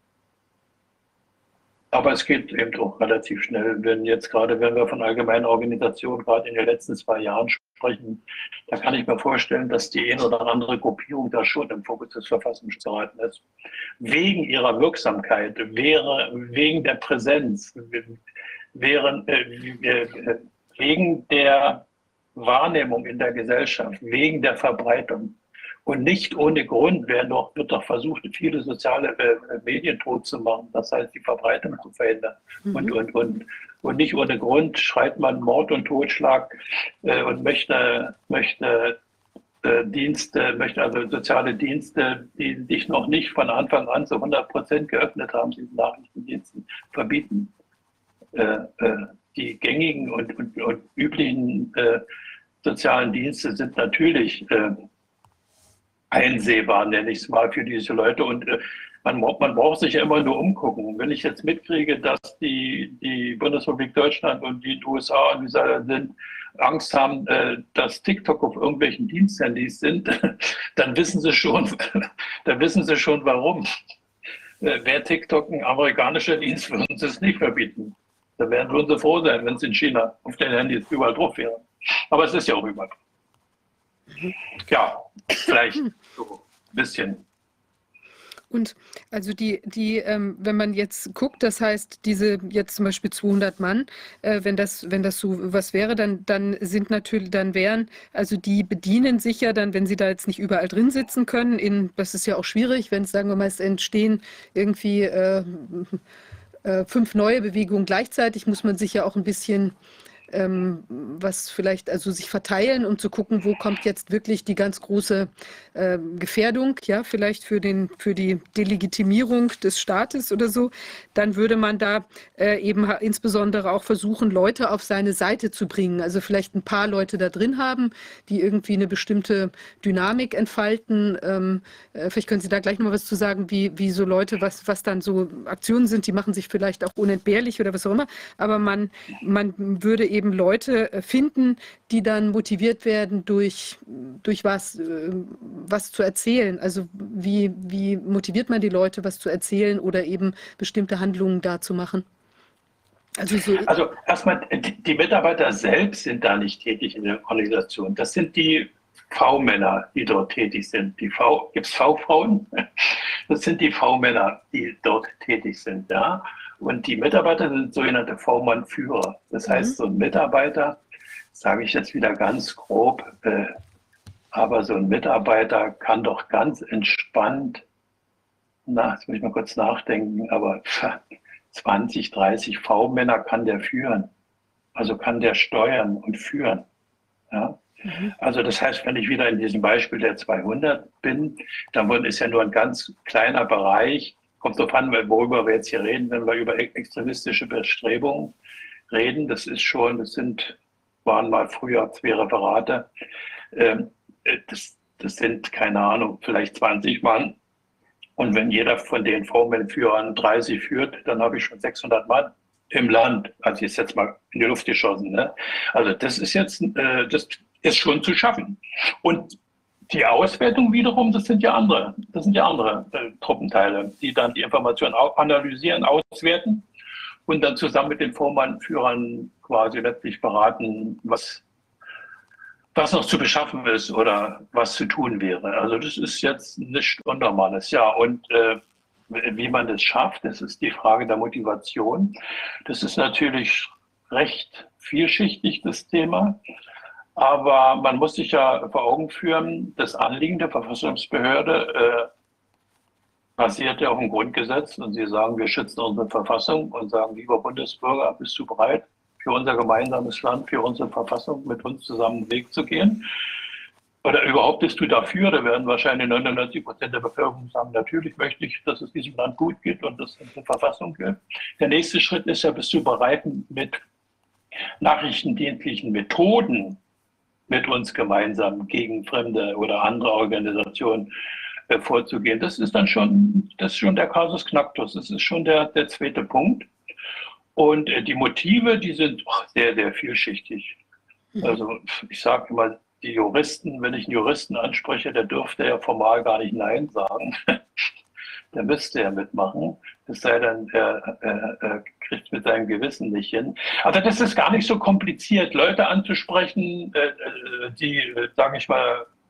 Aber es geht eben auch relativ schnell, wenn wir von allgemeinen Organisationen gerade in den letzten 2 Jahren sprechen, da kann ich mir vorstellen, dass die eine oder andere Gruppierung da schon im Fokus des Verfassungsschutzes geraten ist. Wegen ihrer Wirksamkeit, wegen der Präsenz, wegen der Wahrnehmung in der Gesellschaft, wegen der Verbreitung. Und nicht ohne Grund wird doch versucht, viele soziale Medien tot zu machen, das heißt, die Verbreitung zu verhindern. Und nicht ohne Grund schreit man Mord und Totschlag und möchte also soziale Dienste, die sich noch nicht von Anfang an zu 100% geöffnet haben, diesen Nachrichtendiensten verbieten. Die gängigen und üblichen sozialen Dienste sind natürlich einsehbar, nenne ich es mal, für diese Leute. Und man braucht sich ja immer nur umgucken. Wenn ich jetzt mitkriege, dass die Bundesrepublik Deutschland und die USA und wie sie alle sind, Angst haben, dass TikTok auf irgendwelchen Diensthandys sind, dann wissen sie schon, warum. Wäre TikTok ein amerikanischer Dienst, würden sie es nicht verbieten. Da würden sie froh sein, wenn es in China auf den Handys überall drauf wäre. Aber es ist ja auch überall. Ja, vielleicht so ein bisschen. Und also wenn man jetzt guckt, das heißt, diese jetzt zum Beispiel 200 Mann, wenn das so was wäre, dann also die bedienen sich ja dann, wenn sie da jetzt nicht überall drin sitzen können, das ist ja auch schwierig, wenn es, sagen wir mal, es entstehen irgendwie 5 neue Bewegungen gleichzeitig, muss man sich ja auch ein bisschen was vielleicht, also sich verteilen, um zu gucken, wo kommt jetzt wirklich die ganz große Gefährdung, ja, vielleicht für die Delegitimierung des Staates oder so, dann würde man da eben insbesondere auch versuchen, Leute auf seine Seite zu bringen. Also vielleicht ein paar Leute da drin haben, die irgendwie eine bestimmte Dynamik entfalten. Vielleicht können Sie da gleich noch was zu sagen, wie so Leute, was dann so Aktionen sind, die machen sich vielleicht auch unentbehrlich oder was auch immer, aber man würde eben Leute finden, die dann motiviert werden durch was zu erzählen. Also wie motiviert man die Leute, was zu erzählen oder eben bestimmte Handlungen da zu machen? Also erstmal, die Mitarbeiter selbst sind da nicht tätig in der Organisation. Das sind die V-Männer, die dort tätig sind. Gibt es V-Frauen? Das sind die V-Männer, die dort tätig sind, ja. Und die Mitarbeiter sind sogenannte V-Mann-Führer. Das heißt, so ein Mitarbeiter, sage ich jetzt wieder ganz grob, aber so ein Mitarbeiter kann doch ganz entspannt, jetzt muss ich mal kurz nachdenken, aber 20, 30 V-Männer kann der führen. Also kann der steuern und führen. Ja? Also das heißt, wenn ich wieder in diesem Beispiel der 200 bin, dann ist ja nur ein ganz kleiner Bereich. Kommt darauf an, worüber wir jetzt hier reden, wenn wir über extremistische Bestrebungen reden. Waren mal früher 2 Referate. Das sind, keine Ahnung, vielleicht 20 Mann. Und wenn jeder von den V-Mann-Führern 30 führt, dann habe ich schon 600 Mann im Land. Also ist jetzt mal in die Luft geschossen. Ne? Also das ist ist schon zu schaffen. Und die Auswertung wiederum, das sind ja andere Truppenteile, die dann die Informationen auch analysieren, auswerten und dann zusammen mit den V-Mann-Führern quasi letztlich beraten, was noch zu beschaffen ist oder was zu tun wäre. Also das ist jetzt nichts Unnormales. Ja, und wie man das schafft, das ist die Frage der Motivation. Das ist natürlich recht vielschichtig, das Thema. Aber man muss sich ja vor Augen führen, das Anliegen der Verfassungsbehörde basiert ja auf dem Grundgesetz. Und sie sagen, wir schützen unsere Verfassung und sagen, lieber Bundesbürger, bist du bereit, für unser gemeinsames Land, für unsere Verfassung mit uns zusammen den Weg zu gehen? Oder überhaupt bist du dafür? Da werden wahrscheinlich 99% der Bevölkerung sagen, natürlich möchte ich, dass es diesem Land gut geht und dass unsere Verfassung gilt. Der nächste Schritt ist ja, bist du bereit, mit nachrichtendienstlichen Methoden mit uns gemeinsam gegen fremde oder andere Organisationen vorzugehen. Das ist schon der Kasus Knacktus. Das ist schon der zweite Punkt. Und die Motive, die sind sehr, sehr vielschichtig. Also ich sage immer, die Juristen, wenn ich einen Juristen anspreche, der dürfte ja formal gar nicht Nein sagen. Der müsste ja mitmachen. Es sei denn, er kriegt mit seinem Gewissen nicht hin. Also das ist gar nicht so kompliziert, Leute anzusprechen, die, sage ich mal,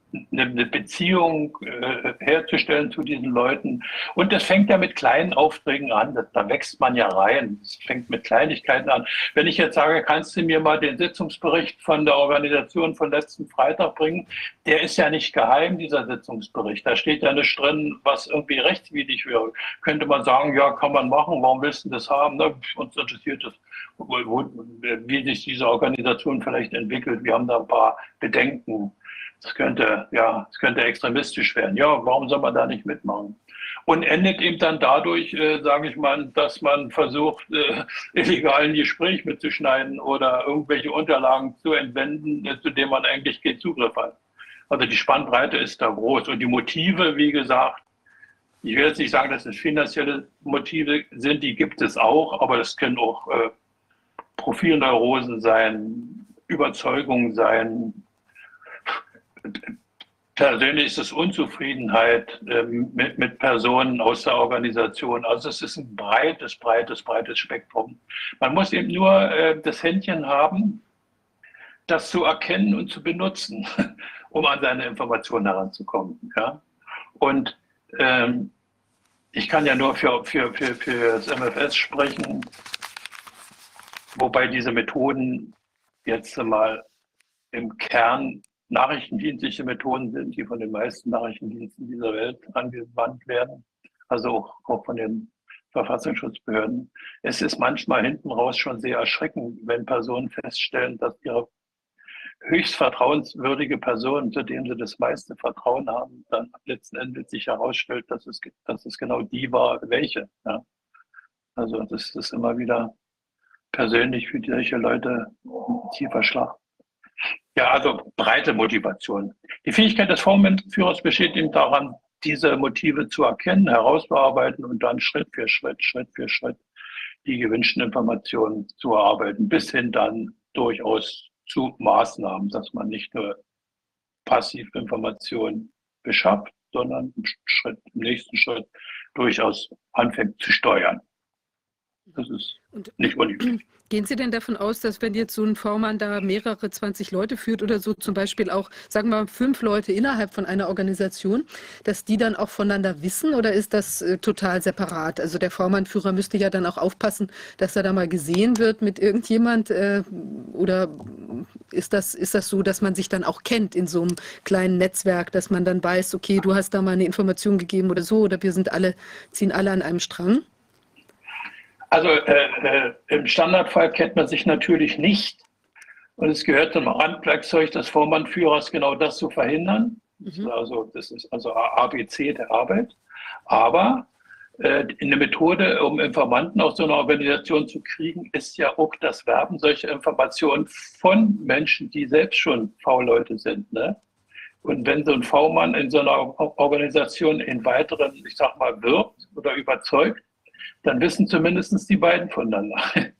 eine Beziehung herzustellen zu diesen Leuten. Und das fängt ja mit kleinen Aufträgen an. Da wächst man ja rein. Es fängt mit Kleinigkeiten an. Wenn ich jetzt sage, kannst du mir mal den Sitzungsbericht von der Organisation von letzten Freitag bringen, der ist ja nicht geheim, dieser Sitzungsbericht. Da steht ja nicht drin, was irgendwie rechtswidrig wäre. Könnte man sagen, ja, kann man machen. Warum willst du das haben? Na, uns interessiert das, wie sich diese Organisation vielleicht entwickelt. Wir haben da ein paar Bedenken. Es könnte extremistisch werden. Ja, warum soll man da nicht mitmachen? Und endet eben dann dadurch, sage ich mal, dass man versucht, illegalen Gespräch mitzuschneiden oder irgendwelche Unterlagen zu entwenden, zu denen man eigentlich keinen Zugriff hat. Also die Spannbreite ist da groß. Und die Motive, wie gesagt, ich will jetzt nicht sagen, dass es finanzielle Motive sind, die gibt es auch, aber das können auch Profilneurosen sein, Überzeugungen sein. Persönlich ist es Unzufriedenheit mit Personen aus der Organisation. Also es ist ein breites Spektrum. Man muss eben nur das Händchen haben, das zu erkennen und zu benutzen, um an seine Informationen heranzukommen. Ja? Und ich kann ja nur für das MFS sprechen, wobei diese Methoden jetzt mal im Kern nachrichtendienstliche Methoden sind, die von den meisten Nachrichtendiensten dieser Welt angewandt werden, also auch von den Verfassungsschutzbehörden. Es ist manchmal hinten raus schon sehr erschreckend, wenn Personen feststellen, dass ihre höchst vertrauenswürdige Person, zu dem sie das meiste Vertrauen haben, dann letzten Endes sich herausstellt, dass es genau die war, welche. Ja. Also das ist immer wieder persönlich für solche Leute ein tiefer Schlag. Ja, also breite Motivation. Die Fähigkeit des V-Führers besteht eben daran, diese Motive zu erkennen, herauszuarbeiten und dann Schritt für Schritt die gewünschten Informationen zu erarbeiten, bis hin dann durchaus zu Maßnahmen, dass man nicht nur passiv Informationen beschafft, sondern im nächsten Schritt durchaus anfängt zu steuern. Das ist nicht unüblich. Gehen Sie denn davon aus, dass wenn jetzt so ein V-Mann da mehrere 20 Leute führt oder so, zum Beispiel auch, sagen wir mal, 5 Leute innerhalb von einer Organisation, dass die dann auch voneinander wissen, oder ist das total separat? Also der V-Mann-Führer müsste ja dann auch aufpassen, dass er da mal gesehen wird mit irgendjemand, oder ist das so, dass man sich dann auch kennt in so einem kleinen Netzwerk, dass man dann weiß, okay, du hast da mal eine Information gegeben oder so, oder wir ziehen alle an einem Strang? Also im Standardfall kennt man sich natürlich nicht. Und es gehört zum Randwerkzeug des Vormannführers, genau das zu verhindern. Das ist also ABC der Arbeit. Aber eine Methode, um Informanten aus so einer Organisation zu kriegen, ist ja auch das Werben solcher Informationen von Menschen, die selbst schon V-Leute sind. Ne? Und wenn so ein V-Mann in so einer Organisation in weiteren, ich sag mal, wirbt oder überzeugt, dann wissen zumindest die beiden voneinander.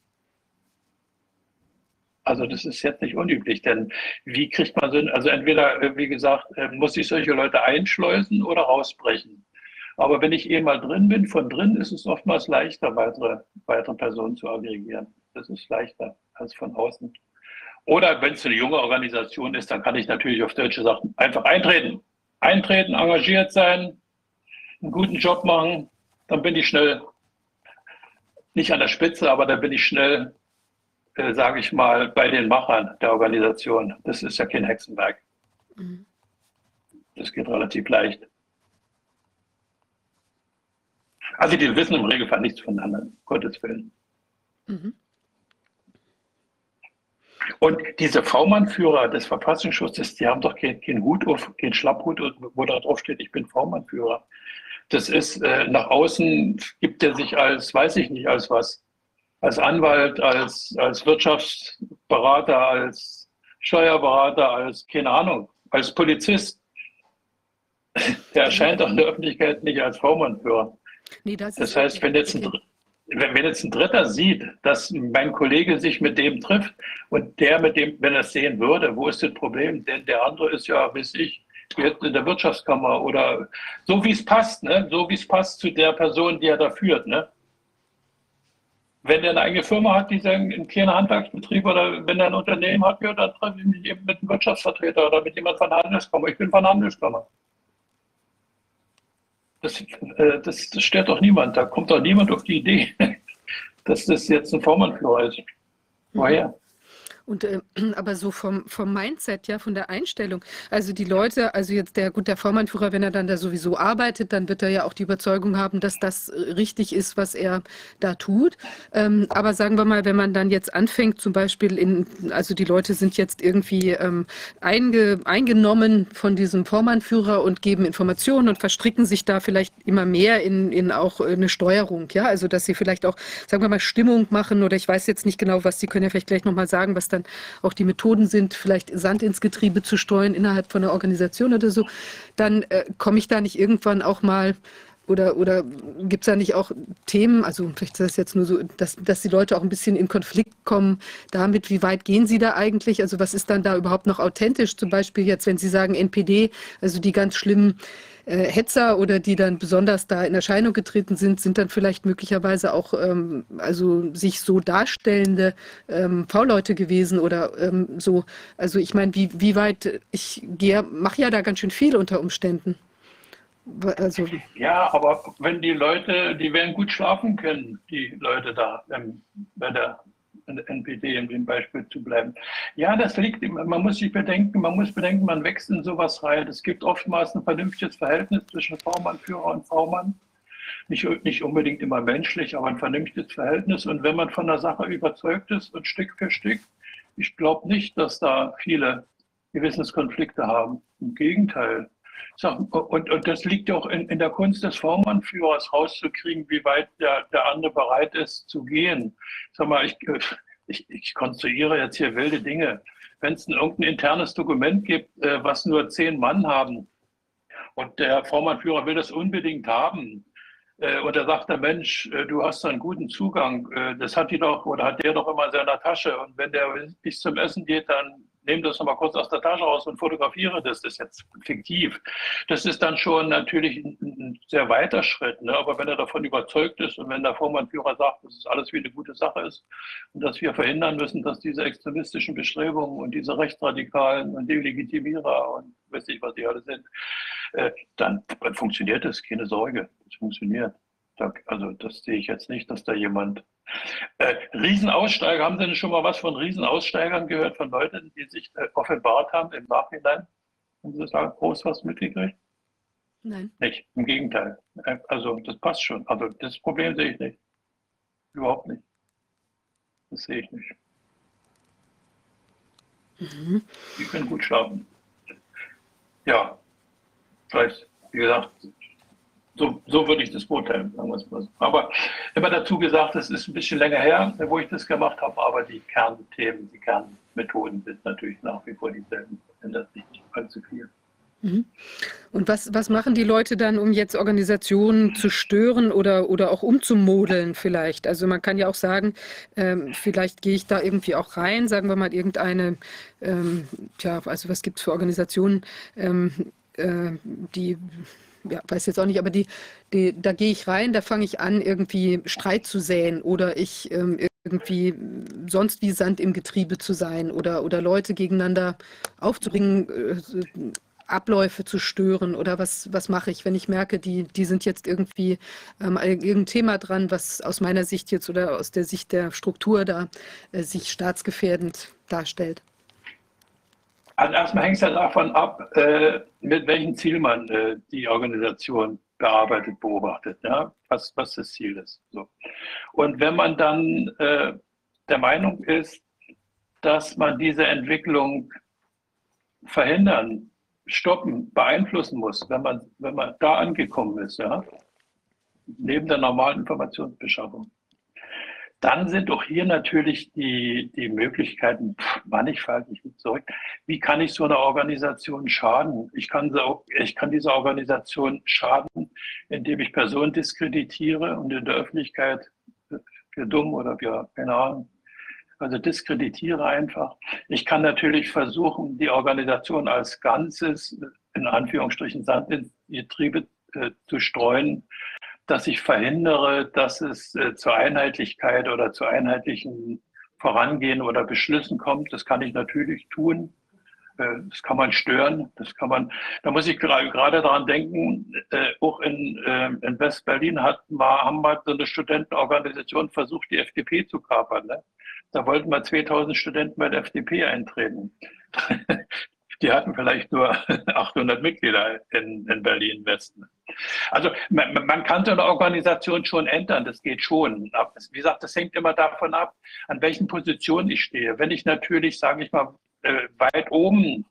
Also das ist jetzt nicht unüblich, denn wie kriegt man so, also entweder, wie gesagt, muss ich solche Leute einschleusen oder rausbrechen. Aber wenn ich mal drin bin, von drin ist es oftmals leichter, weitere Personen zu aggregieren. Das ist leichter als von außen. Oder wenn es eine junge Organisation ist, dann kann ich natürlich auf deutsche Sachen einfach eintreten. Eintreten, engagiert sein, einen guten Job machen, dann bin ich schnell nicht an der Spitze, aber da bin ich schnell, sage ich mal, bei den Machern der Organisation. Das ist ja kein Hexenwerk. Das geht relativ leicht. Also die wissen im Regelfall nichts voneinander, um Gottes Willen. Und diese V-Mann-Führer des Verfassungsschutzes, die haben doch keinen Hut auf, keinen Schlapphut, wo da drauf steht, ich bin V-Mann-Führer. Das ist, nach außen gibt er sich als, weiß ich nicht, als was, als Anwalt, als Wirtschaftsberater, als Steuerberater, als, keine Ahnung, als Polizist. Der erscheint doch in der Öffentlichkeit nicht als V-Mann-Führer. Nee, das heißt, wenn jetzt ein Dritter sieht, dass mein Kollege sich mit dem trifft und der mit dem, wenn er es sehen würde, wo ist das Problem? Denn der andere ist ja, weiß ich, jetzt in der Wirtschaftskammer oder so wie es passt, ne? So wie es passt zu der Person, die er da führt, ne? wenn er eine eigene Firma hat, die sagen, ein kleiner Handwerksbetrieb oder wenn er ein Unternehmen hat, ja, dann treffe ich mich eben mit einem Wirtschaftsvertreter oder mit jemand von der Handelskammer. Ich bin von der Handelskammer. Das stört doch niemand. Da kommt doch niemand auf die Idee, dass das jetzt ein Vormannführer ist. Woher? Und aber so vom Mindset, ja, von der Einstellung. Also die Leute, also jetzt der Vormannführer, wenn er dann da sowieso arbeitet, dann wird er ja auch die Überzeugung haben, dass das richtig ist, was er da tut. Aber sagen wir mal, wenn man dann jetzt anfängt, zum Beispiel also die Leute sind jetzt irgendwie eingenommen von diesem Vormannführer und geben Informationen und verstricken sich da vielleicht immer mehr in auch eine Steuerung, ja, also dass sie vielleicht auch, sagen wir mal, Stimmung machen oder ich weiß jetzt nicht genau, was, Sie können ja vielleicht gleich nochmal sagen, was dann auch die Methoden sind, vielleicht Sand ins Getriebe zu streuen innerhalb von einer Organisation oder so, dann komme ich da nicht irgendwann auch mal oder gibt es da nicht auch Themen, also vielleicht ist das jetzt nur so, dass die Leute auch ein bisschen in Konflikt kommen damit, wie weit gehen sie da eigentlich, also was ist dann da überhaupt noch authentisch, zum Beispiel jetzt, wenn Sie sagen NPD, also die ganz schlimmen Hetzer oder die dann besonders da in Erscheinung getreten sind dann vielleicht möglicherweise auch also sich so darstellende V-Leute gewesen oder so. Also ich meine, wie weit, mache ja da ganz schön viel unter Umständen. Also, ja, aber wenn die Leute, die werden gut schlafen können, die Leute da, bei der NPD, in dem Beispiel zu bleiben. Ja, das liegt, man muss bedenken, man wächst in sowas rein. Es gibt oftmals ein vernünftiges Verhältnis zwischen V-Mann-Führer und V-Mann. Nicht unbedingt immer menschlich, aber ein vernünftiges Verhältnis. Und wenn man von der Sache überzeugt ist und Stück für Stück, ich glaube nicht, dass da viele Gewissenskonflikte haben. Im Gegenteil. Und das liegt auch in der Kunst des V-Mann-Führers rauszukriegen, wie weit der andere bereit ist zu gehen. Sag mal, ich konstruiere jetzt hier wilde Dinge. Wenn es irgendein internes Dokument gibt, was nur 10 Mann haben und der V-Mann-Führer will das unbedingt haben, und da sagt der Mensch, du hast da einen guten Zugang, das hat der doch immer in seiner Tasche. Und wenn der nicht zum Essen geht, dann nehme das nochmal kurz aus der Tasche raus und fotografiere das. Das ist jetzt fiktiv. Das ist dann schon natürlich ein sehr weiter Schritt. Ne? Aber wenn er davon überzeugt ist und wenn der Vormannführer sagt, dass es alles wie eine gute Sache ist und dass wir verhindern müssen, dass diese extremistischen Bestrebungen und diese Rechtsradikalen und Delegitimierer und weiß nicht, was die alle sind, dann funktioniert das, keine Sorge, das funktioniert. Also das sehe ich jetzt nicht, dass da jemand... Riesenaussteiger, haben Sie denn schon mal was von Riesenaussteigern gehört, von Leuten, die sich offenbart haben im Nachhinein? Haben Sie da groß was mitgekriegt? nein. Nicht, im Gegenteil. Also das passt schon. Also das Problem sehe ich nicht. Überhaupt nicht. Das sehe ich nicht. Die können gut schlafen. Ja, vielleicht, wie gesagt, so würde ich das beurteilen. Aber immer dazu gesagt, es ist ein bisschen länger her, wo ich das gemacht habe, aber die Kernthemen, die Kernmethoden sind natürlich nach wie vor dieselben. Ändert sich nicht allzu viel. Und was machen die Leute dann, um jetzt Organisationen zu stören oder auch umzumodeln vielleicht? Also man kann ja auch sagen, vielleicht gehe ich da irgendwie auch rein, sagen wir mal irgendeine, also was gibt es für Organisationen, die, ja, weiß jetzt auch nicht, aber da gehe ich rein, da fange ich an, irgendwie Streit zu säen oder ich irgendwie sonst wie Sand im Getriebe zu sein oder Leute gegeneinander aufzubringen, Abläufe zu stören oder was mache ich, wenn ich merke, die sind jetzt irgendwie irgendein Thema dran, was aus meiner Sicht jetzt oder aus der Sicht der Struktur da sich staatsgefährdend darstellt? Also erstmal hängt es ja davon ab, mit welchem Ziel man die Organisation bearbeitet, beobachtet, ja? was das Ziel ist. So. Und wenn man dann der Meinung ist, dass man diese Entwicklung verhindern, stoppen, beeinflussen muss, wenn man da angekommen ist, ja, neben der normalen Informationsbeschaffung, dann sind auch hier natürlich die Möglichkeiten mannigfaltig zurück. Wie kann ich so einer Organisation schaden? Ich kann dieser Organisation schaden, indem ich Personen diskreditiere und in der Öffentlichkeit für dumm oder für, keine Ahnung, also diskreditiere einfach. Ich kann natürlich versuchen, die Organisation als Ganzes, in Anführungsstrichen Sand ins Getriebe zu streuen, dass ich verhindere, dass es zur Einheitlichkeit oder zu einheitlichen Vorangehen oder Beschlüssen kommt. Das kann ich natürlich tun. Das kann man stören. Da muss ich gerade daran denken, auch in West-Berlin haben wir so eine Studentenorganisation versucht, die FDP zu kapern. Ne? Da wollten wir 2000 Studenten bei der FDP eintreten. Die hatten vielleicht nur 800 Mitglieder in Berlin-Westen. Also man kann so eine Organisation schon ändern, das geht schon. Wie gesagt, das hängt immer davon ab, an welchen Positionen ich stehe. Wenn ich natürlich, sage ich mal, weit oben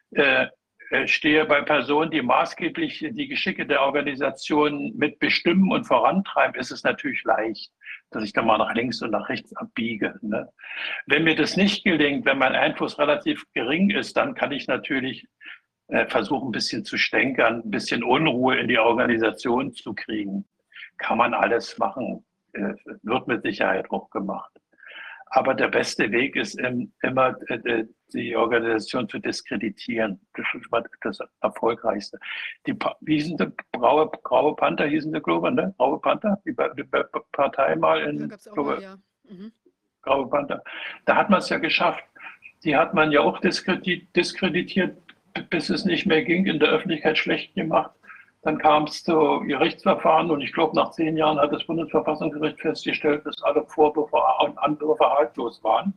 stehe bei Personen, die maßgeblich die Geschicke der Organisation mit bestimmen und vorantreiben, ist es natürlich leicht, dass ich dann mal nach links und nach rechts abbiege. Ne? Wenn mir das nicht gelingt, wenn mein Einfluss relativ gering ist, dann kann ich natürlich versuchen, ein bisschen zu stänkern, ein bisschen Unruhe in die Organisation zu kriegen. Kann man alles machen, wird mit Sicherheit auch gemacht. Aber der beste Weg ist immer, die Organisation zu diskreditieren. Das ist das Erfolgreichste. Wie hießen die? Graue Panther hießen die, glaube ich, ne? Graue Panther, die Partei mal in, Ja, gab's auch mal, ja. Graue Panther. Da hat man es ja geschafft. Die hat man ja auch diskreditiert, bis es nicht mehr ging, in der Öffentlichkeit schlecht gemacht. Dann kam es zu Gerichtsverfahren und ich glaube, nach 10 Jahren hat das Bundesverfassungsgericht festgestellt, dass alle Vorwürfe und Anwürfe haltlos waren.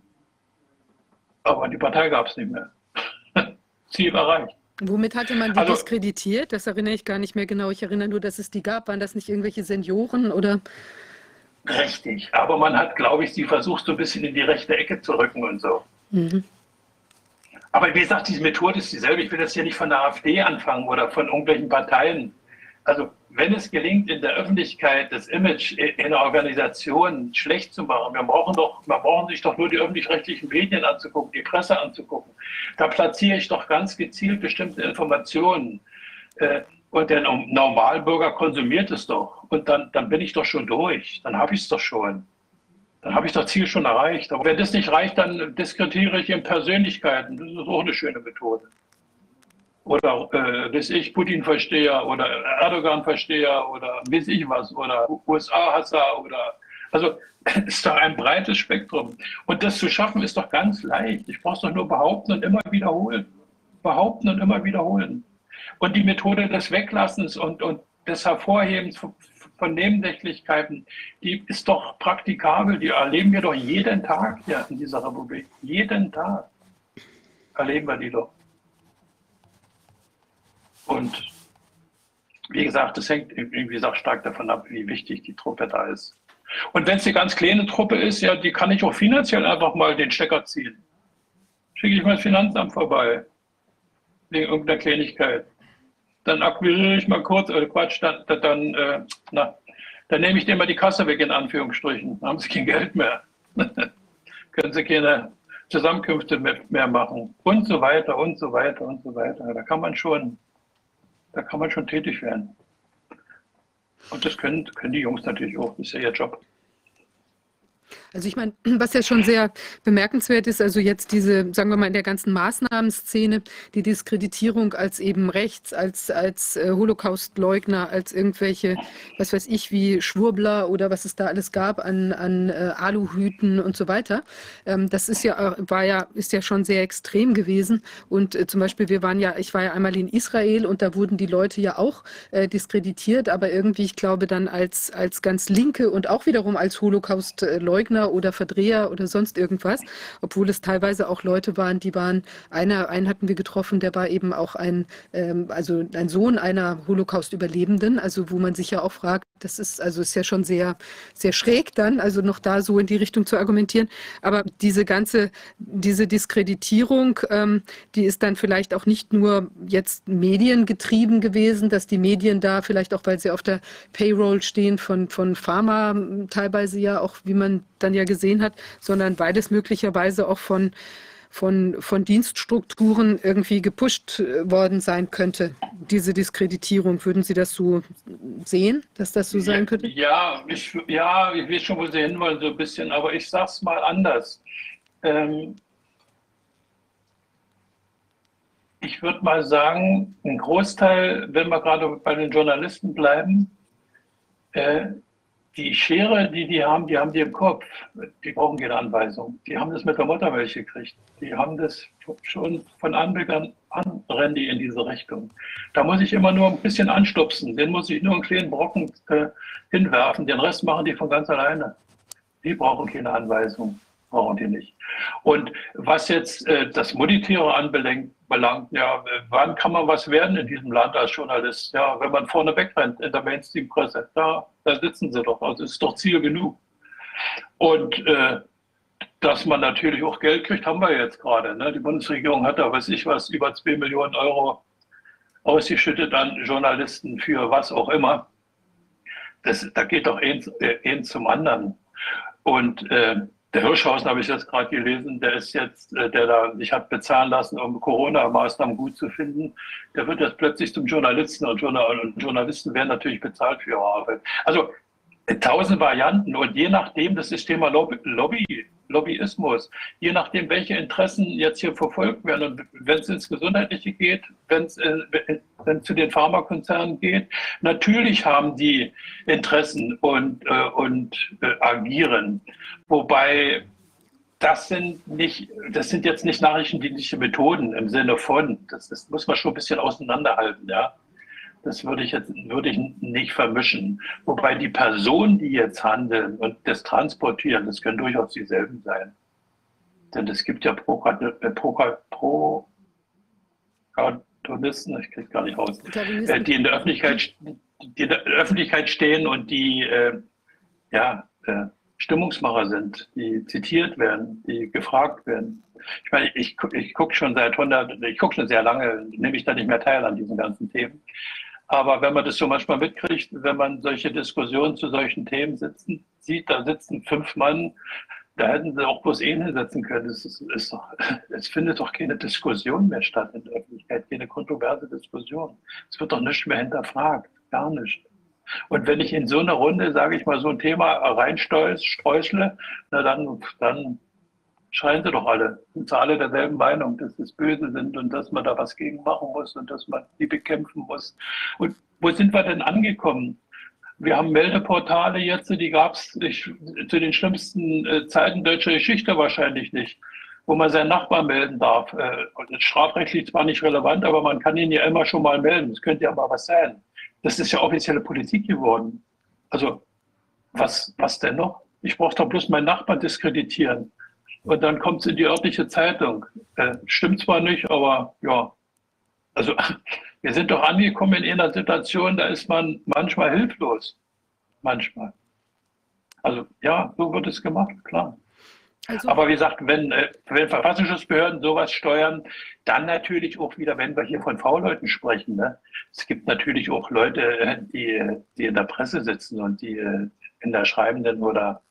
Aber die Partei gab es nicht mehr. Ziel erreicht. Womit hatte man die diskreditiert? Das erinnere ich gar nicht mehr genau. Ich erinnere nur, dass es die gab. Waren das nicht irgendwelche Senioren oder? Richtig. Aber man hat, glaube ich, sie versucht, so ein bisschen in die rechte Ecke zu rücken und so. Mhm. Aber wie gesagt, diese Methode ist dieselbe. Ich will das hier nicht von der AfD anfangen oder von irgendwelchen Parteien. Also wenn es gelingt, in der Öffentlichkeit das Image in der Organisation schlecht zu machen, man brauchen sich doch nur die öffentlich-rechtlichen Medien anzugucken, die Presse anzugucken. Da platziere ich doch ganz gezielt bestimmte Informationen. Und der Normalbürger konsumiert es doch. Und dann bin ich doch schon durch. Dann habe ich es doch schon. Dann habe ich das Ziel schon erreicht. Aber wenn das nicht reicht, dann diskreditiere ich in Persönlichkeiten. Das ist auch eine schöne Methode. Oder weiß ich, Putin-Versteher oder Erdogan-Versteher oder weiß ich was. Oder USA-Hasser oder... Also es ist doch ein breites Spektrum. Und das zu schaffen ist doch ganz leicht. Ich brauche es doch nur behaupten und immer wiederholen. Behaupten und immer wiederholen. Und die Methode des Weglassens und des Hervorhebens von Nebensächlichkeiten, die ist doch praktikabel, die erleben wir doch jeden Tag hier in dieser Republik. Jeden Tag erleben wir die doch. Und wie gesagt, das hängt, wie gesagt, stark davon ab, wie wichtig die Truppe da ist. Und wenn es eine ganz kleine Truppe ist, ja, die kann ich auch finanziell einfach mal den Stecker ziehen. Schicke ich mal das Finanzamt vorbei, wegen irgendeiner Kleinigkeit. Dann akquiriere ich mal kurz, Quatsch, dann nehme ich dir mal die Kasse weg, in Anführungsstrichen. Dann haben sie kein Geld mehr. Können sie keine Zusammenkünfte mehr machen. Und so weiter und so weiter und so weiter. Da kann man schon tätig werden. Und das können die Jungs natürlich auch. Das ist ja ihr Job. Also ich meine, was ja schon sehr bemerkenswert ist, also jetzt diese, sagen wir mal, in der ganzen Maßnahmenszene, die Diskreditierung als eben rechts, als Holocaustleugner, als irgendwelche, was weiß ich, wie Schwurbler oder was es da alles gab an Aluhüten und so weiter. Das ist ist ja schon sehr extrem gewesen. Und zum Beispiel, ich war ja einmal in Israel und da wurden die Leute ja auch diskreditiert, aber irgendwie, ich glaube, dann als ganz Linke und auch wiederum als Holocaustleugner oder Verdreher oder sonst irgendwas, obwohl es teilweise auch Leute waren, einen hatten wir getroffen, der war eben auch ein Sohn einer Holocaust-Überlebenden, also wo man sich ja auch fragt, das ist ja schon sehr, sehr schräg dann, also noch da so in die Richtung zu argumentieren, aber diese Diskreditierung, die ist dann vielleicht auch nicht nur jetzt mediengetrieben gewesen, dass die Medien da vielleicht auch, weil sie auf der Payroll stehen von Pharma teilweise ja auch, wie man dann ja gesehen hat, sondern weil es möglicherweise auch von Dienststrukturen irgendwie gepusht worden sein könnte, diese Diskreditierung. Würden Sie das so sehen, dass das so sein könnte? Ja, ich weiß schon, wo Sie hinwollen, so ein bisschen, aber ich sage es mal anders. Ich würde mal sagen, ein Großteil, wenn wir gerade bei den Journalisten bleiben, Die Schere, die haben die im Kopf. Die brauchen keine Anweisung. Die haben das mit der Muttermilch gekriegt. Die haben das schon von Anbeginn an, rennen die in diese Richtung. Da muss ich immer nur ein bisschen anstupsen. Den muss ich nur einen kleinen Brocken hinwerfen. Den Rest machen die von ganz alleine. Die brauchen keine Anweisung. Brauchen die nicht. Und was jetzt das Monetäre anbelangt, ja, wann kann man was werden in diesem Land als Journalist? Ja, wenn man vorne wegrennt in der Mainstream-Presse, da sitzen sie doch, also ist doch Ziel genug. Und dass man natürlich auch Geld kriegt, haben wir jetzt gerade. Ne? Die Bundesregierung hat da, weiß ich was, über 2 Millionen Euro ausgeschüttet an Journalisten für was auch immer. Da geht doch eins zum anderen. Und der Hirschhausen, habe ich jetzt gerade gelesen, der ist jetzt, der da sich hat bezahlen lassen, um Corona-Maßnahmen gut zu finden, der wird jetzt plötzlich zum Journalisten und Journalisten werden natürlich bezahlt für ihre Arbeit. Also 1000 Varianten und je nachdem, das ist Thema Lobbyismus, je nachdem, welche Interessen jetzt hier verfolgt werden und wenn es ins Gesundheitliche geht, wenn es zu den Pharmakonzernen geht, natürlich haben die Interessen und agieren. Wobei das sind jetzt nicht nachrichtendienstliche Methoden im Sinne von, das muss man schon ein bisschen auseinanderhalten, ja. Das würde ich nicht vermischen. Wobei die Personen, die jetzt handeln und das transportieren, das können durchaus dieselben sein. Denn es gibt ja Protagonisten, ich kriege es gar nicht raus, die in der Öffentlichkeit stehen und die Stimmungsmacher sind, die zitiert werden, die gefragt werden. Ich meine, ich gucke schon sehr lange, nehme ich da nicht mehr teil an diesen ganzen Themen. Aber wenn man das so manchmal mitkriegt, wenn man solche Diskussionen zu solchen Themen sieht, da sitzen 5 Mann, da hätten sie auch bloß einen hinsetzen können. Es findet doch keine Diskussion mehr statt in der Öffentlichkeit, keine kontroverse Diskussion. Es wird doch nicht mehr hinterfragt, gar nicht. Und wenn ich in so eine Runde, sage ich mal, so ein Thema reinstreusle, na dann schreien sie doch alle. Sind sie alle derselben Meinung, dass es böse sind und dass man da was gegen machen muss und dass man die bekämpfen muss. Und wo sind wir denn angekommen? Wir haben Meldeportale jetzt, die gab es zu den schlimmsten Zeiten deutscher Geschichte wahrscheinlich nicht, wo man seinen Nachbarn melden darf. Strafrechtlich zwar nicht relevant, aber man kann ihn ja immer schon mal melden. Das könnte ja mal was sein. Das ist ja offizielle Politik geworden. Also was denn noch? Ich brauche doch bloß meinen Nachbarn diskreditieren. Und dann kommt es in die örtliche Zeitung. Stimmt zwar nicht, aber ja. Also wir sind doch angekommen in einer Situation, da ist man manchmal hilflos. Manchmal. Also ja, so wird es gemacht, klar. Also, aber wie gesagt, wenn Verfassungsschutzbehörden sowas steuern, dann natürlich auch wieder, wenn wir hier von V-Leuten sprechen. Ne? Es gibt natürlich auch Leute, die in der Presse sitzen und die in der schreibenden oder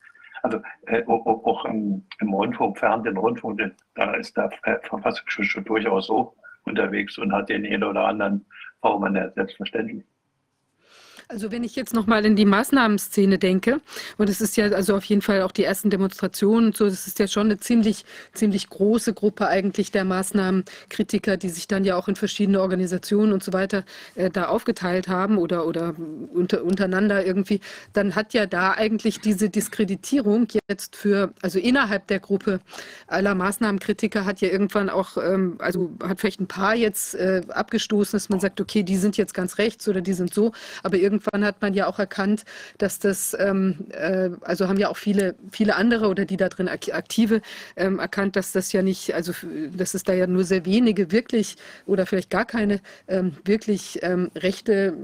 auch im Rundfunk, Fernsehen, Rundfunk, da ist der Verfassungsschutz schon durchaus so unterwegs und hat den einen oder anderen V-Mann selbstverständlich. Also wenn ich jetzt nochmal in die Maßnahmenszene denke, und es ist ja also auf jeden Fall auch die ersten Demonstrationen und so, das ist ja schon eine ziemlich große Gruppe eigentlich der Maßnahmenkritiker, die sich dann ja auch in verschiedene Organisationen und so weiter da aufgeteilt haben oder untereinander irgendwie, dann hat ja da eigentlich diese Diskreditierung jetzt also innerhalb der Gruppe aller Maßnahmenkritiker hat ja irgendwann auch, also hat vielleicht ein paar jetzt abgestoßen, dass man sagt, okay, die sind jetzt ganz rechts oder die sind so, aber irgendwann hat man ja auch erkannt, dass das, also haben ja auch viele andere oder die da drin Aktive erkannt, dass das ja nicht, also dass es da ja nur sehr wenige wirklich oder vielleicht gar keine wirklich rechte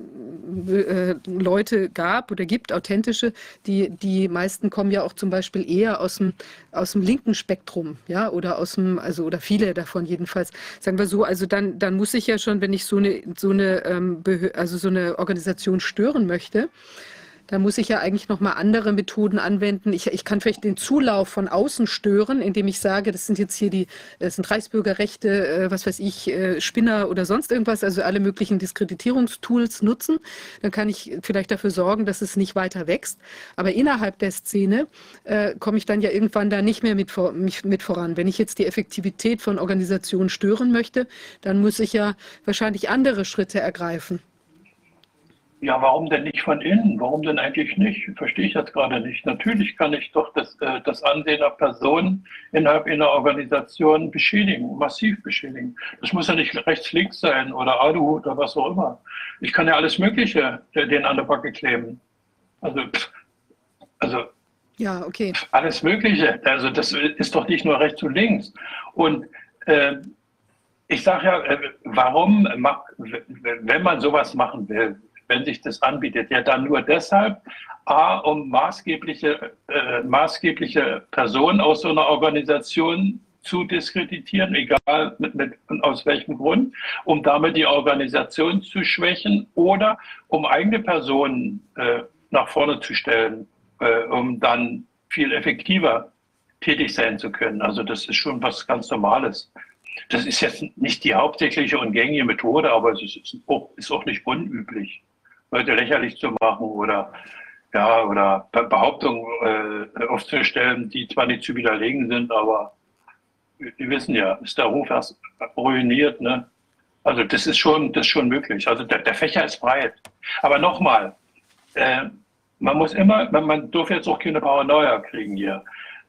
Leute gab oder gibt, authentische. Die meisten kommen ja auch zum Beispiel eher aus dem linken Spektrum, ja, oder oder viele davon jedenfalls. Sagen wir so, also dann muss ich ja schon, wenn ich so eine Organisation stören möchte, dann muss ich ja eigentlich nochmal andere Methoden anwenden. Ich kann vielleicht den Zulauf von außen stören, indem ich sage, das sind jetzt hier das sind Reichsbürgerrechte, was weiß ich, Spinner oder sonst irgendwas, also alle möglichen Diskreditierungstools nutzen. Dann kann ich vielleicht dafür sorgen, dass es nicht weiter wächst. Aber innerhalb der Szene komme ich dann ja irgendwann da nicht mehr mit voran. Wenn ich jetzt die Effektivität von Organisationen stören möchte, dann muss ich ja wahrscheinlich andere Schritte ergreifen. Ja, warum denn nicht von innen? Warum denn eigentlich nicht? Verstehe ich jetzt gerade nicht. Natürlich kann ich doch das Ansehen der Personen innerhalb einer Organisation beschädigen, massiv beschädigen. Das muss ja nicht rechts-links sein oder Aluhut oder was auch immer. Ich kann ja alles Mögliche denen an der Backe kleben. Also Ja, okay. alles Mögliche. Also das ist doch nicht nur rechts und links. Und ich sage ja, warum, wenn man sowas machen will, wenn sich das anbietet, ja dann nur deshalb, um maßgebliche Personen aus so einer Organisation zu diskreditieren, egal aus welchem Grund, um damit die Organisation zu schwächen oder um eigene Personen nach vorne zu stellen, um dann viel effektiver tätig sein zu können. Also das ist schon was ganz Normales. Das ist jetzt nicht die hauptsächliche und gängige Methode, aber es ist auch nicht unüblich, Leute lächerlich zu machen oder Behauptungen aufzustellen, die zwar nicht zu widerlegen sind, aber wir wissen ja, ist der Ruf erst ruiniert. Ne? Also das ist schon möglich. Also der Fächer ist breit. Aber nochmal, man darf jetzt auch keine Paranoia kriegen hier.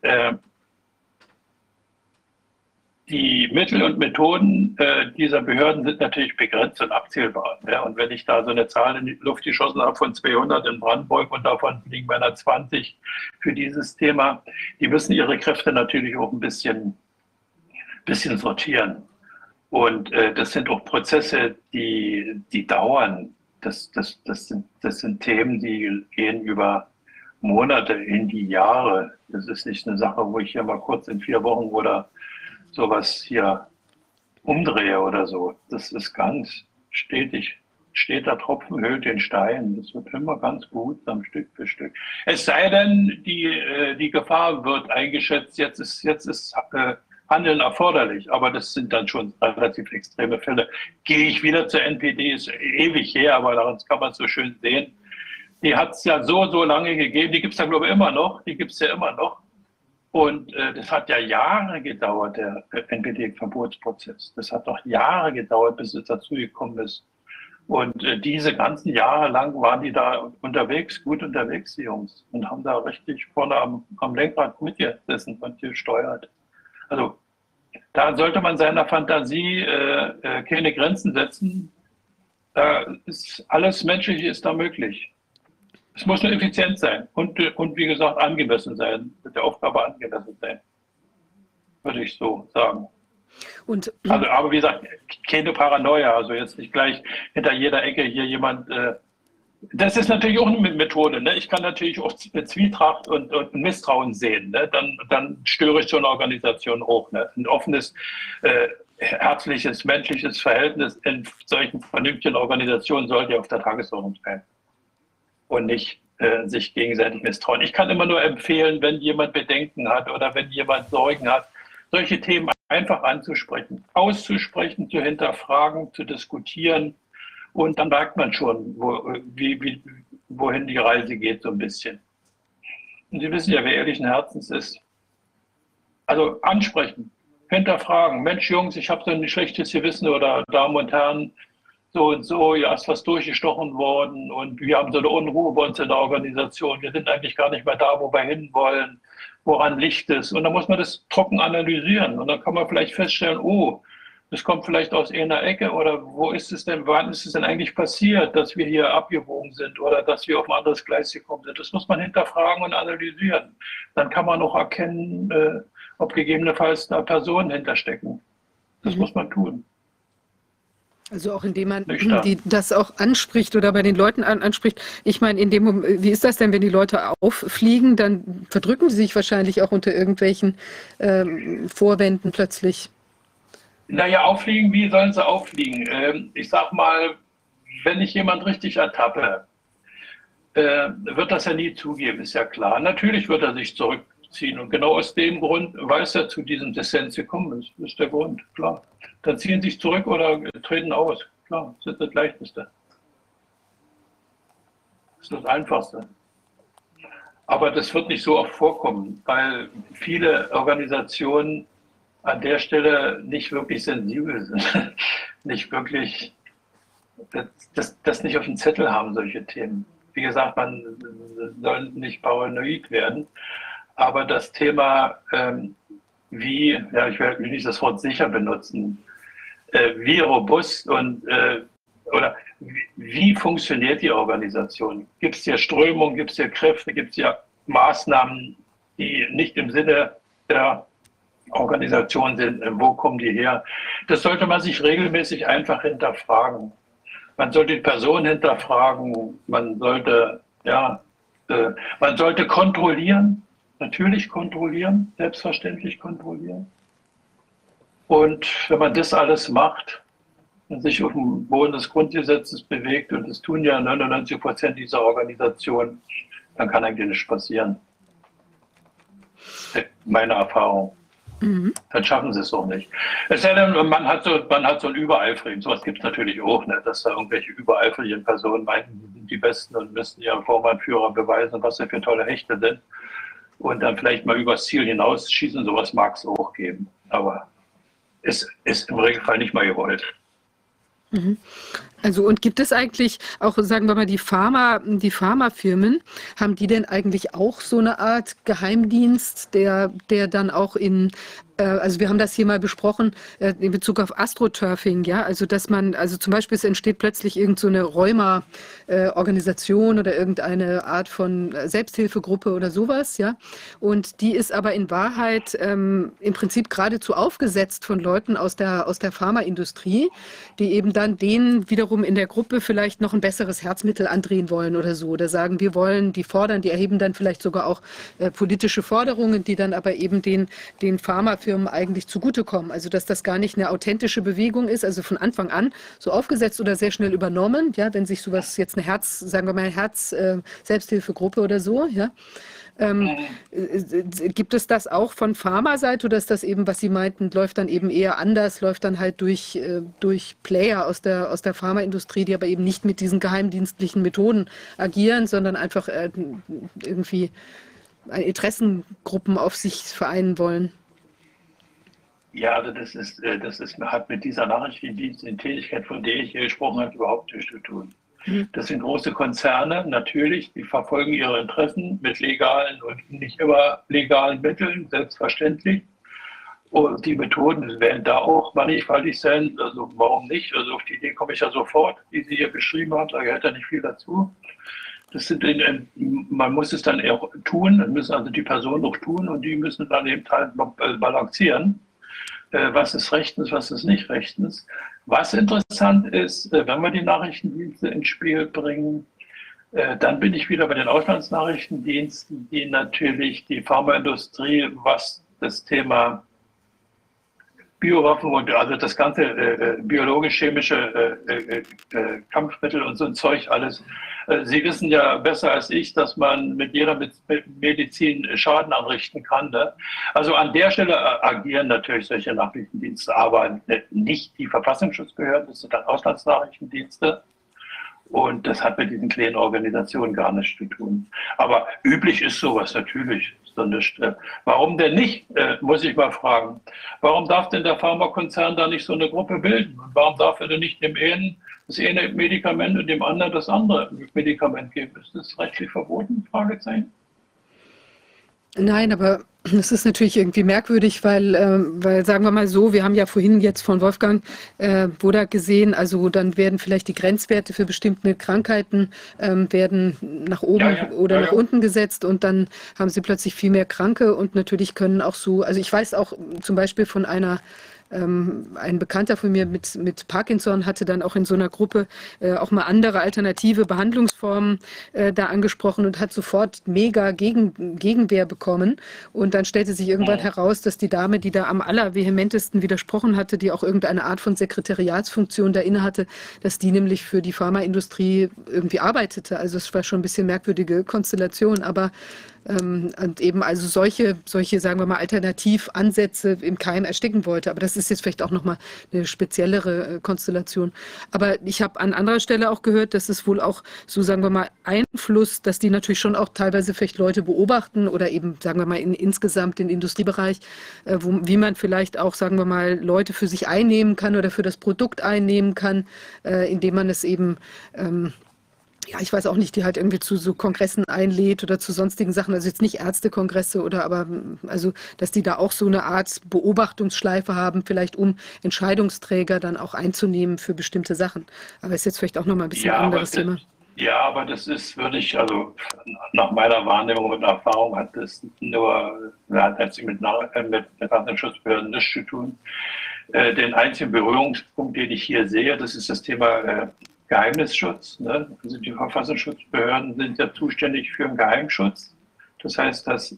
Die Mittel und Methoden dieser Behörden sind natürlich begrenzt und abzählbar. Ja? Und wenn ich da so eine Zahl in die Luft geschossen habe von 200 in Brandenburg und davon liegen bei einer 20 für dieses Thema, die müssen ihre Kräfte natürlich auch ein bisschen sortieren. Und das sind auch Prozesse, die dauern. Das sind Themen, die gehen über Monate in die Jahre. Das ist nicht eine Sache, wo ich hier mal kurz in 4 Wochen oder sowas hier umdrehe oder so. Das ist ganz stetig. Steter Tropfen höhlt den Stein. Das wird immer ganz behutsam Stück für Stück. Es sei denn, die Gefahr wird eingeschätzt, jetzt ist Handeln erforderlich, aber das sind dann schon relativ extreme Fälle. Gehe ich wieder zur NPD, ist ewig her, aber daran kann man es so schön sehen. Die hat es ja so lange gegeben, die gibt es ja glaube ich immer noch, Und das hat ja Jahre gedauert, der NPD-Verbotsprozess. Das hat doch Jahre gedauert, bis es dazu gekommen ist. Und diese ganzen Jahre lang waren die da gut unterwegs, die Jungs, und haben da richtig vorne am Lenkrad mitgesessen und gesteuert. Also da sollte man seiner Fantasie keine Grenzen setzen. Alles Menschliche ist da möglich. Es muss nur effizient sein und wie gesagt angemessen sein, mit der Aufgabe angemessen sein, würde ich so sagen. Und also, aber wie gesagt, keine Paranoia, also jetzt nicht gleich hinter jeder Ecke hier jemand. Das ist natürlich auch eine Methode. Ne? Ich kann natürlich auch Zwietracht und Misstrauen sehen. Ne? Dann störe ich so eine Organisation hoch. Ne? Ein offenes, herzliches, menschliches Verhältnis in solchen vernünftigen Organisationen sollte auf der Tagesordnung sein. Und nicht sich gegenseitig misstrauen. Ich kann immer nur empfehlen, wenn jemand Bedenken hat oder wenn jemand Sorgen hat, solche Themen einfach anzusprechen, auszusprechen, zu hinterfragen, zu diskutieren. Und dann merkt man schon, wohin die Reise geht, so ein bisschen. Und Sie wissen ja, wer ehrlichen Herzens ist. Also ansprechen, hinterfragen. Mensch, Jungs, ich habe so ein schlechtes Gewissen oder Damen und Herren, so und so, ja, ist was durchgestochen worden und wir haben so eine Unruhe bei uns in der Organisation. Wir sind eigentlich gar nicht mehr da, wo wir hinwollen. Woran liegt es? Und dann muss man das trocken analysieren. Und dann kann man vielleicht feststellen, oh, das kommt vielleicht aus einer Ecke oder wo ist es denn, wann ist es denn eigentlich passiert, dass wir hier abgewogen sind oder dass wir auf ein anderes Gleis gekommen sind? Das muss man hinterfragen und analysieren. Dann kann man auch erkennen, ob gegebenenfalls da Personen hinterstecken. Das muss man tun. Also auch indem man das auch anspricht oder bei den Leuten anspricht. Ich meine, wie ist das denn, wenn die Leute auffliegen, dann verdrücken sie sich wahrscheinlich auch unter irgendwelchen Vorwänden plötzlich. Naja, auffliegen, wie sollen sie auffliegen? Ich sag mal, wenn ich jemand richtig ertappe, wird das ja nie zugeben, ist ja klar. Natürlich wird er sich zurückziehen und genau aus dem Grund, weil es ja zu diesem Dissens gekommen ist, ist der Grund, klar. Dann ziehen sie sich zurück oder treten aus, klar, das ist das Leichteste. Das ist das Einfachste. Aber das wird nicht so oft vorkommen, weil viele Organisationen an der Stelle nicht wirklich sensibel sind, nicht wirklich das nicht auf dem Zettel haben, solche Themen. Wie gesagt, man soll nicht paranoid werden, aber das Thema, ich will nicht das Wort sicher benutzen, wie robust und oder wie funktioniert die Organisation? Gibt es hier Strömung, gibt es hier Kräfte, gibt es hier Maßnahmen, die nicht im Sinne der Organisation sind? Wo kommen die her? Das sollte man sich regelmäßig einfach hinterfragen. Man sollte die Person hinterfragen, man sollte kontrollieren, natürlich kontrollieren, selbstverständlich kontrollieren. Und wenn man das alles macht und sich auf dem Boden des Grundgesetzes bewegt, und das tun ja 99% dieser Organisationen, dann kann eigentlich nichts passieren. Das ist meine Erfahrung. Dann schaffen sie es auch nicht. Es sei denn, man hat so ein Übereifrigen. Sowas gibt es natürlich auch, ne? Dass da irgendwelche übereifrigen Personen meinen, die sind die Besten und müssen ihrem Vormannführer beweisen, was sie für tolle Hechte sind. Und dann vielleicht mal übers Ziel hinausschießen. Sowas mag es auch geben. Aber es ist im Regelfall nicht mal gewollt. Also und gibt es eigentlich auch, sagen wir mal, die Pharmafirmen, haben die denn eigentlich auch so eine Art Geheimdienst, der dann auch also wir haben das hier mal besprochen in Bezug auf Astroturfing, ja, also dass man, also zum Beispiel es entsteht plötzlich irgend so eine Rheuma-Organisation oder irgendeine Art von Selbsthilfegruppe oder sowas, ja, und die ist aber in Wahrheit im Prinzip geradezu aufgesetzt von Leuten aus der Pharmaindustrie, die eben dann denen wiederum in der Gruppe vielleicht noch ein besseres Herzmittel andrehen wollen oder so, oder sagen, die erheben dann vielleicht sogar auch politische Forderungen, die dann aber eben den Pharmafirmen eigentlich zugutekommen. Also dass das gar nicht eine authentische Bewegung ist, also von Anfang an so aufgesetzt oder sehr schnell übernommen, ja, wenn sich sowas jetzt eine Selbsthilfegruppe oder so, ja. Gibt es das auch von Pharmaseite oder ist das eben, was Sie meinten, läuft dann eben eher anders, läuft dann halt durch Player aus der Pharmaindustrie, die aber eben nicht mit diesen geheimdienstlichen Methoden agieren, sondern einfach irgendwie Interessengruppen auf sich vereinen wollen? Ja, also hat mit dieser Nachrichtendiensttätigkeit, von der ich hier gesprochen habe, überhaupt nichts zu tun. Das sind große Konzerne, natürlich, die verfolgen ihre Interessen mit legalen und nicht immer legalen Mitteln, selbstverständlich. Und die Methoden werden da auch mannigfaltig sein, also warum nicht? Also auf die Idee komme ich ja sofort, die Sie hier beschrieben haben, da gehört ja nicht viel dazu. Man muss es dann auch tun, das müssen also die Personen auch tun und die müssen dann eben halt balancieren. Was ist rechtens, was ist nicht rechtens. Was interessant ist, wenn wir die Nachrichtendienste ins Spiel bringen, dann bin ich wieder bei den Auslandsnachrichtendiensten, die natürlich die Pharmaindustrie, was das Thema Biowaffen und also das ganze biologisch-chemische Kampfmittel und so ein Zeug alles. Sie wissen ja besser als ich, dass man mit jeder Medizin Schaden anrichten kann. Ne? Also an der Stelle agieren natürlich solche Nachrichtendienste, aber nicht die Verfassungsschutzbehörden, das sind dann Auslandsnachrichtendienste. Und das hat mit diesen kleinen Organisationen gar nichts zu tun. Aber üblich ist sowas natürlich. Warum denn nicht, muss ich mal fragen. Warum darf denn der Pharmakonzern da nicht so eine Gruppe bilden? Und warum darf er denn nicht dem einen das eine Medikament und dem anderen das andere Medikament geben? Ist das rechtlich verboten? Fragezeichen. Nein, aber es ist natürlich irgendwie merkwürdig, weil sagen wir mal so, wir haben ja vorhin jetzt von Wolfgang Wodak gesehen, also dann werden vielleicht die Grenzwerte für bestimmte Krankheiten werden nach oben oder nach unten gesetzt und dann haben sie plötzlich viel mehr Kranke und natürlich können auch so, also ich weiß auch zum Beispiel von ein Bekannter von mir mit Parkinson hatte dann auch in so einer Gruppe auch mal andere alternative Behandlungsformen da angesprochen und hat sofort mega Gegenwehr bekommen. Und dann stellte sich irgendwann heraus, dass die Dame, die da am allervehementesten widersprochen hatte, die auch irgendeine Art von Sekretariatsfunktion da inne hatte, dass die nämlich für die Pharmaindustrie irgendwie arbeitete. Also es war schon ein bisschen merkwürdige Konstellation, aber Und eben also solche, sagen wir mal, Alternativansätze im Keim ersticken wollte. Aber das ist jetzt vielleicht auch nochmal eine speziellere Konstellation. Aber ich habe an anderer Stelle auch gehört, dass es wohl auch so, sagen wir mal, Einfluss, dass die natürlich schon auch teilweise vielleicht Leute beobachten oder eben, sagen wir mal, insgesamt den Industriebereich, wie man vielleicht auch, sagen wir mal, Leute für sich einnehmen kann oder für das Produkt einnehmen kann, indem man es eben ja, ich weiß auch nicht, die halt irgendwie zu so Kongressen einlädt oder zu sonstigen Sachen, also jetzt nicht Ärztekongresse oder aber, also, dass die da auch so eine Art Beobachtungsschleife haben, vielleicht um Entscheidungsträger dann auch einzunehmen für bestimmte Sachen. Aber ist jetzt vielleicht auch nochmal ein bisschen ein anderes Thema. Ja, aber das ist, würde ich, also nach meiner Wahrnehmung und Erfahrung hat das mit Datenschutzbehörden nichts zu tun. Den einzigen Berührungspunkt, den ich hier sehe, das ist das Thema Geheimnisschutz. Ne? Also die Verfassungsschutzbehörden sind ja zuständig für den Geheimschutz. Das heißt, dass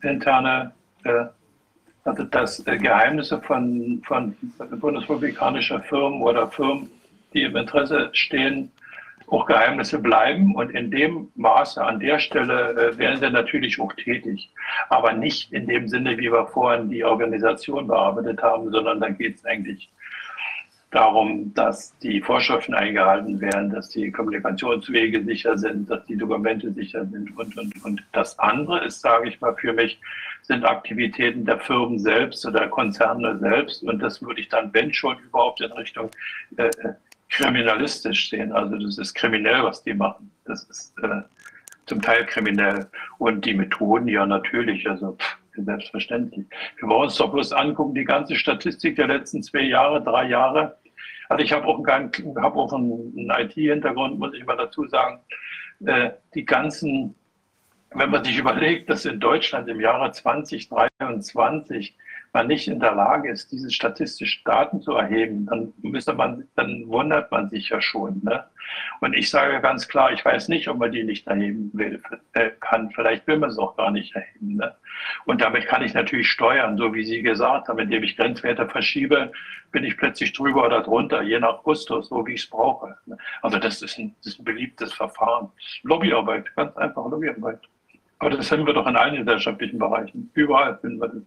dass Geheimnisse von bundesrepublikanischer Firmen oder Firmen, die im Interesse stehen, auch Geheimnisse bleiben. Und in dem Maße, an der Stelle werden sie natürlich auch tätig. Aber nicht in dem Sinne, wie wir vorhin die Organisation bearbeitet haben, sondern da geht es eigentlich darum, dass die Vorschriften eingehalten werden, dass die Kommunikationswege sicher sind, dass die Dokumente sicher sind und. Das andere ist, sage ich mal, für mich sind Aktivitäten der Firmen selbst oder der Konzerne selbst und das würde ich dann, wenn schon überhaupt, in Richtung kriminalistisch sehen. Also das ist kriminell, was die machen. Das ist zum Teil kriminell und die Methoden ja natürlich, also selbstverständlich. Wir wollen uns doch bloß angucken, die ganze Statistik der letzten 2 Jahre, 3 Jahre. Also ich habe auch einen IT-Hintergrund, muss ich mal dazu sagen. Die ganzen, wenn man sich überlegt, dass in Deutschland im Jahre 2023 man nicht in der Lage ist, diese statistischen Daten zu erheben, dann wundert man sich ja schon. Ne? Und ich sage ganz klar, ich weiß nicht, ob man die nicht erheben kann. Vielleicht will man es auch gar nicht erheben. Ne? Und damit kann ich natürlich steuern, so wie Sie gesagt haben, indem ich Grenzwerte verschiebe, bin ich plötzlich drüber oder drunter, je nach Gustus, so wie ich es brauche. Ne? Also das ist ein beliebtes Verfahren. Lobbyarbeit, ganz einfach Lobbyarbeit. Aber das finden wir doch in allen gesellschaftlichen Bereichen. Überall finden wir das.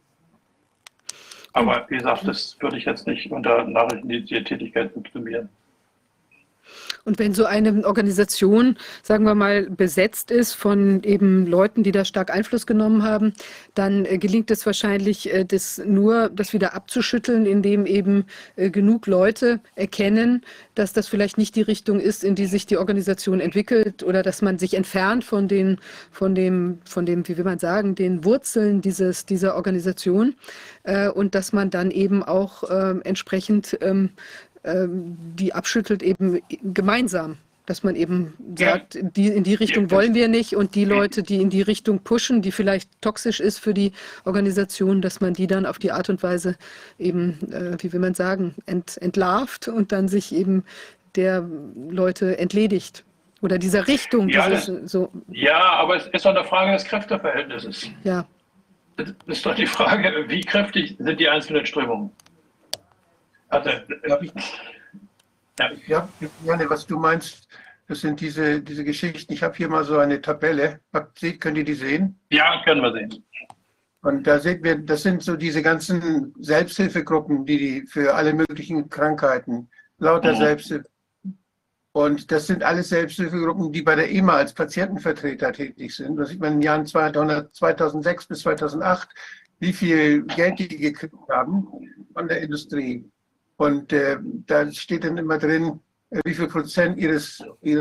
Aber wie gesagt, das würde ich jetzt nicht unter Nachrichtendienst-Tätigkeit subsumieren. Und wenn so eine Organisation, sagen wir mal, besetzt ist von eben Leuten, die da stark Einfluss genommen haben, dann gelingt es wahrscheinlich, das wieder abzuschütteln, indem eben genug Leute erkennen, dass das vielleicht nicht die Richtung ist, in die sich die Organisation entwickelt oder dass man sich entfernt von dem, wie will man sagen, den Wurzeln dieser Organisation und dass man dann eben auch entsprechend die abschüttelt eben gemeinsam, dass man eben sagt, in die Richtung wollen wir nicht und die Leute, die in die Richtung pushen, die vielleicht toxisch ist für die Organisation, dass man die dann auf die Art und Weise eben, wie will man sagen, entlarvt und dann sich eben der Leute entledigt. Oder dieser Richtung. Ja, aber es ist doch eine Frage des Kräfteverhältnisses. Ja. Das ist doch die Frage, wie kräftig sind die einzelnen Strömungen? Also, ja, Janne, was du meinst, das sind diese Geschichten. Ich habe hier mal so eine Tabelle. Könnt ihr die sehen? Ja, können wir sehen. Und da sehen wir, das sind so diese ganzen Selbsthilfegruppen, die für alle möglichen Krankheiten, lauter Selbsthilfe. Und das sind alles Selbsthilfegruppen, die bei der EMA als Patientenvertreter tätig sind. Da sieht man in den Jahren 2006 bis 2008, wie viel Geld die gekriegt haben von der Industrie. Und da steht dann immer drin, wie viel Prozent ihres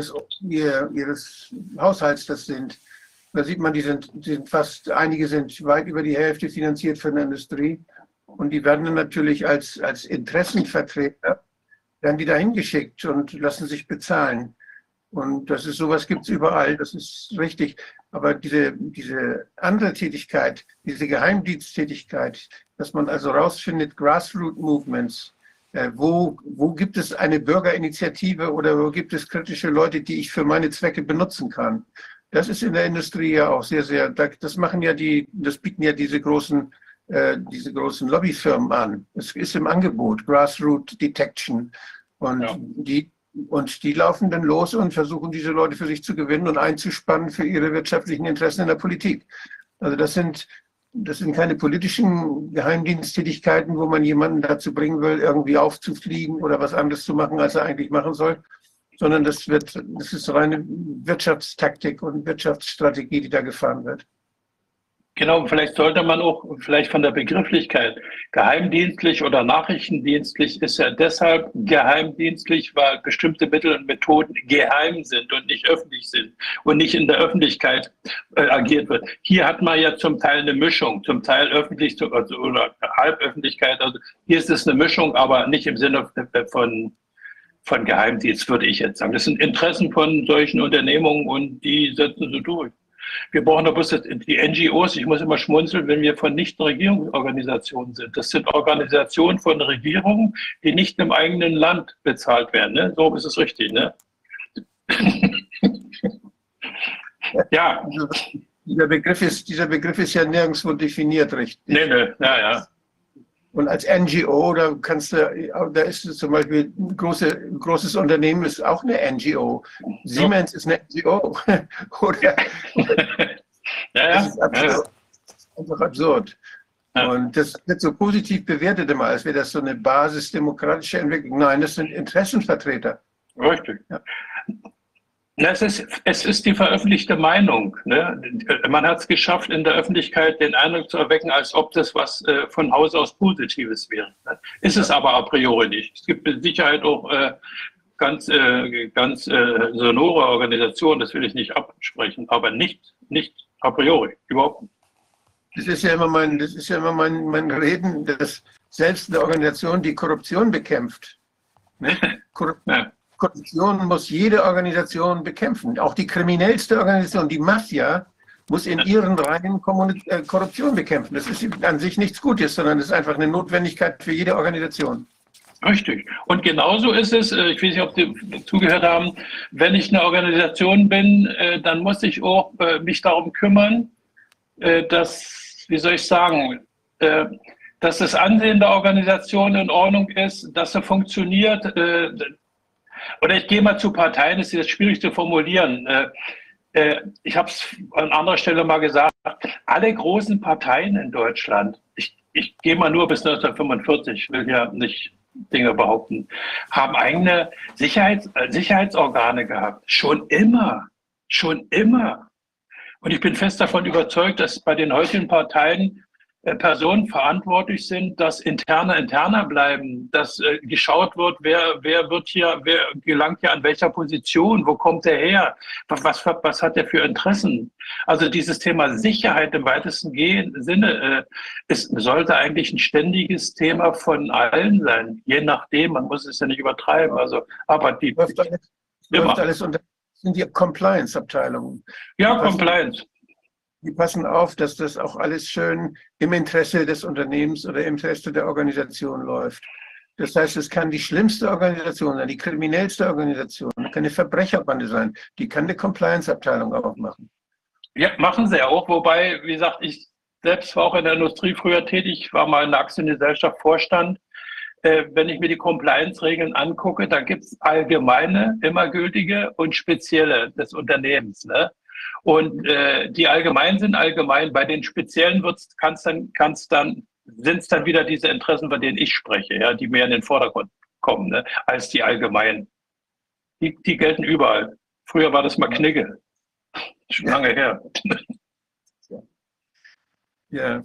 Haushalts das sind. Da sieht man, die sind fast, einige sind weit über die Hälfte finanziert von der Industrie. Und die werden dann natürlich als Interessenvertreter werden die dahin geschickt und lassen sich bezahlen. Und das ist sowas gibt es überall, das ist richtig. Aber diese andere Tätigkeit, diese Geheimdiensttätigkeit, dass man also rausfindet, Grassroot Movements, wo gibt es eine Bürgerinitiative oder wo gibt es kritische Leute, die ich für meine Zwecke benutzen kann. Das ist in der Industrie ja auch sehr, sehr, das bieten ja diese großen Lobbyfirmen an. Es ist im Angebot, Grassroot Detection. Und die laufen dann los und versuchen, diese Leute für sich zu gewinnen und einzuspannen für ihre wirtschaftlichen Interessen in der Politik. Also das sind keine politischen Geheimdiensttätigkeiten, wo man jemanden dazu bringen will, irgendwie aufzufliegen oder was anderes zu machen, als er eigentlich machen soll, sondern das ist reine Wirtschaftstaktik und Wirtschaftsstrategie, die da gefahren wird. Genau, vielleicht sollte man auch vielleicht von der Begrifflichkeit geheimdienstlich oder nachrichtendienstlich ist ja deshalb geheimdienstlich, weil bestimmte Mittel und Methoden geheim sind und nicht öffentlich sind und nicht in der Öffentlichkeit agiert wird. Hier hat man ja zum Teil eine Mischung, zum Teil öffentlich oder Halböffentlichkeit. Also hier ist es eine Mischung, aber nicht im Sinne von Geheimdienst, würde ich jetzt sagen. Das sind Interessen von solchen Unternehmungen und die setzen sie durch. Wir brauchen doch bloß die NGOs. Ich muss immer schmunzeln, wenn wir von Nichtregierungsorganisationen sind. Das sind Organisationen von Regierungen, die nicht im eigenen Land bezahlt werden. Ne? So ist es richtig. Ne? Ja. Dieser Begriff ist ja nirgendwo definiert, richtig? Nee, ja. Und als NGO, da ist es zum Beispiel ein großes Unternehmen, ist auch eine NGO. Siemens ist eine NGO. Das ist absurd. Einfach absurd. Ja. Und das wird so positiv bewertet immer, als wäre das so eine basisdemokratische Entwicklung. Nein, das sind Interessenvertreter. Richtig. Ja. Es ist die veröffentlichte Meinung. Ne? Man hat es geschafft, in der Öffentlichkeit den Eindruck zu erwecken, als ob das was von Haus aus Positives wäre. Ne? Ist es aber a priori nicht. Es gibt mit Sicherheit auch ganz sonore Organisationen, das will ich nicht absprechen, aber nicht a priori, überhaupt nicht. Das ist ja immer mein Reden, dass selbst eine Organisation, die Korruption bekämpft, ne? Korruption muss jede Organisation bekämpfen. Auch die kriminellste Organisation, die Mafia, muss in ihren Reihen Korruption bekämpfen. Das ist an sich nichts Gutes, sondern es ist einfach eine Notwendigkeit für jede Organisation. Richtig. Und genauso ist es, ich weiß nicht, ob Sie zugehört haben, wenn ich eine Organisation bin, dann muss ich auch mich darum kümmern, dass, wie soll ich sagen, dass das Ansehen der Organisation in Ordnung ist, dass sie funktioniert. Oder ich gehe mal zu Parteien, das ist jetzt schwierig zu formulieren. Ich habe es an anderer Stelle mal gesagt, alle großen Parteien in Deutschland, ich gehe mal nur bis 1945, will ja nicht Dinge behaupten, haben eigene Sicherheitsorgane gehabt. Schon immer. Und ich bin fest davon überzeugt, dass bei den heutigen Parteien Personen verantwortlich sind, dass interner bleiben, dass geschaut wird, wer gelangt hier an welcher Position, wo kommt der her, was hat der für Interessen. Also dieses Thema Sicherheit im weitesten Sinne sollte eigentlich ein ständiges Thema von allen sein, je nachdem, man muss es ja nicht übertreiben. Also, aber läuft alles unter, sind die Compliance-Abteilungen. Ja, Compliance. Die passen auf, dass das auch alles schön im Interesse des Unternehmens oder im Interesse der Organisation läuft. Das heißt, es kann die schlimmste Organisation sein, die kriminellste Organisation, kann eine Verbrecherbande sein, die kann eine Compliance-Abteilung auch machen. Ja, machen sie ja auch, wobei, wie gesagt, ich selbst war auch in der Industrie früher tätig, war mal in der Aktiengesellschaft Vorstand. Wenn ich mir die Compliance-Regeln angucke, da gibt es allgemeine, immer gültige und spezielle des Unternehmens. Ne? Und die allgemeinen sind allgemein, bei den speziellen sind es dann wieder diese Interessen, von denen ich spreche, ja, die mehr in den Vordergrund kommen, ne, als die allgemeinen. Die gelten überall. Früher war das mal Knigge. Schon lange her. Ja.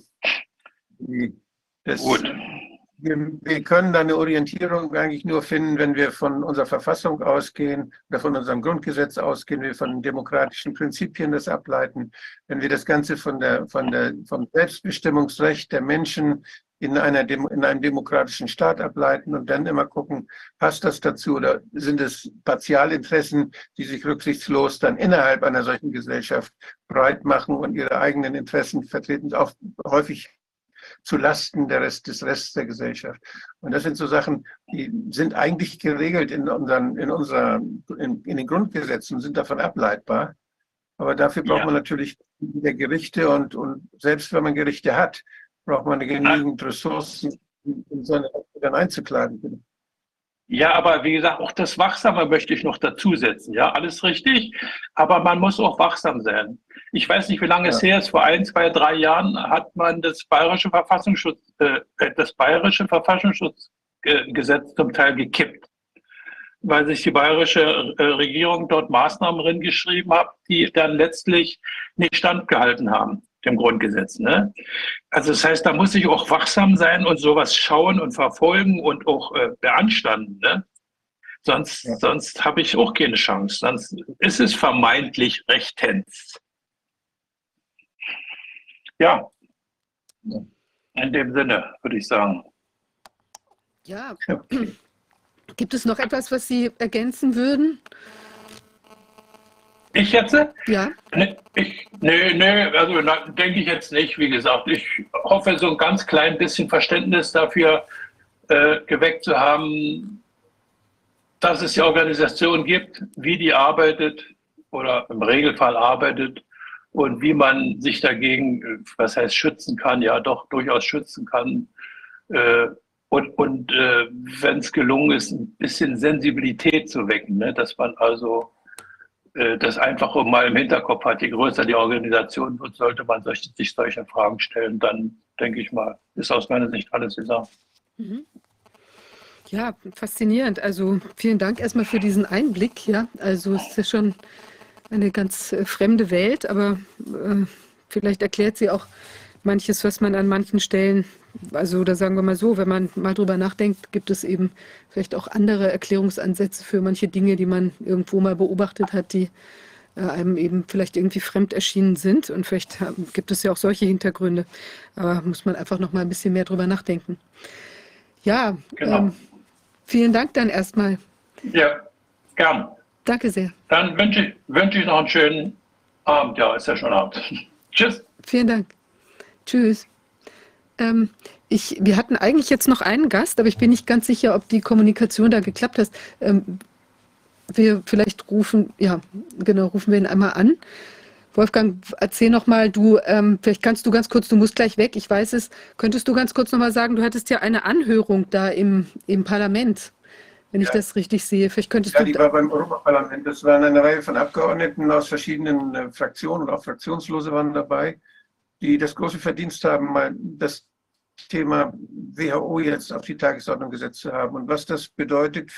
Gut. Wir können da eine Orientierung eigentlich nur finden, wenn wir von unserer Verfassung ausgehen oder von unserem Grundgesetz ausgehen, wir von demokratischen Prinzipien das ableiten, wenn wir das Ganze vom Selbstbestimmungsrecht der Menschen in einem demokratischen Staat ableiten und dann immer gucken, passt das dazu oder sind es Partialinteressen, die sich rücksichtslos dann innerhalb einer solchen Gesellschaft breit machen und ihre eigenen Interessen vertreten, auch häufig zu Lasten des Restes der Gesellschaft. Und das sind so Sachen, die sind eigentlich geregelt in den Grundgesetzen, sind davon ableitbar. Aber dafür braucht man natürlich wieder Gerichte und selbst wenn man Gerichte hat, braucht man genügend Ressourcen, um seine Rechte dann einzuklagen. Ja, aber wie gesagt, auch das Wachsame möchte ich noch dazusetzen. Ja, alles richtig. Aber man muss auch wachsam sein. Ich weiß nicht, wie lange es her ist. Vor 1, 2, 3 Jahren hat man das bayerische Verfassungsschutzgesetz zum Teil gekippt, weil sich die bayerische Regierung dort Maßnahmen drin geschrieben hat, die dann letztlich nicht standgehalten haben, dem Grundgesetz. Ne? Also das heißt, da muss ich auch wachsam sein und sowas schauen und verfolgen und auch beanstanden. Ne? Sonst habe ich auch keine Chance. Sonst ist es vermeintlich rechtens. Ja, in dem Sinne würde ich sagen. Ja. Gibt es noch etwas, was Sie ergänzen würden? Ich jetzt? Ja. Nee, also denke ich jetzt nicht. Wie gesagt, ich hoffe, so ein ganz klein bisschen Verständnis dafür geweckt zu haben, dass es die Organisation gibt, wie die arbeitet oder im Regelfall arbeitet und wie man sich dagegen, was heißt schützen kann, ja doch durchaus schützen kann. Und wenn es gelungen ist, ein bisschen Sensibilität zu wecken, ne? Dass man also das einfach mal im Hinterkopf hat. Je größer die Organisation wird, sollte man sich solche Fragen stellen. Dann, denke ich mal, ist aus meiner Sicht alles gesagt. Mhm. Ja, faszinierend. Also vielen Dank erstmal für diesen Einblick. Ja, also es ist ja schon eine ganz fremde Welt, aber vielleicht erklärt sie auch manches, was man an manchen Stellen, also da sagen wir mal so, wenn man mal drüber nachdenkt, gibt es eben vielleicht auch andere Erklärungsansätze für manche Dinge, die man irgendwo mal beobachtet hat, die einem eben vielleicht irgendwie fremd erschienen sind. Und vielleicht gibt es ja auch solche Hintergründe. Aber muss man einfach noch mal ein bisschen mehr drüber nachdenken. Ja, genau. Vielen Dank dann erstmal. Ja, gern. Danke sehr. Dann wünsche ich noch einen schönen Abend. Ja, ist ja schon Abend. Tschüss. Vielen Dank. Tschüss. Wir hatten eigentlich jetzt noch einen Gast, aber ich bin nicht ganz sicher, ob die Kommunikation da geklappt hat. Vielleicht rufen wir ihn einmal an. Wolfgang, erzähl noch mal, vielleicht kannst du ganz kurz, du musst gleich weg, ich weiß es, könntest du ganz kurz noch mal sagen, du hattest ja eine Anhörung da im Parlament, wenn ich das richtig sehe. Vielleicht könntest du... Die war beim Europaparlament. Das waren eine Reihe von Abgeordneten aus verschiedenen Fraktionen und auch Fraktionslose waren dabei, die das große Verdienst haben, mal das Thema WHO jetzt auf die Tagesordnung gesetzt zu haben und was das bedeutet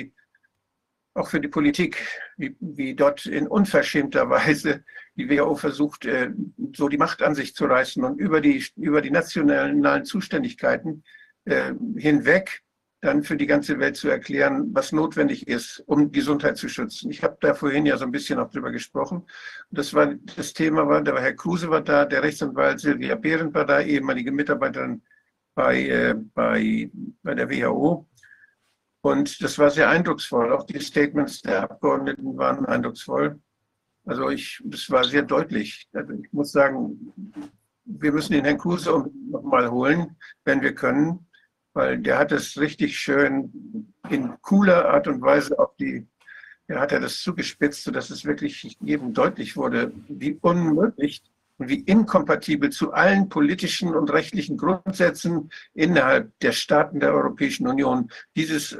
auch für die Politik, wie dort in unverschämter Weise die WHO versucht, so die Macht an sich zu reißen und über die nationalen Zuständigkeiten hinweg dann für die ganze Welt zu erklären, was notwendig ist, um Gesundheit zu schützen. Ich habe da vorhin ja so ein bisschen auch drüber gesprochen. Das Thema da war Herr Kruse war da, der Rechtsanwalt Silvia Behrendt war da, ehemalige Mitarbeiterin bei der WHO. Und das war sehr eindrucksvoll. Auch die Statements der Abgeordneten waren eindrucksvoll. Also das war sehr deutlich. Also ich muss sagen, wir müssen den Herrn Kruse noch mal holen, wenn wir können, weil der hat es richtig schön in cooler Art und Weise hat er das zugespitzt, sodass es wirklich jedem deutlich wurde, wie unmöglich und wie inkompatibel zu allen politischen und rechtlichen Grundsätzen innerhalb der Staaten der Europäischen Union dieses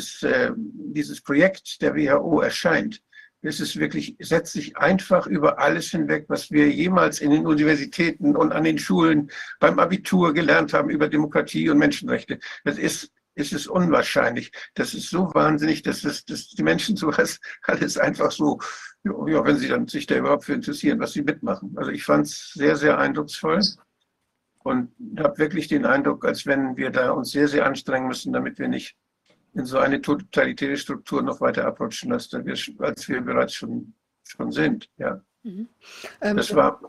Projekt der WHO erscheint. Es ist wirklich, setzt sich einfach über alles hinweg, was wir jemals in den Universitäten und an den Schulen beim Abitur gelernt haben über Demokratie und Menschenrechte. Es ist unwahrscheinlich. Das ist so wahnsinnig, dass die Menschen sowas alles einfach so, ja, wenn sie dann sich da überhaupt für interessieren, was sie mitmachen. Also ich fand es sehr, sehr eindrucksvoll und habe wirklich den Eindruck, als wenn wir da uns sehr, sehr anstrengen müssen, damit wir nicht in so eine totalitäre Struktur noch weiter abrutschen, als wir bereits schon sind. Ja. Das war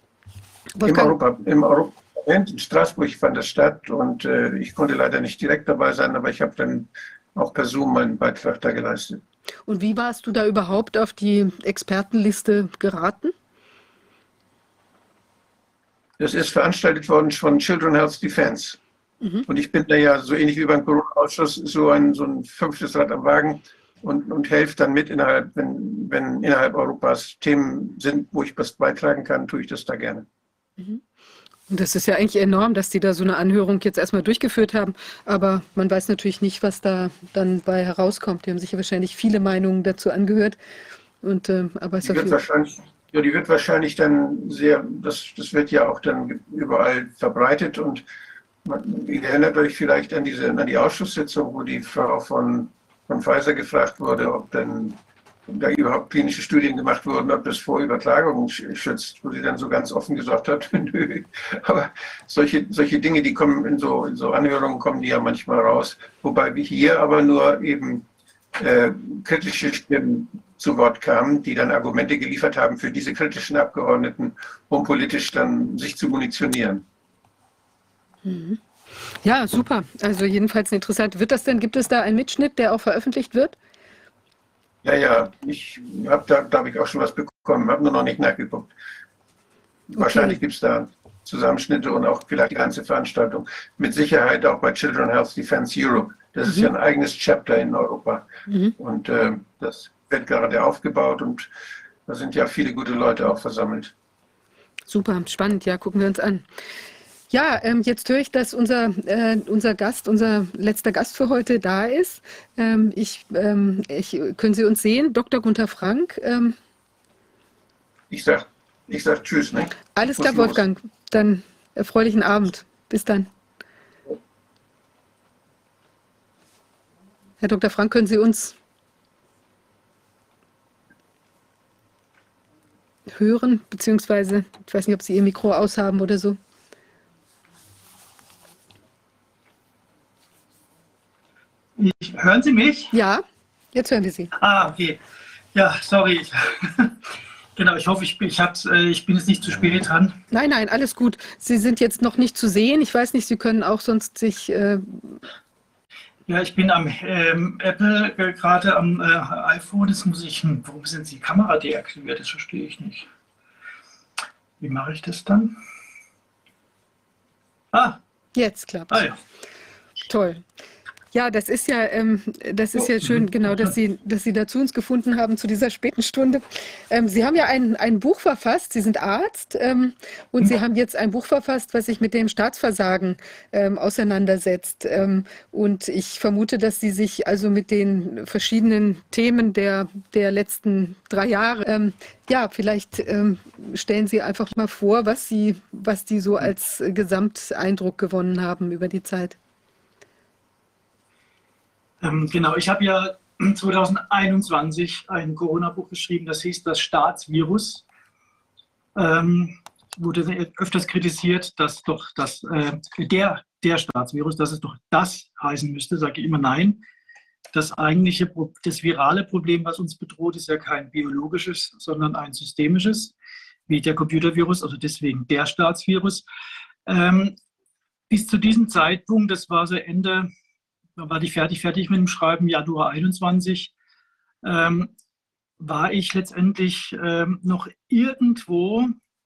im Europaparlament in Straßburg fand das statt und ich konnte leider nicht direkt dabei sein, aber ich habe dann auch per Zoom meinen Beitrag da geleistet. Und wie warst du da überhaupt auf die Expertenliste geraten? Das ist veranstaltet worden von Children Health Defense. Und ich bin da ja so ähnlich wie beim Corona-Ausschuss so ein fünftes Rad am Wagen und helfe dann mit wenn innerhalb Europas Themen sind, wo ich was beitragen kann, tue ich das da gerne. Und das ist ja eigentlich enorm, dass die da so eine Anhörung jetzt erstmal durchgeführt haben. Aber man weiß natürlich nicht, was da dann bei herauskommt. Die haben sich ja wahrscheinlich viele Meinungen dazu angehört. Und, aber es Die wird wahrscheinlich, ja, die wird wahrscheinlich dann sehr, das wird ja auch dann überall verbreitet. Und ihr erinnert euch vielleicht an die Ausschusssitzung, wo die Frau von Pfizer gefragt wurde, ob dann da überhaupt klinische Studien gemacht wurden, ob das vor Übertragungen schützt, wo sie dann so ganz offen gesagt hat, nö. Aber solche Dinge, die kommen in so Anhörungen, kommen die ja manchmal raus. Wobei wir hier aber nur eben kritische Stimmen zu Wort kamen, die dann Argumente geliefert haben für diese kritischen Abgeordneten, um politisch dann sich zu munitionieren. Ja, super. Also jedenfalls interessant. Gibt es da einen Mitschnitt, der auch veröffentlicht wird? Ja, da habe ich auch schon was bekommen, habe nur noch nicht nachgeguckt. Wahrscheinlich gibt es da Zusammenschnitte und auch vielleicht die ganze Veranstaltung. Mit Sicherheit auch bei Children Health Defense Europe. Das ist ja ein eigenes Chapter in Europa. Und das wird gerade aufgebaut und da sind ja viele gute Leute auch versammelt. Super, spannend. Ja, gucken wir uns an. Ja, jetzt höre ich, dass unser letzter Gast für heute da ist. Können Sie uns sehen? Dr. Gunther Frank. Ich sag Tschüss. Ne? Alles klar, Wolfgang. Dann erfreulichen Abend. Bis dann. Herr Dr. Frank, können Sie uns hören? Beziehungsweise, ich weiß nicht, ob Sie Ihr Mikro aushaben oder so. Hören Sie mich? Ja, jetzt hören wir Sie. Ah, okay. Ja, sorry. Genau, ich hoffe, ich bin jetzt nicht zu spät dran. Nein, alles gut. Sie sind jetzt noch nicht zu sehen. Ich weiß nicht, Sie können auch sonst sich... Ja, ich bin am Apple, gerade am iPhone. Jetzt warum ist denn die Kamera deaktiviert? Das verstehe ich nicht. Wie mache ich das dann? Jetzt klappt es. Ja. Toll. Ja, das ist ja schön, genau, dass Sie da zu uns gefunden haben zu dieser späten Stunde. Sie haben ja ein Buch verfasst, Sie sind Arzt und Sie haben jetzt ein Buch verfasst, was sich mit dem Staatsversagen auseinandersetzt. Und ich vermute, dass Sie sich also mit den verschiedenen Themen der letzten 3 Jahre, vielleicht stellen Sie einfach mal vor, was die so als Gesamteindruck gewonnen haben über die Zeit. Genau, ich habe ja 2021 ein Corona-Buch geschrieben, das hieß Das Staatsvirus. Wurde öfters kritisiert, dass doch der Staatsvirus, dass es doch das heißen müsste, sage ich immer nein. Das virale Problem, was uns bedroht, ist ja kein biologisches, sondern ein systemisches, wie der Computervirus, also deswegen der Staatsvirus. Bis zu diesem Zeitpunkt, das war so da war ich fertig mit dem Schreiben, Januar 21, war ich letztendlich noch irgendwo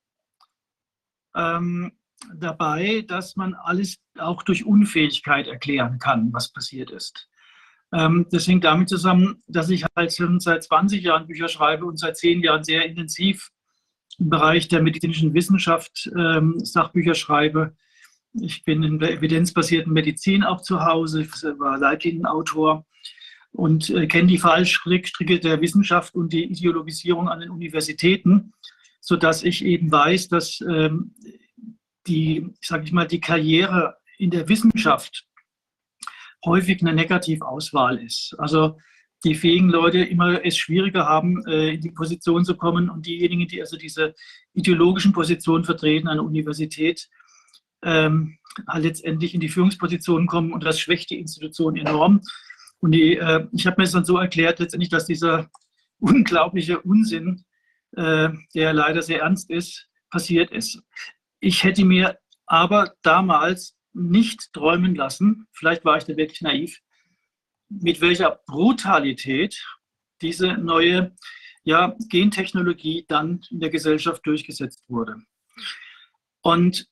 dabei, dass man alles auch durch Unfähigkeit erklären kann, was passiert ist. Das hängt damit zusammen, dass ich halt seit 20 Jahren Bücher schreibe und seit 10 Jahren sehr intensiv im Bereich der medizinischen Wissenschaft Sachbücher schreibe. Ich bin in der evidenzbasierten Medizin auch zu Hause, ich war Leitlinienautor und kenne die Fallstricke der Wissenschaft und die Ideologisierung an den Universitäten, sodass ich eben weiß, dass die Karriere in der Wissenschaft häufig eine Negativauswahl ist. Also die fähigen Leute immer es schwieriger haben, in die Position zu kommen und diejenigen, die also diese ideologischen Positionen vertreten an der Universität, letztendlich in die Führungspositionen kommen und das schwächt die Institution enorm. Und ich habe mir das dann so erklärt, letztendlich, dass dieser unglaubliche Unsinn, der leider sehr ernst ist, passiert ist. Ich hätte mir aber damals nicht träumen lassen, vielleicht war ich da wirklich naiv, mit welcher Brutalität diese neue Gentechnologie dann in der Gesellschaft durchgesetzt wurde. Und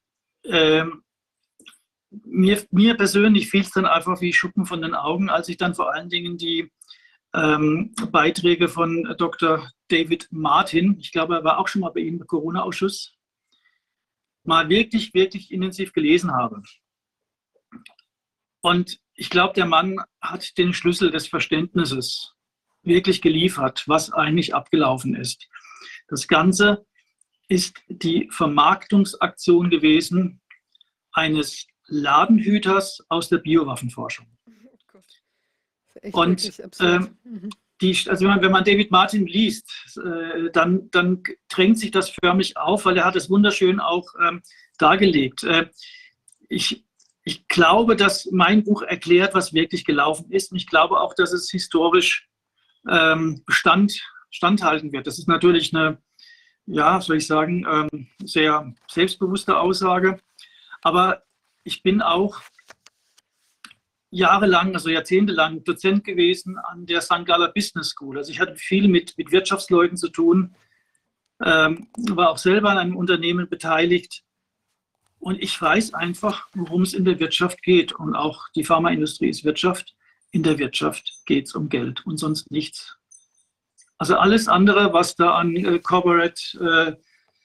mir persönlich fiel es dann einfach wie Schuppen von den Augen, als ich dann vor allen Dingen die Beiträge von Dr. David Martin, ich glaube, er war auch schon mal bei Ihnen im Corona-Ausschuss, mal wirklich, wirklich intensiv gelesen habe. Und ich glaube, der Mann hat den Schlüssel des Verständnisses wirklich geliefert, was eigentlich abgelaufen ist. Das Ganze ist die Vermarktungsaktion gewesen eines Ladenhüters aus der Biowaffenforschung. Oh Gott. Das ist echt Und wirklich absurd. also wenn man David Martin liest, dann drängt sich das förmlich auf, weil er hat es wunderschön auch dargelegt. Ich glaube, dass mein Buch erklärt, was wirklich gelaufen ist. Und ich glaube auch, dass es historisch standhalten wird. Das ist natürlich eine, ja, soll ich sagen, sehr selbstbewusste Aussage. Aber ich bin auch jahrelang, also jahrzehntelang Dozent gewesen an der St. Galler Business School. Also ich hatte viel mit Wirtschaftsleuten zu tun, war auch selber an einem Unternehmen beteiligt. Und ich weiß einfach, worum es in der Wirtschaft geht. Und auch die Pharmaindustrie ist Wirtschaft. In der Wirtschaft geht es um Geld und sonst nichts. Also alles andere, was da an Corporate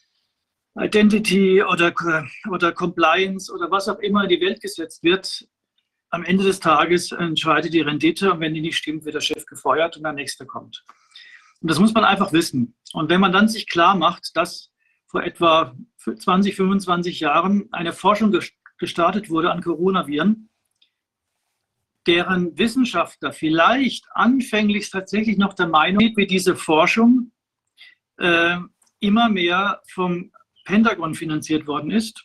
Identity oder Compliance oder was auch immer in die Welt gesetzt wird, am Ende des Tages entscheidet die Rendite und wenn die nicht stimmt, wird der Chef gefeuert und der nächste kommt. Und das muss man einfach wissen. Und wenn man dann sich klar macht, dass vor etwa 20, 25 Jahren eine Forschung gestartet wurde an Coronaviren, deren Wissenschaftler vielleicht anfänglich tatsächlich noch der Meinung sind, wie diese Forschung immer mehr vom Pentagon finanziert worden ist,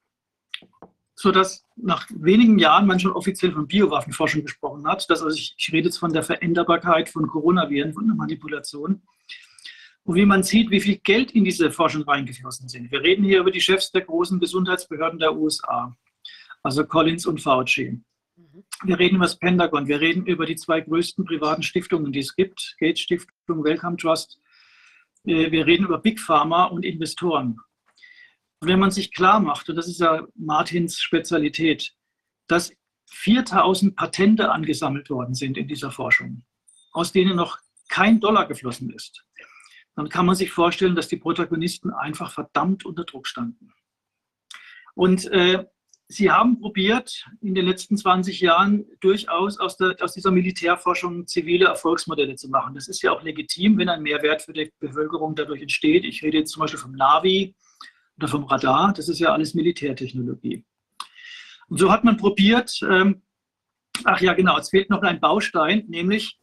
sodass nach wenigen Jahren man schon offiziell von Biowaffenforschung gesprochen hat. Also ich rede jetzt von der Veränderbarkeit von Coronaviren, von der Manipulation. Und wie man sieht, wie viel Geld in diese Forschung reingeflossen sind. Wir reden hier über die Chefs der großen Gesundheitsbehörden der USA, also Collins und Fauci. Wir reden über das Pentagon, wir reden über die 2 größten privaten Stiftungen, die es gibt, Gates Stiftung, Wellcome Trust. Wir reden über Big Pharma und Investoren. Und wenn man sich klar macht, und das ist ja Martins Spezialität, dass 4000 Patente angesammelt worden sind in dieser Forschung, aus denen noch kein Dollar geflossen ist, dann kann man sich vorstellen, dass die Protagonisten einfach verdammt unter Druck standen. Und sie haben probiert, in den letzten 20 Jahren durchaus aus dieser Militärforschung zivile Erfolgsmodelle zu machen. Das ist ja auch legitim, wenn ein Mehrwert für die Bevölkerung dadurch entsteht. Ich rede jetzt zum Beispiel vom Navi oder vom Radar. Das ist ja alles Militärtechnologie. Und so hat man probiert, ach ja genau, es fehlt noch ein Baustein, nämlich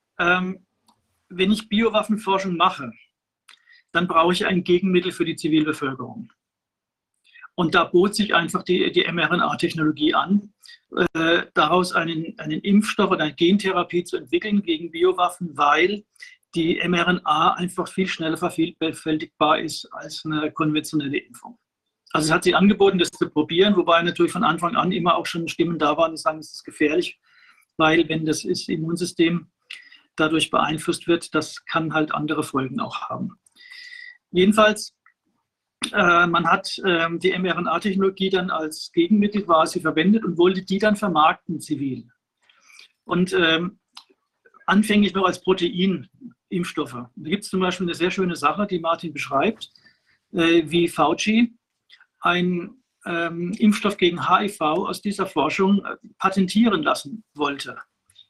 wenn ich Biowaffenforschung mache, dann brauche ich ein Gegenmittel für die Zivilbevölkerung. Und da bot sich einfach die mRNA-Technologie an, daraus einen Impfstoff oder eine Gentherapie zu entwickeln gegen Biowaffen, weil die mRNA einfach viel schneller vervielfältigbar ist als eine konventionelle Impfung. Also es hat sich angeboten, das zu probieren, wobei natürlich von Anfang an immer auch schon Stimmen da waren, die sagen, es ist gefährlich, weil wenn das Immunsystem dadurch beeinflusst wird, das kann halt andere Folgen auch haben. Jedenfalls, man hat die mRNA-Technologie dann als Gegenmittel quasi verwendet und wollte die dann vermarkten zivil. Und anfänglich noch als Proteinimpfstoffe. Da gibt es zum Beispiel eine sehr schöne Sache, die Martin beschreibt, wie Fauci einen Impfstoff gegen HIV aus dieser Forschung patentieren lassen wollte.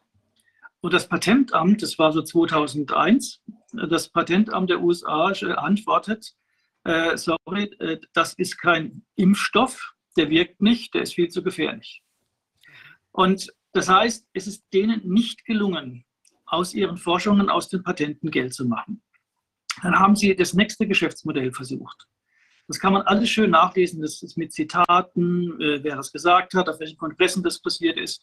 Und das Patentamt, das war so 2001, das Patentamt der USA antwortet, sorry, das ist kein Impfstoff, der wirkt nicht, der ist viel zu gefährlich. Und das heißt, es ist denen nicht gelungen, aus ihren Forschungen, aus den Patenten Geld zu machen. Dann haben sie das nächste Geschäftsmodell versucht. Das kann man alles schön nachlesen, das ist mit Zitaten, wer das gesagt hat, auf welchen Kongressen das passiert ist.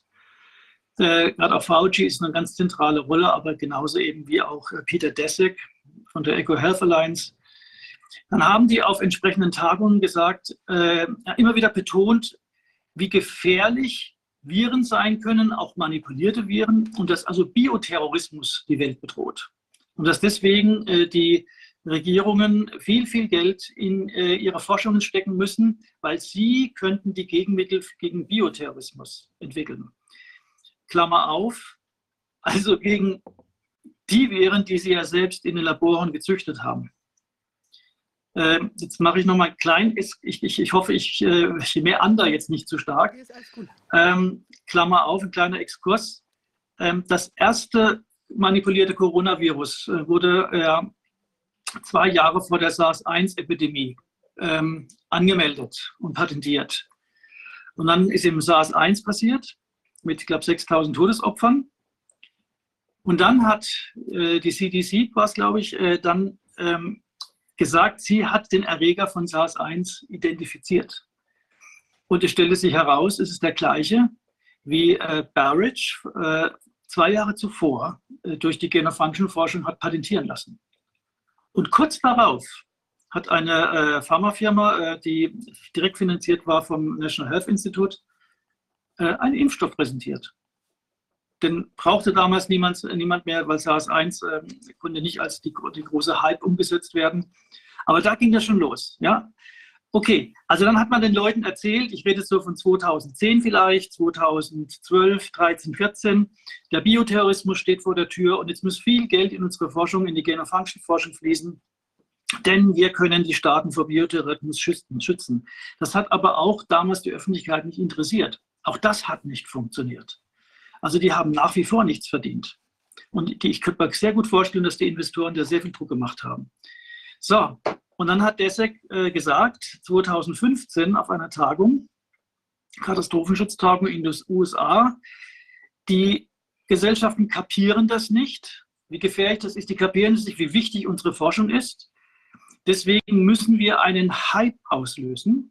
Gerade auch Fauci ist eine ganz zentrale Rolle, aber genauso eben wie auch Peter Daszak von der EcoHealth Alliance. Dann haben die auf entsprechenden Tagungen gesagt, immer wieder betont, wie gefährlich Viren sein können, auch manipulierte Viren, und dass also Bioterrorismus die Welt bedroht. Und dass deswegen die Regierungen viel, viel Geld in ihre Forschungen stecken müssen, weil sie könnten die Gegenmittel gegen Bioterrorismus entwickeln. Klammer auf, also gegen die Viren, die sie ja selbst in den Laboren gezüchtet haben. Jetzt mache ich noch mal klein, ich hoffe, ich meander jetzt nicht zu stark. Hier ist alles gut. Klammer auf, ein kleiner Exkurs. Das erste manipulierte Coronavirus wurde 2 Jahre vor der SARS-1-Epidemie angemeldet und patentiert. Und dann ist eben SARS-1 passiert, mit, ich glaube, 6.000 Todesopfern. Und dann hat die CDC, war es, glaube ich, dann gesagt, sie hat den Erreger von SARS-1 identifiziert. Und es stellte sich heraus, es ist der gleiche wie Burridge 2 Jahre zuvor durch die Gain-of-Function-Forschung hat patentieren lassen. Und kurz darauf hat eine Pharmafirma, die direkt finanziert war vom National Health Institute, einen Impfstoff präsentiert. Den brauchte damals niemand mehr, weil SARS-1 konnte nicht als die große Hype umgesetzt werden. Aber da ging das schon los. Ja? Okay, also dann hat man den Leuten erzählt, ich rede jetzt so von 2010 vielleicht, 2012, 13, 14, der Bioterrorismus steht vor der Tür und jetzt muss viel Geld in unsere Forschung, in die Gain-of-Function-Forschung fließen, denn wir können die Staaten vor Bioterrorismus schützen. Das hat aber auch damals die Öffentlichkeit nicht interessiert. Auch das hat nicht funktioniert. Also die haben nach wie vor nichts verdient. Und ich könnte mir sehr gut vorstellen, dass die Investoren da sehr viel Druck gemacht haben. So, und dann hat Daszak gesagt, 2015 auf einer Tagung, Katastrophenschutztagung in den USA, die Gesellschaften kapieren das nicht, wie gefährlich das ist, die kapieren es nicht, wie wichtig unsere Forschung ist. Deswegen müssen wir einen Hype auslösen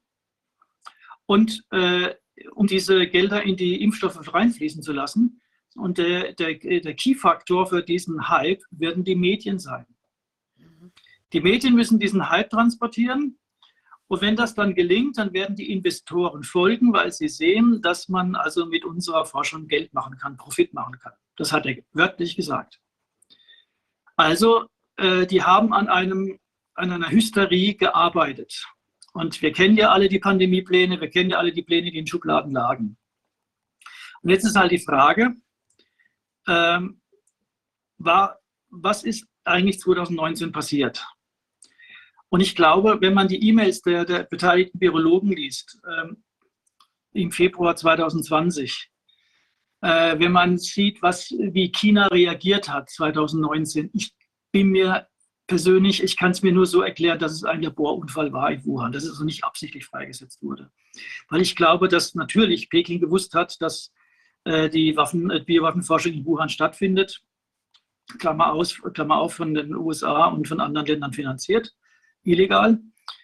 und um diese Gelder in die Impfstoffe reinfließen zu lassen. Und der Key-Faktor für diesen Hype werden die Medien sein. Die Medien müssen diesen Hype transportieren. Und wenn das dann gelingt, dann werden die Investoren folgen, weil sie sehen, dass man also mit unserer Forschung Geld machen kann, Profit machen kann. Das hat er wörtlich gesagt. Also, die haben an einer Hysterie gearbeitet. Und wir kennen ja alle die Pandemiepläne, wir kennen ja alle die Pläne, die in Schubladen lagen. Und jetzt ist halt die Frage, was ist eigentlich 2019 passiert? Und ich glaube, wenn man die E-Mails der beteiligten Virologen liest, im Februar 2020, wenn man sieht, wie China reagiert hat 2019, ich bin mir persönlich, ich kann es mir nur so erklären, dass es ein Laborunfall war in Wuhan, dass es also nicht absichtlich freigesetzt wurde. Weil ich glaube, dass natürlich Peking gewusst hat, dass die Biowaffenforschung in Wuhan stattfindet, Klammer auf, von den USA und von anderen Ländern finanziert, illegal.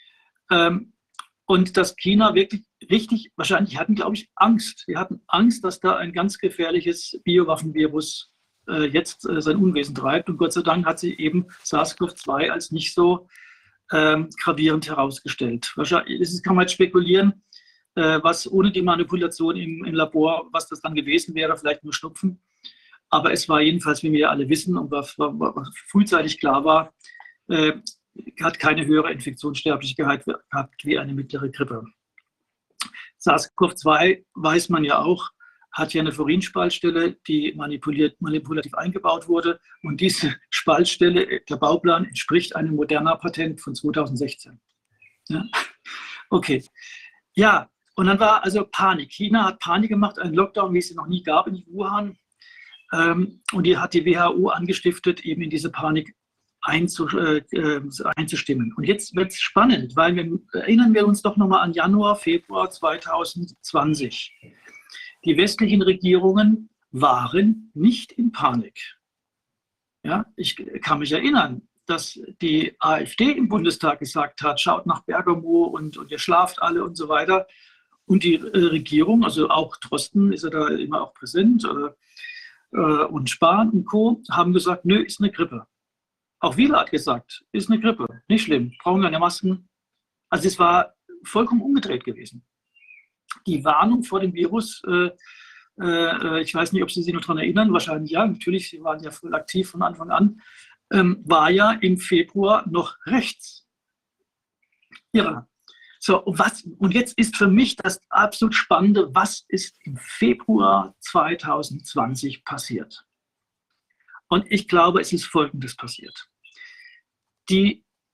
Und dass China wirklich richtig, wahrscheinlich hatten, glaube ich, Angst. Sie hatten Angst, dass da ein ganz gefährliches Biowaffenvirus jetzt sein Unwesen treibt. Und Gott sei Dank hat sich eben SARS-CoV-2 als nicht so gravierend herausgestellt. Wahrscheinlich kann man jetzt spekulieren, was ohne die Manipulation im Labor, was das dann gewesen wäre, vielleicht nur Schnupfen. Aber es war jedenfalls, wie wir alle wissen und was frühzeitig klar war, hat keine höhere Infektionssterblichkeit gehabt wie eine mittlere Grippe. SARS-CoV-2, weiß man ja auch, hat ja eine Furinspaltstelle, die manipulativ eingebaut wurde. Und diese Spaltstelle, der Bauplan, entspricht einem Moderna-Patent von 2016. Ja? Okay. Ja, und dann war also Panik. China hat Panik gemacht, einen Lockdown, wie es noch nie gab in Wuhan. Und die hat die WHO angestiftet, eben in diese Panik einzustimmen. Und jetzt wird es spannend, weil erinnern wir uns doch nochmal an Januar, Februar 2020. Die westlichen Regierungen waren nicht in Panik. Ja, ich kann mich erinnern, dass die AfD im Bundestag gesagt hat, schaut nach Bergamo und ihr schlaft alle und so weiter. Und die Regierung, also auch Drosten ist ja da immer auch präsent, und Spahn und Co. haben gesagt, nö, ist eine Grippe. Auch Wieler hat gesagt, ist eine Grippe, nicht schlimm, brauchen keine Masken. Also es war vollkommen umgedreht gewesen. Die Warnung vor dem Virus, ich weiß nicht, ob Sie sich noch daran erinnern, wahrscheinlich ja, natürlich, Sie waren ja voll aktiv von Anfang an, war ja im Februar noch rechts. Ja. So, und jetzt ist für mich das absolut Spannende, was ist im Februar 2020 passiert? Und ich glaube, es ist Folgendes passiert. Die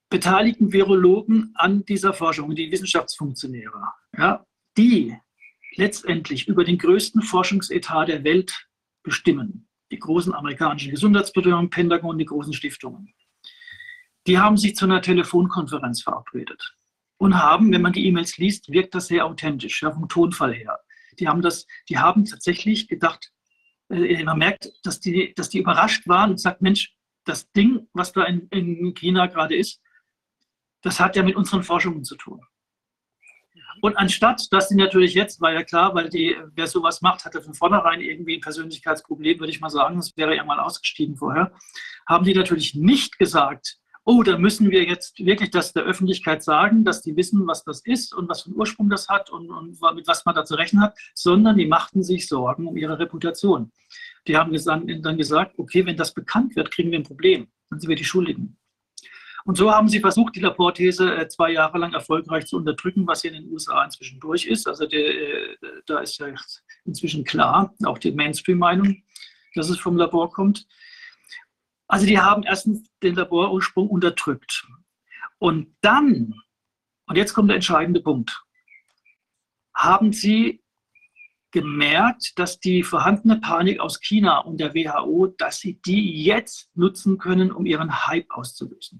beteiligten Virologen an dieser Forschung, die Wissenschaftsfunktionäre, ja, die letztendlich über den größten Forschungsetat der Welt bestimmen, die großen amerikanischen Gesundheitsbehörden, Pentagon, die großen Stiftungen, die haben sich zu einer Telefonkonferenz verabredet und haben, wenn man die E-Mails liest, wirkt das sehr authentisch, ja, vom Tonfall her. Die haben tatsächlich gedacht, man merkt, dass die überrascht waren und sagt, Mensch, das Ding, was da in China gerade ist, das hat ja mit unseren Forschungen zu tun. Und anstatt, dass die natürlich jetzt, war ja klar, weil wer sowas macht, hatte von vornherein irgendwie ein Persönlichkeitsproblem, würde ich mal sagen, das wäre ja mal ausgestiegen vorher, haben die natürlich nicht gesagt, oh, da müssen wir jetzt wirklich das der Öffentlichkeit sagen, dass die wissen, was das ist und was für einen Ursprung das hat und mit was man da zu rechnen hat, sondern die machten sich Sorgen um ihre Reputation. Die haben dann gesagt, okay, wenn das bekannt wird, kriegen wir ein Problem, dann sind wir die Schuldigen. Und so haben sie versucht, die Laporte-These 2 Jahre lang erfolgreich zu unterdrücken, was hier in den USA inzwischen durch ist. Also da ist ja inzwischen klar, auch die Mainstream-Meinung, dass es vom Labor kommt. Also die haben erstens den Laborursprung unterdrückt. Und dann, und jetzt kommt der entscheidende Punkt, haben sie gemerkt, dass die vorhandene Panik aus China und der WHO, dass sie die jetzt nutzen können, um ihren Hype auszulösen.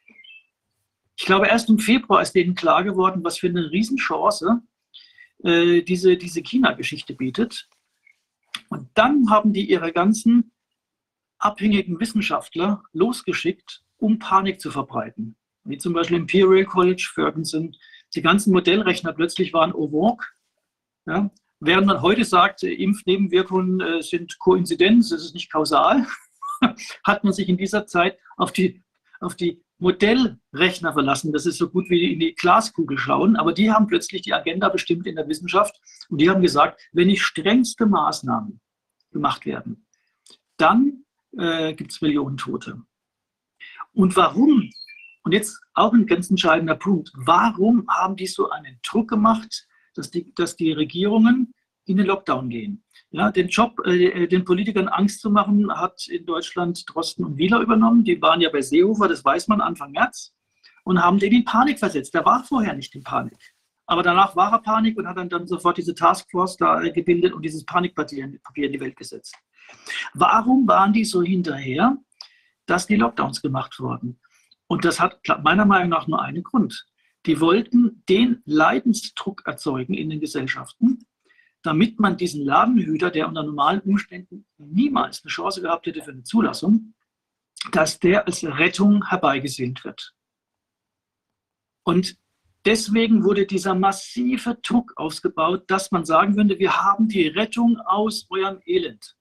Ich glaube, erst im Februar ist denen klar geworden, was für eine Riesenchance diese China-Geschichte bietet. Und dann haben die ihre ganzen abhängigen Wissenschaftler losgeschickt, um Panik zu verbreiten. Wie zum Beispiel Imperial College, Ferguson. Die ganzen Modellrechner plötzlich waren au vogue. Ja? Während man heute sagt, Impfnebenwirkungen sind Koinzidenz, es ist nicht kausal, hat man sich in dieser Zeit auf die Modellrechner verlassen. Das ist so gut wie in die Glaskugel schauen, aber die haben plötzlich die Agenda bestimmt in der Wissenschaft und die haben gesagt, wenn nicht strengste Maßnahmen gemacht werden, dann gibt es Millionen Tote. Und warum? Und jetzt auch ein ganz entscheidender Punkt. Warum haben die so einen Druck gemacht, dass die Regierungen in den Lockdown gehen? Ja, den Job, den Politikern Angst zu machen, hat in Deutschland Drosten und Wieler übernommen. Die waren ja bei Seehofer, das weiß man, Anfang März, und haben den in Panik versetzt. Der war vorher nicht in Panik. Aber danach war er Panik und hat dann sofort diese Taskforce da gebildet und dieses Panikpapier in die Welt gesetzt. Warum waren die so hinterher, dass die Lockdowns gemacht wurden? Und das hat meiner Meinung nach nur einen Grund. Die wollten den Leidensdruck erzeugen in den Gesellschaften, damit man diesen Ladenhüter, der unter normalen Umständen niemals eine Chance gehabt hätte für eine Zulassung, dass der als Rettung herbeigesehnt wird. Und deswegen wurde dieser massive Druck ausgebaut, dass man sagen würde, wir haben die Rettung aus eurem Elend.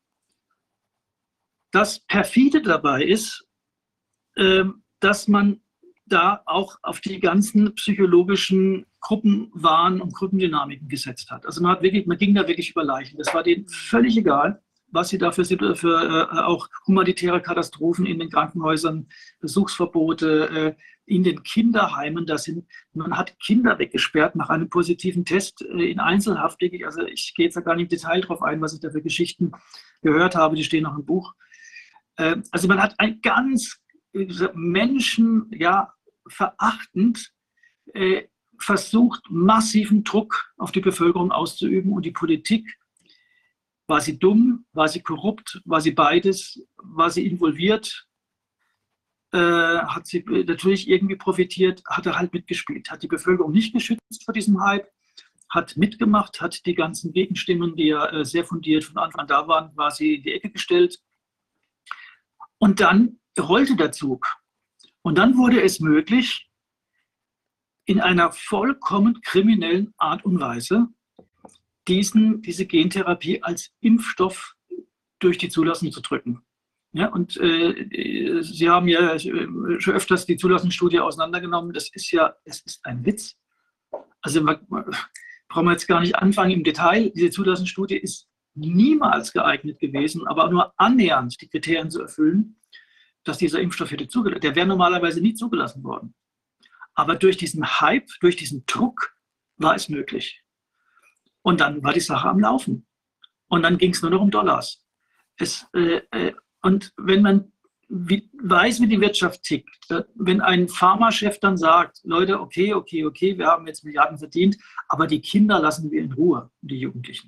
Das Perfide dabei ist, dass man da auch auf die ganzen psychologischen Gruppenwahn und Gruppendynamiken gesetzt hat. Also man ging da wirklich über Leichen. Das war denen völlig egal, was sie da für auch humanitäre Katastrophen in den Krankenhäusern, Besuchsverbote, in den Kinderheimen. Man hat Kinder weggesperrt nach einem positiven Test in Einzelhaft. Also ich gehe jetzt da gar nicht im Detail drauf ein, was ich da für Geschichten gehört habe. Die stehen noch im Buch. Also man hat ein ganz Menschen, ja, verachtend versucht, massiven Druck auf die Bevölkerung auszuüben und die Politik, war sie dumm, war sie korrupt, war sie beides, war sie involviert, hat sie natürlich irgendwie profitiert, hat er halt mitgespielt, hat die Bevölkerung nicht geschützt vor diesem Hype, hat mitgemacht, hat die ganzen Gegenstimmen, die ja sehr fundiert von Anfang an da waren, war sie in die Ecke gestellt. Und dann rollte der Zug. Und dann wurde es möglich, in einer vollkommen kriminellen Art und Weise diese Gentherapie als Impfstoff durch die Zulassung zu drücken. Ja, und Sie haben ja schon öfters die Zulassungsstudie auseinandergenommen. Es ist ein Witz. Also brauchen wir jetzt gar nicht anfangen im Detail. Diese Zulassungsstudie ist niemals geeignet gewesen, aber nur annähernd die Kriterien zu erfüllen, dass dieser Impfstoff hätte zugelassen. Der wäre normalerweise nie zugelassen worden. Aber durch diesen Hype, durch diesen Druck war es möglich. Und dann war die Sache am Laufen. Und dann ging es nur noch um Dollars. Und wenn man weiß, wie die Wirtschaft tickt. Wenn ein Pharmachef dann sagt, Leute, okay, wir haben jetzt Milliarden verdient, aber die Kinder lassen wir in Ruhe, die Jugendlichen.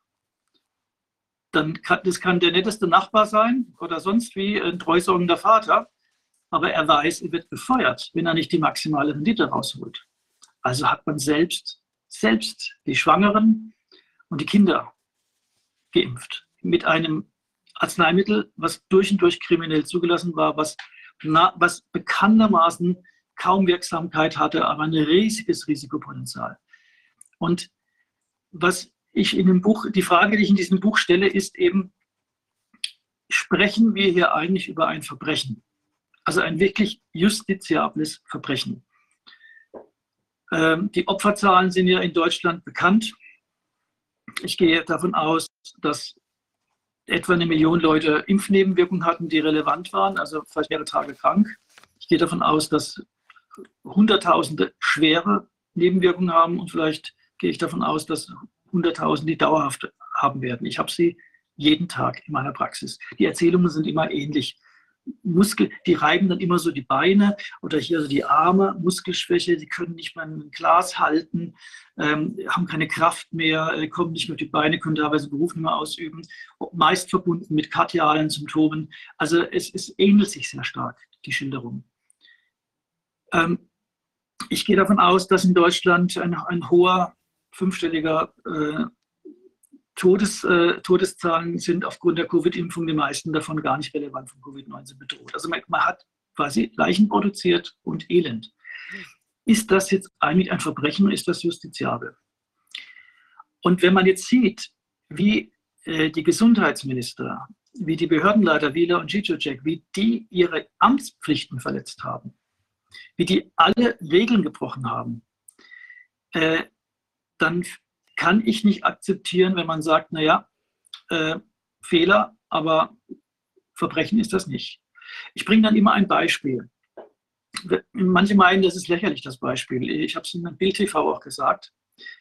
Das kann der netteste Nachbar sein oder sonst wie ein treusorgender Vater, aber er weiß, er wird gefeuert, wenn er nicht die maximale Rendite rausholt. Also hat man selbst die Schwangeren und die Kinder geimpft mit einem Arzneimittel, was durch und durch kriminell zugelassen war, was bekanntermaßen kaum Wirksamkeit hatte, aber ein riesiges Risikopotenzial. Und was ich in dem Buch, die Frage, die ich in diesem Buch stelle, ist eben, sprechen wir hier eigentlich über ein Verbrechen? Also ein wirklich justiziables Verbrechen. Die Opferzahlen sind ja in Deutschland bekannt. Ich gehe davon aus, dass etwa 1 Million Leute Impfnebenwirkungen hatten, die relevant waren, also vielleicht mehrere Tage krank. Ich gehe davon aus, dass Hunderttausende schwere Nebenwirkungen haben und vielleicht gehe ich davon aus, dass Hunderttausende die dauerhaft haben werden. Ich habe sie jeden Tag in meiner Praxis. Die Erzählungen sind immer ähnlich. Die reiben dann immer so die Beine oder hier so die Arme, Muskelschwäche, die können nicht mal ein Glas halten, haben keine Kraft mehr, kommen nicht mehr auf die Beine, können teilweise Beruf nicht mehr ausüben, meist verbunden mit kardialen Symptomen. Also es ähnelt sich sehr stark, die Schilderung. Ich gehe davon aus, dass in Deutschland ein hoher, 5-stelliger Todeszahlen sind aufgrund der Covid-Impfung, die meisten davon gar nicht relevant von Covid-19 bedroht. Also man hat quasi Leichen produziert und Elend. Ist das jetzt eigentlich ein Verbrechen oder ist das justiziabel? Und wenn man jetzt sieht, wie die Gesundheitsminister, wie die Behördenleiter Wieler und Cicicek, wie die ihre Amtspflichten verletzt haben, wie die alle Regeln gebrochen haben, dann kann ich nicht akzeptieren, wenn man sagt, naja, Fehler, aber Verbrechen ist das nicht. Ich bringe dann immer ein Beispiel. Manche meinen, das ist lächerlich, das Beispiel. Ich habe es in Bild TV auch gesagt.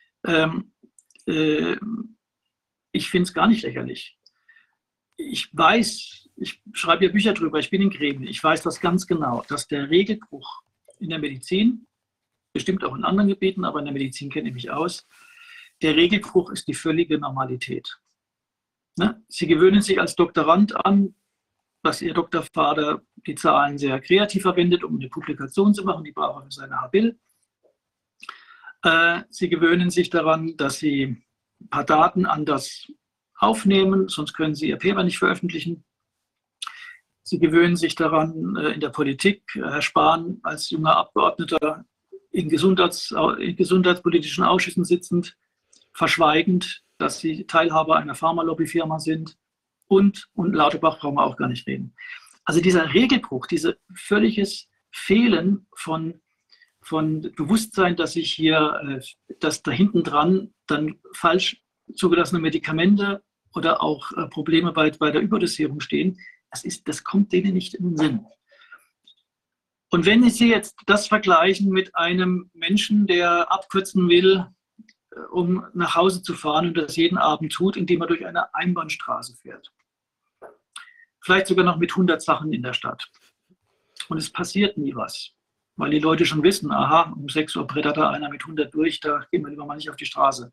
Ich finde es gar nicht lächerlich. Ich weiß, ich schreibe ja Bücher drüber, ich bin in Gremien, ich weiß das ganz genau, dass der Regelbruch in der Medizin, bestimmt auch in anderen Gebieten, aber in der Medizin kenne ich mich aus, der Regelbruch ist die völlige Normalität. Ne? Sie gewöhnen sich als Doktorand an, dass Ihr Doktorvater die Zahlen sehr kreativ verwendet, um eine Publikation zu machen, die braucht er für seine Habil. Sie gewöhnen sich daran, dass Sie ein paar Daten anders aufnehmen, sonst können Sie Ihr Paper nicht veröffentlichen. Sie gewöhnen sich daran, in der Politik, Herr Spahn als junger Abgeordneter in gesundheitspolitischen Ausschüssen sitzend, verschweigend, dass sie Teilhaber einer Pharmalobbyfirma sind und Lauterbach brauchen wir auch gar nicht reden. Also dieser Regelbruch, dieses völliges Fehlen von Bewusstsein, dass ich hier, dass da hinten dran dann falsch zugelassene Medikamente oder auch Probleme bei der Überdosierung stehen, das kommt denen nicht in den Sinn. Und wenn Sie jetzt das vergleichen mit einem Menschen, der abkürzen will, um nach Hause zu fahren und das jeden Abend tut, indem er durch eine Einbahnstraße fährt. Vielleicht sogar noch mit 100 Sachen in der Stadt. Und es passiert nie was, weil die Leute schon wissen, aha, um 6 Uhr brettert da einer mit 100 durch, da gehen wir lieber mal nicht auf die Straße.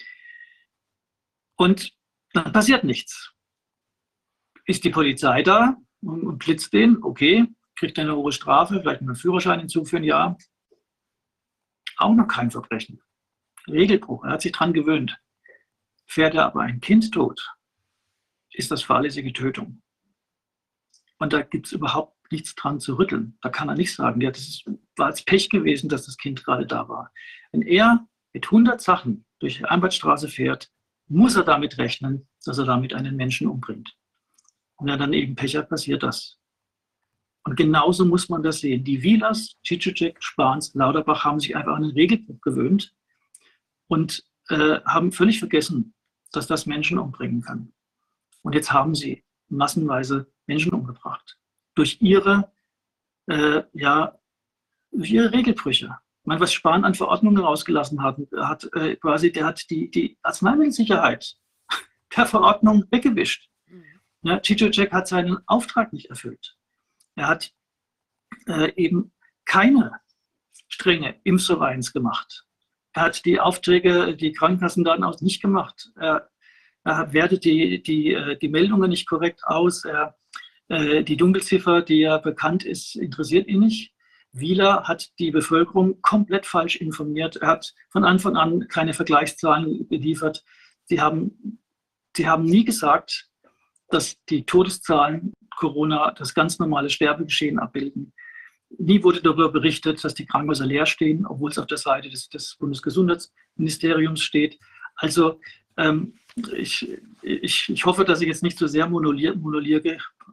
Und dann passiert nichts. Ist die Polizei da und blitzt den? Okay, kriegt er eine hohe Strafe, vielleicht einen Führerschein hinzuführen? Ja. Auch noch kein Verbrechen. Regelbruch, er hat sich daran gewöhnt. Fährt er aber ein Kind tot, ist das fahrlässige Tötung. Und da gibt es überhaupt nichts dran zu rütteln. Da kann er nicht sagen, ja, war als Pech gewesen, dass das Kind gerade da war. Wenn er mit 100 Sachen durch die Einbahnstraße fährt, muss er damit rechnen, dass er damit einen Menschen umbringt. Und wenn er dann eben Pech hat, passiert das. Und genauso muss man das sehen. Die Wielers, Cicicek, Spahns, Lauterbach haben sich einfach an den Regelbruch gewöhnt und haben völlig vergessen, dass das Menschen umbringen kann. Und jetzt haben sie massenweise Menschen umgebracht. Durch ihre Regelbrüche. Ich meine, was Spahn an Verordnungen rausgelassen hat, der hat die Arzneimittelsicherheit per Verordnung weggewischt. Ja, Cicicek hat seinen Auftrag nicht erfüllt. Er hat eben keine strenge Impfsurveillance gemacht. Er hat die Aufträge, die Krankenkassendaten aus nicht gemacht. Er wertet die Meldungen nicht korrekt aus. Die Dunkelziffer, die ja bekannt ist, interessiert ihn nicht. Wieler hat die Bevölkerung komplett falsch informiert. Er hat von Anfang an keine Vergleichszahlen geliefert. Sie haben nie gesagt, dass die Todeszahlen Corona das ganz normale Sterbegeschehen abbilden. Nie wurde darüber berichtet, dass die Krankenhäuser leer stehen, obwohl es auf der Seite des Bundesgesundheitsministeriums steht. Also ich hoffe, dass ich jetzt nicht so sehr Monologe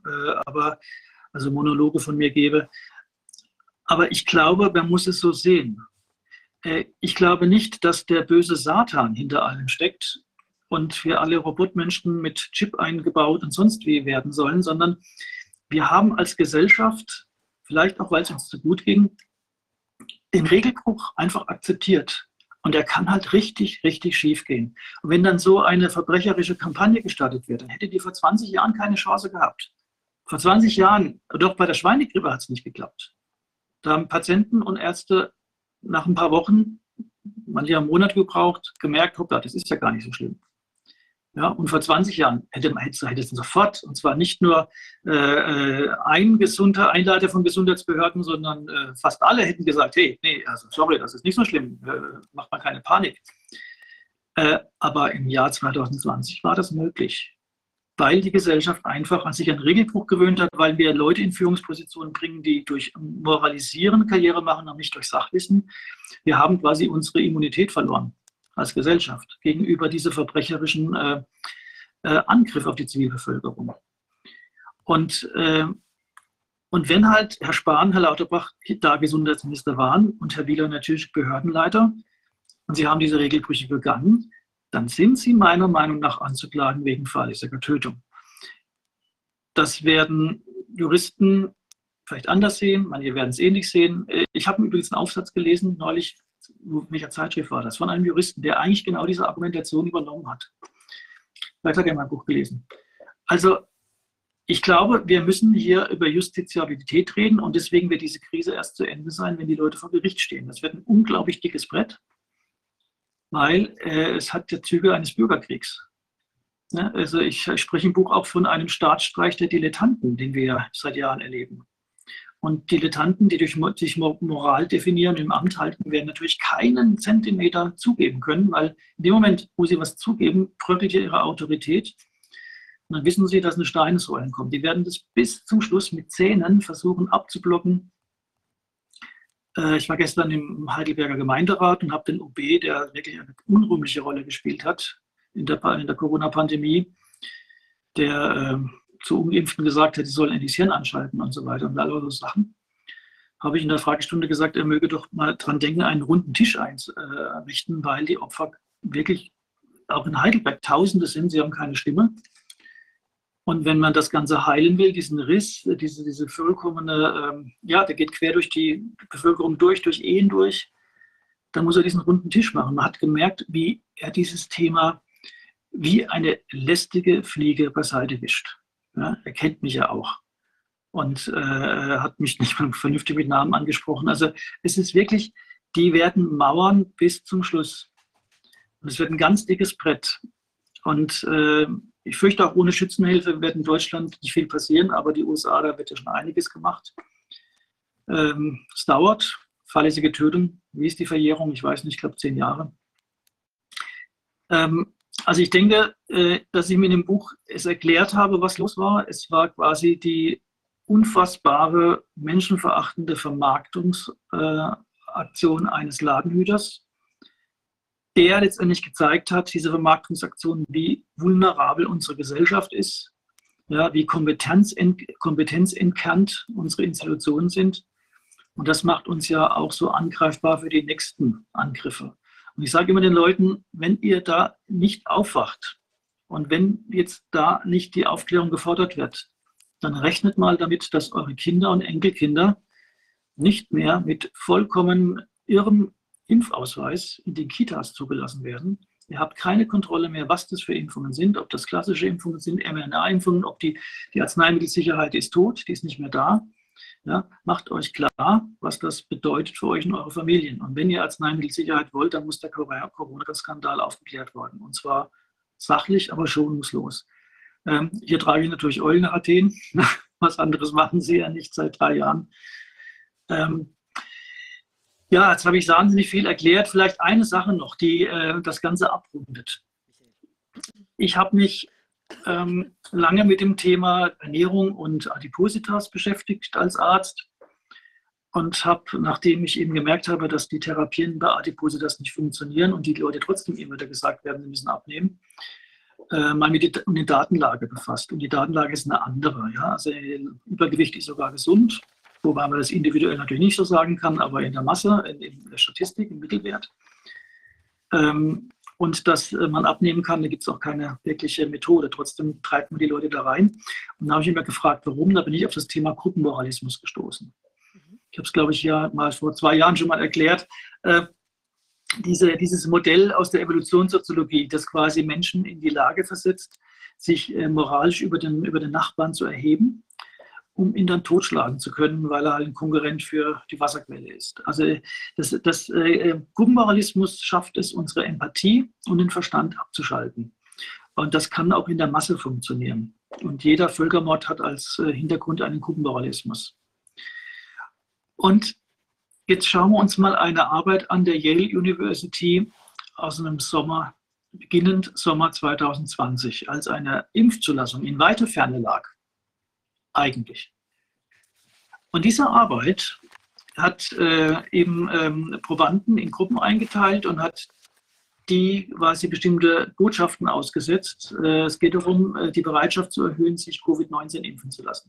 von mir gebe. Aber ich glaube, man muss es so sehen. Ich glaube nicht, dass der böse Satan hinter allem steckt und wir alle Robotmenschen mit Chip eingebaut und sonst wie werden sollen, sondern wir haben als Gesellschaft, vielleicht auch, weil es uns zu gut ging, den Regelbruch einfach akzeptiert. Und der kann halt richtig, richtig schief gehen. Und wenn dann so eine verbrecherische Kampagne gestartet wird, dann hätte die vor 20 Jahren keine Chance gehabt. Vor 20 Jahren, doch bei der Schweinegrippe hat es nicht geklappt. Da haben Patienten und Ärzte nach ein paar Wochen, manche haben einen Monat gebraucht, gemerkt, hoppla, das ist ja gar nicht so schlimm. Ja, und vor 20 Jahren hätte es sofort, und zwar nicht nur ein Leiter von Gesundheitsbehörden, sondern fast alle hätten gesagt, hey, nee, also sorry, das ist nicht so schlimm, macht man keine Panik. Aber im Jahr 2020 war das möglich, weil die Gesellschaft einfach an sich an Regelbruch gewöhnt hat, weil wir Leute in Führungspositionen bringen, die durch Moralisieren Karriere machen und nicht durch Sachwissen. Wir haben quasi unsere Immunität verloren als Gesellschaft gegenüber diesem verbrecherischen Angriff auf die Zivilbevölkerung. Und wenn halt Herr Spahn, Herr Lauterbach da Gesundheitsminister waren und Herr Wieler natürlich Behördenleiter und sie haben diese Regelbrüche begangen, dann sind sie meiner Meinung nach anzuklagen wegen fahrlässiger Tötung. Das werden Juristen vielleicht anders sehen, manche werden es ähnlich sehen. Ich habe übrigens einen Aufsatz gelesen, neulich, in welcher Zeitschrift war das, von einem Juristen, der eigentlich genau diese Argumentation übernommen hat. Vielleicht hat er mein Buch gelesen. Also ich glaube, wir müssen hier über Justiziabilität reden und deswegen wird diese Krise erst zu Ende sein, wenn die Leute vor Gericht stehen. Das wird ein unglaublich dickes Brett, weil es hat die Züge eines Bürgerkriegs. Ja, also ich spreche im Buch auch von einem Staatsstreich der Dilettanten, den wir ja seit Jahren erleben. Und Dilettanten, die durch Moral definieren und im Amt halten, werden natürlich keinen Zentimeter zugeben können, weil in dem Moment, wo sie was zugeben, bröckelt ja ihre Autorität. Und dann wissen sie, dass eine Stein ins Rollen kommt. Die werden das bis zum Schluss mit Zähnen versuchen abzublocken. Ich war gestern im Heidelberger Gemeinderat und habe den OB, der wirklich eine unrühmliche Rolle gespielt hat in der Corona-Pandemie, der zu Ungeimpften gesagt hat, sie sollen endlich das Hirn anschalten und so weiter und all so Sachen. Habe ich in der Fragestunde gesagt, er möge doch mal dran denken, einen runden Tisch einrichten, weil die Opfer wirklich auch in Heidelberg Tausende sind, sie haben keine Stimme. Und wenn man das Ganze heilen will, diesen Riss, diese vollkommene, der geht quer durch die Bevölkerung durch Ehen durch, dann muss er diesen runden Tisch machen. Man hat gemerkt, wie er dieses Thema wie eine lästige Fliege beiseite wischt. Ja, er kennt mich ja auch und hat mich nicht mal vernünftig mit Namen angesprochen. Also es ist wirklich, die werden mauern bis zum Schluss. Und es wird ein ganz dickes Brett. Und ich fürchte, auch ohne Schützenhilfe wird in Deutschland nicht viel passieren, aber die USA, da wird ja schon einiges gemacht. Es dauert. Fahrlässige Tötung, wie ist die Verjährung? Ich weiß nicht, ich glaube 10 Jahre. Also ich denke, dass ich mir in dem Buch es erklärt habe, was los war. Es war quasi die unfassbare, menschenverachtende Vermarktungsaktion eines Ladenhüters, der letztendlich gezeigt hat, diese Vermarktungsaktion, wie vulnerabel unsere Gesellschaft ist, ja, wie kompetenzentkernt unsere Institutionen sind. Und das macht uns ja auch so angreifbar für die nächsten Angriffe. Und ich sage immer den Leuten, wenn ihr da nicht aufwacht und wenn jetzt da nicht die Aufklärung gefordert wird, dann rechnet mal damit, dass eure Kinder und Enkelkinder nicht mehr mit vollkommen irrem Impfausweis in den Kitas zugelassen werden. Ihr habt keine Kontrolle mehr, was das für Impfungen sind, ob das klassische Impfungen sind, mRNA-Impfungen, ob die Arzneimittelsicherheit ist tot, die ist nicht mehr da. Ja, macht euch klar, was das bedeutet für euch und eure Familien. Und wenn ihr Arzneimittelsicherheit wollt, dann muss der Corona-Skandal aufgeklärt werden. Und zwar sachlich, aber schonungslos. Hier trage ich natürlich Eulen nach Athen. Was anderes machen sie ja nicht seit 3 Jahren. Ja, jetzt habe ich wahnsinnig viel erklärt. Vielleicht eine Sache noch, die das Ganze abrundet. Ich habe mich lange mit dem Thema Ernährung und Adipositas beschäftigt als Arzt und habe, nachdem ich eben gemerkt habe, dass die Therapien bei Adipositas nicht funktionieren und die Leute trotzdem immer wieder gesagt werden, sie müssen abnehmen, mal mit der Datenlage befasst. Und die Datenlage ist eine andere. Ja? Also Übergewicht ist sogar gesund, wobei man das individuell natürlich nicht so sagen kann, aber in der Masse, in der Statistik, im Mittelwert. Und dass man abnehmen kann, da gibt es auch keine wirkliche Methode. Trotzdem treibt man die Leute da rein. Und da habe ich mich gefragt, warum. Da bin ich auf das Thema Gruppenmoralismus gestoßen. Ich habe es, glaube ich, ja mal vor 2 Jahren schon mal erklärt. Dieses Modell aus der Evolutionssoziologie, das quasi Menschen in die Lage versetzt, sich moralisch über den Nachbarn zu erheben, um ihn dann totschlagen zu können, weil er halt ein Konkurrent für die Wasserquelle ist. Also Gruppenmoralismus schafft es, unsere Empathie und den Verstand abzuschalten. Und das kann auch in der Masse funktionieren. Und jeder Völkermord hat als Hintergrund einen Gruppenmoralismus. Und jetzt schauen wir uns mal eine Arbeit an der Yale University aus einem Sommer, beginnend Sommer 2020, als eine Impfzulassung in weiter Ferne lag. Eigentlich. Und diese Arbeit hat Probanden in Gruppen eingeteilt und hat die quasi bestimmte Botschaften ausgesetzt. Es geht darum, die Bereitschaft zu erhöhen, sich Covid-19 impfen zu lassen.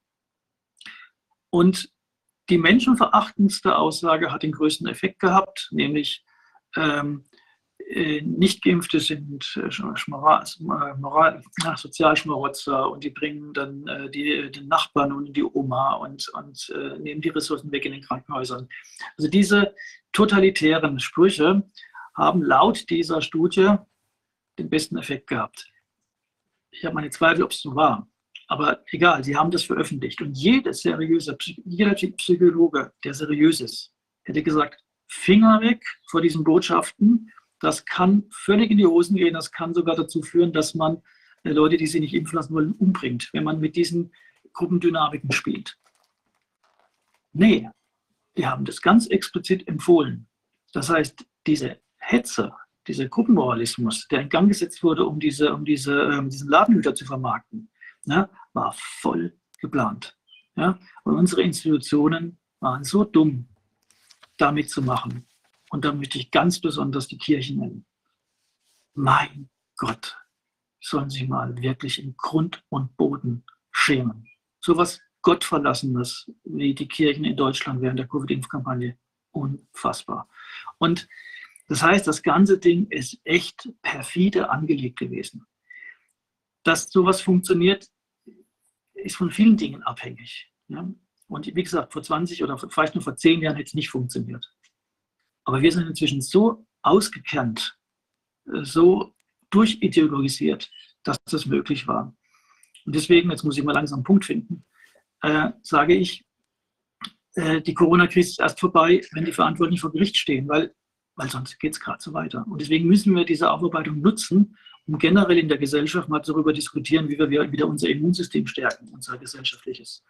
Und die menschenverachtendste Aussage hat den größten Effekt gehabt, nämlich Nicht-Geimpfte sind Sozialschmarotzer und die bringen dann den Nachbarn und die Oma und nehmen die Ressourcen weg in den Krankenhäusern. Also diese totalitären Sprüche haben laut dieser Studie den besten Effekt gehabt. Ich habe meine Zweifel, ob es so war. Aber egal, sie haben das veröffentlicht. Und jeder Psychologe, der seriös ist, hätte gesagt, Finger weg vor diesen Botschaften. Das kann völlig in die Hosen gehen. Das kann sogar dazu führen, dass man Leute, die sie nicht impfen lassen wollen, umbringt, wenn man mit diesen Gruppendynamiken spielt. Nee, die haben das ganz explizit empfohlen. Das heißt, diese Hetze, dieser Gruppenmoralismus, der in Gang gesetzt wurde, um diesen Ladenhüter zu vermarkten, ja, war voll geplant. Ja? Und unsere Institutionen waren so dumm, damit zu machen. Und da möchte ich ganz besonders die Kirchen nennen. Mein Gott, sollen sie mal wirklich in Grund und Boden schämen. So was Gottverlassenes wie die Kirchen in Deutschland während der Covid-Impfkampagne. Unfassbar. Und das heißt, das ganze Ding ist echt perfide angelegt gewesen. Dass sowas funktioniert, ist von vielen Dingen abhängig. Ja? Und wie gesagt, vor 20 oder vielleicht nur vor 10 Jahren hätte es nicht funktioniert. Aber wir sind inzwischen so ausgekernt, so durchideologisiert, dass das möglich war. Und deswegen, jetzt muss ich mal langsam einen Punkt finden, sage ich, die Corona-Krise ist erst vorbei, wenn die Verantwortlichen vor Gericht stehen, weil sonst geht es gerade so weiter. Und deswegen müssen wir diese Aufarbeitung nutzen, um generell in der Gesellschaft mal darüber diskutieren, wie wir wieder unser Immunsystem stärken, unser gesellschaftliches.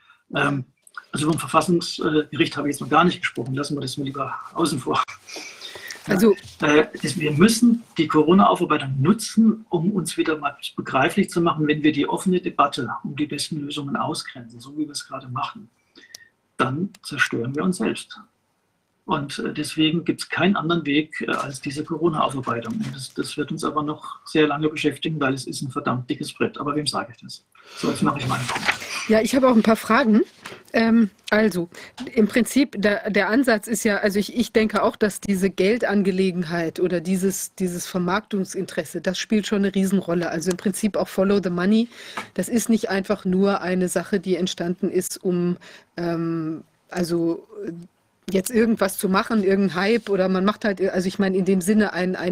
Also vom Verfassungsgericht habe ich jetzt noch gar nicht gesprochen, lassen wir das mal lieber außen vor. Also, wir müssen die Corona-Aufarbeitung nutzen, um uns wieder mal begreiflich zu machen, wenn wir die offene Debatte um die besten Lösungen ausgrenzen, so wie wir es gerade machen, dann zerstören wir uns selbst. Und deswegen gibt es keinen anderen Weg als diese Corona-Aufarbeitung. Und das wird uns aber noch sehr lange beschäftigen, weil es ist ein verdammt dickes Brett. Aber wem sage ich das? So, jetzt mache ich meinen Punkt. Ja, ich habe auch ein paar Fragen. Also, im Prinzip, der Ansatz ist ja, also ich denke auch, dass diese Geldangelegenheit oder dieses Vermarktungsinteresse, das spielt schon eine Riesenrolle. Also im Prinzip auch Follow the Money. Das ist nicht einfach nur eine Sache, die entstanden ist, jetzt irgendwas zu machen, irgendein Hype oder man macht halt, also ich meine in dem Sinne eine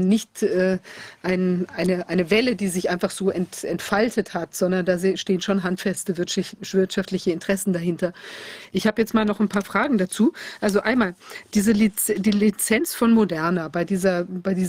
Welle, die sich einfach so entfaltet hat, sondern da stehen schon handfeste wirtschaftliche Interessen dahinter. Ich habe jetzt mal noch ein paar Fragen dazu. Also einmal, die Lizenz von Moderna bei dieser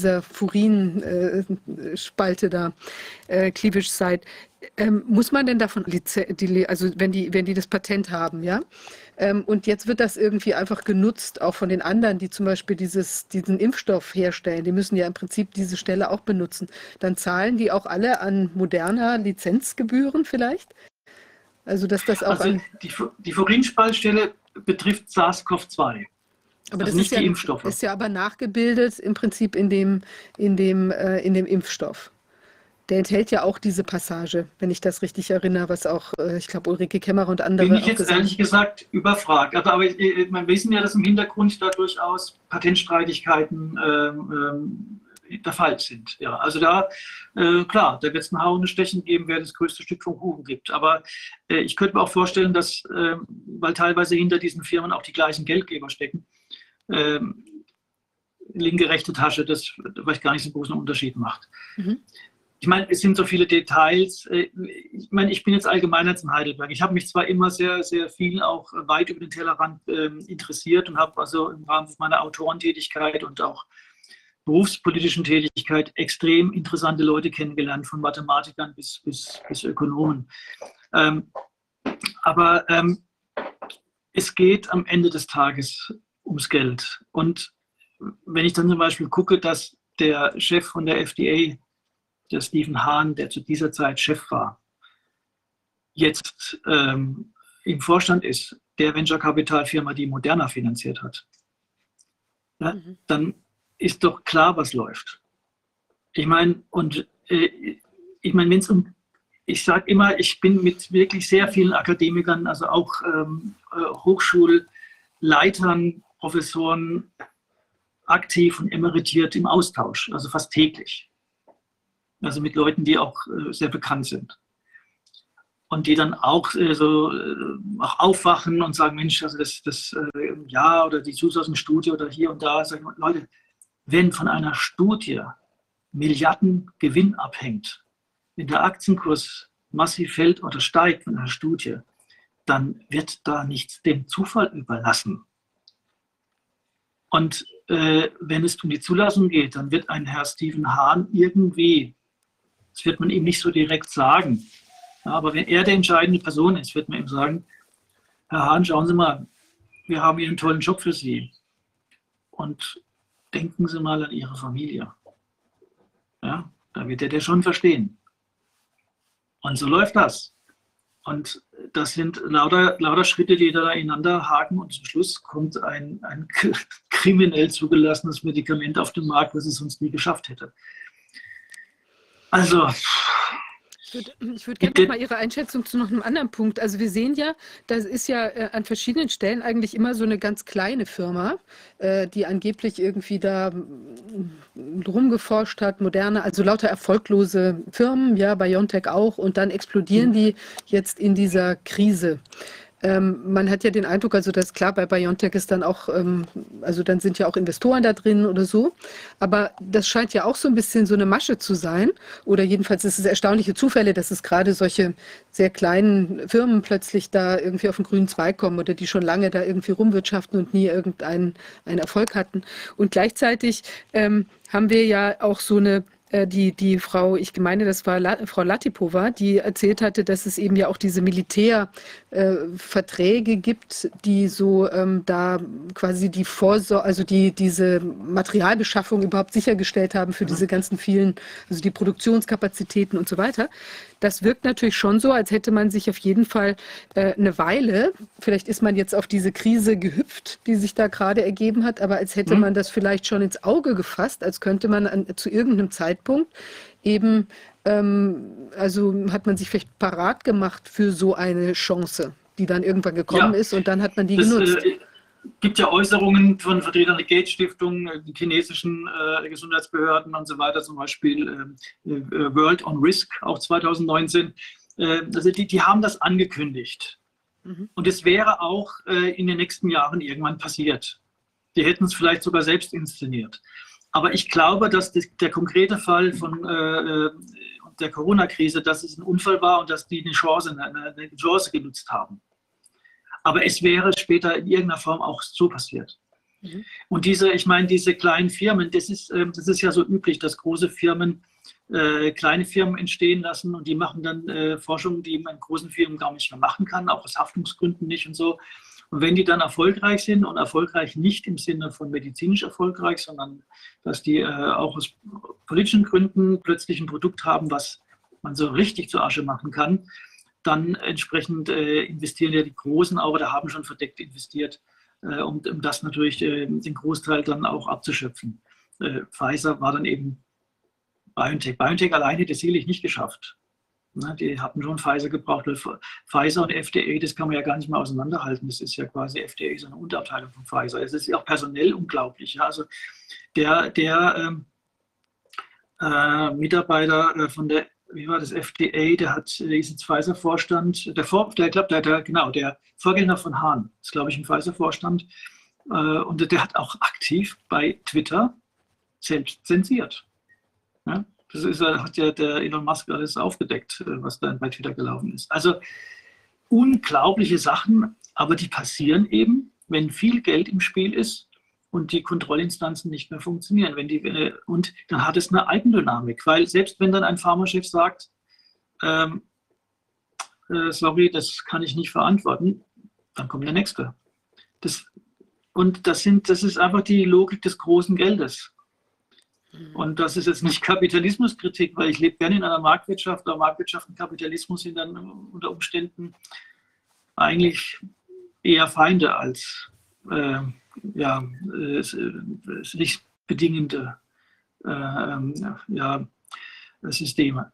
Furin-Spalte da, Cleavage-Site, muss man denn davon, also wenn die das Patent haben, ja? Und jetzt wird das irgendwie einfach genutzt, auch von den anderen, die zum Beispiel diesen Impfstoff herstellen. Die müssen ja im Prinzip diese Stelle auch benutzen. Dann zahlen die auch alle an Moderna Lizenzgebühren vielleicht? Also dass das auch Also die Furin-Spaltstelle betrifft SARS-CoV-2. aber also das nicht ist die Impfstoffe. Ist ja aber nachgebildet im Prinzip in dem Impfstoff. Der enthält ja auch diese Passage, wenn ich das richtig erinnere, was auch, ich glaube, Ulrike Kämmerer und andere Bin ich auch jetzt gesagt ehrlich gesagt überfragt. Aber wir wissen ja, dass im Hintergrund da durchaus Patentstreitigkeiten der Fall sind. Ja, also da, klar, da wird es ein Hauen und Stechen geben, wer das größte Stück vom Kuchen gibt. Aber ich könnte mir auch vorstellen, dass, weil teilweise hinter diesen Firmen auch die gleichen Geldgeber stecken, linke, rechte Tasche, das vielleicht gar nicht so einen großen Unterschied macht. Mhm. Ich meine, es sind so viele Details. Ich meine, ich bin jetzt Allgemeinarzt in Heidelberg. Ich habe mich zwar immer sehr, sehr viel auch weit über den Tellerrand interessiert und habe also im Rahmen meiner Autorentätigkeit und auch berufspolitischen Tätigkeit extrem interessante Leute kennengelernt, von Mathematikern bis Ökonomen. Aber es geht am Ende des Tages ums Geld. Und wenn ich dann zum Beispiel gucke, dass der Chef von der FDA, der Stephen Hahn, der zu dieser Zeit Chef war, jetzt im Vorstand ist, der Venture-Capital-Firma, die Moderna finanziert hat, ja, dann ist doch klar, was läuft. Ich meine, wenn es ich sage immer, ich bin mit wirklich sehr vielen Akademikern, also auch Hochschulleitern, Professoren aktiv und emeritiert im Austausch, also fast täglich. Also mit Leuten, die auch sehr bekannt sind. Und die dann auch auch aufwachen und sagen, Mensch, also ja, oder die Zusatz-Studie oder hier und da, sagen Leute, wenn von einer Studie Milliarden Gewinn abhängt, wenn der Aktienkurs massiv fällt oder steigt von einer Studie, dann wird da nichts dem Zufall überlassen. Und wenn es um die Zulassung geht, dann wird ein Herr Stephen Hahn irgendwie, das wird man ihm nicht so direkt sagen, ja, aber wenn er der entscheidende Person ist, wird man ihm sagen, Herr Hahn, schauen Sie mal, wir haben hier einen tollen Job für Sie und denken Sie mal an Ihre Familie. Ja, da wird der schon verstehen. Und so läuft das. Und das sind lauter Schritte, die da ineinander haken und zum Schluss kommt ein kriminell zugelassenes Medikament auf den Markt, was es sonst nie geschafft hätte. Also... Ich würde gerne noch mal Ihre Einschätzung zu noch einem anderen Punkt. Also wir sehen ja, das ist ja an verschiedenen Stellen eigentlich immer so eine ganz kleine Firma, die angeblich irgendwie da rumgeforscht hat, Moderna, also lauter erfolglose Firmen, ja, BioNTech auch, und dann explodieren die jetzt in dieser Krise. Man hat ja den Eindruck, also das klar, bei BioNTech ist dann auch, also dann sind ja auch Investoren da drin oder so, aber das scheint ja auch so ein bisschen so eine Masche zu sein, oder jedenfalls ist es erstaunliche Zufälle, dass es gerade solche sehr kleinen Firmen plötzlich da irgendwie auf den grünen Zweig kommen oder die schon lange da irgendwie rumwirtschaften und nie irgendeinen Erfolg hatten. Und gleichzeitig haben wir ja auch so eine die Frau, ich meine, das war Frau Latipova, die erzählt hatte, dass es eben ja auch diese Militärverträge gibt, die so da quasi die also diese Materialbeschaffung überhaupt sichergestellt haben für diese ganzen vielen, also die Produktionskapazitäten und so weiter. Das wirkt natürlich schon so, als hätte man sich auf jeden Fall eine Weile, vielleicht ist man jetzt auf diese Krise gehüpft, die sich da gerade ergeben hat, aber als hätte man das vielleicht schon ins Auge gefasst, als könnte man zu irgendeinem Zeitpunkt eben, also hat man sich vielleicht parat gemacht für so eine Chance, die dann irgendwann gekommen ist und dann hat man die genutzt. Gibt ja Äußerungen von Vertretern der Gates-Stiftung, den chinesischen Gesundheitsbehörden und so weiter, zum Beispiel World on Risk, auch 2019. Also die haben das angekündigt. Und es wäre auch in den nächsten Jahren irgendwann passiert. Die hätten es vielleicht sogar selbst inszeniert. Aber ich glaube, dass der konkrete Fall von der Corona-Krise, dass es ein Unfall war und dass die eine Chance genutzt haben. Aber es wäre später in irgendeiner Form auch so passiert. Mhm. Und diese kleinen Firmen, das ist ja so üblich, dass große Firmen kleine Firmen entstehen lassen und die machen dann Forschung, die man in großen Firmen gar nicht mehr machen kann, auch aus Haftungsgründen nicht und so. Und wenn die dann erfolgreich sind und erfolgreich nicht im Sinne von medizinisch erfolgreich, sondern dass die auch aus politischen Gründen plötzlich ein Produkt haben, was man so richtig zur Asche machen kann, dann entsprechend investieren ja die Großen auch oder haben schon verdeckt investiert, um das natürlich den Großteil dann auch abzuschöpfen. Pfizer war dann eben BioNTech. BioNTech alleine hätte es sicherlich nicht geschafft. Die hatten schon Pfizer gebraucht, weil Pfizer und FDA, das kann man ja gar nicht mehr auseinanderhalten. Das ist ja quasi, FDA ist eine Unterabteilung von Pfizer. Es ist auch personell unglaublich. Ja? Also der Mitarbeiter von der, wie war das, FDA, der ist jetzt Pfizer-Vorstand, der Vorgänger von Hahn, ist glaube ich im Pfizer-Vorstand. Und der hat auch aktiv bei Twitter selbst zensiert. Ja? Das hat ja der Elon Musk alles aufgedeckt, was da bei Twitter gelaufen ist. Also unglaubliche Sachen, aber die passieren eben, wenn viel Geld im Spiel ist und die Kontrollinstanzen nicht mehr funktionieren. Und dann hat es eine Eigendynamik, weil selbst wenn dann ein Pharmachef sagt, sorry, das kann ich nicht verantworten, dann kommt der Nächste. Das ist einfach die Logik des großen Geldes. Und das ist jetzt nicht Kapitalismuskritik, weil ich lebe gerne in einer Marktwirtschaft, aber Marktwirtschaft und Kapitalismus sind dann unter Umständen eigentlich eher Feinde als sich bedingende Systeme.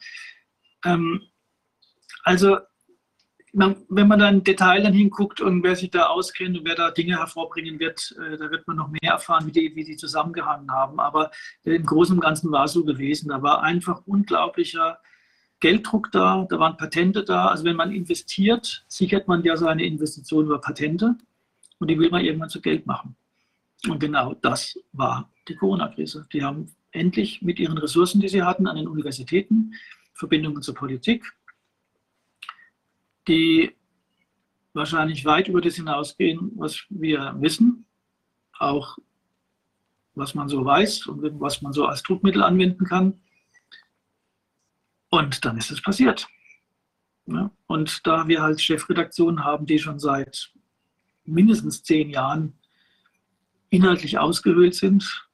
Also wenn man dann im Detail dann hinguckt und wer sich da auskennt und wer da Dinge hervorbringen wird, da wird man noch mehr erfahren, wie die zusammengehangen haben. Aber im Großen und Ganzen war es so gewesen. Da war einfach unglaublicher Gelddruck da, da waren Patente da. Also wenn man investiert, sichert man ja seine Investition über Patente und die will man irgendwann zu Geld machen. Und genau das war die Corona-Krise. Die haben endlich mit ihren Ressourcen, die sie hatten, an den Universitäten, Verbindungen zur Politik, die wahrscheinlich weit über das hinausgehen, was wir wissen, auch was man so weiß und was man so als Druckmittel anwenden kann. Und dann ist es passiert. Ja, und da wir halt Chefredaktionen haben, die schon seit mindestens 10 Jahren inhaltlich ausgehöhlt sind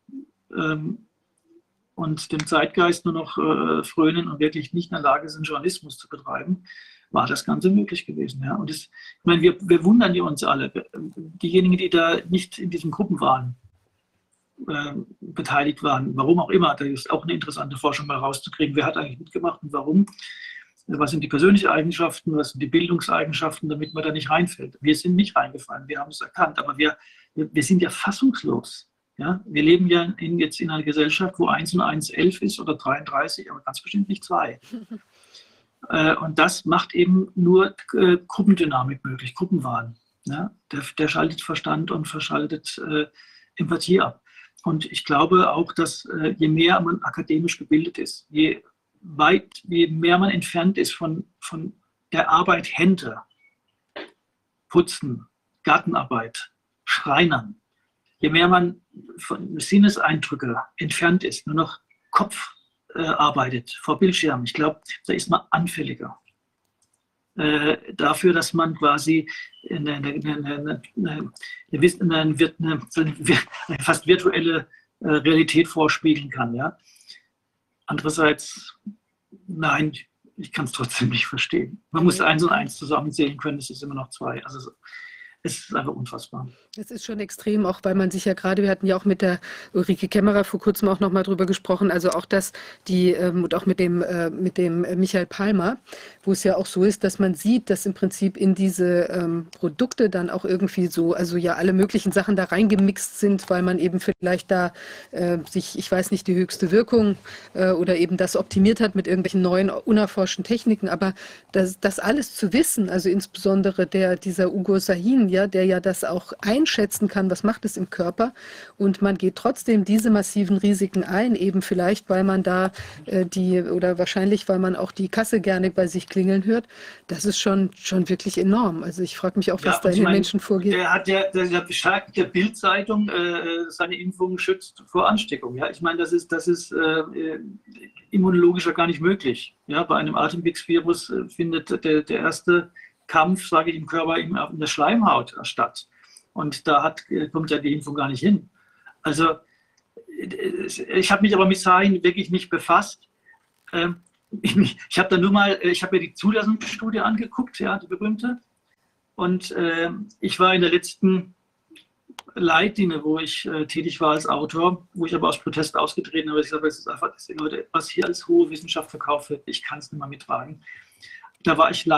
und dem Zeitgeist nur noch frönen und wirklich nicht in der Lage sind, Journalismus zu betreiben, war das Ganze möglich gewesen. Ja. Und ich meine, wir wundern ja uns alle. Diejenigen, die da nicht in diesen Gruppen waren, beteiligt waren, warum auch immer, da ist auch eine interessante Forschung mal rauszukriegen, wer hat eigentlich mitgemacht und warum, was sind die persönlichen Eigenschaften, was sind die Bildungseigenschaften, damit man da nicht reinfällt. Wir sind nicht reingefallen, wir haben es erkannt, aber wir sind ja fassungslos. Ja. Wir leben ja jetzt in einer Gesellschaft, wo 1 und 1 11 ist oder 33, aber ganz bestimmt nicht 2. Und das macht eben nur Gruppendynamik möglich, Gruppenwahn. Ja? Der schaltet Verstand und verschaltet Empathie ab. Und ich glaube auch, dass je mehr man akademisch gebildet ist, je mehr man entfernt ist von der Arbeit Hände, Putzen, Gartenarbeit, Schreinern, je mehr man von Sinneseindrücke entfernt ist, nur noch Kopf arbeitet vor Bildschirmen. Ich glaube, da ist man anfälliger dafür, dass man quasi eine fast virtuelle Realität vorspiegeln kann. Ja? Andererseits, nein, ich kann es trotzdem nicht verstehen. Man muss 1 und 1 zusammenzählen können, es ist immer noch 2. Also es ist einfach unfassbar. Es ist schon extrem, auch weil man sich ja gerade, wir hatten ja auch mit der Ulrike Kämmerer vor kurzem auch nochmal drüber gesprochen, also auch das, und auch mit dem Michael Palmer, wo es ja auch so ist, dass man sieht, dass im Prinzip in diese Produkte dann auch irgendwie so, also ja alle möglichen Sachen da reingemixt sind, weil man eben vielleicht da ich weiß nicht, die höchste Wirkung oder eben das optimiert hat mit irgendwelchen neuen, unerforschten Techniken, aber das alles zu wissen, also insbesondere dieser Ugur Sahin, Gehirn, ja, der ja das auch einschätzen kann, was macht es im Körper. Und man geht trotzdem diese massiven Risiken ein, eben vielleicht, weil man da oder wahrscheinlich, weil man auch die Kasse gerne bei sich klingeln hört. Das ist schon wirklich enorm. Also ich frage mich auch, was da in den Menschen vorgeht. Der beschreibt der Bild-Zeitung, seine Impfung schützt vor Ansteckung. Ja, ich meine, das ist immunologisch gar nicht möglich. Ja, bei einem Atemwegsvirus findet der erste Kampf, sage ich, im Körper in der Schleimhaut statt. Und da kommt ja die Impfung gar nicht hin. Also ich habe mich aber mit Sahin wirklich nicht befasst. Ich habe mir die Zulassungsstudie angeguckt, ja, die berühmte. Und ich war in der letzten Leitlinie, wo ich tätig war als Autor, wo ich aber aus Protest ausgetreten habe. Ich sage, es ist einfach, Leute, was hier als hohe Wissenschaft verkauft wird, ich kann es nicht mehr mittragen. Da war ich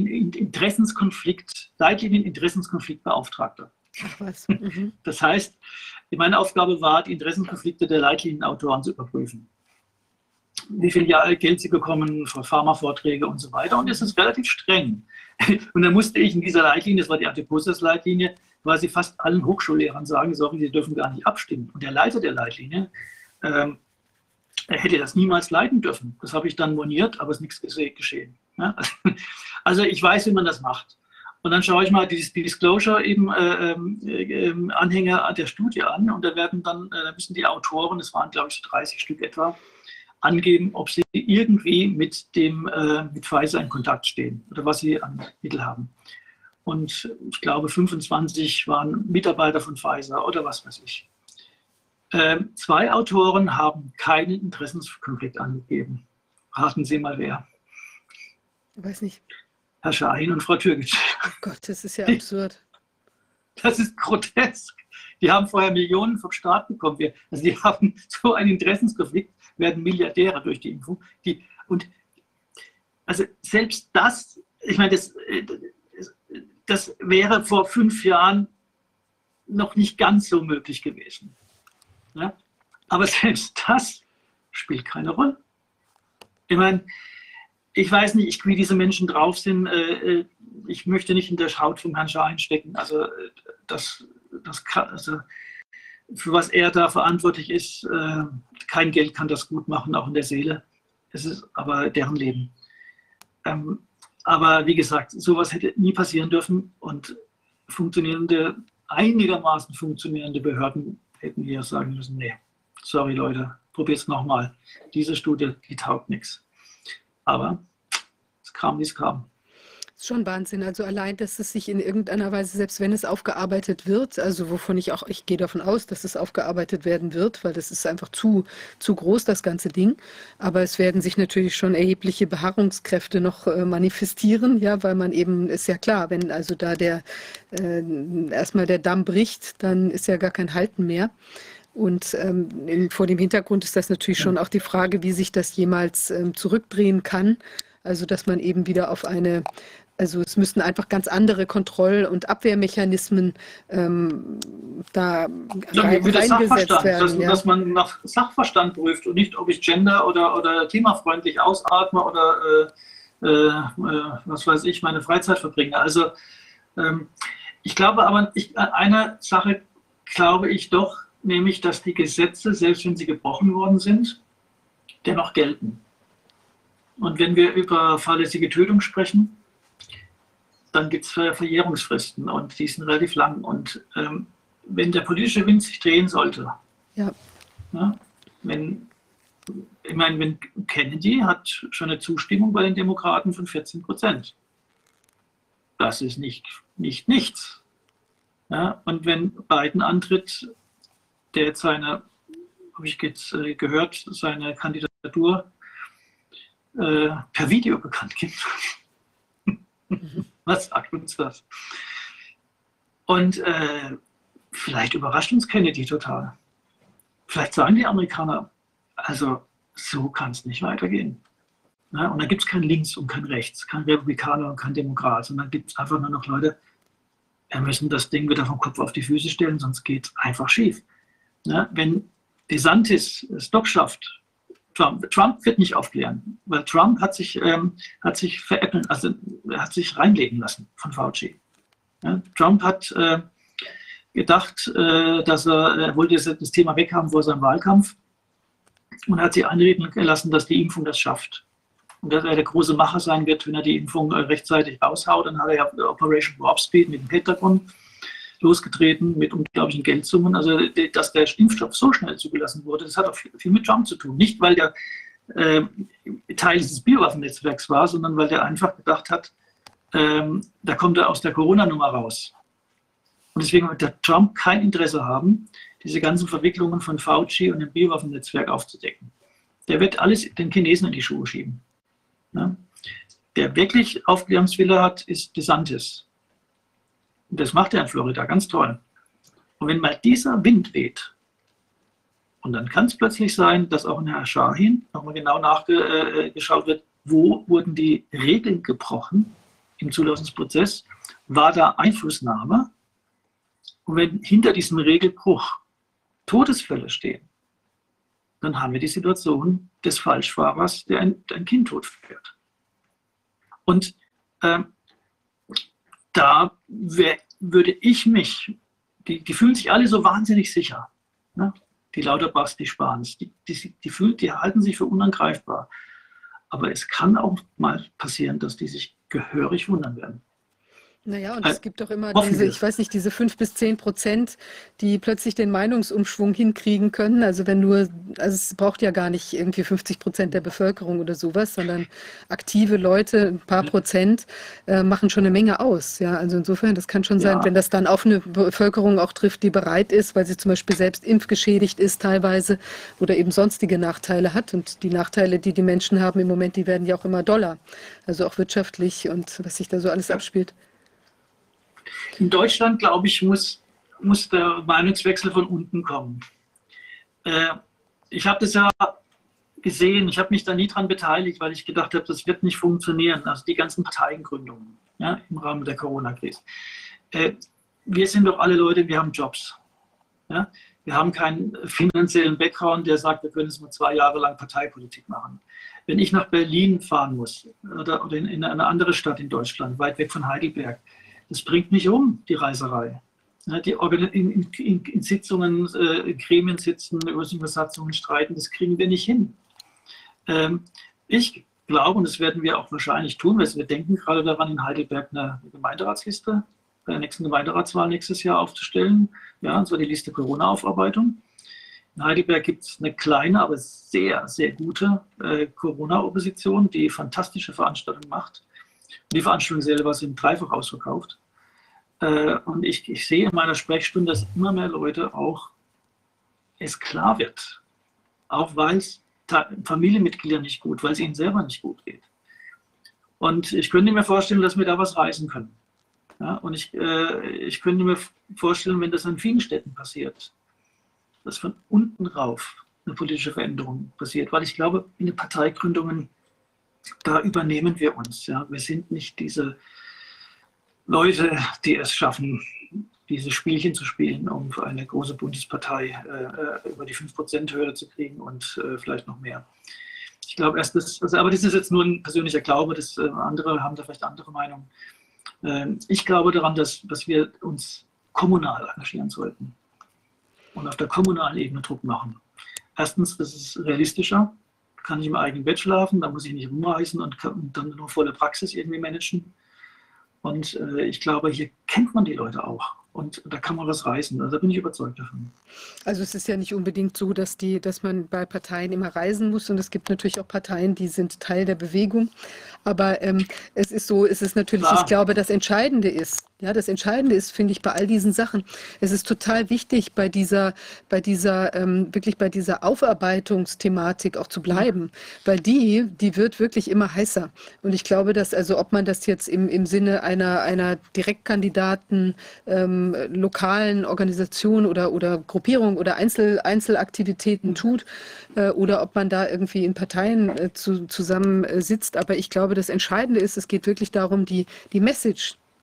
Leitlinien-Interessenskonfliktbeauftragter. Ach was. Mhm. Das heißt, meine Aufgabe war, die Interessenkonflikte der Leitlinienautoren zu überprüfen. Wie viel Geld sie bekommen für Pharmavorträge und so weiter. Und das ist relativ streng. Und dann musste ich in dieser Leitlinie, das war die Adipositas-Leitlinie, quasi fast allen Hochschullehrern sagen, sorry, sie dürfen gar nicht abstimmen. Und der Leiter der Leitlinie, er hätte das niemals leiten dürfen. Das habe ich dann moniert, aber es ist nichts geschehen. Ja? Also ich weiß, wie man das macht. Und dann schaue ich mal die Disclosure eben Anhänger der Studie an und da müssen die Autoren, das waren glaube ich 30 Stück etwa, angeben, ob sie irgendwie mit Pfizer in Kontakt stehen oder was sie an Mittel haben. Und ich glaube 25 waren Mitarbeiter von Pfizer oder was weiß ich. 2 Autoren haben keinen Interessenskonflikt angegeben. Raten Sie mal wer. Ich weiß nicht. Herr Sahin und Frau Türkic. Oh Gott, das ist ja absurd. Das ist grotesk. Die haben vorher Millionen vom Staat bekommen. Die haben so einen Interessenskonflikt, werden Milliardäre durch die Impfung. Also selbst das, ich meine, das wäre vor 5 Jahren noch nicht ganz so möglich gewesen. Ja? Aber selbst das spielt keine Rolle. Ich meine, ich weiß nicht, wie diese Menschen drauf sind. Ich möchte nicht in der Haut vom Herrn Sahin stecken. Also, also für was er da verantwortlich ist, kein Geld kann das gut machen, auch in der Seele. Es ist aber deren Leben. Aber wie gesagt, sowas hätte nie passieren dürfen und einigermaßen funktionierende Behörden hätten hier sagen müssen, nee, sorry Leute, probiert es nochmal. Diese Studie, die taugt nichts. Aber es kam, wie es kam. Das ist schon Wahnsinn. Also allein, dass es sich in irgendeiner Weise, selbst wenn es aufgearbeitet wird, also wovon ich gehe davon aus, dass es aufgearbeitet werden wird, weil das ist einfach zu groß, das ganze Ding. Aber es werden sich natürlich schon erhebliche Beharrungskräfte noch manifestieren, ja, weil man eben, ist ja klar, wenn also da erstmal der Damm bricht, dann ist ja gar kein Halten mehr. Und vor dem Hintergrund ist das natürlich schon auch die Frage, wie sich das jemals zurückdrehen kann. Also dass man eben wieder also es müssten einfach ganz andere Kontroll- und Abwehrmechanismen da reingesetzt werden. Dass man nach Sachverstand prüft und nicht, ob ich gender- oder klimafreundlich ausatme oder was weiß ich, meine Freizeit verbringe. Also ich glaube aber, eine Sache glaube ich doch, nämlich, dass die Gesetze, selbst wenn sie gebrochen worden sind, dennoch gelten. Und wenn wir über fahrlässige Tötung sprechen, dann gibt es Verjährungsfristen und die sind relativ lang. Und wenn der politische Wind sich drehen sollte, wenn Kennedy hat schon eine Zustimmung bei den Demokraten von 14%. Das ist nicht nichts. Ja, und wenn Biden antritt, der jetzt habe ich jetzt gehört, seine Kandidatur per Video bekannt gibt. Was sagt uns das? Und vielleicht überrascht uns Kennedy total. Vielleicht sagen die Amerikaner, also so kann es nicht weitergehen. Ja, und dann gibt es kein Links und kein Rechts, kein Republikaner und kein Demokrat, sondern gibt es einfach nur noch Leute, wir müssen das Ding wieder vom Kopf auf die Füße stellen, sonst geht es einfach schief. Ja, wenn DeSantis es doch schafft, Trump wird nicht aufklären, weil Trump hat sich veräppeln, also er hat sich reinlegen lassen von Fauci. Ja, Trump hat gedacht, dass er wollte das Thema weghaben vor seinem Wahlkampf und hat sich einreden lassen, dass die Impfung das schafft. Und dass er der große Macher sein wird, wenn er die Impfung rechtzeitig raushaut. Dann hat er ja Operation Warp Speed mit dem Pentagon losgetreten, mit unglaublichen Geldsummen. Also, dass der Impfstoff so schnell zugelassen wurde, das hat auch viel mit Trump zu tun. Nicht, weil der Teil dieses Biowaffennetzwerks war, sondern weil der einfach gedacht hat, da kommt er aus der Corona-Nummer raus. Und deswegen wird der Trump kein Interesse haben, diese ganzen Verwicklungen von Fauci und dem Biowaffennetzwerk aufzudecken. Der wird alles den Chinesen in die Schuhe schieben. Ja? Der wirklich Aufklärungswille hat, ist DeSantis. Und das macht er in Florida ganz toll. Und wenn mal dieser Wind weht, und dann kann es plötzlich sein, dass auch in Herr Shahin nochmal genau nachgeschaut wird, wo wurden die Regeln gebrochen im Zulassungsprozess, war da Einflussnahme. Und wenn hinter diesem Regelbruch Todesfälle stehen, dann haben wir die Situation des Falschfahrers, der ein Kind totfährt. Und da würde ich mich, die fühlen sich alle so wahnsinnig sicher, ne? Die Lauterbachs, die Spahns, die halten sich für unangreifbar. Aber es kann auch mal passieren, dass die sich gehörig wundern werden. Naja, und es gibt doch immer diese, ich weiß nicht, diese 5-10%, die plötzlich den Meinungsumschwung hinkriegen können. Also es braucht ja gar nicht irgendwie 50% der Bevölkerung oder sowas, sondern aktive Leute, ein paar Prozent, machen schon eine Menge aus. Ja, also insofern, das kann schon sein, wenn das dann auf eine Bevölkerung auch trifft, die bereit ist, weil sie zum Beispiel selbst impfgeschädigt ist teilweise oder eben sonstige Nachteile hat. Und die Nachteile, die die Menschen haben im Moment, die werden ja auch immer doller. Also auch wirtschaftlich und was sich da so alles abspielt. In Deutschland, glaube ich, muss der Meinungswechsel von unten kommen. Ich habe das ja gesehen, ich habe mich da nie dran beteiligt, weil ich gedacht habe, das wird nicht funktionieren. Also die ganzen Parteiengründungen, ja, im Rahmen der Corona-Krise. Wir sind doch alle Leute, wir haben Jobs. Ja? Wir haben keinen finanziellen Background, der sagt, wir können jetzt mal 2 Jahre lang Parteipolitik machen. Wenn ich nach Berlin fahren muss oder in eine andere Stadt in Deutschland, weit weg von Heidelberg, das bringt mich um, die Reiserei. Ja, die in Sitzungen, in Gremien sitzen, über Satzungen streiten, das kriegen wir nicht hin. Ich glaube, und das werden wir auch wahrscheinlich tun, weil wir denken gerade daran, in Heidelberg eine Gemeinderatsliste bei der nächsten Gemeinderatswahl nächstes Jahr aufzustellen. Ja, und zwar die Liste Corona-Aufarbeitung. In Heidelberg gibt es eine kleine, aber sehr, sehr gute Corona-Opposition, die fantastische Veranstaltungen macht. Die Veranstaltungen selber sind dreifach ausverkauft. Und ich sehe in meiner Sprechstunde, dass immer mehr Leute auch es klar wird. Auch weil es Familienmitgliedern nicht gut, weil es ihnen selber nicht gut geht. Und ich könnte mir vorstellen, dass wir da was reißen können. Ja, und ich könnte mir vorstellen, wenn das an vielen Städten passiert, dass von unten rauf eine politische Veränderung passiert. Weil ich glaube, in den Parteigründungen, da übernehmen wir uns. Ja. Wir sind nicht diese Leute, die es schaffen, diese Spielchen zu spielen, um für eine große Bundespartei über die 5%-Hürde zu kriegen und vielleicht noch mehr. Ich glaube erst, aber das ist jetzt nur ein persönlicher Glaube, andere haben da vielleicht andere Meinungen. Ich glaube daran, dass wir uns kommunal engagieren sollten und auf der kommunalen Ebene Druck machen. Erstens, das ist realistischer. Kann ich im eigenen Bett schlafen, da muss ich nicht rumreisen und dann nur volle Praxis irgendwie managen. Und ich glaube, hier kennt man die Leute auch. Und da kann man was reißen. Also da bin ich überzeugt davon. Also es ist ja nicht unbedingt so, dass man bei Parteien immer reisen muss. Und es gibt natürlich auch Parteien, die sind Teil der Bewegung. Aber es ist so, es ist natürlich, ich glaube, das Entscheidende ist, finde ich, bei all diesen Sachen, es ist total wichtig, bei dieser Aufarbeitungsthematik auch zu bleiben. Weil die wird wirklich immer heißer. Und ich glaube, dass, also ob man das jetzt im Sinne einer Direktkandidaten, lokalen Organisation oder Gruppierung oder Einzelaktivitäten tut oder ob man da irgendwie in Parteien zusammen sitzt. Aber ich glaube, das Entscheidende ist, es geht wirklich darum, die Message,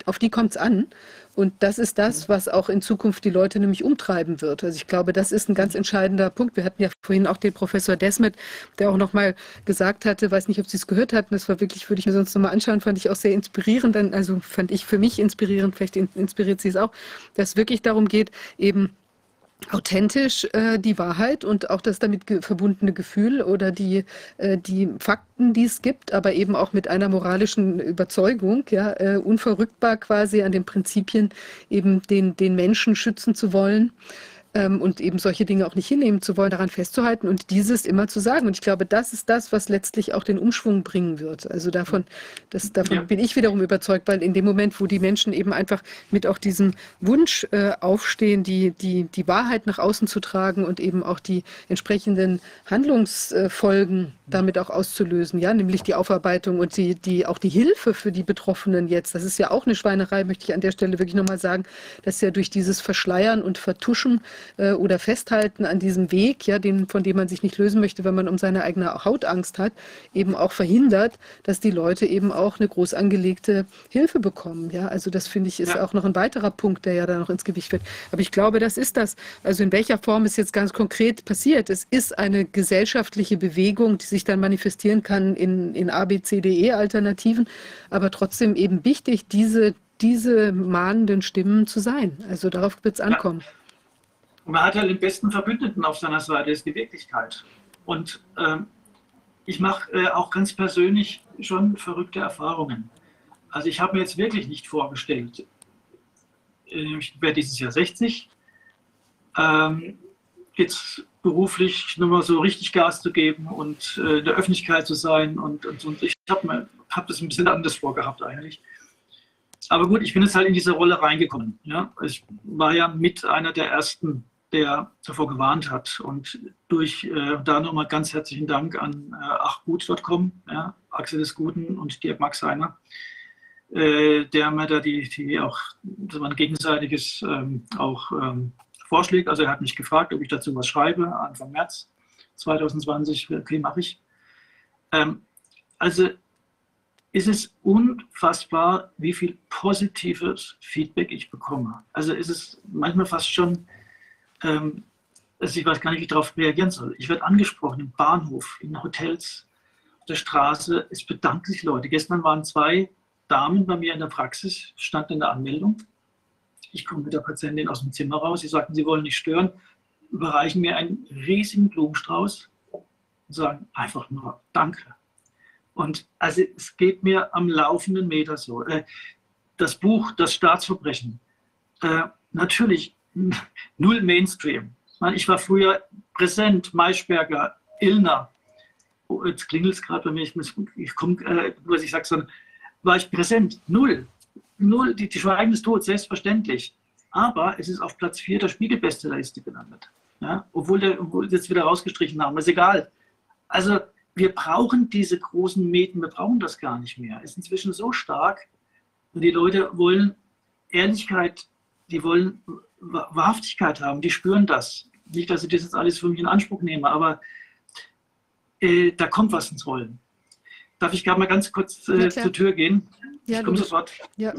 auf die kommt es an. Und das ist das, was auch in Zukunft die Leute nämlich umtreiben wird. Also ich glaube, das ist ein ganz entscheidender Punkt. Wir hatten ja vorhin auch den Professor Desmet, der auch nochmal gesagt hatte, weiß nicht, ob Sie es gehört hatten, das war wirklich, würde ich mir sonst nochmal anschauen, fand ich auch sehr inspirierend, also fand ich für mich inspirierend, vielleicht inspiriert Sie es auch, dass es wirklich darum geht, eben authentisch die Wahrheit und auch das damit verbundene Gefühl oder die Fakten, die es gibt, aber eben auch mit einer moralischen Überzeugung, ja, unverrückbar quasi an den Prinzipien eben den Menschen schützen zu wollen. Und eben solche Dinge auch nicht hinnehmen zu wollen, daran festzuhalten und dieses immer zu sagen. Und ich glaube, das ist das, was letztlich auch den Umschwung bringen wird. Also davon bin ich wiederum überzeugt, weil in dem Moment, wo die Menschen eben einfach mit auch diesem Wunsch aufstehen, die Wahrheit nach außen zu tragen und eben auch die entsprechenden Handlungsfolgen damit auch auszulösen, ja, nämlich die Aufarbeitung und auch die Hilfe für die Betroffenen jetzt. Das ist ja auch eine Schweinerei, möchte ich an der Stelle wirklich nochmal sagen, dass ja durch dieses Verschleiern und Vertuschen oder Festhalten an diesem Weg, ja, von dem man sich nicht lösen möchte, wenn man um seine eigene Haut Angst hat, eben auch verhindert, dass die Leute eben auch eine groß angelegte Hilfe bekommen. Ja, also das finde ich ist auch noch ein weiterer Punkt, der ja da noch ins Gewicht wird. Aber ich glaube, das ist das. Also in welcher Form es jetzt ganz konkret passiert. Es ist eine gesellschaftliche Bewegung, die sich dann manifestieren kann in A, B, C, D, E Alternativen, aber trotzdem eben wichtig, diese mahnenden Stimmen zu sein. Also darauf wird es ankommen. Und man hat halt den besten Verbündeten auf seiner Seite, das ist die Wirklichkeit. Und ich mache auch ganz persönlich schon verrückte Erfahrungen. Also ich habe mir jetzt wirklich nicht vorgestellt, ich werde dieses Jahr 60, jetzt beruflich nochmal so richtig Gas zu geben und in der Öffentlichkeit zu sein. Und ich habe das ein bisschen anders vorgehabt eigentlich. Aber gut, ich bin jetzt halt in diese Rolle reingekommen. Ja? Ich war ja mit einer der Ersten, der davor gewarnt hat. Und da nochmal ganz herzlichen Dank an achgut.com, ja, Axel des Guten und Dirk Maxheiner, der mir da das war ein gegenseitiges vorschlägt. Also er hat mich gefragt, ob ich dazu was schreibe, Anfang März 2020. Okay, mache ich. Also ist es unfassbar, wie viel positives Feedback ich bekomme. Also ist es manchmal fast schon, also ich weiß gar nicht, wie ich darauf reagieren soll. Ich werde angesprochen im Bahnhof, in Hotels, auf der Straße. Es bedanken sich Leute. Gestern waren 2 Damen bei mir in der Praxis, stand in der Anmeldung. Ich komme mit der Patientin aus dem Zimmer raus. Sie sagten, sie wollen nicht stören, überreichen mir einen riesigen Blumenstrauß und sagen einfach nur Danke. Und also es geht mir am laufenden Meter so. Das Buch, das Staatsverbrechen, natürlich null Mainstream. Ich war früher präsent, Maischberger, Illner. Oh, jetzt klingelt es gerade bei mir, ich komme, was ich sage, sondern war ich präsent, null. Die Schweigen des Todes, selbstverständlich. Aber es ist auf Platz 4 der Spiegel-Bestsellerliste gelandet. Ja? Obwohl wir jetzt wieder rausgestrichen haben, ist egal. Also wir brauchen diese großen Medien, wir brauchen das gar nicht mehr. Es ist inzwischen so stark und die Leute wollen Ehrlichkeit, die wollen Wahrhaftigkeit haben, die spüren das. Nicht, dass ich das jetzt alles für mich in Anspruch nehme, aber da kommt was ins Rollen. Darf ich gerade mal ganz kurz zur Tür gehen? Ja, ich komme sofort. Ja.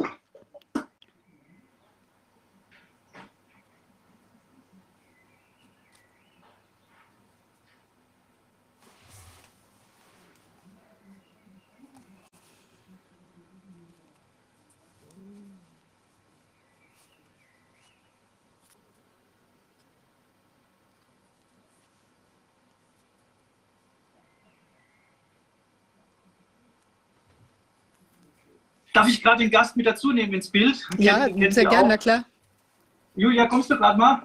Darf ich gerade den Gast mit dazu nehmen ins Bild? Ja, sehr gerne, na klar. Julia, kommst du gerade mal?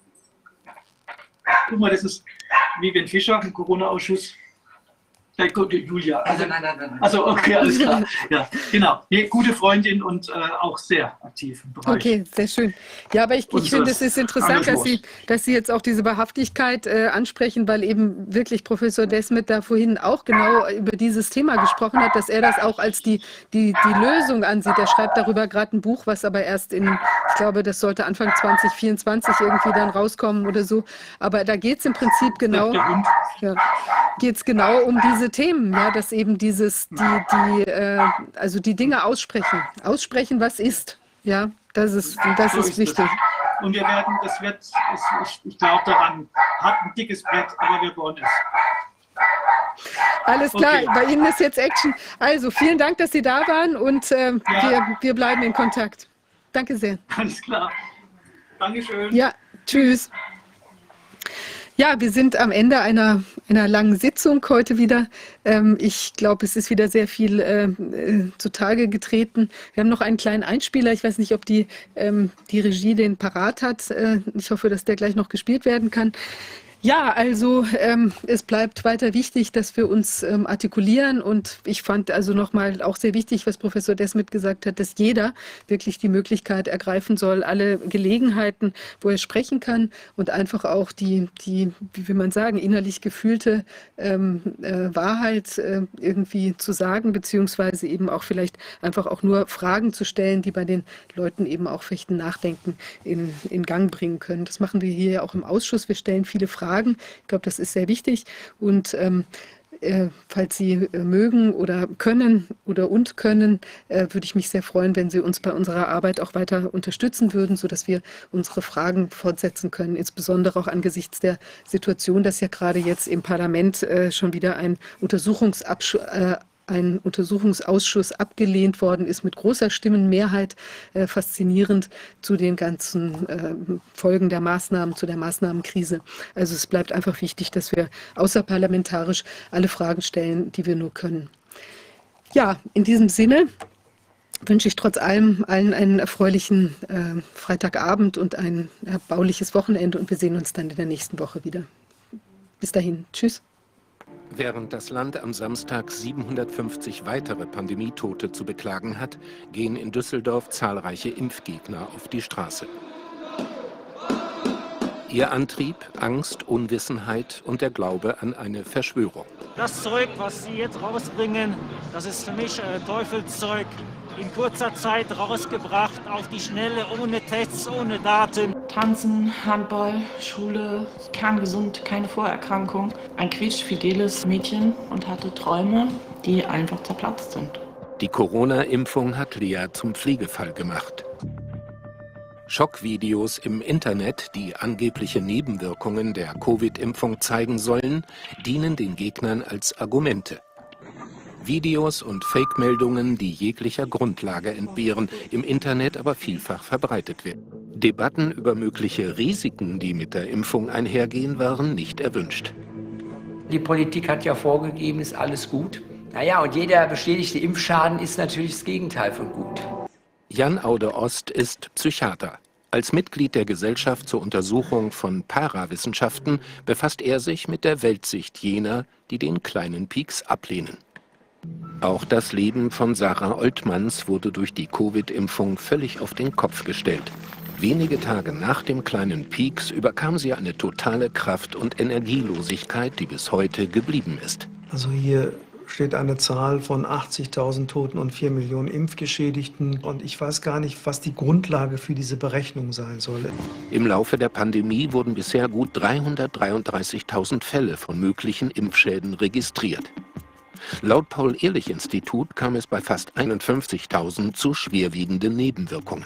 Guck mal, das ist Vivian Fischer im Corona-Ausschuss. Julia. Nein. Also okay, alles klar. Ja, genau. Nee, gute Freundin und auch sehr aktiv im Bereich. Okay, sehr schön. Ja, aber ich finde, es ist interessant, dass Sie jetzt auch diese Wahrhaftigkeit ansprechen, weil eben wirklich Professor Desmet da vorhin auch genau über dieses Thema gesprochen hat, dass er das auch als die Lösung ansieht. Er schreibt darüber gerade ein Buch, was aber erst in Ich glaube, das sollte Anfang 2024 irgendwie dann rauskommen oder so. Aber da geht es im Prinzip genau, geht's genau um diese Themen, ja, dass eben also die Dinge aussprechen. Aussprechen, was ist. Ja, das ist wichtig. Und wir werden, ich glaube daran, hat ein dickes Brett, aber wir wollen es. Alles klar, Okay. Bei Ihnen ist jetzt Action. Also vielen Dank, dass Sie da waren und wir bleiben in Kontakt. Danke sehr. Alles klar. Dankeschön. Ja, tschüss. Ja, wir sind am Ende einer langen Sitzung heute wieder. Ich glaube, es ist wieder sehr viel zutage getreten. Wir haben noch einen kleinen Einspieler. Ich weiß nicht, ob die Regie den parat hat. Ich hoffe, dass der gleich noch gespielt werden kann. Ja, also es bleibt weiter wichtig, dass wir uns artikulieren und ich fand also nochmal auch sehr wichtig, was Professor Desmet gesagt hat, dass jeder wirklich die Möglichkeit ergreifen soll, alle Gelegenheiten, wo er sprechen kann und einfach auch die wie will man sagen, innerlich gefühlte Wahrheit irgendwie zu sagen, beziehungsweise eben auch vielleicht einfach auch nur Fragen zu stellen, die bei den Leuten eben auch vielleicht ein Nachdenken in Gang bringen können. Das machen wir hier ja auch im Ausschuss. Wir stellen viele Fragen. Ich glaube, das ist sehr wichtig. Und falls Sie mögen oder können würde ich mich sehr freuen, wenn Sie uns bei unserer Arbeit auch weiter unterstützen würden, sodass wir unsere Fragen fortsetzen können, insbesondere auch angesichts der Situation, dass ja gerade jetzt im Parlament schon wieder ein Untersuchungsausschuss abgelehnt worden ist mit großer Stimmenmehrheit, faszinierend zu den ganzen Folgen der Maßnahmen, zu der Maßnahmenkrise. Also es bleibt einfach wichtig, dass wir außerparlamentarisch alle Fragen stellen, die wir nur können. Ja, in diesem Sinne wünsche ich trotz allem allen einen erfreulichen Freitagabend und ein erbauliches Wochenende und wir sehen uns dann in der nächsten Woche wieder. Bis dahin. Tschüss. Während das Land am Samstag 750 weitere Pandemietote zu beklagen hat, gehen in Düsseldorf zahlreiche Impfgegner auf die Straße. Ihr Antrieb, Angst, Unwissenheit und der Glaube an eine Verschwörung. Das Zeug, was Sie jetzt rausbringen, das ist für mich Teufelszeug. In kurzer Zeit rausgebracht, auf die Schnelle, ohne Tests, ohne Daten. Tanzen, Handball, Schule, kerngesund, keine Vorerkrankung. Ein quietschfideles Mädchen und hatte Träume, die einfach zerplatzt sind. Die Corona-Impfung hat Lea zum Pflegefall gemacht. Schockvideos im Internet, die angebliche Nebenwirkungen der Covid-Impfung zeigen sollen, dienen den Gegnern als Argumente. Videos und Fake-Meldungen, die jeglicher Grundlage entbehren, im Internet aber vielfach verbreitet werden. Debatten über mögliche Risiken, die mit der Impfung einhergehen, waren nicht erwünscht. Die Politik hat ja vorgegeben, ist alles gut. Naja, und jeder bestätigte Impfschaden ist natürlich das Gegenteil von gut. Jan Aude Ost ist Psychiater. Als Mitglied der Gesellschaft zur Untersuchung von Parawissenschaften befasst er sich mit der Weltsicht jener, die den kleinen Pieks ablehnen. Auch das Leben von Sarah Oltmanns wurde durch die Covid-Impfung völlig auf den Kopf gestellt. Wenige Tage nach dem kleinen Pieks überkam sie eine totale Kraft- und Energielosigkeit, die bis heute geblieben ist. Also hier steht eine Zahl von 80.000 Toten und 4 Millionen Impfgeschädigten. Und ich weiß gar nicht, was die Grundlage für diese Berechnung sein soll. Im Laufe der Pandemie wurden bisher gut 333.000 Fälle von möglichen Impfschäden registriert. Laut Paul-Ehrlich-Institut kam es bei fast 51.000 zu schwerwiegenden Nebenwirkungen.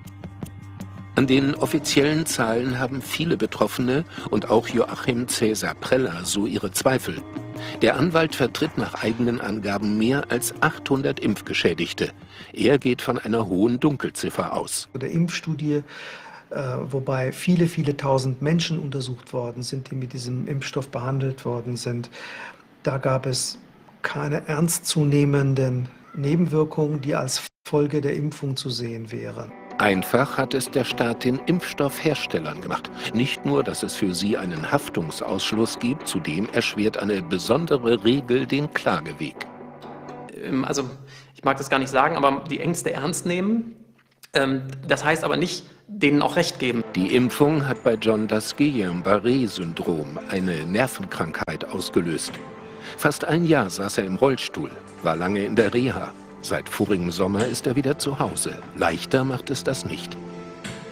An den offiziellen Zahlen haben viele Betroffene und auch Joachim Cäsar Preller so ihre Zweifel. Der Anwalt vertritt nach eigenen Angaben mehr als 800 Impfgeschädigte. Er geht von einer hohen Dunkelziffer aus. Der Impfstudie, wobei viele, viele tausend Menschen untersucht worden sind, die mit diesem Impfstoff behandelt worden sind, da gab es keine ernstzunehmenden Nebenwirkungen, die als Folge der Impfung zu sehen wären. Einfach hat es der Staat den Impfstoffherstellern gemacht. Nicht nur, dass es für sie einen Haftungsausschluss gibt, zudem erschwert eine besondere Regel den Klageweg. Also ich mag das gar nicht sagen, aber die Ängste ernst nehmen, das heißt aber nicht, denen auch Recht geben. Die Impfung hat bei John das Guillain-Barré-Syndrom, eine Nervenkrankheit, ausgelöst. Fast ein Jahr saß er im Rollstuhl, war lange in der Reha. Seit vorigem Sommer ist er wieder zu Hause. Leichter macht es das nicht.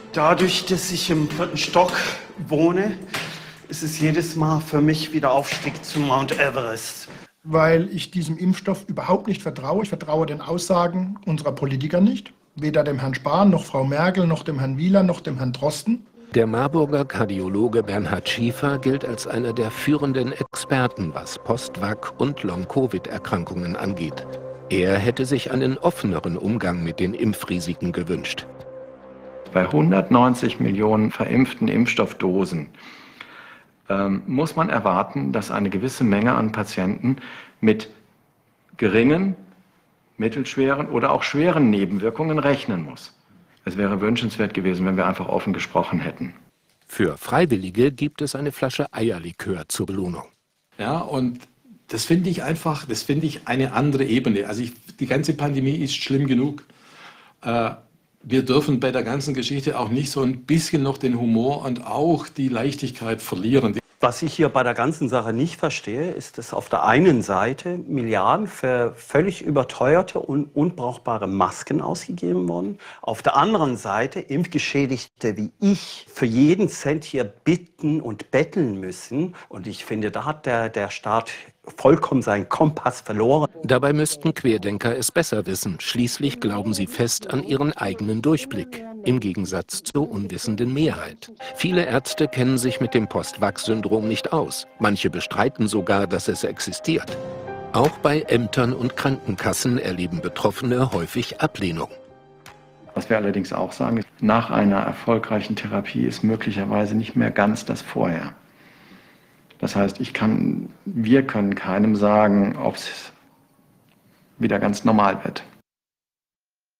Dadurch, dass ich im 3. Stock wohne, ist es jedes Mal für mich wieder Aufstieg zu Mount Everest. Weil ich diesem Impfstoff überhaupt nicht vertraue. Ich vertraue den Aussagen unserer Politiker nicht. Weder dem Herrn Spahn, noch Frau Merkel, noch dem Herrn Wieler, noch dem Herrn Drosten. Der Marburger Kardiologe Bernhard Schiefer gilt als einer der führenden Experten, was Post-Vac- und Long-Covid-Erkrankungen angeht. Er hätte sich einen offeneren Umgang mit den Impfrisiken gewünscht. Bei 190 Millionen verimpften Impfstoffdosen muss man erwarten, dass eine gewisse Menge an Patienten mit geringen, mittelschweren oder auch schweren Nebenwirkungen rechnen muss. Es wäre wünschenswert gewesen, wenn wir einfach offen gesprochen hätten. Für Freiwillige gibt es eine Flasche Eierlikör zur Belohnung. Ja, und das finde ich eine andere Ebene. Also die ganze Pandemie ist schlimm genug. Wir dürfen bei der ganzen Geschichte auch nicht so ein bisschen noch den Humor und auch die Leichtigkeit verlieren. Was ich hier bei der ganzen Sache nicht verstehe, ist, dass auf der einen Seite Milliarden für völlig überteuerte und unbrauchbare Masken ausgegeben wurden. Auf der anderen Seite Impfgeschädigte wie ich für jeden Cent hier bitten und betteln müssen. Und ich finde, da hat der Staat vollkommen seinen Kompass verloren. Dabei müssten Querdenker es besser wissen. Schließlich glauben sie fest an ihren eigenen Durchblick. Im Gegensatz zur unwissenden Mehrheit. Viele Ärzte kennen sich mit dem Post-Vac-Syndrom nicht aus. Manche bestreiten sogar, dass es existiert. Auch bei Ämtern und Krankenkassen erleben Betroffene häufig Ablehnung. Was wir allerdings auch sagen, ist, nach einer erfolgreichen Therapie ist möglicherweise nicht mehr ganz das Vorher. Das heißt, wir können keinem sagen, ob es wieder ganz normal wird.